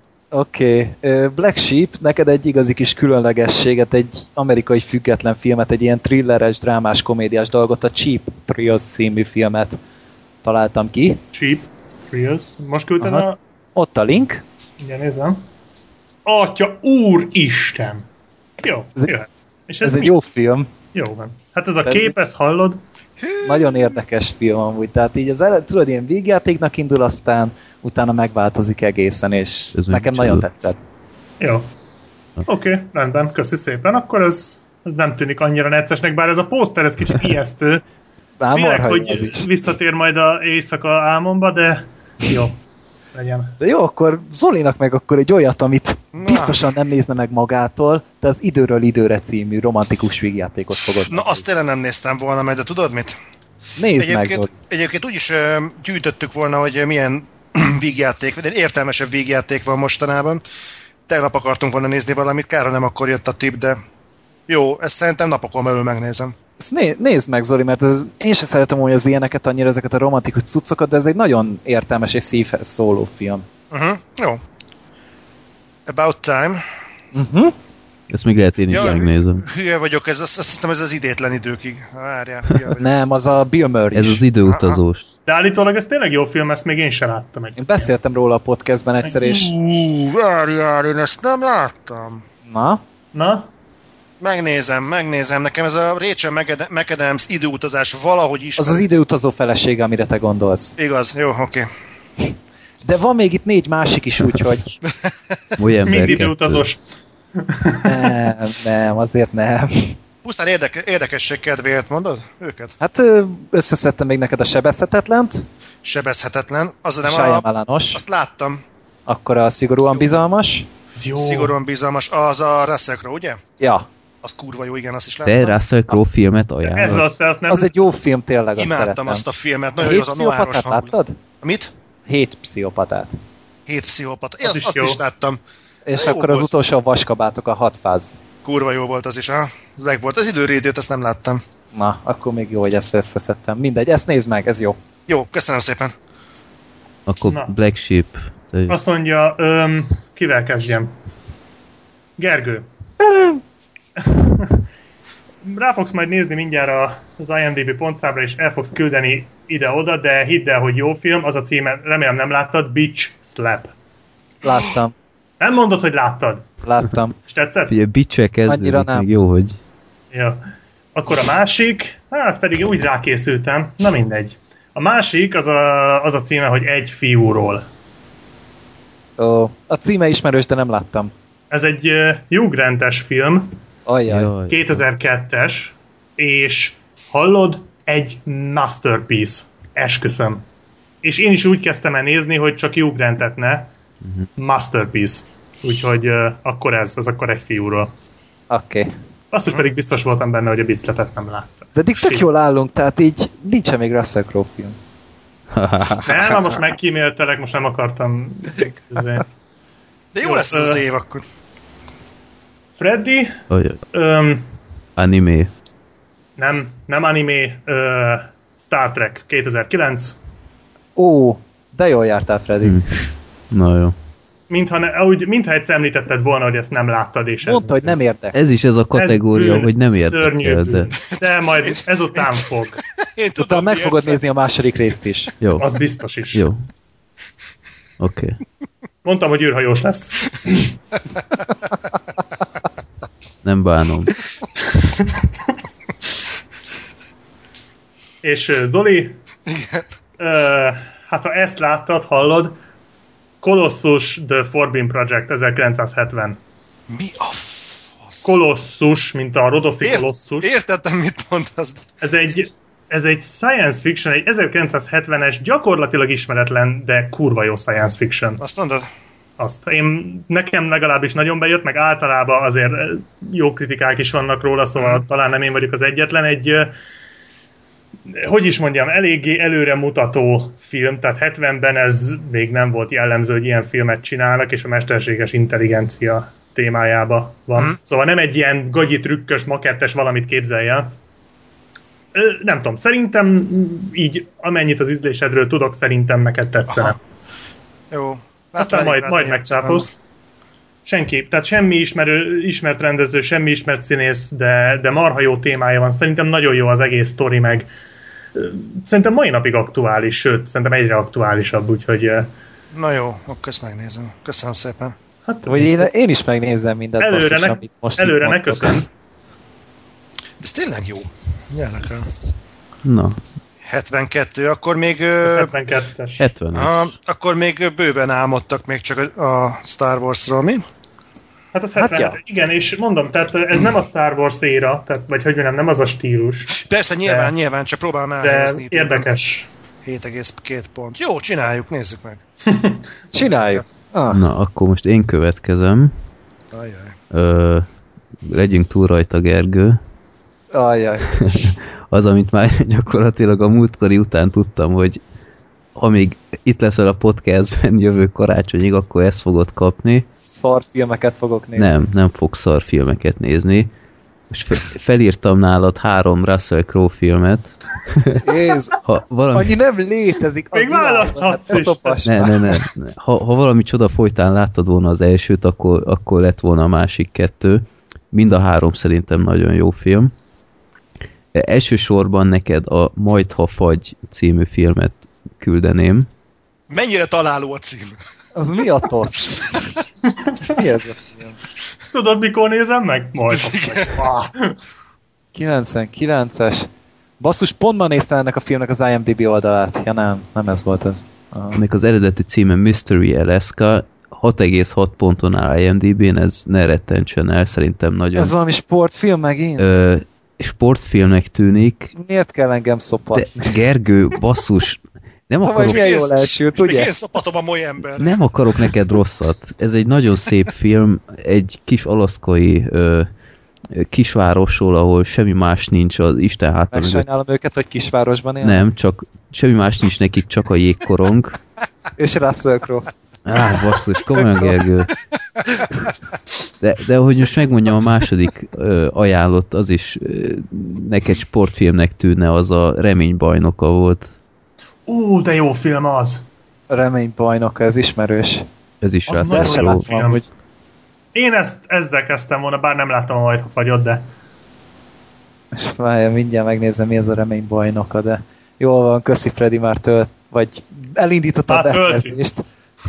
oké. Okay. Black Sheep, neked egy igazi kis különlegességet, egy amerikai független filmet, egy ilyen thrilleres, drámás, komédiás dolgot, a Cheap Thrills című filmet találtam ki. Cheap Thrills. Most küldted Aha. a... Ott a link. Igen, nézem. Atya, úristen! Jó, Ez- jöhet. És Ez, ez, egy mi? jó film. Jó van. Hát ez a Ez- kép, ezt hallod? Nagyon érdekes film amúgy. Tehát így az ele, tudod, ilyen végjátéknak indul, aztán utána megváltozik egészen, és Ez nekem micsoda? nagyon tetszett. Jó. Oké, okay, rendben, köszi szépen. Akkor ez, ez nem tűnik annyira neccesnek, bár ez a pószter, ez kicsit ijesztő. Ám Félek, marha hogy az is. visszatér majd a éjszaka álmomba, de jó, legyen. De jó, akkor Zolinak meg akkor egy olyat, amit Na. biztosan nem nézne meg magától, de az Időről időre című romantikus vígjátékot fogod Na, megnézni. azt tényleg nem néztem volna meg, de tudod mit? Nézd meg, Egyébként, Zoli. egyébként úgy is ö, gyűjtöttük volna, hogy milyen vígjáték, de értelmesebb vígjáték van mostanában. Tegnap akartunk volna nézni valamit, kára nem akkor jött a tip, de jó, ezt szerintem napokon belül megnézem. Ezt né- nézd meg, Zoli, mert ez, én sem szeretem úgy az ilyeneket, annyira ezeket a romantikus cuccokat, de ez egy nagyon értelmes és szívhez szóló film. Uh-huh, jó. About time. Uh-huh. Ezt még lehet én is Ja, megnézem. Hülye vagyok, ez, azt, azt hiszem ez az idétlen időkig. Várjál, hülye vagyok. Nem, az a Bill Murray Ez is. az időutazós. De állítólag ez tényleg jó film, ezt még én sem láttam egy. Én beszéltem róla a podcastben egyszer, és... Ú, várjál, én ezt nem láttam. Na? Na? Megnézem, megnézem. Nekem ez a Rachel McAd- McAdams időutazás valahogy is. Az az időutazó felesége, amire te gondolsz. Igaz, jó, oké. De van még itt négy másik is, úgyhogy... Mind időutazós. Nem, nem, azért nem. Pusztán érdeke, érdekesség kedvéért mondod őket? Hát összeszedtem még neked a sebezhetetlent. Sebezhetetlen. Az nem a... Azt láttam. Akkor a szigorúan bizalmas. Jó. Szigorúan bizalmas. Az a Russell Crowe, ugye? Ja. Az kurva jó, igen, azt is láttam. Te Russell Crowe filmet ajánlod. Ez az, az, nem... az egy jó film, tényleg, azt Imádtam szeretem. azt a filmet, nagyon jó az a noáros hangulat. Láttad? Mit? Hét pszichopatát. Hét pszichopata. Az, az is azt jó. is láttam. És jó akkor volt. Az utolsó a vaskabátok, a hat fáz. Kurva jó volt az is, ha? Az meg volt. Az időrédőt, azt nem láttam. Na, akkor még jó, hogy ezt összeszedtem. Mindegy, ezt nézd meg, ez jó. Jó, köszönöm szépen. Akkor Na. Black Sheep. Azt mondja, öm, kivel kezdjem? Gergő. Velem! Rá fogsz majd nézni mindjárt az IMDb pontszámra, és el fogsz küldeni ide-oda, de hidd el, hogy jó film, az a címe, remélem nem láttad, Bitch Slap. Láttam. Nem mondod, hogy láttad? Láttam. És tetszett? Ugye bitch-el kezdődik, még jó, hogy... Ja. Akkor a másik, hát pedig úgy rákészültem, na mindegy. A másik az a, az a címe, hogy Egy fiúról. Ó, a címe ismerős, de nem láttam. Ez egy uh, Hugh Grant-es film, Ajjaj. Jaj. kétezer-kettes, és hallod, egy masterpiece. Esküszöm. És én is úgy kezdtem el nézni, hogy csak Hugh Grantet ne. Uh-huh. Masterpiece. Úgyhogy uh, akkor ez, az akkor Egy fiúról. Oké. Okay. Azt is pedig biztos voltam benne, hogy a Bicletet nem láttam. De eddig tök jól állunk, tehát így nincsen még Russell Crowe film. Nem, most megkíméltelek, most nem akartam. De jó, jó lesz ö, az év akkor. Freddy, Olyan. öm, Anime. nem, nem anime, ö, Star Trek kétezer-kilenc. Ó, de jól jártál, Freddy. Hm. Na jó. Mintha, ne, úgy, mintha egyszer említetted volna, hogy ezt nem láttad, és ez... Mondta, hogy nem érdekel. Ez is ez a kategória, ez bűn, hogy nem szörnyű érdekel, de... bűn. De majd ezután fog. Én tudom, Utána meg miért. fogod nézni a második részt is. Jó. Az biztos is. Jó. Oké. Okay. Mondtam, hogy űrhajós lesz. Nem bánom. És uh, Zoli, uh, hát ha ezt láttad, hallod, Colossus The Forbidden Project ezerkilencszázhetven. Mi a fasz? Colossus, mint a rodoszi Ért, Colossus. Értettem, mit mondasz. Ez egy, ez egy science fiction, egy ezerkilencszázhetvenes, gyakorlatilag ismeretlen, de kurva jó science fiction. Azt mondod? Azt. Én, nekem legalábbis nagyon bejött, meg általában azért jó kritikák is vannak róla, szóval mm. talán nem én vagyok az egyetlen. Egy, hogy is mondjam, eléggé előremutató film, tehát hetvenben ez még nem volt jellemző, hogy ilyen filmet csinálnak, és a mesterséges intelligencia témájába van. Mm. Szóval nem egy ilyen gagyi trükkös, makettes valamit képzelj el. Nem tudom, szerintem így, amennyit az ízlésedről tudok, szerintem neked tetszene. Aha. Jó. Aztán majd, majd megcáfolsz. Senki, tehát semmi ismerő, ismert rendező, semmi ismert színész, de, de marha jó témája van. Szerintem nagyon jó az egész sztori, meg szerintem mai napig aktuális, sőt, szerintem egyre aktuálisabb, úgyhogy... Na jó, akkor ezt megnézem. Köszönöm szépen. Hát, vagy én, én is megnézem mindent, előre basszus, ne, amit most előre ne mondtok. köszön. De ez tényleg jó. Gyernek el. Na. hetvenkettő, akkor még... ö, hetvenkettes. hetven. aha, akkor még bőven álmodtak még csak a, a Star Warsról, mi? Hát az Hát hetvenhet, ja. igen, és mondom, tehát ez nem a Star Wars éra, tehát, vagy hogy mondjam, nem az a stílus, Persze, nyilván, De- nyilván, csak próbálom de elhelyezni. érdekes. hét egész két pont. Jó, csináljuk, nézzük meg. Csináljuk. Ah. Na, akkor most én következem. Ajaj. Ö, legyünk túl rajta, Gergő. Ajjaj. Az, amit már gyakorlatilag a múltkori után tudtam, hogy amíg itt leszel a podcastben jövő karácsonyig, akkor ezt fogod kapni. Szarfilmeket fogok nézni. Nem, nem fogsz szarfilmeket nézni. Most fe- felírtam nálad három Russell Crowe filmet. Jézus, Ha valami... annyi nem létezik. a Még világban, választhatsz hát is. eszopas. Ne, ne, ne. Ha, ha valami csoda folytán láttad volna az elsőt, akkor, akkor lett volna a másik kettő. Mind a három szerintem nagyon jó film. Elsősorban neked a Majd, ha fagy című filmet küldeném. Mennyire találó a cím? Az mi a tosz? Mi ez a film? Tudod, mikor nézem meg? Majd. kilencvenkilences. Basszus, pont ma néztem ennek a filmnek az IMDb oldalát. Ja nem, nem ez volt ez. Ah. Még az eredeti címe Mystery Alaska, hat egész hat ponton áll I M D B-n, ez ne rettentsen el, szerintem nagyon... Ez valami sportfilm megint? Ö, sportfilmnek tűnik. Miért kell engem szopatni? De Gergő, basszus, nem akarok... Milyen jól elsült, ugye? Én szopatom a moly ember. Nem akarok neked rosszat. Ez egy nagyon szép film, egy kis alaszkai ö, kisvárosról, ahol semmi más nincs az Isten háta mögött. Megsajnálom őket, hogy kisvárosban élnek? Nem, csak semmi más nincs nekik, csak a jégkorong. És Russell Crowe. Á, basszus, komolyan Gergő. De, de hogy most megmondjam, a második ö, ajánlott, az is ö, neked sportfilmnek tűnne, az a Reménybajnoka volt. Ú, de jó film az! A Reménybajnoka, ez ismerős. Ez is Az rá nagyon jó film. Hogy... Én ezt, ezzel kezdtem volna, bár nem láttam a majd, ha fagyott, de... És várjál, mindjárt megnézem, mi ez a Reménybajnoka, de jól van, köszi Freddy, már tölt, vagy elindította a befejezést.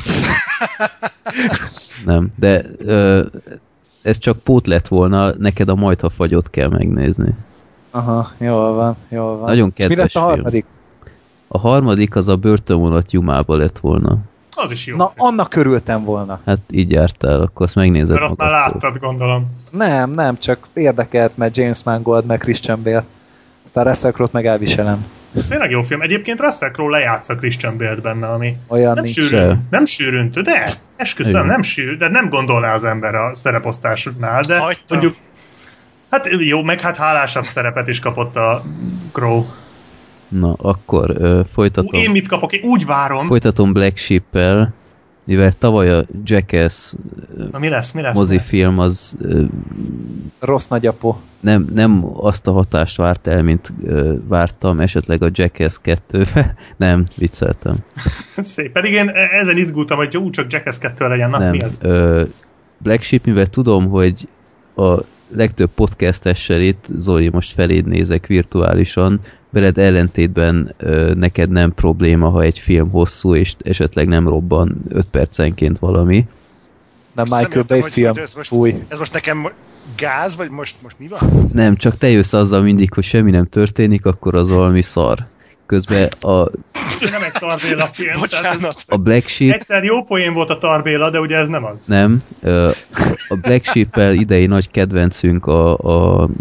Nem, de ö, ez csak pót lett volna, neked a majd, ha fagyott kell megnézni. Aha, jól van, jól van. Nagyon kedves. És mi lett a harmadik? Film. A harmadik az a Börtönvonat Jumába lett volna. Az is jó. Na, film. annak körültem volna. Hát így jártál, akkor azt megnézed. Mert azt már láttad, gondolom. Nem, nem, csak érdekelt, mert James Mangold, meg Christian Bale. Aztán Russell Crowe-t meg elviselem. Ez tényleg jó film. Egyébként Russell Crowe lejátsza Christian Bale-t benne, ami olyan nem nincs. sűrűn, nem sűrűntő, de esküszöm, Igen. nem sűrű, de nem gondolná az ember a szereposztásnál, de Hagyta. mondjuk, hát jó, meg hát hálásabb szerepet is kapott a Crowe. Na, akkor ö, folytatom. Én mit kapok? Én úgy várom. Folytatom Black Sheep-el, mivel tavaly a Jackass Na mi lesz, mi lesz? mozifilm az ö, Rossz nagyapó. nem, nem azt a hatást várt el, mint ö, vártam, esetleg a Jackass kettő. Nem, vicceltem. Szép. Pedig én ezen izgultam, hogy úgy csak Jackass kettő legyen. Na, Nem. mi ez? Ö, Black Sheep, mivel tudom, hogy a legtöbb podcastessel itt, Zoli, most feléd nézek virtuálisan, veled ellentétben ö, neked nem probléma, ha egy film hosszú, és esetleg nem robban öt percenként valami. De Azt nem Michael értem, Bay hogy- film. hogy Ez most, Fúj. ez most nekem gáz, vagy most, most mi van? Nem, csak te jössz azzal mindig, hogy semmi nem történik, akkor az valami szar. Közben a, Nem egy Tarbéla film. tehát ez- Bocsánat. a Black Sheep Egyszer jó poén volt a Tarbéla, de ugye ez nem az. nem. Ö, A Black Sheep-el idei nagy kedvencünk a, a, a,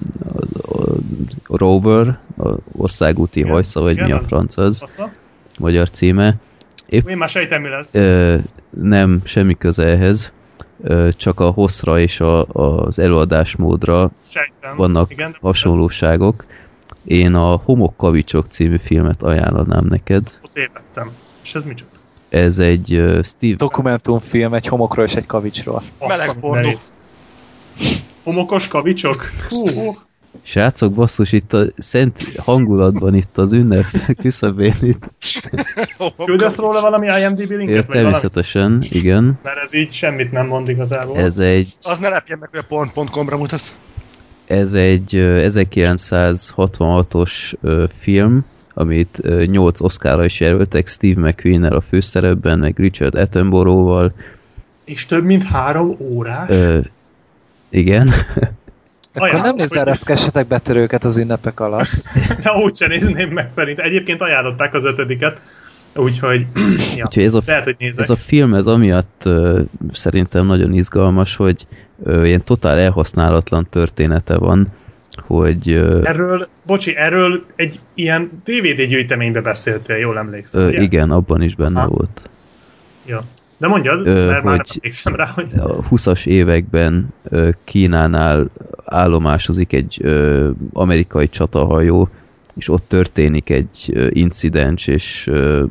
a Rover, a országúti Igen, hajsza, vagy igen, mi a az- franc az, Assza. magyar címe. Épp Én már sejtem, mi lesz. Ö, nem, semmi köze ehhez. Ö, csak a hosszra és a, az előadásmódra Sejtem. vannak Igen, de hasonlóságok. Én a Homokkavicsok című filmet ajánlanám neked. ott évettem. És ez micsoda? Ez egy uh, Steve... Dokumentumfilm egy homokról és egy kavicsról. Meleg Bassza pornó. mindenit. Homokos kavicsok? Hú. Srácok, basszus, itt a szent hangulatban, itt az ünnep küszöbén itt. Küldesz róla valami I M D B Ő, linket? Vagy valami? természetesen, igen. Mert ez így semmit nem mond igazából. Ez egy, Az ne lepjen meg, hogy a pont pont com-ra mutat. ez egy ö, ezerkilencszázhatvanhatos ö, film, amit ö, nyolc Oscarra is jelöltek, Steve McQueen-nel a főszerepben, meg Richard Attenborough-val. És több mint három órás? Ö, igen. Akkor Ajánlom, nem nézereszkessetek betörőket az ünnepek alatt. De úgyse nézném meg szerint. Egyébként ajánlották az ötödiket, úgyhogy ja, Úgyhogy ez a, lehet, hogy nézek. ez a film ez amiatt ö, szerintem nagyon izgalmas, hogy ö, ilyen totál elhasználatlan története van, hogy ö, Erről, bocsi, erről egy ilyen dé vé dé gyűjteménybe beszéltél, jól emlékszem, ö, ugye? igen, abban is benne Aha. volt. Ja. De mondjad, Ö, mert már nem hogy- emlékszem rá, hogy... A huszas években ö, Kínánál állomásozik egy ö, amerikai csatahajó, és ott történik egy ö, incidens, és ö,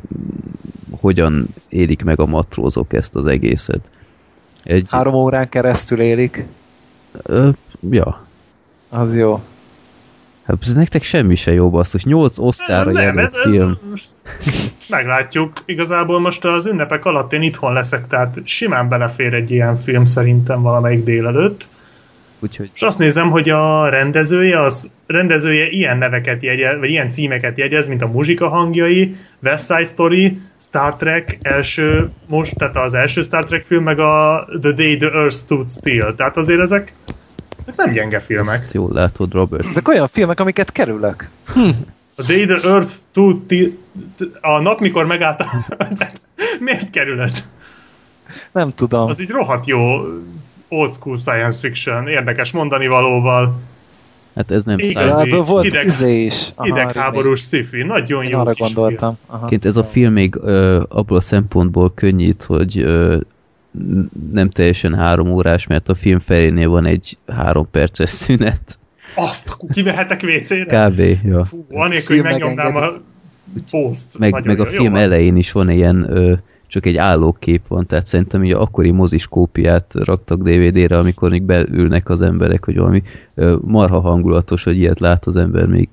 hogyan élik meg a matrózok ezt az egészet. Egy, Három órán keresztül élik. ö, ja, Az jó. hát ez nektek semmi se jó, basszus. Nyolc Oscarra nem, jelölt ez, ez, film. most meglátjuk. Igazából most az ünnepek alatt én itthon leszek, tehát simán belefér egy ilyen film szerintem valamelyik délelőtt. Úgyhogy És azt nézem, hogy a rendezője, az rendezője ilyen neveket jegyez, vagy ilyen címeket jegyez, mint a Muzsika hangjai, West Side Story, Star Trek első, most, tehát az első Star Trek film, meg a The Day the Earth Stood Still. Tehát azért ezek, ezek nem gyenge filmek. ezt jól látod, Robert. Ezek olyan filmek, amiket kerülök. A Day the Earth to... A nap, mikor megállt a... Miért kerület? Nem tudom. Az így rohadt jó old school science fiction, érdekes mondani valóval. Hát ez nem igazi, ja, volt hideg, izé is. Aha, hidegháborús sci-fi, nagyon jó arra kis gondoltam. Ként ez a film még ö, abból a szempontból könnyít, hogy ö, nem teljesen három órás, mert a film felénél van egy három perces szünet. Azt, akkor kivehetek vécére? Kb. Ja. Fú, anélkül, hogy megnyomnám a post. Meg, meg a film van. Elején is van ilyen, ö, csak egy állókép van, tehát szerintem így akkori mozis kópiát raktak dé vé dére, amikor még beülnek az emberek, hogy valami ö, marha hangulatos, hogy ilyet lát az ember még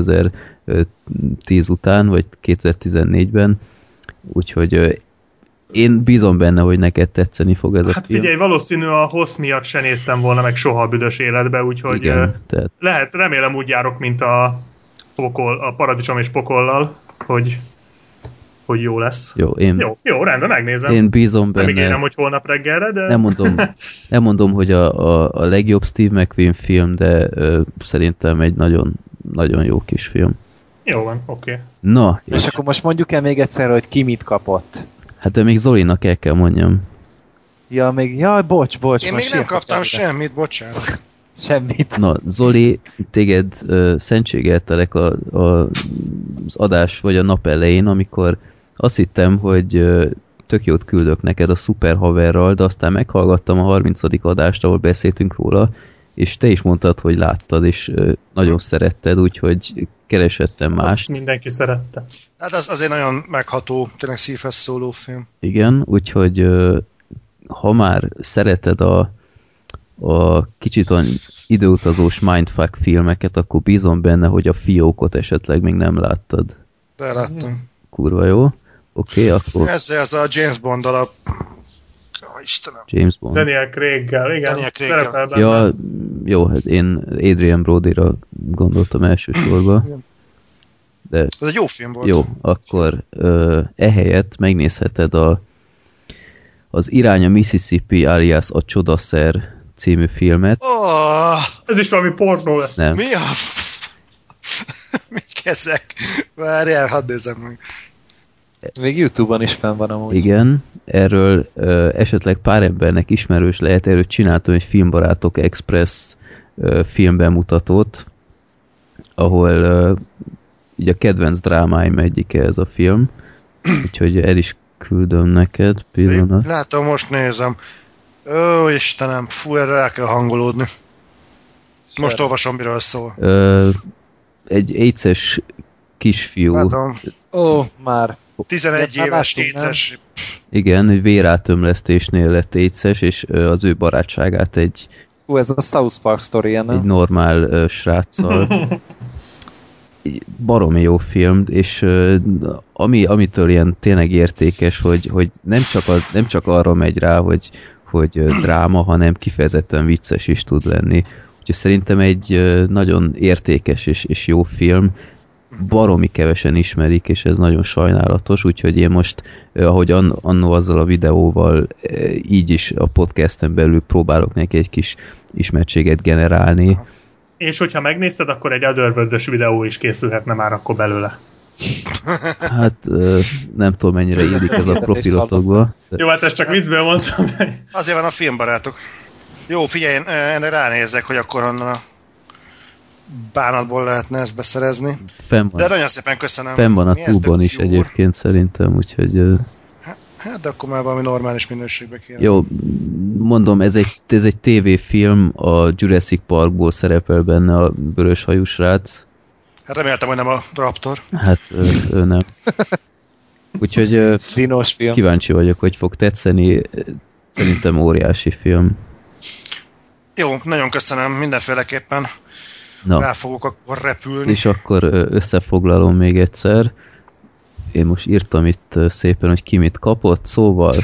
kétezer-tíz után, vagy kétezer-tizennégyben. Úgyhogy ö, én bízom benne, hogy neked tetszeni fog ez hát a film. Hát figyelj, valószínű a hossz miatt se néztem volna meg soha a büdös életbe, úgyhogy igen, tehát... lehet, remélem úgy járok, mint a pokol, a paradicsom és pokollal, hogy, hogy jó lesz. Jó, én... jó, jó, rendben, megnézem. Én bízom Ezt benne. nem ígérem, hogy holnap reggelre, de... Nem mondom, nem mondom hogy a, a, a legjobb Steve McQueen film, de ö, szerintem egy nagyon, nagyon jó kis film. Jó van, oké. Okay. Na, és, és akkor most mondjuk el még egyszer, hogy ki mit kapott. Hát de még Zolinak el kell mondjam. Ja, még, jaj, bocs, bocs. Én még nem kaptam de. semmit, bocsánat. Semmit. Na, Zoli, téged uh, szentségeltelek a, a, az adás vagy a nap elején, amikor azt hittem, hogy uh, tök jót küldök neked a szuper haverral, de aztán meghallgattam a harmincadik adást, ahol beszéltünk róla, és te is mondtad, hogy láttad, és uh, nagyon szeretted, úgyhogy keresettem mást. Azt mindenki szerette. Hát az azért nagyon megható, tényleg szívhez szóló film. Igen, úgyhogy uh, ha már szereted a, a kicsit olyan időutazós mindfuck filmeket, akkor bízom benne, hogy a Fiókot esetleg még nem láttad. De láttam. Kurva jó. Oké, okay, akkor... Ez, ez a James Bond alap... Oh, Istenem. James Bond. Daniel Craig-gel, igen. Daniel Craig-gel. Ja, jó, hát én Adrian Brodyra gondoltam elsősorban. De ez egy jó film volt. Jó, akkor uh, ehelyett megnézheted a, az Irány a Mississippi alias a Csodaszer című filmet. Oh, ez is valami pornó lesz. Nem. Mi a... Mik ezek? Várjál, hadd nézem meg. Még YouTube-on is fenn van amúgy. Igen, erről uh, esetleg pár embernek ismerős lehet, erről csináltam egy Filmbarátok Express uh, filmbemutatót, ahol uh, így a kedvenc drámáim egyike ez a film, úgyhogy el is küldöm neked, pillanat. Látom, most nézem. Ó, Istenem, fú, erre rá kell hangolódni. Most olvasom, miről szól. Ö, egy éces kisfiú. Látom. Ó, már. tizenegy éves éces. Igen, egy vérátömlesztésnél lett éces, és az ő barátságát egy Hú, ez a South Park sztori, nem? Egy normál uh, sráccal. Baromi jó film, és uh, ami, amitől ilyen tényleg értékes, hogy, hogy nem, csak az, nem csak arra megy rá, hogy, hogy uh, dráma, hanem kifejezetten vicces is tud lenni. Úgyhogy szerintem egy uh, nagyon értékes és, és jó film. Baromi kevesen ismerik, és ez nagyon sajnálatos, úgyhogy én most, uh, ahogy an, annó azzal a videóval, uh, így is a podcasten belül próbálok neki egy kis ismertséget generálni. És hogyha megnézted, akkor egy Otherworld-ös videó is készülhetne már akkor belőle. Hát nem tudom, mennyire illik ez a profilotokba. De... Jó, hát ezt csak viccből mondtam. Azért van a filmbarátok. Jó, figyelj, én ennek ránézek, hogy akkor onnan a bánatból lehetne ezt beszerezni. Fenn van. De nagyon szépen köszönöm. Fenn van a Tube-on is egyébként szerintem, úgyhogy... Hát, de akkor már valami normális minőségbe kéne. Jó, mondom, ez egy, ez egy tévéfilm, a Jurassic Parkból szerepel benne a vöröshajú srác. Hát reméltem, hogy nem a Raptor. Hát ő, ő nem. Úgyhogy Dinos film. Kíváncsi vagyok, hogy fog tetszeni. Szerintem óriási film. Jó, nagyon köszönöm, mindenféleképpen. Na. Rá fogok akkor repülni. És akkor összefoglalom még egyszer. Én most írtam itt szépen, hogy ki mit kapott, szóval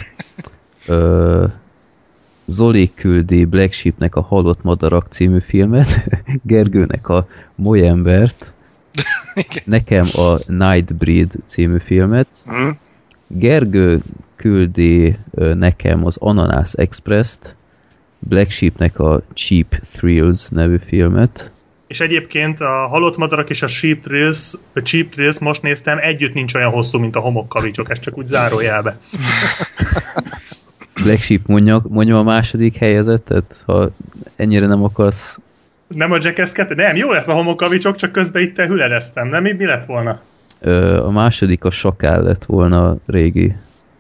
ö, Zoli küldi Black Sheepnek a Halott Madarak című filmet, Gergőnek a Molyembert, nekem a Nightbreed című filmet, hmm. Gergő küldi ö, nekem az Ananász Express-t, Black Sheepnek a Cheap Thrills nevű filmet, És egyébként a Halott Madarak és a Cheap Thrills, a Cheap Thrills most néztem, együtt nincs olyan hosszú, mint a Homokkavicsok, ez csak úgy zárójelbe. Black Sheep mondja, mondja a második helyezettet, ha ennyire nem akarsz. Nem a Jackass kettő? Nem, jó lesz a Homokkavicsok, csak közben itt hüledeztem. Nem, mi, mi lett volna? Ö, a második a Sakál lett volna régi.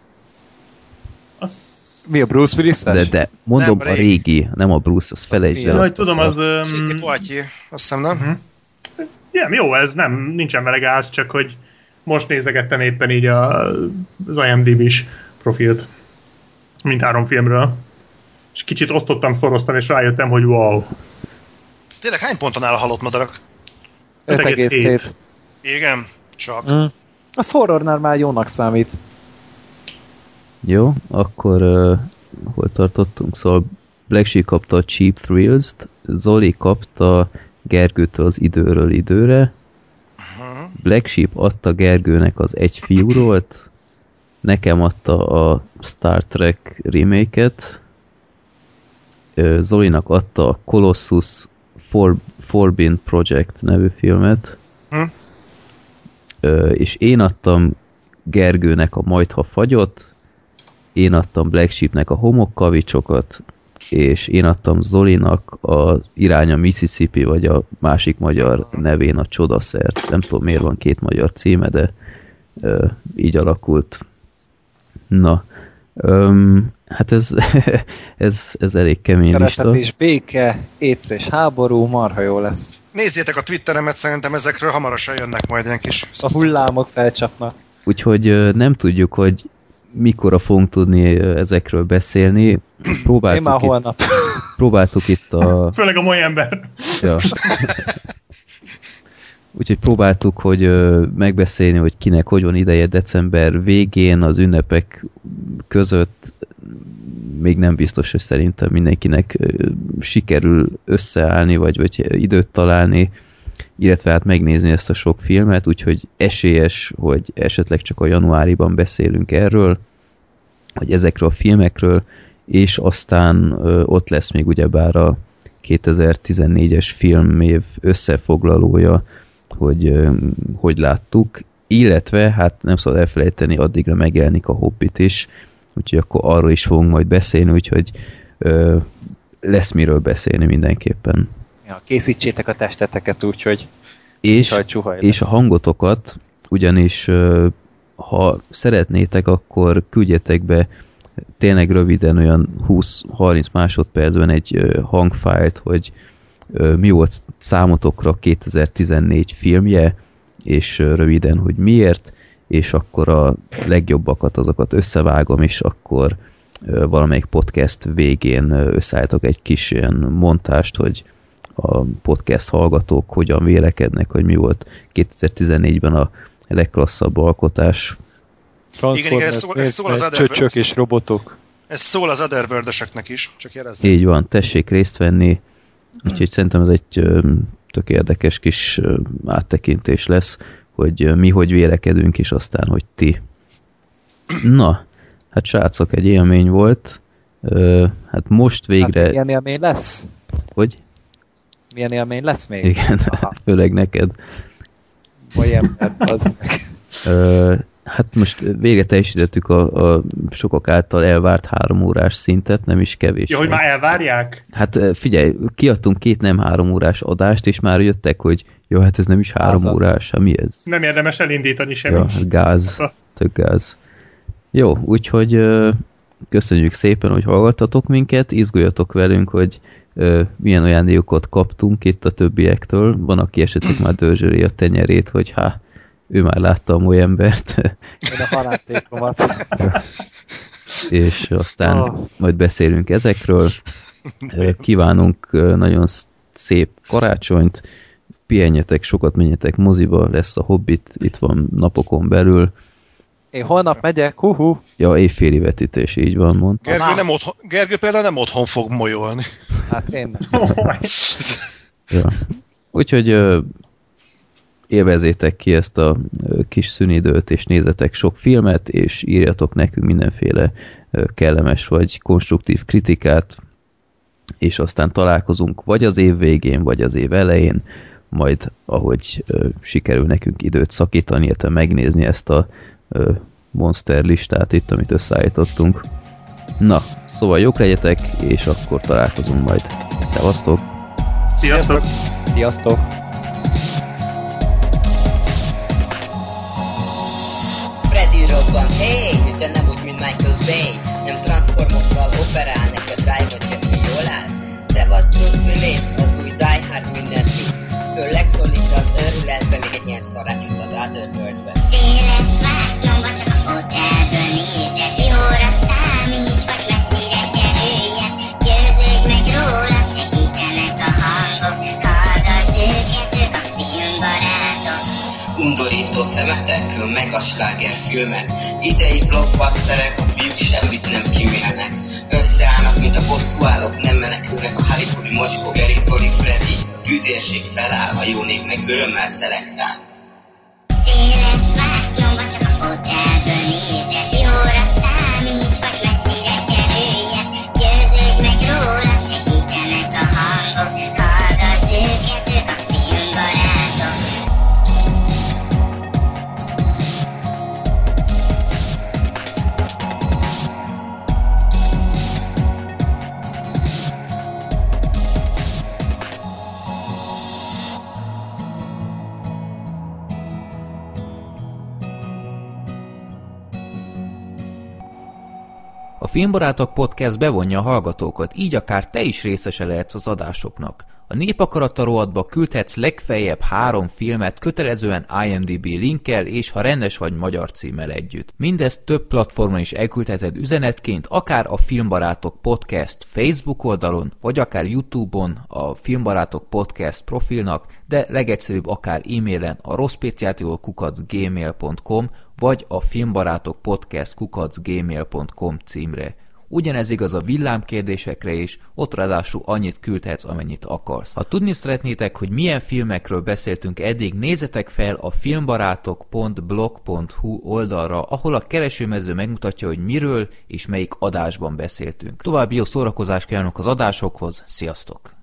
Az... Mi a Bruce Willis? De, de mondom Nem, a régi. régi, nem a Bruce, az felejtsd el. Jaj, tudom, az... Um... City Poitier, azt hiszem, nem? Uh-huh. Igen, jó, ez nem, nincsen vele gáz, csak hogy most nézegettem éppen így a, az IMDb-s profilt mindhárom filmről. És kicsit osztottam, szoroztam, és rájöttem, hogy wow. Tényleg hány ponton áll a Halott Madarak? öt egész hét. Igen, csak. Mm. Az horrornál már jónak számít. Jó, akkor uh, hol tartottunk? Szóval Black Sheep kapta a Cheap Thrills-t, Zoli kapta Gergőtől az Időről időre, uh-huh. Black Sheep adta Gergőnek az Egy fiúrót, nekem adta a Star Trek remake-et, Zolinak adta a Colossus For, Forbidden Project nevű filmet, uh-huh. és én adtam Gergőnek a Majdha fagyot, én adtam Black Sheepnek a Homokkavicsokat, és én adtam Zolinak az Irány a Mississippi, vagy a másik magyar nevén a Csodaszert. Nem tudom, miért van két magyar címe, de ö, így alakult. Na, öm, hát ez, ez, ez elég kemény lista. Szeretet és béke, éjsz és háború, marha jó lesz. Nézzétek a Twitteremet, szerintem ezekről hamarosan jönnek majd ilyen kis... A hullámok felcsapnak. Úgyhogy ö, nem tudjuk, hogy mikorra fogunk tudni ezekről beszélni. Próbáltuk Én már itt, holnap. Próbáltuk itt a... Főleg a mai ember. Ja. Úgyhogy próbáltuk, hogy ö, megbeszélni, hogy kinek hogy van ideje december végén, az ünnepek között. Még nem biztos, hogy szerintem mindenkinek ö, sikerül összeállni, vagy, vagy időt találni, illetve hát megnézni ezt a sok filmet, úgyhogy esélyes, hogy esetleg csak a januáriban beszélünk erről, vagy ezekről a filmekről, és aztán ö, ott lesz még ugyebár a kétezer-tizennégyes filmév összefoglalója, hogy ö, hogy láttuk, illetve hát nem szabad elfelejteni, addigra megjelenik a Hobbit is, úgyhogy akkor arról is fogunk majd beszélni, úgyhogy ö, lesz miről beszélni mindenképpen. Ja, készítsétek a testeteket úgy, hogy és, és a hangotokat, ugyanis ha szeretnétek, akkor küldjetek be tényleg röviden, olyan húsz-harminc másodpercben egy hangfájlt, hogy mi volt számotokra kétezer-tizennégy filmje, és röviden, hogy miért, és akkor a legjobbakat, azokat összevágom, és akkor valamelyik podcast végén összeálltok egy kis ilyen montást, hogy a podcast hallgatók hogyan vélekednek, hogy mi volt kétezer-tizennégyben a legklasszabb alkotás. Igen, igen, ez szól, ez szól az Csöcsök és robotok. Ez szól az Otherworld-öseknek is, csak jelezni. Így van, tessék részt venni, úgyhogy szerintem ez egy tök érdekes kis áttekintés lesz, hogy mi hogy vélekedünk, és aztán, hogy ti. Na, hát srácok, egy élmény volt. Hát most végre... Hát milyen élmény lesz? Hogy? Milyen élmény lesz még? Igen, főleg neked. Olyan, az meg. Hát most végre teljesítettük a, a sokak által elvárt három órás szintet, nem is kevés. Ja, hogy már elvárják? Hát figyelj, kiadtunk két nem három órás adást, és már jöttek, hogy jó, hát ez nem is három Házad. órás, hát mi ez? Nem érdemes elindítani semmit. Ja, gáz, tök gáz. Jó, úgyhogy köszönjük szépen, hogy hallgattatok minket, izguljatok velünk, hogy milyen ajándékokat kaptunk itt a többiektől. Van, aki esetleg már dörzsöli a tenyerét, hogy há, ő már látta a moly embert. Én a haláltékomat. És aztán oh. majd beszélünk ezekről. Kívánunk nagyon szép karácsonyt, pihenjetek, sokat menjetek moziba, lesz a Hobbit, itt van napokon belül. Én holnap megyek, hú-hú. Ja, éjféli vetítés, így van, mondta. Gergő, nem otthon, Gergő például nem otthon fog molyolni. Hát én nem. Ja. Úgyhogy ö, élvezzétek ki ezt a ö, kis szünidőt, és nézzetek sok filmet, és írjatok nekünk mindenféle ö, kellemes vagy konstruktív kritikát, és aztán találkozunk vagy az év végén, vagy az év elején, majd ahogy ö, sikerül nekünk időt szakítani, illetve megnézni ezt a ö, monster listát itt, amit összeállítottunk. Na, szóval jók legyetek, és akkor találkozunk majd. Szevasztok! Sziasztok! Sziasztok! Freddy robban, hey, de nem úgy, mint Michael Bay. Nem transformokkal operál, neki a drive-ot csak ki jól áll. Szevasz Bruce Willis, az új Die Hard mindent visz. Főleg szólít az őrületbe, még egy ilyen szarát jut az Otherworldbe. Széles vásznomba csak a fotelből nézed, jóra számíts, vagy messzire kerüljet. Győződj meg róla, segítenek a hangok, hallgasd őket, ők a filmbarátok. Undorító szemetek, meg a slágerfilmek. Idei blockbusterek, a fiúk semmit nem kimélnek. Összeállnak, mint a bosszúállók, nem menekülnek a Hollywoodi mocskó, Gary, Zoli, Freddy. A tűzérség feláll, a jó nép meg örömmel szelektál. Széles vásznomba csak a fotelből nézed, jóra számíts, vagy messzire kerüljet. Győződj meg róla, segítenek a hangok, hallgasd őket, ők a filmbarátok. A Filmbarátok Podcast bevonja a hallgatókat, így akár te is részese lehetsz az adásoknak. A Népakarata rovatba küldhetsz legfeljebb három filmet kötelezően IMDb linkkel és ha rendes vagy magyar címmel együtt. Mindezt több platformon is elküldheted üzenetként, akár a Filmbarátok Podcast Facebook oldalon, vagy akár YouTube-on a Filmbarátok Podcast profilnak, de legegyszerűbb akár e-mailen a rosszpéciától kukac gmail pont com vagy a filmbarátok podcast kukac gmail pont com címre. Ugyanez igaz a villámkérdésekre is, ott ráadásul annyit küldhetsz, amennyit akarsz. Ha tudni szeretnétek, hogy milyen filmekről beszéltünk eddig, nézzetek fel a filmbarátok pont blog pont hu oldalra, ahol a keresőmező megmutatja, hogy miről és melyik adásban beszéltünk. További jó szórakozást kívánok az adásokhoz, sziasztok!